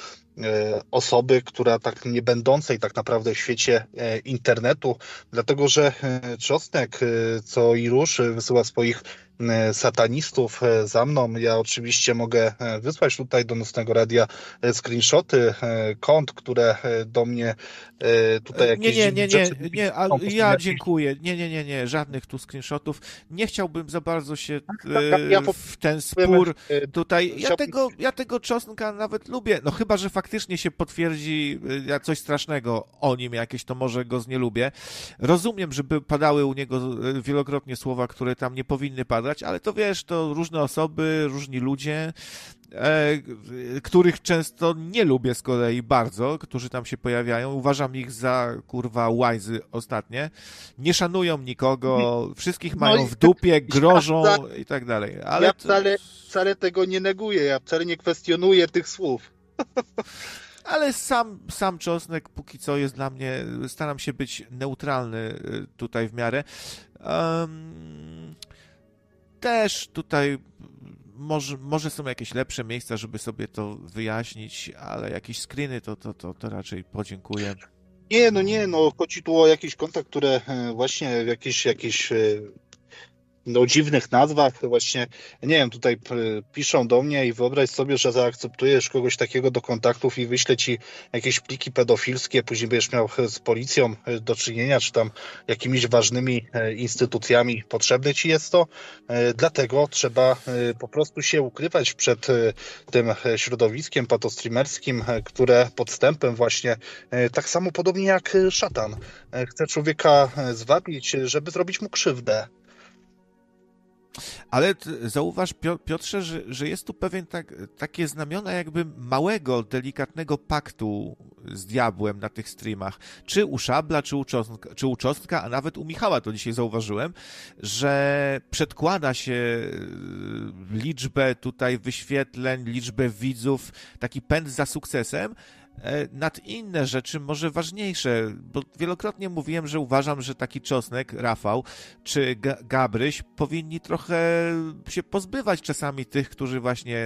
osoby, która tak nie będącej tak naprawdę w świecie internetu, dlatego że Czosnek co i rusz wysyła swoich satanistów za mną. Ja oczywiście mogę wysłać tutaj do Nocnego Radia screenshoty kont, które do mnie tutaj jakieś nie, nie, nie, rzeczy... nie, nie, a ja dziękuję. Nie, nie, nie, nie, żadnych tu screenshotów. Nie chciałbym za bardzo się w ten spór tutaj. Ja tego, ja tego Czosnka nawet lubię, no chyba, że faktycznie się potwierdzi coś strasznego o nim jakieś, to może go znielubię. Rozumiem, żeby padały u niego wielokrotnie słowa, które tam nie powinny padać, ale to wiesz, to różne osoby, różni ludzie, e, których często nie lubię z kolei bardzo, którzy tam się pojawiają. Uważam ich za, kurwa, łajzy ostatnie. Nie szanują nikogo, wszystkich mają no w dupie, grożą ja wcale, i tak dalej. Ale ja wcale, wcale tego nie neguję, ja wcale nie kwestionuję tych słów. Ale sam, sam Czosnek póki co jest dla mnie, staram się być neutralny tutaj w miarę. Um, Też tutaj może, może są jakieś lepsze miejsca, żeby sobie to wyjaśnić, ale jakieś screeny to, to, to, to raczej podziękuję. Nie, no nie, no chodzi tu o jakieś konta, które właśnie w jakieś, jakieś no, dziwnych nazwach właśnie, nie wiem, tutaj piszą do mnie i wyobraź sobie, że zaakceptujesz kogoś takiego do kontaktów i wyślę ci jakieś pliki pedofilskie, później będziesz miał z policją do czynienia, czy tam jakimiś ważnymi instytucjami. Potrzebne ci jest to, dlatego trzeba po prostu się ukrywać przed tym środowiskiem patostreamerskim, które podstępem właśnie, tak samo podobnie jak szatan, chce człowieka zwabić, żeby zrobić mu krzywdę. Ale zauważ, Piotrze, że, że jest tu pewien tak, takie znamiona jakby małego, delikatnego paktu z diabłem na tych streamach. Czy u Szabla, czy u, Czosnka, czy u Czostka, a nawet u Michała to dzisiaj zauważyłem, że przedkłada się liczbę tutaj wyświetleń, liczbę widzów, taki pęd za sukcesem, nad inne rzeczy, może ważniejsze, bo wielokrotnie mówiłem, że uważam, że taki Czosnek, Rafał czy Gabryś powinni trochę się pozbywać czasami tych, którzy właśnie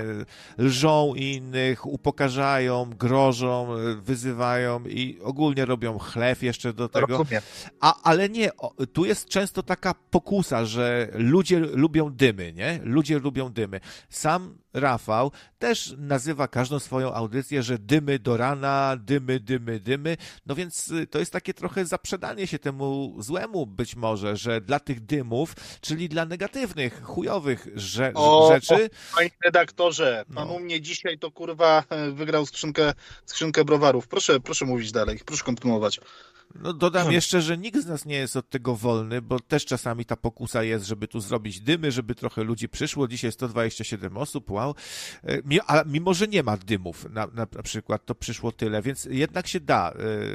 lżą innych, upokarzają, grożą, wyzywają i ogólnie robią chlew jeszcze do tego. Rozumiem. A, ale nie, o, tu jest często taka pokusa, że ludzie lubią dymy, nie? Ludzie lubią dymy. Sam Rafał też nazywa każdą swoją audycję, że dymy do rana, dymy, dymy, dymy. No więc to jest takie trochę zaprzedanie się temu złemu być może, że dla tych dymów, czyli dla negatywnych, chujowych rze- O, rzeczy. O, panie redaktorze, pan No. u mnie dzisiaj to kurwa wygrał skrzynkę, skrzynkę browarów. Proszę, proszę mówić dalej, proszę kontynuować. No dodam jeszcze, że nikt z nas nie jest od tego wolny, bo też czasami ta pokusa jest, żeby tu zrobić dymy, żeby trochę ludzi przyszło. Dzisiaj sto dwadzieścia siedem osób, wow. A mimo, że nie ma dymów na, na, na przykład, to przyszło tyle, więc jednak się da.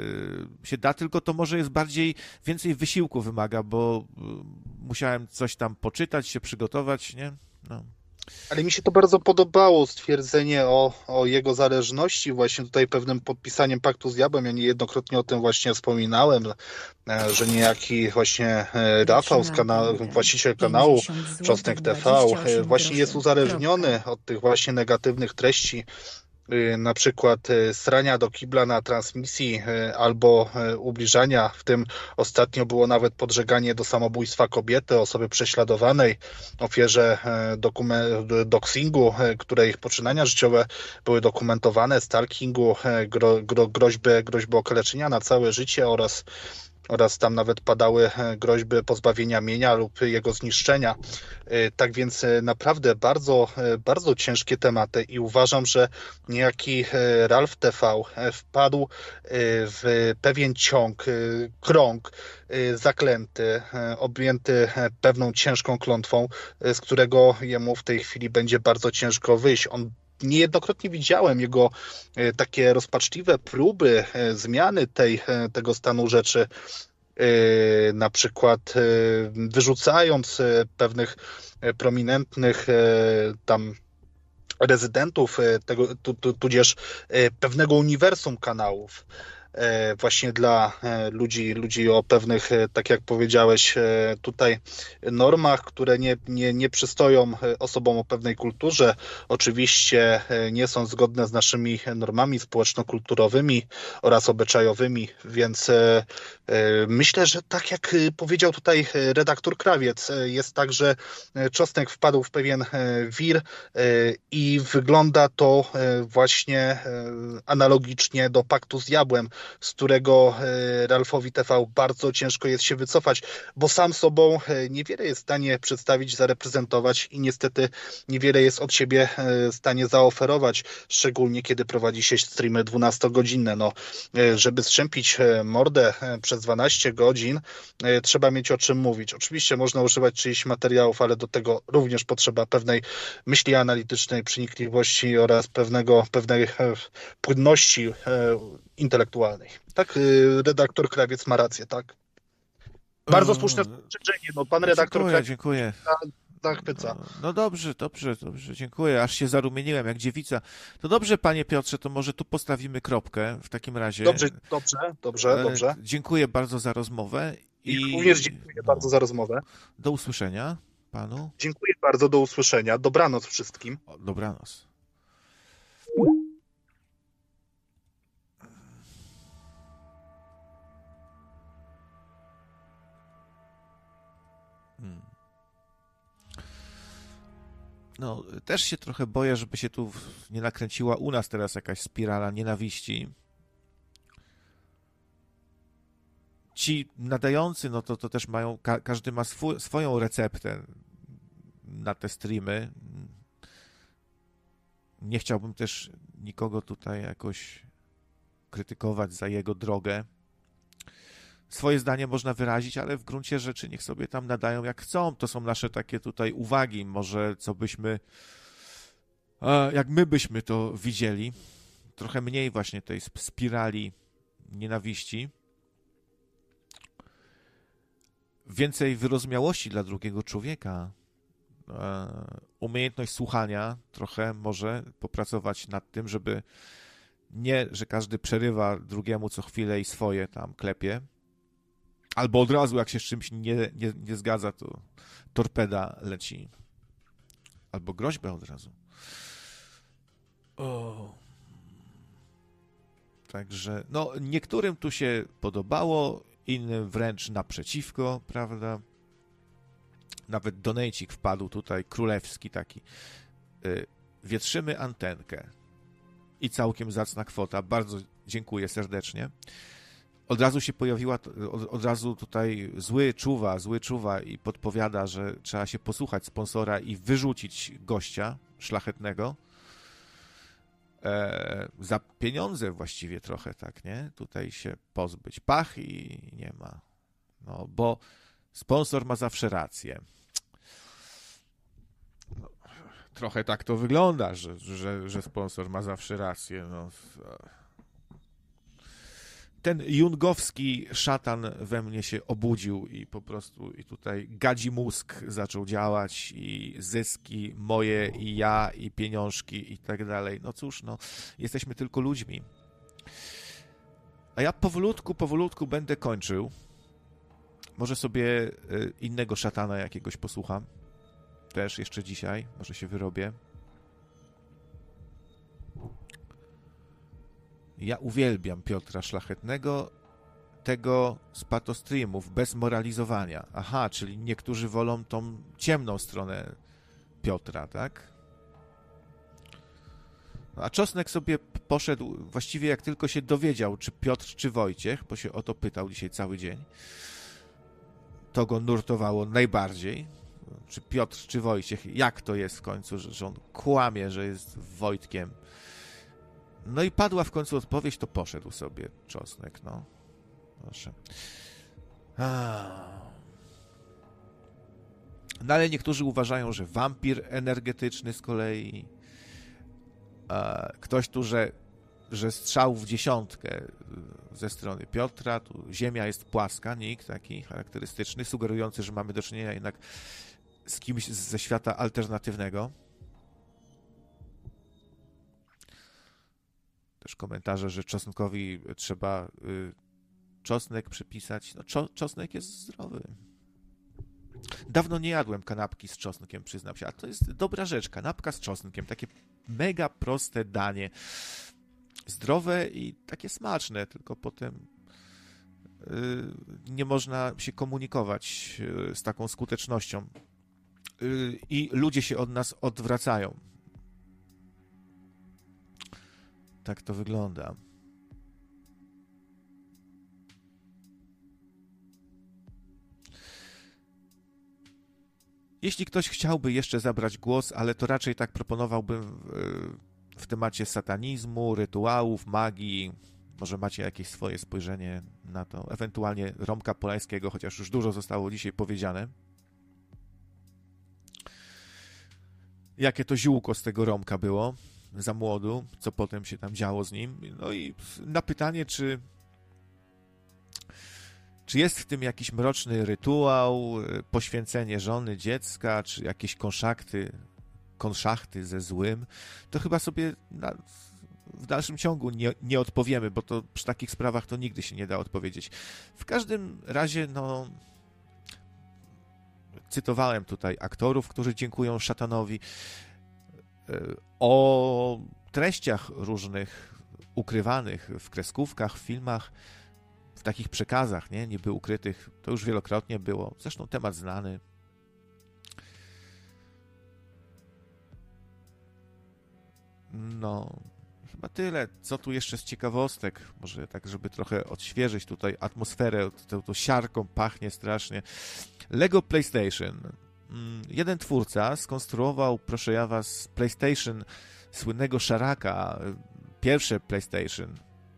Yy, się da, tylko to może jest bardziej, więcej wysiłku wymaga, bo yy, musiałem coś tam poczytać, się przygotować, nie? No. Ale mi się to bardzo podobało, stwierdzenie o, o jego zależności, właśnie tutaj pewnym podpisaniem paktu z diabłem. Ja niejednokrotnie o tym właśnie wspominałem, że niejaki właśnie Rafał, z kanału, właściciel kanału Czosnek T V, właśnie jest uzależniony od tych właśnie negatywnych treści, na przykład srania do kibla na transmisji albo ubliżania, w tym ostatnio było nawet podżeganie do samobójstwa kobiety, osoby prześladowanej, ofierze dokumen- doxingu, której ich poczynania życiowe były dokumentowane, stalkingu, gro- gro- groźby, groźby okaleczenia na całe życie oraz oraz tam nawet padały groźby pozbawienia mienia lub jego zniszczenia. Tak więc naprawdę bardzo, bardzo ciężkie tematy i uważam, że niejaki Ralf T V wpadł w pewien ciąg, krąg zaklęty, objęty pewną ciężką klątwą, z którego jemu w tej chwili będzie bardzo ciężko wyjść. On Niejednokrotnie widziałem jego takie rozpaczliwe próby zmiany tej, tego stanu rzeczy, na przykład wyrzucając pewnych prominentnych tam rezydentów tego, tudzież pewnego uniwersum kanałów. Właśnie dla ludzi, ludzi o pewnych, tak jak powiedziałeś tutaj, normach, które nie, nie, nie przystoją osobom o pewnej kulturze. Oczywiście nie są zgodne z naszymi normami społeczno-kulturowymi oraz obyczajowymi, więc myślę, że tak jak powiedział tutaj redaktor Krawiec, jest tak, że Czosnek wpadł w pewien wir i wygląda to właśnie analogicznie do paktu z diabłem, z którego Ralfowi T V bardzo ciężko jest się wycofać, bo sam sobą niewiele jest w stanie przedstawić, zareprezentować i niestety niewiele jest od siebie w stanie zaoferować, szczególnie kiedy prowadzi się streamy dwunastogodzinne. No, żeby strzępić mordę przez dwanaście godzin, trzeba mieć o czym mówić. Oczywiście można używać czyichś materiałów, ale do tego również potrzeba pewnej myśli analitycznej, przenikliwości oraz pewnego, pewnej płynności intelektualnej. Tak, redaktor Krawiec ma rację, tak? Bardzo słuszne spostrzeżenie. No, pan redaktor Dziękuję, Krawiec dziękuję. zachwyca. No dobrze, dobrze, dobrze, dziękuję. Aż się zarumieniłem jak dziewica. To dobrze, panie Piotrze, to może tu postawimy kropkę w takim razie. Dobrze, dobrze, dobrze, dobrze. Dziękuję bardzo za rozmowę. I również dziękuję no, bardzo za rozmowę. Do usłyszenia panu. Dziękuję bardzo, do usłyszenia. Dobranoc wszystkim. O, dobranoc. Hmm. No, też się trochę boję, żeby się tu nie nakręciła u nas teraz jakaś spirala nienawiści. Ci nadający, no to, to też mają, ka- każdy ma swój, swoją receptę na te streamy. Nie chciałbym też nikogo tutaj jakoś krytykować za jego drogę. Swoje zdanie można wyrazić, ale w gruncie rzeczy niech sobie tam nadają jak chcą. To są nasze takie tutaj uwagi, może co byśmy, jak my byśmy to widzieli. Trochę mniej właśnie tej spirali nienawiści. Więcej wyrozumiałości dla drugiego człowieka. Umiejętność słuchania, trochę może popracować nad tym, żeby Nie, że każdy przerywa drugiemu co chwilę i swoje tam klepie. Albo od razu, jak się z czymś nie, nie, nie zgadza, to torpeda leci. Albo groźba od razu. O. Także, no, niektórym tu się podobało, innym wręcz naprzeciwko, prawda? Nawet donejcik wpadł tutaj, królewski taki. Yy, wietrzymy antenkę. I całkiem zacna kwota. Bardzo dziękuję serdecznie. Od razu się pojawiła, od, od razu tutaj zły czuwa, zły czuwa i podpowiada, że trzeba się posłuchać sponsora i wyrzucić gościa szlachetnego. E, za pieniądze właściwie trochę, tak, nie? Tutaj się pozbyć. Pach i nie ma. No, bo sponsor ma zawsze rację. No, trochę tak to wygląda, że, że, że sponsor ma zawsze rację. No. Ten jungowski szatan we mnie się obudził i po prostu i tutaj gadzi mózg zaczął działać i zyski moje i ja i pieniążki i tak dalej. No cóż, no jesteśmy tylko ludźmi. A ja powolutku, powolutku będę kończył. Może sobie innego szatana jakiegoś posłucham. Też jeszcze dzisiaj. Może się wyrobię. Ja uwielbiam Piotra Szlachetnego, tego z patostreamów, bez moralizowania. Aha, czyli niektórzy wolą tą ciemną stronę Piotra, tak? A Czosnek sobie poszedł, właściwie jak tylko się dowiedział, czy Piotr, czy Wojciech, bo się o to pytał dzisiaj cały dzień, to go nurtowało najbardziej. Czy Piotr, czy Wojciech, jak to jest w końcu, że, że on kłamie, że jest Wojtkiem. No i padła w końcu odpowiedź, to poszedł sobie Czosnek, no. Proszę. No ale niektórzy uważają, że wampir energetyczny z kolei, ktoś tu, że, że strzał w dziesiątkę ze strony Piotra, tu ziemia jest płaska, nick taki charakterystyczny, sugerujący, że mamy do czynienia jednak z kimś ze świata alternatywnego. Też komentarze, że czosnkowi trzeba y, czosnek przypisać. No, czo, czosnek jest zdrowy. Dawno nie jadłem kanapki z czosnkiem, przyznam się, a to jest dobra rzecz. Kanapka z czosnkiem, takie mega proste danie. Zdrowe i takie smaczne, tylko potem y, nie można się komunikować y, z taką skutecznością. Y, I ludzie się od nas odwracają. Tak to wygląda. Jeśli ktoś chciałby jeszcze zabrać głos, ale to raczej tak proponowałbym w, w temacie satanizmu, rytuałów, magii, może macie jakieś swoje spojrzenie na to, ewentualnie Romka Polańskiego, chociaż już dużo zostało dzisiaj powiedziane. Jakie to ziółko z tego Romka było za młodu, co potem się tam działo z nim. No i na pytanie, czy czy jest w tym jakiś mroczny rytuał, poświęcenie żony, dziecka, czy jakieś konszachty, konszachty ze złym, to chyba sobie na, w dalszym ciągu nie, nie odpowiemy, bo to przy takich sprawach to nigdy się nie da odpowiedzieć. W każdym razie, no, cytowałem tutaj aktorów, którzy dziękują szatanowi, o treściach różnych ukrywanych w kreskówkach, w filmach, w takich przekazach, nie, niby ukrytych, to już wielokrotnie było. Zresztą temat znany. No, chyba tyle. Co tu jeszcze z ciekawostek? Może tak, żeby trochę odświeżyć tutaj atmosferę, to, to siarką pachnie strasznie. Lego PlayStation. Jeden twórca skonstruował, proszę ja was, PlayStation, słynnego szaraka, pierwsze PlayStation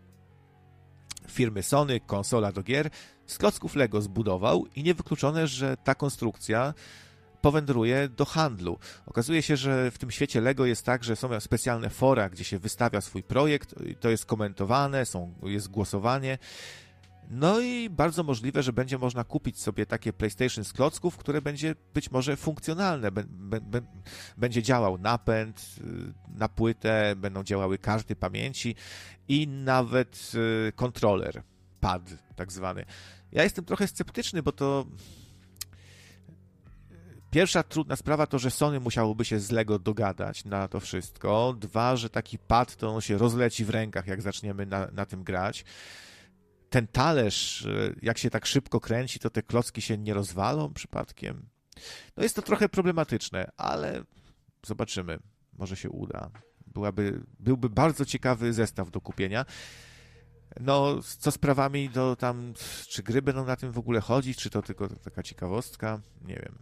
firmy Sony, konsola do gier, z klocków Lego zbudował i niewykluczone, że ta konstrukcja powędruje do handlu. Okazuje się, że w tym świecie Lego jest tak, że są specjalne fora, gdzie się wystawia swój projekt, to jest komentowane, są, jest głosowanie No i bardzo możliwe, że będzie można kupić sobie takie PlayStation z klocków, które będzie być może funkcjonalne. Be, be, be, będzie działał napęd na płytę, będą działały karty pamięci i nawet kontroler, pad tak zwany. Ja jestem trochę sceptyczny, bo to pierwsza trudna sprawa to, że Sony musiałoby się z Lego dogadać na to wszystko. Dwa, że taki pad to on się rozleci w rękach, jak zaczniemy na, na tym grać. Ten talerz, jak się tak szybko kręci, to te klocki się nie rozwalą przypadkiem. No jest to trochę problematyczne, ale zobaczymy. Może się uda. Byłaby, byłby bardzo ciekawy zestaw do kupienia. No, co z prawami do tam, czy gry będą na tym w ogóle chodzić, czy to tylko taka ciekawostka? Nie wiem.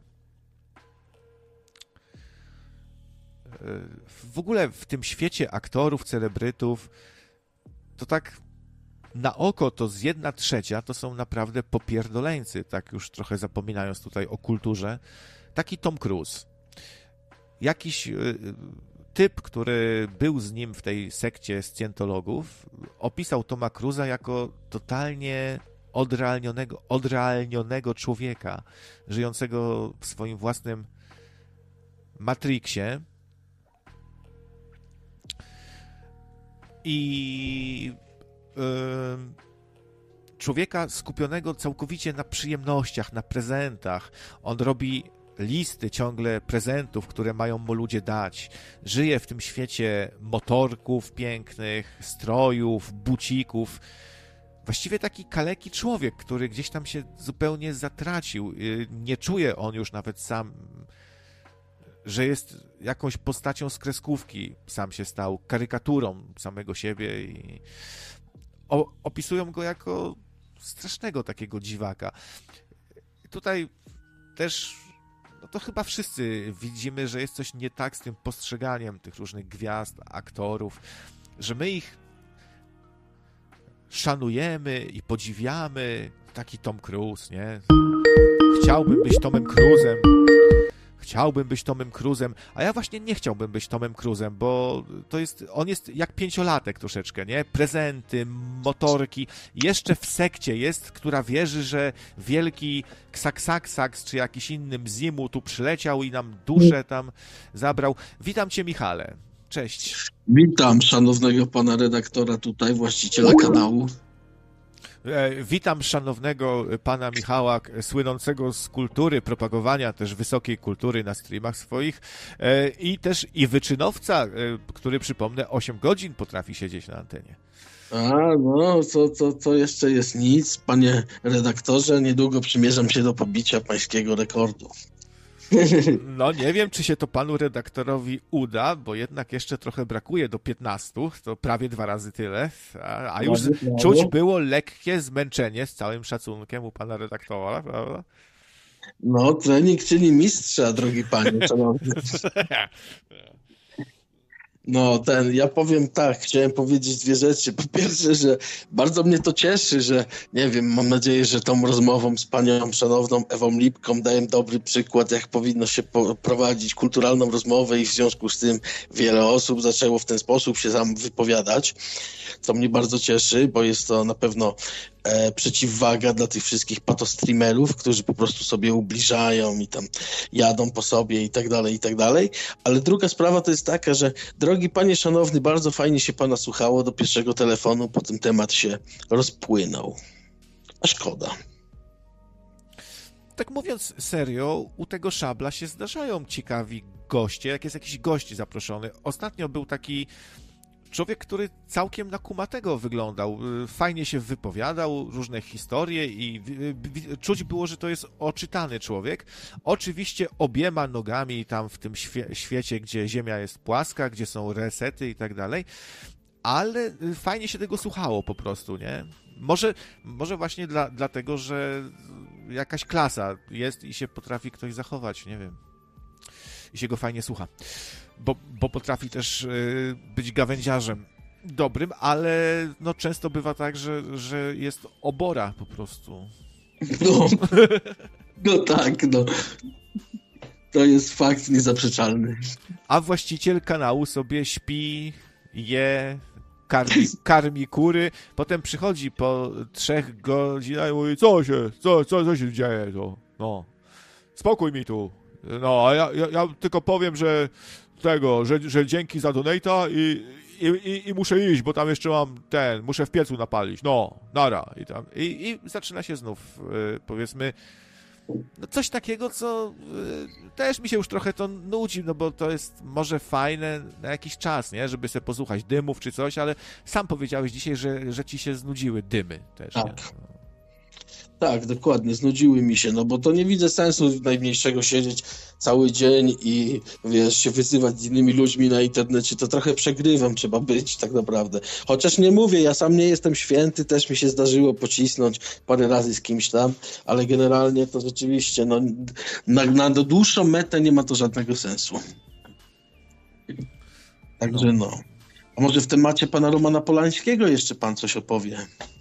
W ogóle w tym świecie aktorów, celebrytów, to tak na oko to z jedna trzecia to są naprawdę popierdoleńcy, tak już trochę zapominając tutaj o kulturze. Taki Tom Cruise. Jakiś typ, który był z nim w tej sekcie scjentologów, opisał Toma Cruise'a jako totalnie odrealnionego, odrealnionego człowieka, żyjącego w swoim własnym Matrixie. I yy, człowieka skupionego całkowicie na przyjemnościach, na prezentach. On robi listy ciągle prezentów, które mają mu ludzie dać. Żyje w tym świecie motorków pięknych, strojów, bucików. Właściwie taki kaleki człowiek, który gdzieś tam się zupełnie zatracił. Nie czuje on już nawet sam, że jest jakąś postacią z kreskówki. Sam się stał karykaturą samego siebie i o, opisują go jako strasznego takiego dziwaka. Tutaj też, no to chyba wszyscy widzimy, że jest coś nie tak z tym postrzeganiem tych różnych gwiazd, aktorów, że my ich szanujemy i podziwiamy. Taki Tom Cruise, nie? Chciałbym być Tomem Cruise'em. Chciałbym być Tomem Cruise'em, a ja właśnie nie chciałbym być Tomem Cruise'em, bo to jest, on jest jak pięciolatek troszeczkę, nie? Prezenty, motorki. Jeszcze w sekcie jest, która wierzy, że wielki Ksaksaksaks czy jakiś inny Mzimu tu przyleciał i nam duszę tam zabrał. Witam cię, Michale. Cześć. Witam szanownego pana redaktora tutaj, właściciela kanału. Witam szanownego pana Michała, słynącego z kultury, propagowania też wysokiej kultury na streamach swoich i też i wyczynowca, który, przypomnę, osiem godzin potrafi siedzieć na antenie. A, no, co, co, co jeszcze jest nic, panie redaktorze, niedługo przymierzam się do pobicia pańskiego rekordu. No nie wiem, czy się to panu redaktorowi uda, bo jednak jeszcze trochę brakuje do piętnastu, to prawie dwa razy tyle, a, a już czuć było lekkie zmęczenie, z całym szacunkiem u pana redaktora, prawda? No, trening czyni mistrza, drogi panie, szanowny. No, ten, ja powiem tak, chciałem powiedzieć dwie rzeczy. Po pierwsze, że bardzo mnie to cieszy, że, nie wiem, mam nadzieję, że tą rozmową z panią szanowną Ewą Lipką dałem dobry przykład, jak powinno się po- prowadzić kulturalną rozmowę i w związku z tym wiele osób zaczęło w ten sposób się sam wypowiadać, co mnie bardzo cieszy, bo jest to na pewno e, przeciwwaga dla tych wszystkich patostreamerów, którzy po prostu sobie ubliżają i tam jadą po sobie i tak dalej, i tak dalej. Ale druga sprawa to jest taka, że drogi panie szanowny, bardzo fajnie się pana słuchało do pierwszego telefonu, potem temat się rozpłynął. A szkoda. Tak mówiąc serio, u tego Szabla się zdarzają ciekawi goście, jak jest jakiś gość zaproszony. Ostatnio był taki człowiek, który całkiem na kumatego wyglądał. Fajnie się wypowiadał, różne historie i czuć było, że to jest oczytany człowiek. Oczywiście obiema nogami tam w tym świe- świecie, gdzie ziemia jest płaska, gdzie są resety i tak dalej, ale fajnie się tego słuchało po prostu, nie? Może, może właśnie dla, dlatego, że jakaś klasa jest i się potrafi ktoś zachować, nie wiem. I się go fajnie słucha. Bo, bo potrafi też y, być gawędziarzem dobrym, ale no często bywa tak, że, że jest obora po prostu. No, no tak, no. To jest fakt niezaprzeczalny. A właściciel kanału sobie śpi, je, karmi, karmi kury, potem przychodzi po trzech godzinach i mówi, co się, co, co, co się dzieje, to, no, spokój mi tu, no, a ja, ja, ja tylko powiem, że tego, że, że dzięki za donate'a i, i, i, i muszę iść, bo tam jeszcze mam ten, muszę w piecu napalić, no, nara, i tam, i, i zaczyna się znów, yy, powiedzmy, no coś takiego, co y, też mi się już trochę to nudzi, no bo to jest może fajne na jakiś czas, nie? Żeby sobie posłuchać dymów czy coś, ale sam powiedziałeś dzisiaj, że, że ci się znudziły dymy też, tak. Nie? Tak, dokładnie, znudziły mi się, no bo to nie widzę sensu najmniejszego siedzieć cały dzień i wiesz, się wyzywać z innymi ludźmi na internecie, to trochę przegrywam, trzeba być tak naprawdę. Chociaż nie mówię, ja sam nie jestem święty, też mi się zdarzyło pocisnąć parę razy z kimś tam, ale generalnie to rzeczywiście, no na, na dłuższą metę nie ma to żadnego sensu. Także no. A może w temacie pana Romana Polańskiego jeszcze pan coś opowie?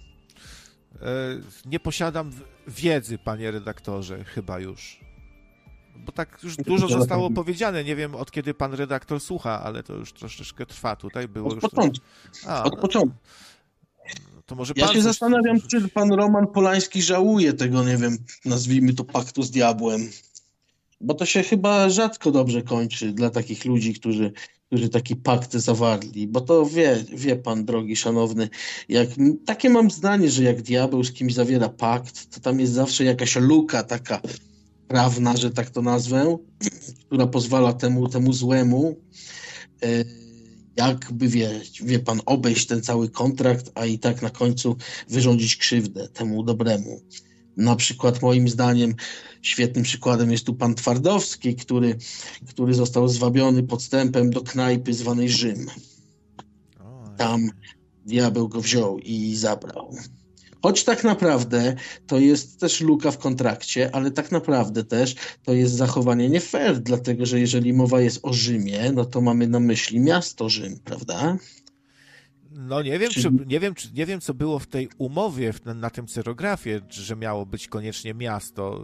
Nie posiadam wiedzy, panie redaktorze, chyba już. Bo tak już dużo zostało powiedziane. Nie wiem, od kiedy pan redaktor słucha, ale to już troszeczkę trwa. Tutaj było od już... początku. A, od początku. To może ja pan się coś... zastanawiam, czy pan Roman Polański żałuje tego, nie wiem, nazwijmy to paktu z diabłem. Bo to się chyba rzadko dobrze kończy dla takich ludzi, którzy którzy taki pakt zawarli, bo to wie, wie pan, drogi, szanowny, jak, takie mam zdanie, że jak diabeł z kimś zawiera pakt, to tam jest zawsze jakaś luka taka prawna, że tak to nazwę, która pozwala temu, temu złemu e, jakby, wie, wie pan, obejść ten cały kontrakt, a i tak na końcu wyrządzić krzywdę temu dobremu. Na przykład moim zdaniem świetnym przykładem jest tu pan Twardowski, który, który został zwabiony podstępem do knajpy zwanej Rzym. Tam diabeł go wziął i zabrał. Choć tak naprawdę to jest też luka w kontrakcie, ale tak naprawdę też to jest zachowanie nie fair, dlatego że jeżeli mowa jest o Rzymie, no to mamy na myśli miasto Rzym, prawda? No nie wiem, czy, nie wiem, czy, nie wiem, co było w tej umowie, na, na tym cyrografie, że miało być koniecznie miasto.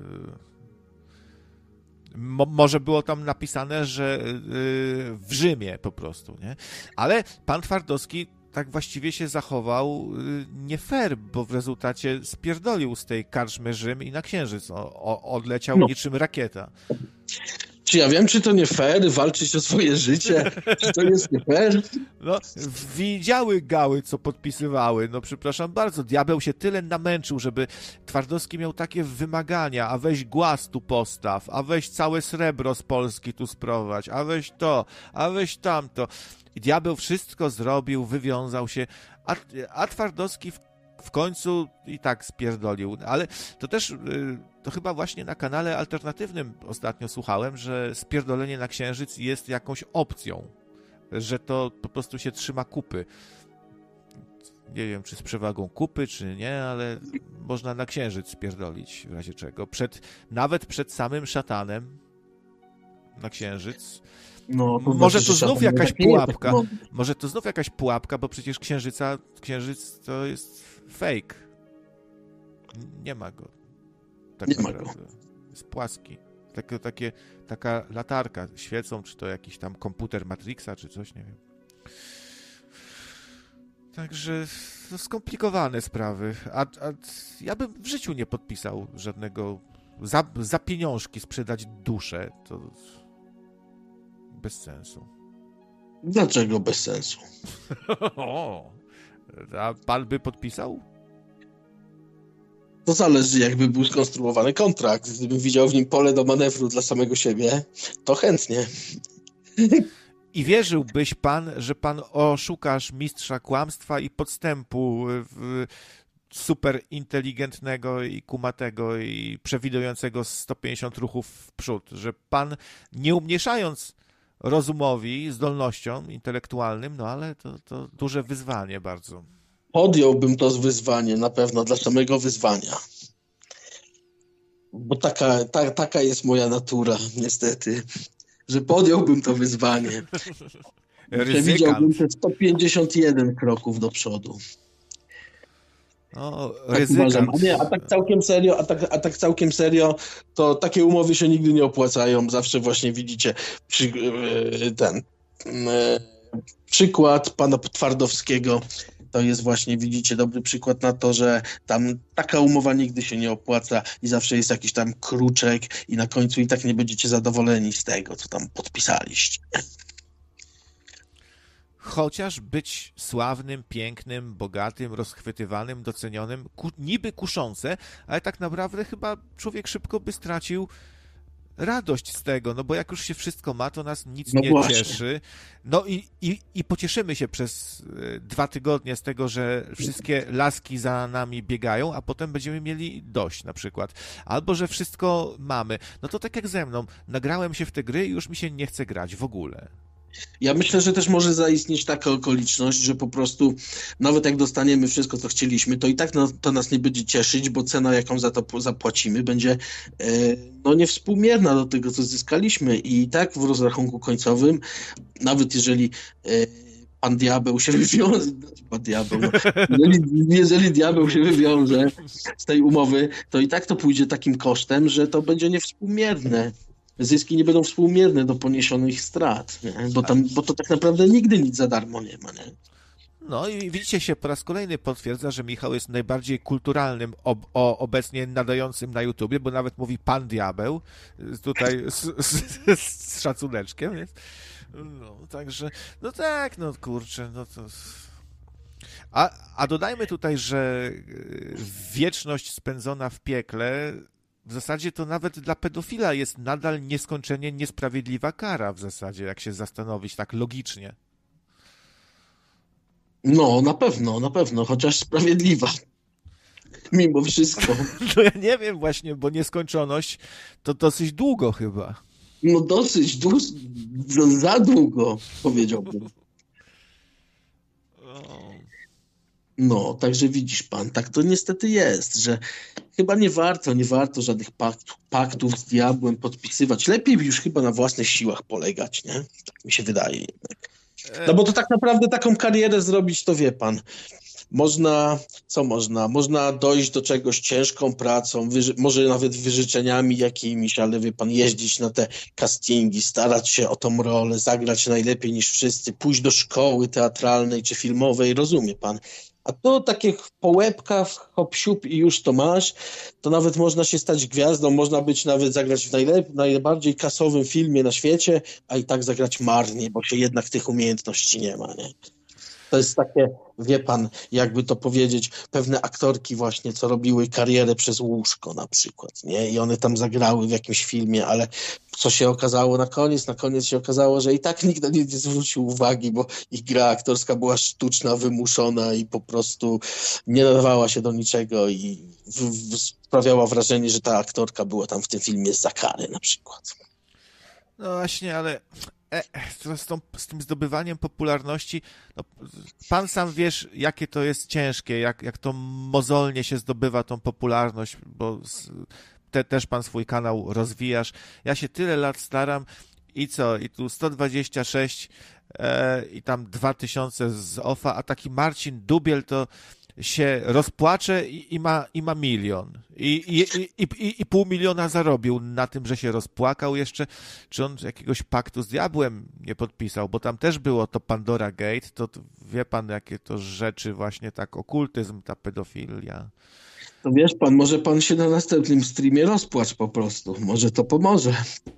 Mo, może było tam napisane, że w Rzymie po prostu, nie? Ale pan Twardowski tak właściwie się zachował nie fair, bo w rezultacie spierdolił z tej karczmy Rzym i na Księżyc o, o, odleciał no. niczym rakieta. Czy ja wiem, czy to nie fair, walczyć o swoje życie? Czy to jest nie fair? No, widziały gały, co podpisywały. No, przepraszam bardzo, diabeł się tyle namęczył, żeby Twardowski miał takie wymagania, a weź głaz tu postaw, a weź całe srebro z Polski tu sprowadź, a weź to, a weź tamto. I diabeł wszystko zrobił, wywiązał się, a, a Twardowski w, w końcu i tak spierdolił. Ale to też... To chyba właśnie na kanale alternatywnym ostatnio słuchałem, że spierdolenie na Księżyc jest jakąś opcją, że to po prostu się trzyma kupy. Nie wiem, czy z przewagą kupy, czy nie, ale można na Księżyc spierdolić w razie czego. Przed, nawet przed samym szatanem na Księżyc. No, to może znaczy, to znów szatan jakaś tak pułapka. nie, Może to znów jakaś pułapka, bo przecież Księżyca, Księżyc to jest fake. Nie ma go. Tak nie naprawdę. ma go. Jest płaski. Takie, takie, taka latarka świecą, czy to jakiś tam komputer Matrixa, czy coś, nie wiem. Także to skomplikowane sprawy. A, a ja bym w życiu nie podpisał żadnego za, za pieniążki sprzedać duszę. To bez sensu. Dlaczego bez sensu? A pan by podpisał? To zależy, jakby był skonstruowany kontrakt. Gdybym widział w nim pole do manewru dla samego siebie, to chętnie. I wierzyłbyś pan, że pan oszukasz mistrza kłamstwa i podstępu w super inteligentnego i kumatego i przewidującego sto pięćdziesiąt ruchów w przód, że pan, nie umniejszając rozumowi, zdolnościom intelektualnym, no ale to, to duże wyzwanie bardzo. Podjąłbym to z wyzwanie, na pewno, dla samego wyzwania. Bo taka, ta, taka jest moja natura, niestety, że podjąłbym to wyzwanie. Przewidziałbym te sto pięćdziesiąt jeden kroków do przodu. O, tak ryzykant. uważam. A nie, a tak całkiem serio, a tak, a tak całkiem serio, to takie umowy się nigdy nie opłacają. Zawsze właśnie widzicie przy, ten... przykład pana Twardowskiego to jest właśnie, widzicie, dobry przykład na to, że tam taka umowa nigdy się nie opłaca i zawsze jest jakiś tam kruczek i na końcu i tak nie będziecie zadowoleni z tego, co tam podpisaliście. Chociaż być sławnym, pięknym, bogatym, rozchwytywanym, docenionym, ku, niby kuszące, ale tak naprawdę chyba człowiek szybko by stracił radość z tego, no bo jak już się wszystko ma, to nas nic No nie właśnie. cieszy. No i, i, i pocieszymy się przez e, dwa tygodnie z tego, że wszystkie laski za nami biegają, a potem będziemy mieli dość na przykład. Albo, że wszystko mamy. No to tak jak ze mną. Nagrałem się w te gry i już mi się nie chce grać w ogóle. Ja myślę, że też może zaistnieć taka okoliczność, że po prostu nawet jak dostaniemy wszystko, co chcieliśmy, to i tak na, to nas nie będzie cieszyć, bo cena, jaką za to zapłacimy, będzie e, no niewspółmierna do tego, co zyskaliśmy. I tak w rozrachunku końcowym, nawet jeżeli e, pan diabeł się wywiąże, pan diabeł, no, jeżeli, jeżeli diabeł się wywiąże z tej umowy, to i tak to pójdzie takim kosztem, że to będzie niewspółmierne. Zyski nie będą współmierne do poniesionych strat, nie? Bo, tam, bo to tak naprawdę nigdy nic za darmo nie ma. Nie? No i widzicie, się po raz kolejny potwierdza, że Michał jest najbardziej kulturalnym ob- o, obecnie nadającym na YouTubie, bo nawet mówi pan diabeł, tutaj z, z, z szacuneczkiem, więc no, także, no tak, no kurczę, no to... A, a dodajmy tutaj, że wieczność spędzona w piekle w zasadzie to nawet dla pedofila jest nadal nieskończenie niesprawiedliwa kara w zasadzie, jak się zastanowić tak logicznie. No, na pewno, na pewno, chociaż sprawiedliwa. Mimo wszystko. No ja nie wiem właśnie, bo nieskończoność to dosyć długo chyba. No dosyć, dłu- za, za długo, powiedziałbym. No, także widzisz pan, tak to niestety jest, że chyba nie warto, nie warto żadnych paktów, paktów z diabłem podpisywać. Lepiej już chyba na własnych siłach polegać, nie? Tak mi się wydaje jednak. No bo to tak naprawdę taką karierę zrobić, to wie pan. Można, co można? Można dojść do czegoś ciężką pracą, wyży- może nawet wyżyczeniami jakimiś, ale wie pan, jeździć na te castingi, starać się o tą rolę, zagrać najlepiej niż wszyscy, pójść do szkoły teatralnej czy filmowej, rozumie pan? A to takie po łebkach, hop siup i już to masz, to nawet można się stać gwiazdą, można być nawet zagrać w najlep- najbardziej kasowym filmie na świecie, a i tak zagrać marnie, bo się jednak tych umiejętności nie ma, nie? To jest takie, wie pan, jakby to powiedzieć, pewne aktorki właśnie, co robiły karierę przez łóżko na przykład, nie? I one tam zagrały w jakimś filmie, ale co się okazało na koniec? Na koniec się okazało, że i tak nikt na nie nie zwrócił uwagi, bo ich gra aktorska była sztuczna, wymuszona i po prostu nie nadawała się do niczego i w- w- sprawiała wrażenie, że ta aktorka była tam w tym filmie za karę na przykład. No właśnie, ale e, z, tą, z tym zdobywaniem popularności, no, pan sam wiesz, jakie to jest ciężkie, jak, jak to mozolnie się zdobywa tą popularność, bo z, te, też pan swój kanał rozwijasz. Ja się tyle lat staram i co? I tu sto dwadzieścia sześć e, i tam dwa tysiące z offa, a taki Marcin Dubiel to się rozpłacze i, i, ma, i ma milion. I, i, i, i, I pół miliona zarobił na tym, że się rozpłakał jeszcze. Czy on jakiegoś paktu z diabłem nie podpisał? Bo tam też było to Pandora Gate. To to wie pan, jakie to rzeczy właśnie, tak okultyzm, ta pedofilia. To wiesz pan, może pan się na następnym streamie rozpłacz po prostu. Może to pomoże.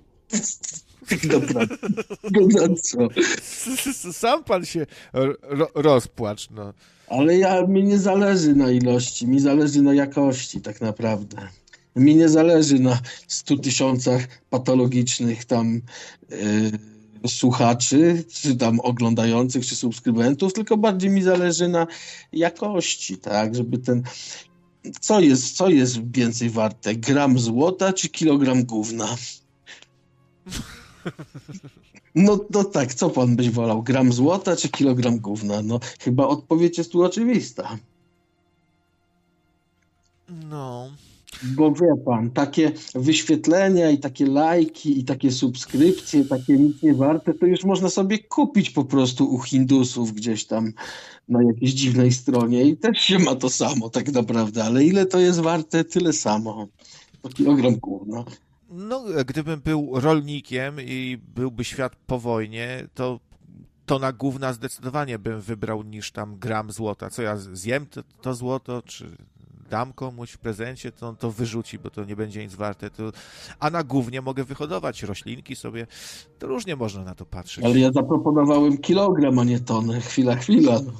Dobra. Dobra, co? Sam pan się ro, rozpłacz, no. Ale ja, mi nie zależy na ilości, mi zależy na jakości tak naprawdę. Mi nie zależy na stu tysiącach patologicznych tam yy, słuchaczy, czy tam oglądających, czy subskrybentów, tylko bardziej mi zależy na jakości, tak, żeby ten... Co jest, co jest więcej warte? Gram złota czy kilogram gówna? No, no tak, co pan byś wolał? Gram złota czy kilogram gówna? No chyba odpowiedź jest tu oczywista. No. Bo wie pan, takie wyświetlenia i takie lajki i takie subskrypcje, takie nic nie warte, to już można sobie kupić po prostu u Hindusów gdzieś tam na jakiejś dziwnej stronie i też się ma to samo tak naprawdę, ale ile to jest warte? Tyle samo. To kilogram gówna. No, gdybym był rolnikiem i byłby świat po wojnie, to tona gówna zdecydowanie bym wybrał niż tam gram złota. Co ja zjem to, to złoto, czy dam komuś w prezencie, to on to wyrzuci, bo to nie będzie nic warte. To... A na gównie mogę wyhodować roślinki sobie. To różnie można na to patrzeć. Ale ja zaproponowałem kilogram, a nie tonę. Chwila, chwila. No.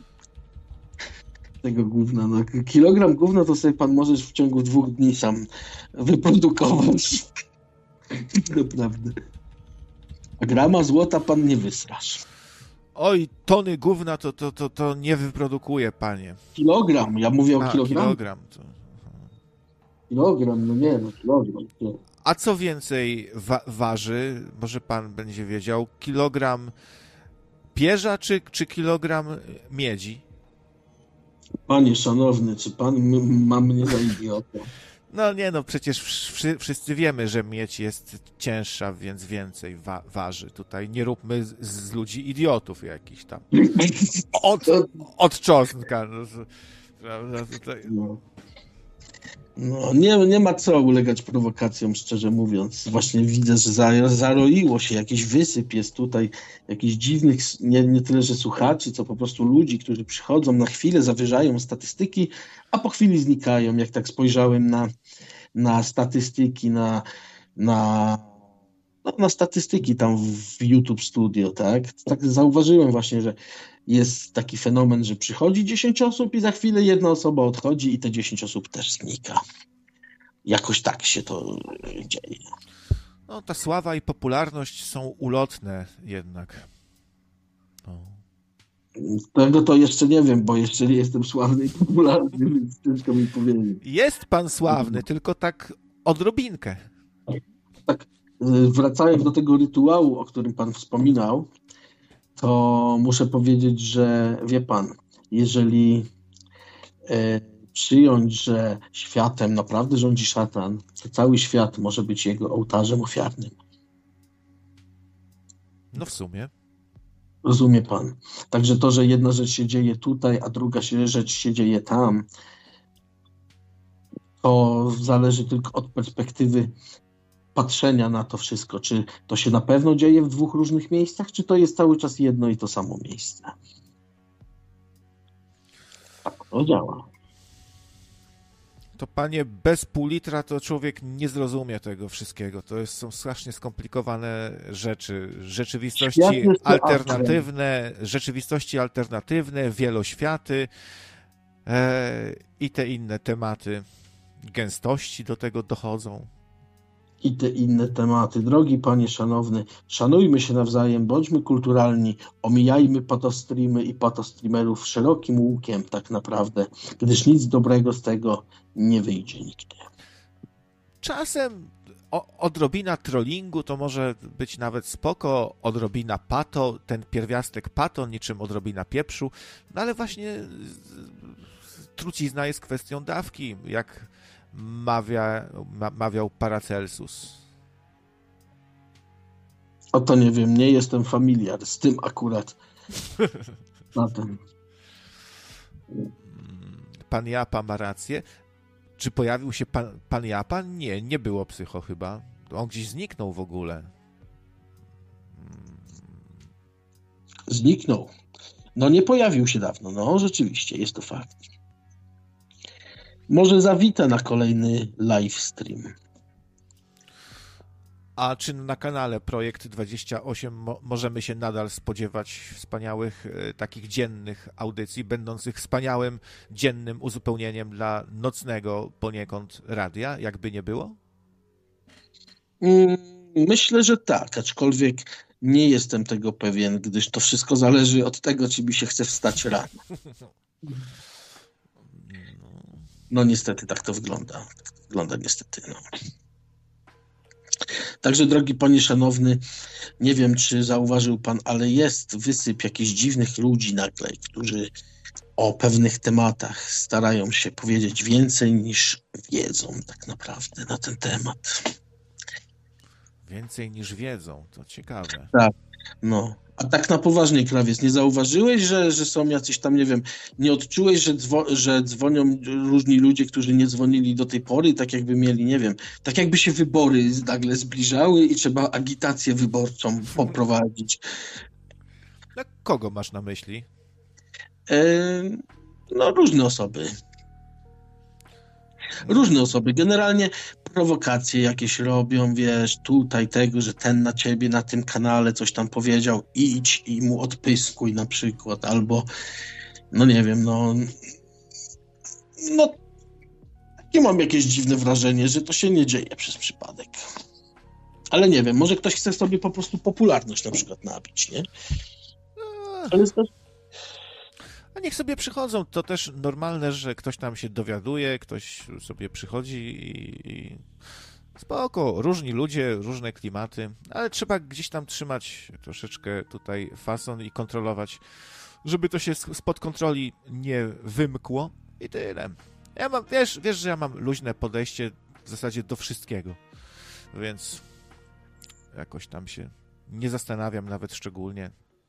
Tego gówna. No. Kilogram gówna to sobie pan możesz w ciągu dwóch dni sam wyprodukować. Naprawdę. A grama złota pan nie wysrasz. Oj, tony gówna to, to, to, to nie wyprodukuje, panie. Kilogram, ja mówię o A, kilogram. kilogram to... Kilogram, no nie, no kilogram. Nie. A co więcej wa- waży, może pan będzie wiedział, kilogram pierza czy, czy kilogram miedzi? Panie szanowny, czy pan m- ma mnie za idiotę? No nie, no przecież wszy- wszyscy wiemy, że miedź jest cięższa, więc więcej wa- waży. Tutaj nie róbmy z, z ludzi idiotów jakichś tam. Od, od czosnka. No, prawda, tutaj... No, no nie, nie ma co ulegać prowokacjom, szczerze mówiąc. Właśnie widzę, że za, zaroiło się, jakiś wysyp jest tutaj, jakichś dziwnych, nie, nie tyle, że słuchaczy, co po prostu ludzi, którzy przychodzą na chwilę, zawyżają statystyki, a po chwili znikają. Jak tak spojrzałem na, na statystyki, na, na, no, na statystyki tam w YouTube Studio, tak? Tak zauważyłem właśnie, że jest taki fenomen, że przychodzi dziesięć osób i za chwilę jedna osoba odchodzi i te dziesięć osób też znika. Jakoś tak się to dzieje. No ta sława i popularność są ulotne jednak. No. Tego to jeszcze nie wiem, bo jeszcze nie jestem sławny i popularny, więc ciężko mi powiedzieć. Jest pan sławny, tylko tak odrobinkę. Tak, wracając do tego rytuału, o którym pan wspominał, to muszę powiedzieć, że wie pan, jeżeli e, przyjąć, że światem naprawdę rządzi szatan, to cały świat może być jego ołtarzem ofiarnym. No w sumie. Rozumie pan. Także to, że jedna rzecz się dzieje tutaj, a druga się, rzecz się dzieje tam, to zależy tylko od perspektywy patrzenia na to wszystko. Czy to się na pewno dzieje w dwóch różnych miejscach, czy to jest cały czas jedno i to samo miejsce. Tak to działa. To panie, bez pół litra to człowiek nie zrozumie tego wszystkiego. To jest, są strasznie skomplikowane rzeczy. Rzeczywistości alternatywne, rzeczywistości alternatywne, wieloświaty e, i te inne tematy. Gęstości do tego dochodzą. I te inne tematy. Drogi panie szanowny, szanujmy się nawzajem, bądźmy kulturalni, omijajmy patostreamy i patostreamerów szerokim łukiem tak naprawdę, gdyż nic dobrego z tego nie wyjdzie nigdy. Czasem o, odrobina trollingu to może być nawet spoko, odrobina pato, ten pierwiastek pato, niczym odrobina pieprzu, no ale właśnie trucizna jest kwestią dawki, jak Mawia, ma, mawiał Paracelsus. O to nie wiem, nie jestem familiar z tym akurat. Na tym. Pan Japa ma rację. Czy pojawił się pan, pan Japa? Nie, nie było psycho chyba. On gdzieś zniknął w ogóle. Zniknął. No nie pojawił się dawno. No rzeczywiście, jest to fakt. Może zawita na kolejny live stream. A czy na kanale Projekt dwadzieścia osiem mo- możemy się nadal spodziewać wspaniałych e, takich dziennych audycji, będących wspaniałym dziennym uzupełnieniem dla nocnego poniekąd radia, jakby nie było? Mm, myślę, że tak, aczkolwiek nie jestem tego pewien, gdyż to wszystko zależy od tego, czy mi się chce wstać rano. No niestety tak to wygląda. Tak to wygląda niestety. No. Także drogi panie szanowny, nie wiem czy zauważył pan, ale jest wysyp jakichś dziwnych ludzi nagle, którzy o pewnych tematach starają się powiedzieć więcej niż wiedzą tak naprawdę na ten temat. Więcej niż wiedzą, to ciekawe. Tak, no. A tak na poważnie, krawiec, nie zauważyłeś, że, że są jacyś tam, nie wiem, nie odczułeś, że, dzwo- że dzwonią różni ludzie, którzy nie dzwonili do tej pory, tak jakby mieli, nie wiem, tak jakby się wybory nagle zbliżały i trzeba agitację wyborczą poprowadzić. No kogo masz na myśli? E, no, różne osoby. Różne osoby. Generalnie prowokacje jakieś robią, wiesz, tutaj tego, że ten na ciebie na tym kanale coś tam powiedział, idź i mu odpyskuj na przykład, albo no nie wiem, no no takie mam jakieś dziwne wrażenie, że to się nie dzieje przez przypadek. Ale nie wiem, może ktoś chce sobie po prostu popularność na przykład nabić, nie? Ale jest też... A niech sobie przychodzą, to też normalne, że ktoś tam się dowiaduje, ktoś sobie przychodzi i, i spoko, różni ludzie, różne klimaty, ale trzeba gdzieś tam trzymać troszeczkę tutaj fason i kontrolować, żeby to się spod kontroli nie wymkło i tyle. Ja mam, wiesz, wiesz, że ja mam luźne podejście w zasadzie do wszystkiego, więc jakoś tam się nie zastanawiam nawet szczególnie.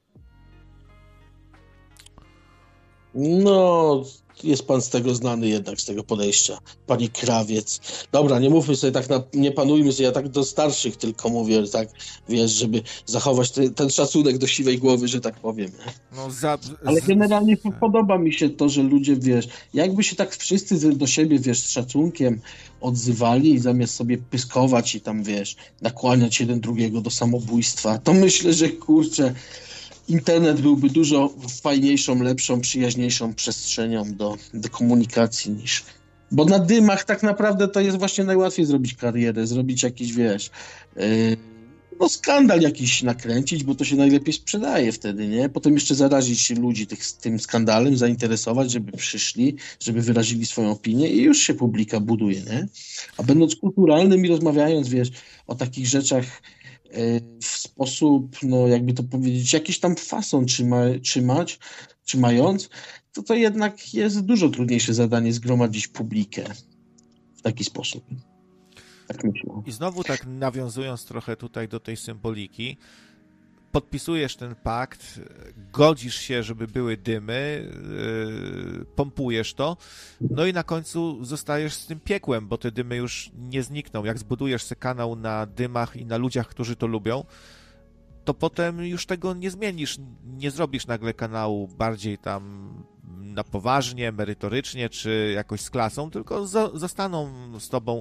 No, jest pan z tego znany jednak, z tego podejścia. Pani Krawiec. Dobra, nie mówmy sobie tak, na, nie panujmy sobie, ja tak do starszych tylko mówię, tak, wiesz, żeby zachować te, ten szacunek do siwej głowy, że tak powiem. No, za, Ale z... generalnie podoba mi się to, że ludzie, wiesz, jakby się tak wszyscy do siebie, wiesz, z szacunkiem odzywali i zamiast sobie pyskować i tam, wiesz, nakłaniać jeden drugiego do samobójstwa, to myślę, że kurczę, internet byłby dużo fajniejszą, lepszą, przyjaźniejszą przestrzenią do, do komunikacji niż... Bo na dymach tak naprawdę to jest właśnie najłatwiej zrobić karierę, zrobić jakiś, wiesz, yy, no skandal jakiś nakręcić, bo to się najlepiej sprzedaje wtedy, nie? Potem jeszcze zarazić ludzi tych, tym skandalem, zainteresować, żeby przyszli, żeby wyrazili swoją opinię i już się publika buduje, nie? A będąc kulturalnym i rozmawiając, wiesz, o takich rzeczach w sposób, no jakby to powiedzieć, jakiś tam fason trzyma, trzymać, trzymając, to to jednak jest dużo trudniejsze zadanie zgromadzić publikę w taki sposób. Tak myślę. I znowu tak nawiązując trochę tutaj do tej symboliki, podpisujesz ten pakt, godzisz się, żeby były dymy, yy, pompujesz to, no i na końcu zostajesz z tym piekłem, bo te dymy już nie znikną. Jak zbudujesz sobie kanał na dymach i na ludziach, którzy to lubią, to potem już tego nie zmienisz, nie zrobisz nagle kanału bardziej tam na poważnie, merytorycznie, czy jakoś z klasą, tylko zo- zostaną z tobą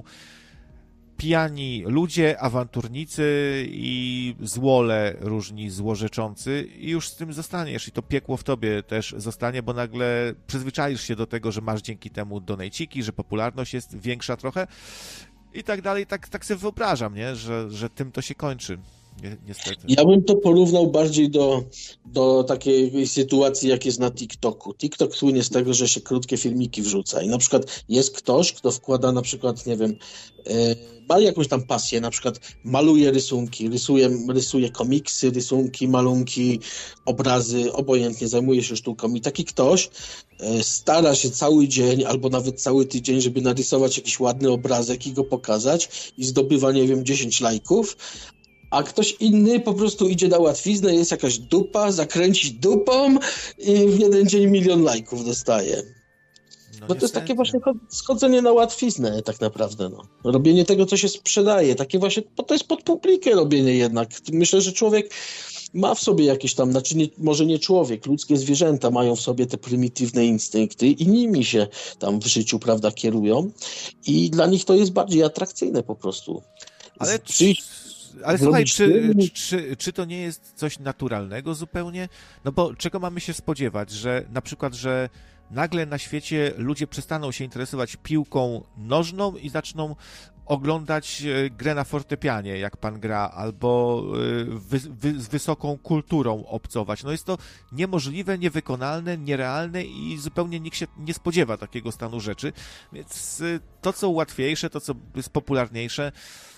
pijani ludzie, awanturnicy i złole różni złorzeczący i już z tym zostaniesz i to piekło w tobie też zostanie, bo nagle przyzwyczaisz się do tego, że masz dzięki temu donejciki, że popularność jest większa trochę i tak dalej, tak, tak sobie wyobrażam, nie? Że, że tym to się kończy. Ni- niestety. Ja bym to porównał bardziej do, do takiej sytuacji, jak jest na TikToku. TikTok słynie z tego, że się krótkie filmiki wrzuca i na przykład jest ktoś, kto wkłada na przykład, nie wiem, yy, ma jakąś tam pasję, na przykład maluje rysunki, rysuje, rysuje komiksy, rysunki, malunki, obrazy, obojętnie, zajmuje się sztuką i taki ktoś yy, stara się cały dzień albo nawet cały tydzień, żeby narysować jakiś ładny obrazek i go pokazać i zdobywa, nie wiem, dziesięć lajków, a ktoś inny po prostu idzie na łatwiznę, jest jakaś dupa, zakręcić dupą i w jeden dzień milion lajków dostaje. No Bo to jest niestety. takie właśnie schodzenie na łatwiznę tak naprawdę, no. Robienie tego, co się sprzedaje, takie właśnie, bo to jest pod publikę robienie jednak. Myślę, że człowiek ma w sobie jakieś tam, znaczy nie, może nie człowiek, ludzkie zwierzęta mają w sobie te prymitywne instynkty i nimi się tam w życiu, prawda, kierują i dla nich to jest bardziej atrakcyjne po prostu. Ale, Przyjść, ale słuchaj, zrobić czy, film. czy, czy to nie jest coś naturalnego zupełnie? No bo czego mamy się spodziewać, że na przykład, że nagle na świecie ludzie przestaną się interesować piłką nożną i zaczną oglądać grę na fortepianie, jak pan gra, albo wy, wy, z wysoką kulturą obcować. No jest to niemożliwe, niewykonalne, nierealne i zupełnie nikt się nie spodziewa takiego stanu rzeczy. Więc to, co łatwiejsze, to, co jest popularniejsze,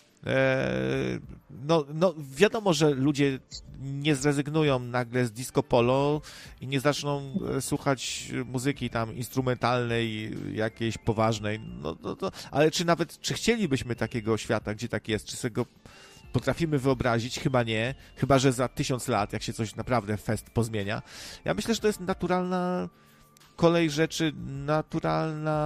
no, no wiadomo, że ludzie nie zrezygnują nagle z disco polo i nie zaczną słuchać muzyki tam instrumentalnej, jakiejś poważnej, no, no, to, ale czy nawet, czy chcielibyśmy takiego świata, gdzie tak jest, czy sobie go potrafimy wyobrazić? Chyba nie, chyba że za tysiąc lat, jak się coś naprawdę fest pozmienia. Ja myślę, że to jest naturalna kolej rzeczy,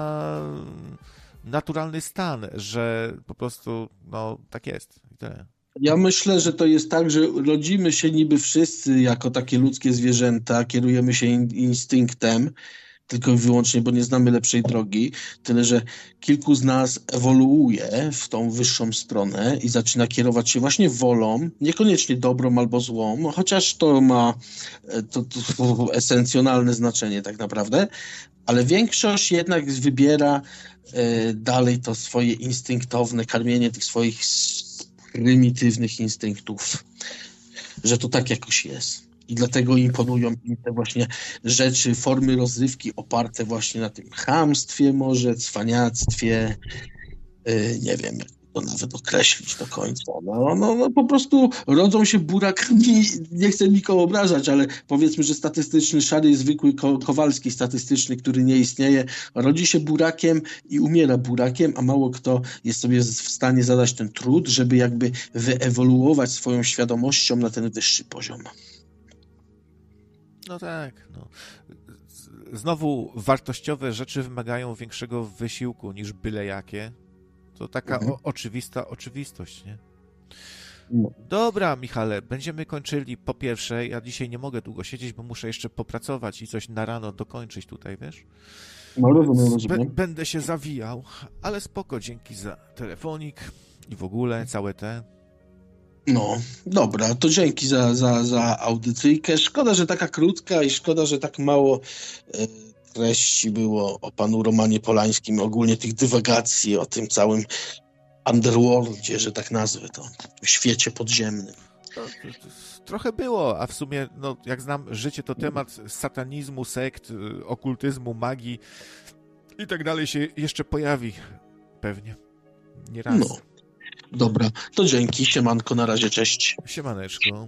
naturalna naturalny stan, że po prostu, no, tak jest i tyle. Ja myślę, że to jest tak, że rodzimy się niby wszyscy jako takie ludzkie zwierzęta, kierujemy się in, instynktem, tylko i wyłącznie, bo nie znamy lepszej drogi, tyle że kilku z nas ewoluuje w tą wyższą stronę i zaczyna kierować się właśnie wolą, niekoniecznie dobrą albo złą, chociaż to ma to, to esencjonalne znaczenie tak naprawdę, ale większość jednak wybiera e, dalej to swoje instynktowne karmienie tych swoich prymitywnych instynktów, że to tak jakoś jest. I dlatego imponują im te właśnie rzeczy, formy rozrywki oparte właśnie na tym chamstwie może, cwaniactwie, yy, nie wiem, jak to nawet określić do końca. No, no, no po prostu rodzą się burakami, nie chcę nikogo obrażać, ale powiedzmy, że statystyczny, szary, zwykły ko- Kowalski statystyczny, który nie istnieje, rodzi się burakiem i umiera burakiem, a mało kto jest sobie w stanie zadać ten trud, żeby jakby wyewoluować swoją świadomością na ten wyższy poziom. No tak, no. Znowu wartościowe rzeczy wymagają większego wysiłku niż byle jakie. To taka mhm. o, oczywista oczywistość, nie? No. Dobra, Michale, będziemy kończyli po pierwsze. Ja dzisiaj nie mogę długo siedzieć, bo muszę jeszcze popracować i coś na rano dokończyć tutaj, wiesz? No, rozumiem, rozumiem. B- będę się zawijał, ale spoko, dzięki za telefonik i w ogóle całe te... No, dobra, to dzięki za, za, za audycyjkę. Szkoda, że taka krótka i szkoda, że tak mało e, treści było o panu Romanie Polańskim, ogólnie tych dywagacji o tym całym underworldzie, że tak nazwę to, w świecie podziemnym. To, to, to trochę było, a w sumie, no, jak znam życie, to temat satanizmu, sekt, okultyzmu, magii i tak dalej się jeszcze pojawi pewnie. Nie raz. No. Dobra, to dzięki, siemanko, na razie, cześć. Siemaneczko.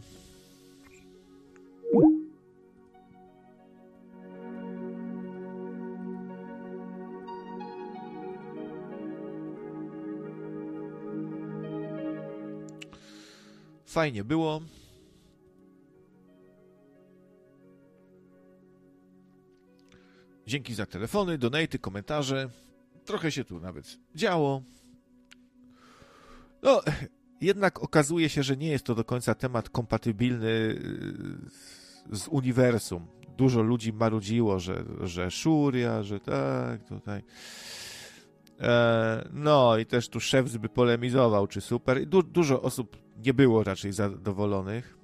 Fajnie było. Dzięki za telefony, donaty, komentarze. Trochę się tu nawet działo. No, jednak okazuje się, że nie jest to do końca temat kompatybilny z uniwersum. Dużo ludzi marudziło, że, że Szuria, że tak, tutaj. E, no i też tu szef by polemizował, czy super. I du- dużo osób nie było raczej zadowolonych.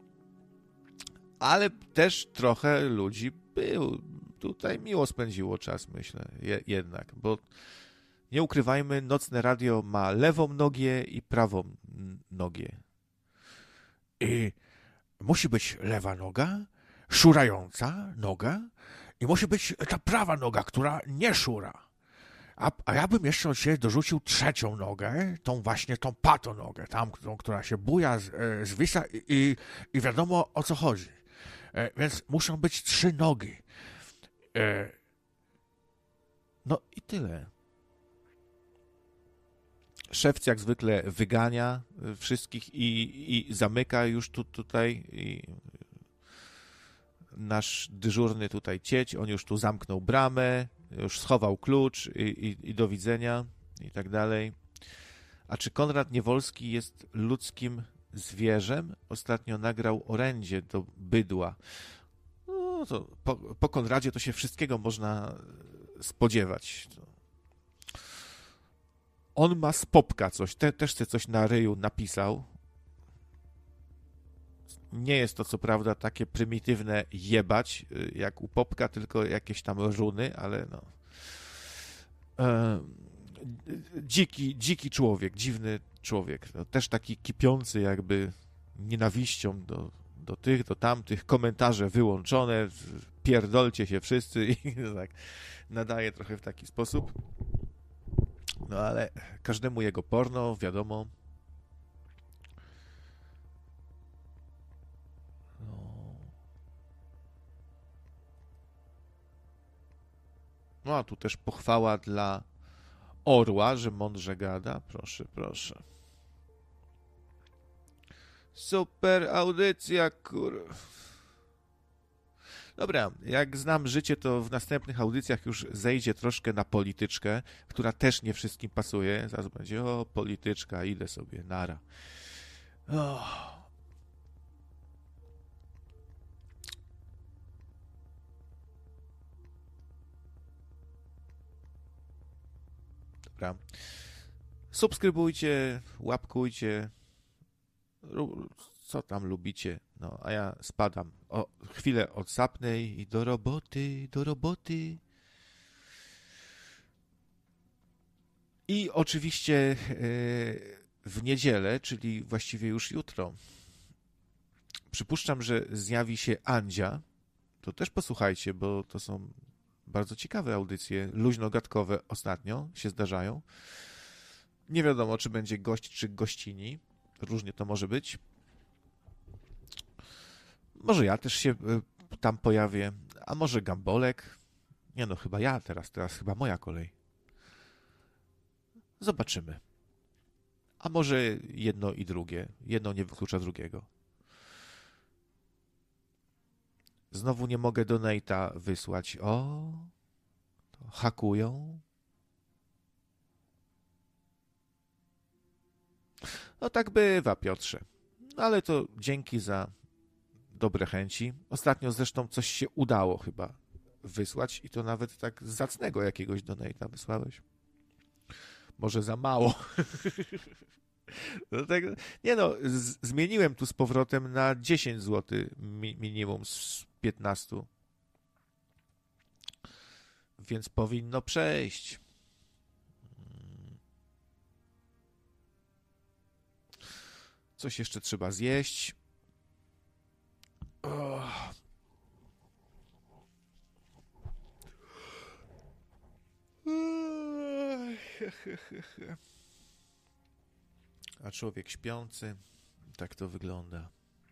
Ale też trochę ludzi był. Tutaj miło spędziło czas, myślę, je- jednak, bo nie ukrywajmy, Nocne Radio ma lewą nogę i prawą nogę. I musi być lewa noga, szurająca noga, i musi być ta prawa noga, która nie szura. A, a ja bym jeszcze od siebie dorzucił trzecią nogę, tą właśnie tą patonogę, tam, tą, która się buja, z, e, zwisa i, i, i wiadomo, o co chodzi. E, więc muszą być trzy nogi. E, no i tyle. Szewc jak zwykle wygania wszystkich i, i zamyka już tu, tutaj i nasz dyżurny tutaj cieć, on już tu zamknął bramę, już schował klucz i, i, i do widzenia i tak dalej. A czy Konrad Niewolski jest ludzkim zwierzem? Ostatnio nagrał orędzie do bydła. No to po, po Konradzie to się wszystkiego można spodziewać. On ma z popka coś, te, też chce coś na ryju napisał. Nie jest to co prawda takie prymitywne jebać, jak u popka, tylko jakieś tam runy, ale no. E, dziki, dziki człowiek, dziwny człowiek. No, też taki kipiący jakby nienawiścią do, do tych, do tamtych, komentarze wyłączone, pierdolcie się wszyscy i tak nadaje trochę w taki sposób. No ale każdemu jego porno, wiadomo. No. No a tu też pochwała dla Orła, że mądrze gada. Proszę, proszę. Super audycja, kur... Dobra, jak znam życie, to w następnych audycjach już zejdzie troszkę na polityczkę, która też nie wszystkim pasuje. Zaraz będzie, o, polityczka, idę sobie, nara. Oh. Dobra. Subskrybujcie, łapkujcie, co tam lubicie. No, a ja spadam. O, chwilę odsapnę i do roboty, do roboty. I oczywiście w niedzielę, czyli właściwie już jutro, przypuszczam, że zjawi się Andzia. To też posłuchajcie, bo to są bardzo ciekawe audycje, luźno-gadkowe ostatnio się zdarzają. Nie wiadomo, czy będzie gość, czy gościni. Różnie to może być. Może ja też się tam pojawię, a może Gambolek. Nie no, chyba ja teraz, teraz chyba moja kolej. Zobaczymy. A może jedno i drugie. Jedno nie wyklucza drugiego. Znowu nie mogę donate'a wysłać. O, to hakują. No tak bywa, Piotrze. Ale to dzięki za dobre chęci. Ostatnio zresztą coś się udało chyba wysłać i to nawet tak zacnego jakiegoś donate'a wysłałeś. Może za mało. No tak, nie no, z, zmieniłem tu z powrotem na dziesięć złotych mi, minimum z piętnastu. Więc powinno przejść. Coś jeszcze trzeba zjeść. Oh. A człowiek śpiący, tak to wygląda.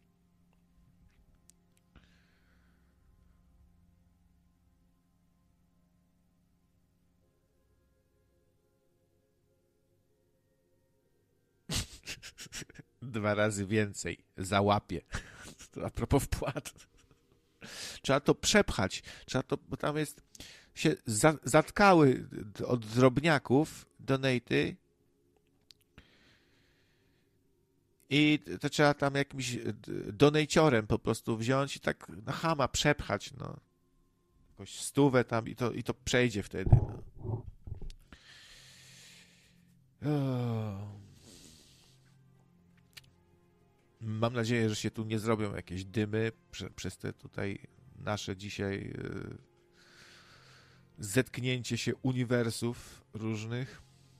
Dwa razy więcej załapie. To a propos wpłat. Trzeba to przepchać. Trzeba to, bo tam jest się za, zatkały od drobniaków donaty i to trzeba tam jakimś donejciorem po prostu wziąć i tak na chama przepchać, no. Jakąś stówę tam i to, i to przejdzie wtedy, no. Oh. Mam nadzieję, że się tu nie zrobią jakieś dymy prze, przez te tutaj nasze dzisiaj yy, zetknięcie się uniwersów różnych.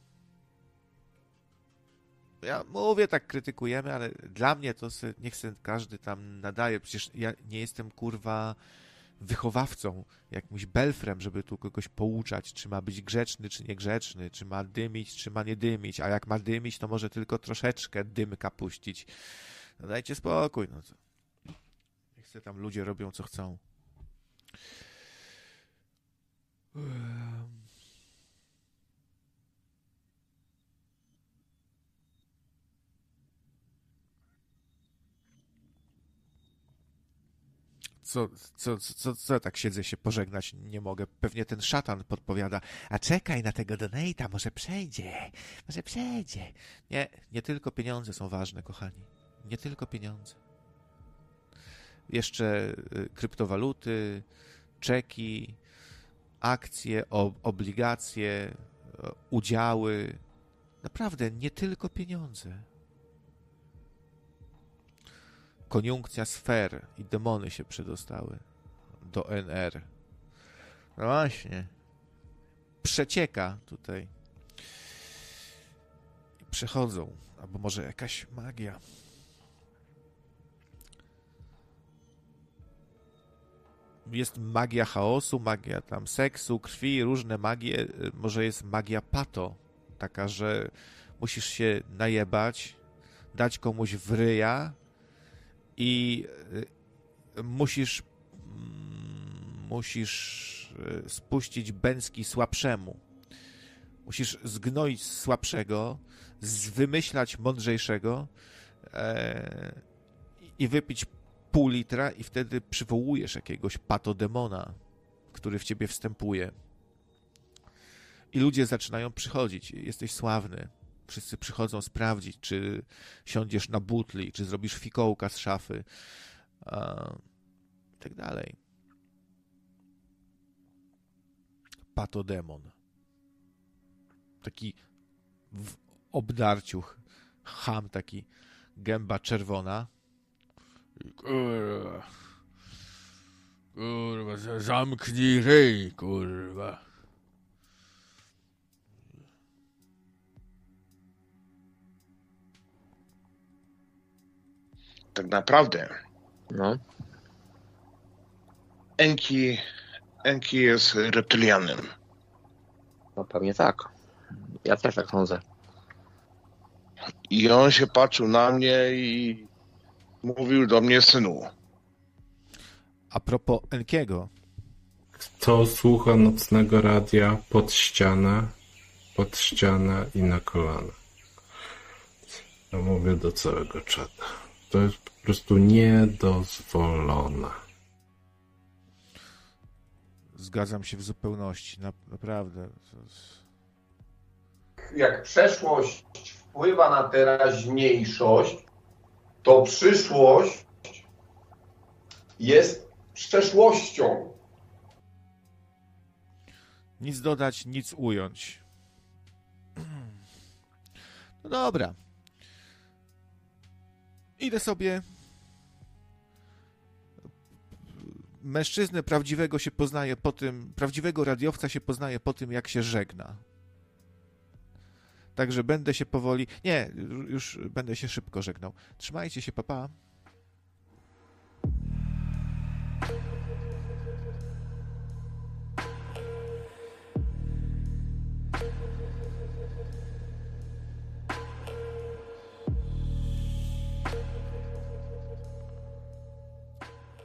Ja mówię, tak krytykujemy, ale dla mnie to se, niech se każdy tam nadaje. Przecież ja nie jestem, kurwa, wychowawcą, jakimś belfrem, żeby tu kogoś pouczać, czy ma być grzeczny, czy niegrzeczny, czy ma dymić, czy ma nie dymić, a jak ma dymić, to może tylko troszeczkę dymka puścić. No dajcie spokój, no co. Niech se tam ludzie robią, co chcą. Co, co, co, co tak siedzę się pożegnać nie mogę? Pewnie ten szatan podpowiada, a czekaj na tego donate'a, może przejdzie, może przejdzie. Nie, nie tylko pieniądze są ważne, kochani. Nie tylko pieniądze. Jeszcze kryptowaluty, czeki, akcje, obligacje, udziały. Naprawdę, nie tylko pieniądze. Koniunkcja sfer i demony się przedostały do N R. No właśnie. Przecieka tutaj. I przechodzą. Albo może jakaś magia. Jest magia chaosu, magia tam seksu, krwi, różne magie. Może jest magia pato. Taka, że musisz się najebać, dać komuś w ryja i musisz musisz spuścić bęcki słabszemu. Musisz zgnoić słabszego, wymyślać mądrzejszego e, i wypić pół litra i wtedy przywołujesz jakiegoś patodemona, który w ciebie wstępuje. I ludzie zaczynają przychodzić. Jesteś sławny. wszyscy przychodzą sprawdzić, czy siądziesz na butli, czy zrobisz fikołka z szafy a, i tak dalej. Patodemon. Taki w obdarciu cham, taki gęba czerwona. Kurwa. Kurwa, zamknij ryj, kurwa. Tak naprawdę No. Enki, Enki jest reptylianem. No pewnie tak. Ja też tak sądzę. I on się patrzył na mnie i mówił do mnie, synu. A propos Enkiego. Kto słucha nocnego radia pod ścianę, pod ścianę i na kolana? Ja mówię do całego czata. To jest po prostu niedozwolone. Zgadzam się w zupełności, na, naprawdę. Jak przeszłość wpływa na teraźniejszość, to przyszłość jest przeszłością. Nic dodać, nic ująć. No dobra. Idę sobie. Mężczyznę prawdziwego się poznaje po tym, prawdziwego radiowca się poznaje po tym, jak się żegna. Także będę się powoli... Nie, już będę się szybko żegnał. Trzymajcie się, pa, pa.